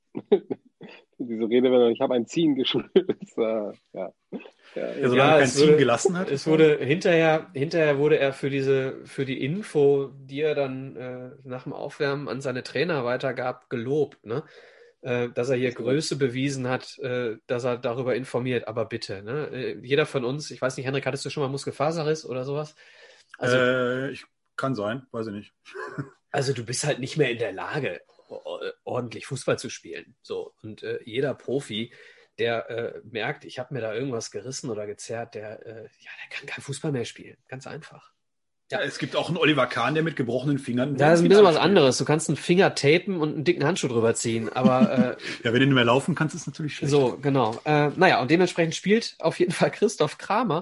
Diese Rede, wenn ich habe ein Ziehen gespürt. Ja. Ja, solange er kein Ziehen gelassen hat. Es wurde hinterher wurde er für die Info, die er dann nach dem Aufwärmen an seine Trainer weitergab, gelobt, ne? Dass er hier Größe bewiesen hat, dass er darüber informiert. Aber bitte, ne? Jeder von uns, ich weiß nicht, Henrik, hattest du schon mal Muskelfaserriss oder sowas? Also, kann sein, weiß ich nicht. Also du bist halt nicht mehr in der Lage, ordentlich Fußball zu spielen. So, und jeder Profi, der merkt, ich habe mir da irgendwas gerissen oder gezerrt, der kann kein Fußball mehr spielen. Ganz einfach. Ja, es gibt auch einen Oliver Kahn, der mit gebrochenen Fingern. Da ist ein bisschen was anderes. Du kannst einen Finger tapen und einen dicken Handschuh drüber ziehen, aber ja, wenn du nicht mehr laufen kannst, ist natürlich schlecht. so, genau. Naja, und dementsprechend spielt auf jeden Fall Christoph Kramer.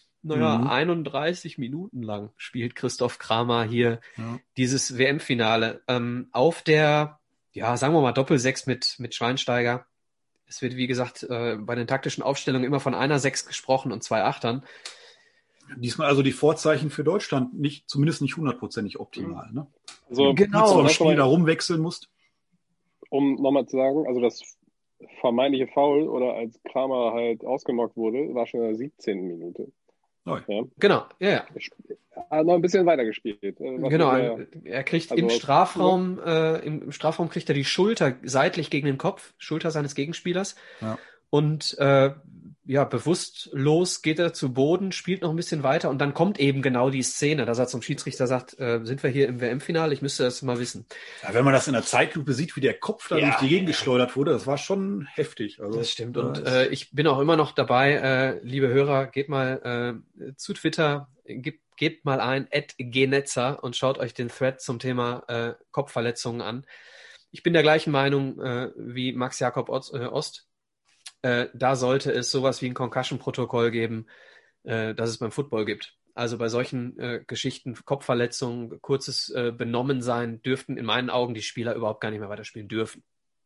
31 Minuten lang spielt Christoph Kramer hier dieses WM-Finale auf der, ja, sagen wir mal Doppelsechs mit Schweinsteiger. Es wird, wie gesagt, bei den taktischen Aufstellungen immer von einer Sechs gesprochen und zwei Achtern. Diesmal also die Vorzeichen für Deutschland zumindest nicht hundertprozentig optimal. Ne? Also, genau. Wenn du Spiel da rumwechseln musst. Um nochmal zu sagen, also das vermeintliche Foul oder als Kramer halt ausgenockt wurde, war schon in der 17. Minute. Oh. Ja. Genau, ja. Hat noch ein bisschen weiter gespielt. Genau, er kriegt im Strafraum kriegt er die Schulter seitlich gegen den Kopf, Schulter seines Gegenspielers. Ja. Und bewusstlos geht er zu Boden, spielt noch ein bisschen weiter und dann kommt eben genau die Szene, dass er zum Schiedsrichter sagt, sind wir hier im WM-Finale? Ich müsste das mal wissen. Ja, wenn man das in der Zeitlupe sieht, wie der Kopf da durch die Gegend geschleudert wurde, das war schon heftig. Also, das stimmt. Und ich bin auch immer noch dabei, liebe Hörer, geht mal zu Twitter, gebt mal ein @genetzer und schaut euch den Thread zum Thema Kopfverletzungen an. Ich bin der gleichen Meinung wie Max Jakob Ost. Da sollte es sowas wie ein Concussion-Protokoll geben, das es beim Football gibt. Also bei solchen Geschichten, Kopfverletzungen, kurzes Benommensein, dürften in meinen Augen die Spieler überhaupt gar nicht mehr weiterspielen dürfen.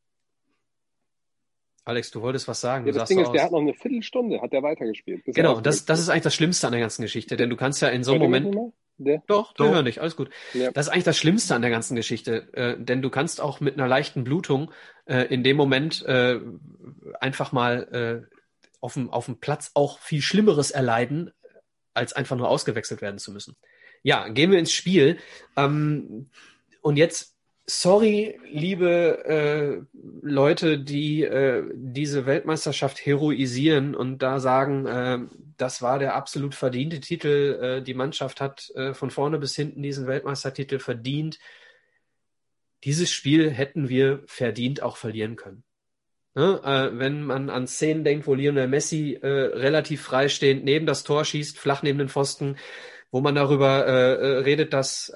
Alex, du wolltest was sagen. Ja, das Ding ist, der hat noch eine Viertelstunde, hat der weitergespielt. Genau, das ist eigentlich das Schlimmste an der ganzen Geschichte, denn du kannst ja in so einem Moment... Doch, wir hören dich, alles gut. Ja. Das ist eigentlich das Schlimmste an der ganzen Geschichte, denn du kannst auch mit einer leichten Blutung in dem Moment einfach mal auf dem Platz auch viel Schlimmeres erleiden, als einfach nur ausgewechselt werden zu müssen. Ja, gehen wir ins Spiel. Und jetzt, sorry, liebe Leute, die diese Weltmeisterschaft heroisieren und da sagen, das war der absolut verdiente Titel. Die Mannschaft hat von vorne bis hinten diesen Weltmeistertitel verdient. Dieses Spiel hätten wir verdient auch verlieren können. Ne? Wenn man an Szenen denkt, wo Lionel Messi relativ freistehend neben das Tor schießt, flach neben den Pfosten, wo man darüber redet, dass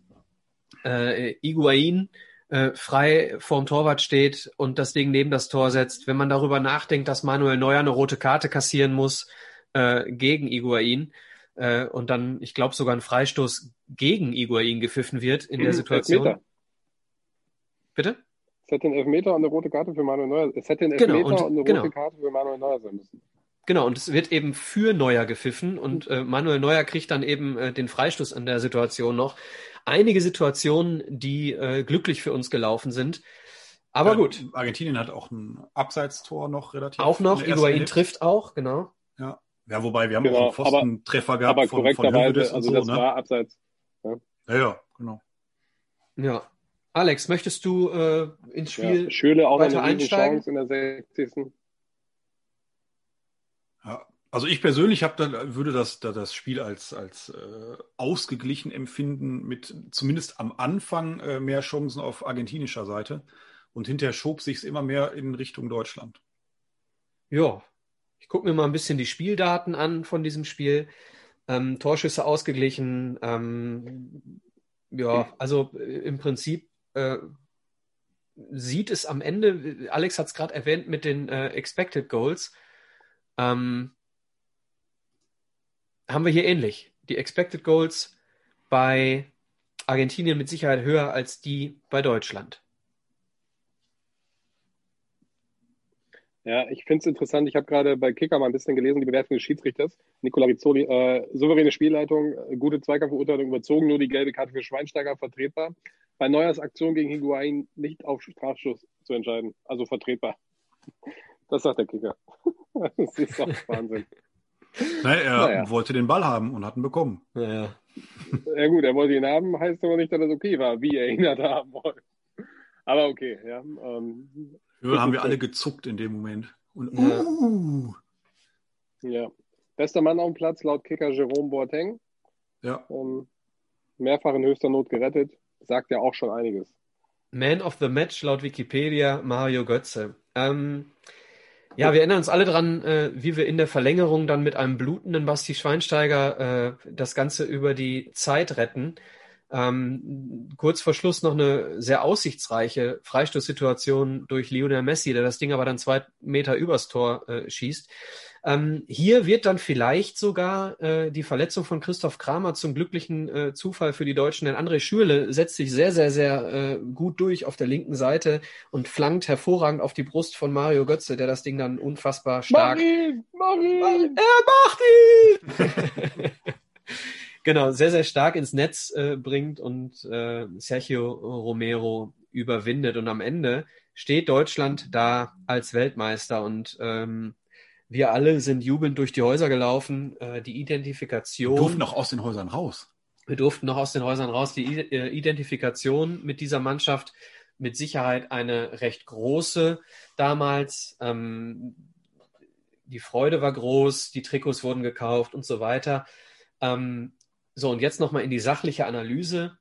Higuaín frei vorm Torwart steht und das Ding neben das Tor setzt. Wenn man darüber nachdenkt, dass Manuel Neuer eine rote Karte kassieren muss gegen Higuaín und dann, ich glaube, sogar ein Freistoß gegen Higuaín gepfiffen wird in der Situation. Elfmeter. Bitte? Es hätte ein Elfmeter und eine rote Karte für Manuel Neuer. Es hätte ein Elfmeter und eine rote Karte für Manuel Neuer sein müssen. Genau, und es wird eben für Neuer gepfiffen und Manuel Neuer kriegt dann eben den Freistoß an der Situation noch. Einige Situationen, die glücklich für uns gelaufen sind. Aber gut. Argentinien hat auch ein Abseitstor noch relativ. Auch noch, Higuaín trifft auch, genau. Ja, wobei wir haben auch einen Pfostentreffer gehabt aber von korrekterweise, also so, das war Abseits. Ja, genau. Ja. Alex, möchtest du ins Spiel Schöle auch weiter noch eine einsteigen? Chance in der 60. Ja, also ich persönlich würde das Spiel als ausgeglichen empfinden, mit zumindest am Anfang mehr Chancen auf argentinischer Seite und hinterher schob sich es immer mehr in Richtung Deutschland. Ja, ich gucke mir mal ein bisschen die Spieldaten an von diesem Spiel. Torschüsse ausgeglichen. Also im Prinzip sieht es am Ende, Alex hat es gerade erwähnt mit den Expected Goals, haben wir hier ähnlich. Die Expected Goals bei Argentinien mit Sicherheit höher als die bei Deutschland. Ja, ich finde es interessant. Ich habe gerade bei Kicker mal ein bisschen gelesen, die Bewertung des Schiedsrichters. Nicola Rizzoli, souveräne Spielleitung, gute Zweikampfbeurteilung, überzogen, nur die gelbe Karte für Schweinsteiger vertretbar. Bei Neuers Aktion gegen Higuaín nicht auf Strafschuss zu entscheiden. Also vertretbar. Das sagt der Kicker. Das ist doch Wahnsinn. Er wollte den Ball haben und hat ihn bekommen. Ja gut, er wollte ihn haben, heißt aber nicht, dass es okay war, wie er ihn hat haben wollte. Aber okay, ja. Haben wir alle gezuckt in dem Moment. Und, Ja. Bester Mann auf dem Platz, laut Kicker Jerome Boateng. Ja. Mehrfach in höchster Not gerettet. Sagt ja auch schon einiges. Man of the Match laut Wikipedia Mario Götze. Ja, wir erinnern uns alle dran, wie wir in der Verlängerung dann mit einem blutenden Basti Schweinsteiger das Ganze über die Zeit retten. Kurz vor Schluss noch eine sehr aussichtsreiche Freistoßsituation durch Lionel Messi, der das Ding aber dann 2 Meter übers Tor schießt. Hier wird dann vielleicht sogar die Verletzung von Christoph Kramer zum glücklichen Zufall für die Deutschen, denn André Schürrle setzt sich sehr, sehr, sehr gut durch auf der linken Seite und flankt hervorragend auf die Brust von Mario Götze, der das Ding dann unfassbar stark... Mach ihn! Er macht ihn! Genau, sehr, sehr stark ins Netz bringt und Sergio Romero überwindet. Und am Ende steht Deutschland da als Weltmeister und wir alle sind jubelnd durch die Häuser gelaufen. Die Identifikation... Wir durften noch aus den Häusern raus. Wir durften noch aus den Häusern raus. Die Identifikation mit dieser Mannschaft mit Sicherheit eine recht große damals. Die Freude war groß, die Trikots wurden gekauft und so weiter. So, und jetzt nochmal in die sachliche Analyse.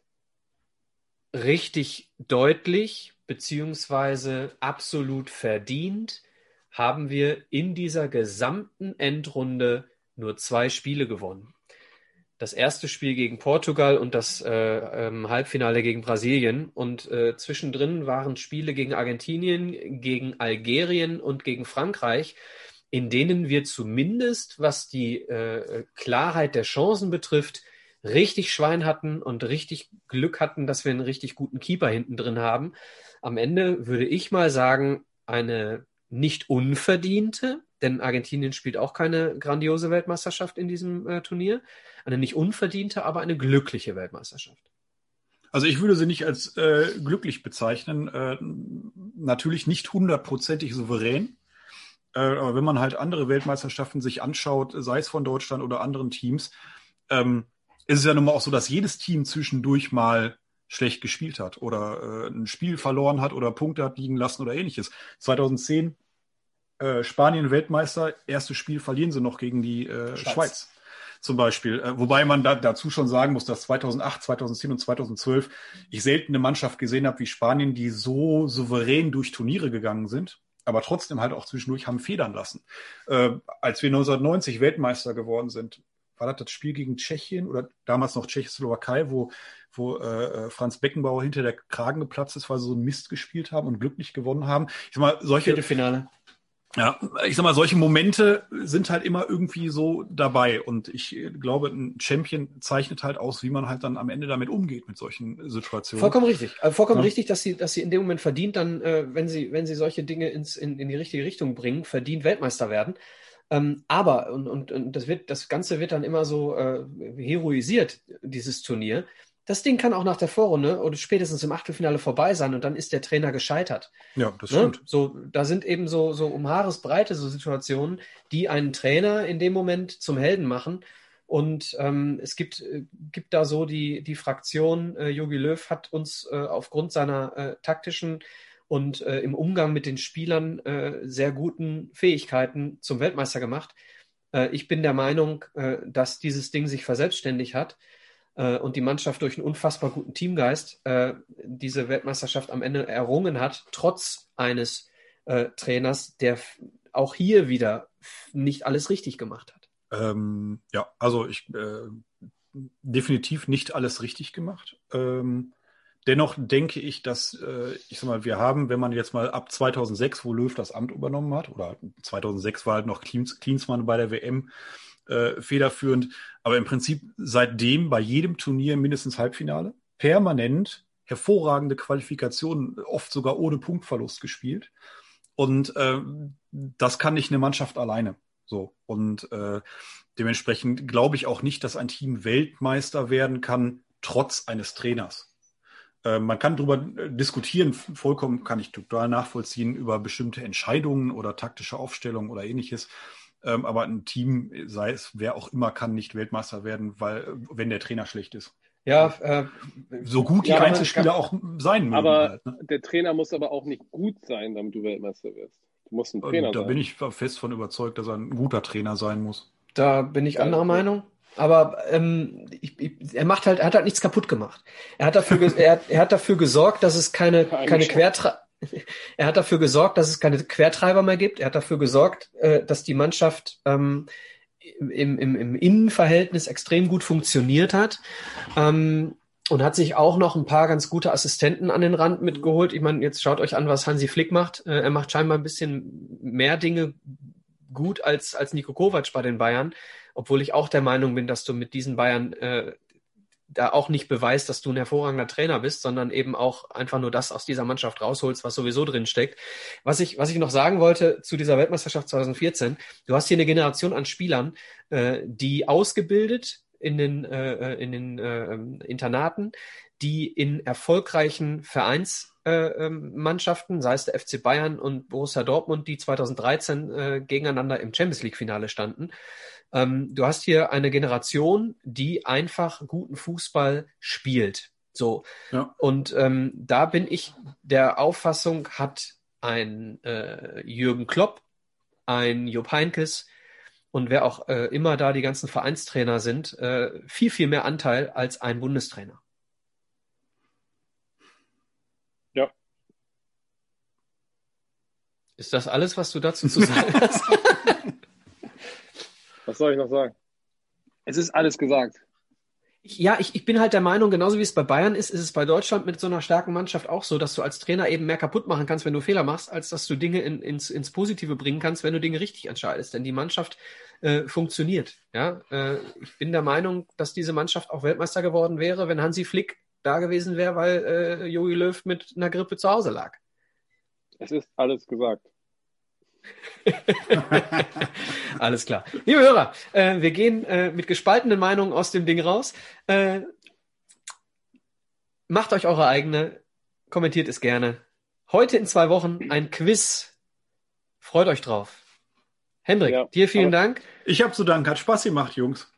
Richtig deutlich, beziehungsweise absolut verdient, haben wir in dieser gesamten Endrunde nur 2 Spiele gewonnen. Das erste Spiel gegen Portugal und das Halbfinale gegen Brasilien. Und zwischendrin waren Spiele gegen Argentinien, gegen Algerien und gegen Frankreich, in denen wir zumindest, was die Klarheit der Chancen betrifft, richtig Schwein hatten und richtig Glück hatten, dass wir einen richtig guten Keeper hinten drin haben. Am Ende würde ich mal sagen, eine nicht unverdiente, denn Argentinien spielt auch keine grandiose Weltmeisterschaft in diesem Turnier, eine nicht unverdiente, aber eine glückliche Weltmeisterschaft. Also ich würde sie nicht als glücklich bezeichnen, natürlich nicht 100%ig souverän. Aber wenn man halt andere Weltmeisterschaften sich anschaut, sei es von Deutschland oder anderen Teams, ist es ja nun mal auch so, dass jedes Team zwischendurch mal schlecht gespielt hat oder ein Spiel verloren hat oder Punkte hat liegen lassen oder ähnliches. 2010 Spanien Weltmeister, erstes Spiel verlieren sie noch gegen die Schweiz zum Beispiel. Wobei man dazu schon sagen muss, dass 2008, 2010 und 2012 ich selten eine Mannschaft gesehen habe wie Spanien, die so souverän durch Turniere gegangen sind, aber trotzdem halt auch zwischendurch haben federn lassen. Als wir 1990 Weltmeister geworden sind, war das Spiel gegen Tschechien oder damals noch Tschechoslowakei, wo Franz Beckenbauer hinter der Kragen geplatzt ist, weil sie so einen Mist gespielt haben und glücklich gewonnen haben. Ich sag mal, Viertelfinale. Ja, ich sag mal, solche Momente sind halt immer irgendwie so dabei. Und ich glaube, ein Champion zeichnet halt aus, wie man halt dann am Ende damit umgeht mit solchen Situationen. Vollkommen richtig. Vollkommen richtig, dass sie in dem Moment verdient dann, wenn sie solche Dinge in die richtige Richtung bringen, verdient Weltmeister werden. Aber, und das Ganze wird dann immer so heroisiert, dieses Turnier. Das Ding kann auch nach der Vorrunde oder spätestens im Achtelfinale vorbei sein und dann ist der Trainer gescheitert. Ja, das stimmt. So, da sind eben so um Haaresbreite so Situationen, die einen Trainer in dem Moment zum Helden machen. Und es gibt da so die Fraktion, Jogi Löw hat uns aufgrund seiner taktischen und im Umgang mit den Spielern sehr guten Fähigkeiten zum Weltmeister gemacht. Ich bin der Meinung, dass dieses Ding sich verselbstständigt hat und die Mannschaft durch einen unfassbar guten Teamgeist diese Weltmeisterschaft am Ende errungen hat, trotz eines Trainers, der auch hier wieder nicht alles richtig gemacht hat. Ja, also ich definitiv nicht alles richtig gemacht. Dennoch denke ich, dass, ich sag mal, wir haben, wenn man jetzt mal ab 2006, wo Löw das Amt übernommen hat, oder 2006 war halt noch Klinsmann bei der WM federführend, aber im Prinzip seitdem bei jedem Turnier mindestens Halbfinale, permanent hervorragende Qualifikationen, oft sogar ohne Punktverlust gespielt. Und das kann nicht eine Mannschaft alleine. So. Und dementsprechend glaube ich auch nicht, dass ein Team Weltmeister werden kann, trotz eines Trainers. Man kann darüber diskutieren, vollkommen kann ich total nachvollziehen, über bestimmte Entscheidungen oder taktische Aufstellungen oder ähnliches. Aber ein Team, sei es wer auch immer, kann nicht Weltmeister werden, wenn der Trainer schlecht ist. Ja, so gut die Einzelspieler auch sein mögen. Aber halt, ne? Der Trainer muss aber auch nicht gut sein, damit du Weltmeister wirst. Du musst ein Trainer sein. Da bin ich fest von überzeugt, dass er ein guter Trainer sein muss. Da bin ich anderer Meinung. Aber er hat halt nichts kaputt gemacht. Er hat dafür gesorgt, dass es keine Er hat dafür gesorgt, dass es keine Quertreiber mehr gibt. Er hat dafür gesorgt, dass die Mannschaft im Innenverhältnis extrem gut funktioniert hat. Und hat sich auch noch ein paar ganz gute Assistenten an den Rand mitgeholt. Ich meine, jetzt schaut euch an, was Hansi Flick macht. Er macht scheinbar ein bisschen mehr Dinge gut als Niko Kovac bei den Bayern. Obwohl ich auch der Meinung bin, dass du mit diesen Bayern da auch nicht beweist, dass du ein hervorragender Trainer bist, sondern eben auch einfach nur das aus dieser Mannschaft rausholst, was sowieso drin steckt. Was ich noch sagen wollte zu dieser Weltmeisterschaft 2014, du hast hier eine Generation an Spielern, die ausgebildet in den Internaten, die in erfolgreichen Vereinsmannschaften, sei es der FC Bayern und Borussia Dortmund, die 2013 gegeneinander im Champions-League-Finale standen. Du hast hier eine Generation, die einfach guten Fußball spielt. So. Ja. Und da bin ich der Auffassung, hat ein Jürgen Klopp, ein Jupp Heynckes und wer auch immer da die ganzen Vereinstrainer sind, viel, viel mehr Anteil als ein Bundestrainer. Ja. Ist das alles, was du dazu zu sagen hast? Was soll ich noch sagen? Es ist alles gesagt. Ich bin halt der Meinung, genauso wie es bei Bayern ist es bei Deutschland mit so einer starken Mannschaft auch so, dass du als Trainer eben mehr kaputt machen kannst, wenn du Fehler machst, als dass du Dinge ins Positive bringen kannst, wenn du Dinge richtig entscheidest. Denn die Mannschaft funktioniert. Ja? Ich bin der Meinung, dass diese Mannschaft auch Weltmeister geworden wäre, wenn Hansi Flick da gewesen wäre, weil Jogi Löw mit einer Grippe zu Hause lag. Es ist alles gesagt. Alles klar. Liebe Hörer, wir gehen mit gespaltenen Meinungen aus dem Ding raus. Macht euch eure eigene, kommentiert es gerne. Heute in 2 Wochen ein Quiz. Freut euch drauf. Hendrik, dir vielen Dank. Ich habe zu danken. Hat Spaß gemacht, Jungs.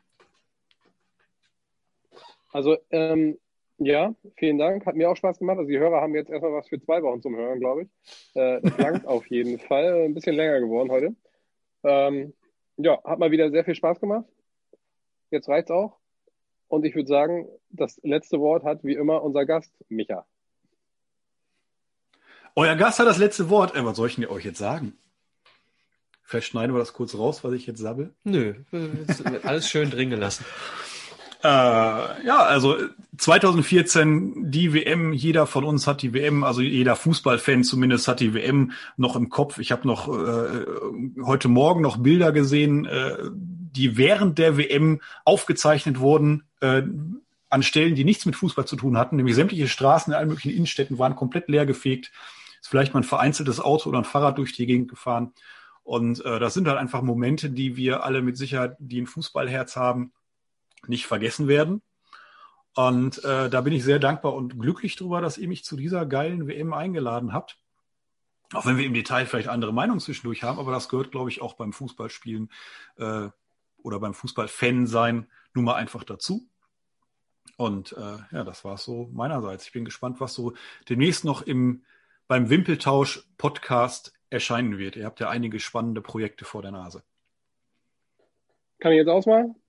Also, ja, vielen Dank. Hat mir auch Spaß gemacht. Also die Hörer haben jetzt erstmal was für 2 Wochen zum Hören, glaube ich. Das langt auf jeden Fall. Ein bisschen länger geworden heute. Ja, hat mal wieder sehr viel Spaß gemacht. Jetzt reicht's auch. Und ich würde sagen, das letzte Wort hat wie immer unser Gast, Micha. Euer Gast hat das letzte Wort. Was soll ich denn euch jetzt sagen? Vielleicht schneiden wir das kurz raus, was ich jetzt sabbel. Nö, wird alles schön drin gelassen. Ja, also 2014 die WM, jeder von uns hat die WM, also jeder Fußballfan zumindest hat die WM noch im Kopf. Ich habe noch heute Morgen noch Bilder gesehen, die während der WM aufgezeichnet wurden, an Stellen, die nichts mit Fußball zu tun hatten. Nämlich sämtliche Straßen in allen möglichen Innenstädten waren komplett leer gefegt. Ist vielleicht mal ein vereinzeltes Auto oder ein Fahrrad durch die Gegend gefahren. Und das sind halt einfach Momente, die wir alle mit Sicherheit, die ein Fußballherz haben, nicht vergessen werden. Und da bin ich sehr dankbar und glücklich drüber, dass ihr mich zu dieser geilen WM eingeladen habt. Auch wenn wir im Detail vielleicht andere Meinungen zwischendurch haben, aber das gehört, glaube ich, auch beim Fußballspielen oder beim Fußballfan sein nun mal einfach dazu. Und ja, das war es so meinerseits. Ich bin gespannt, was so demnächst noch beim Wimpeltausch-Podcast erscheinen wird. Ihr habt ja einige spannende Projekte vor der Nase. Kann ich jetzt ausmalen?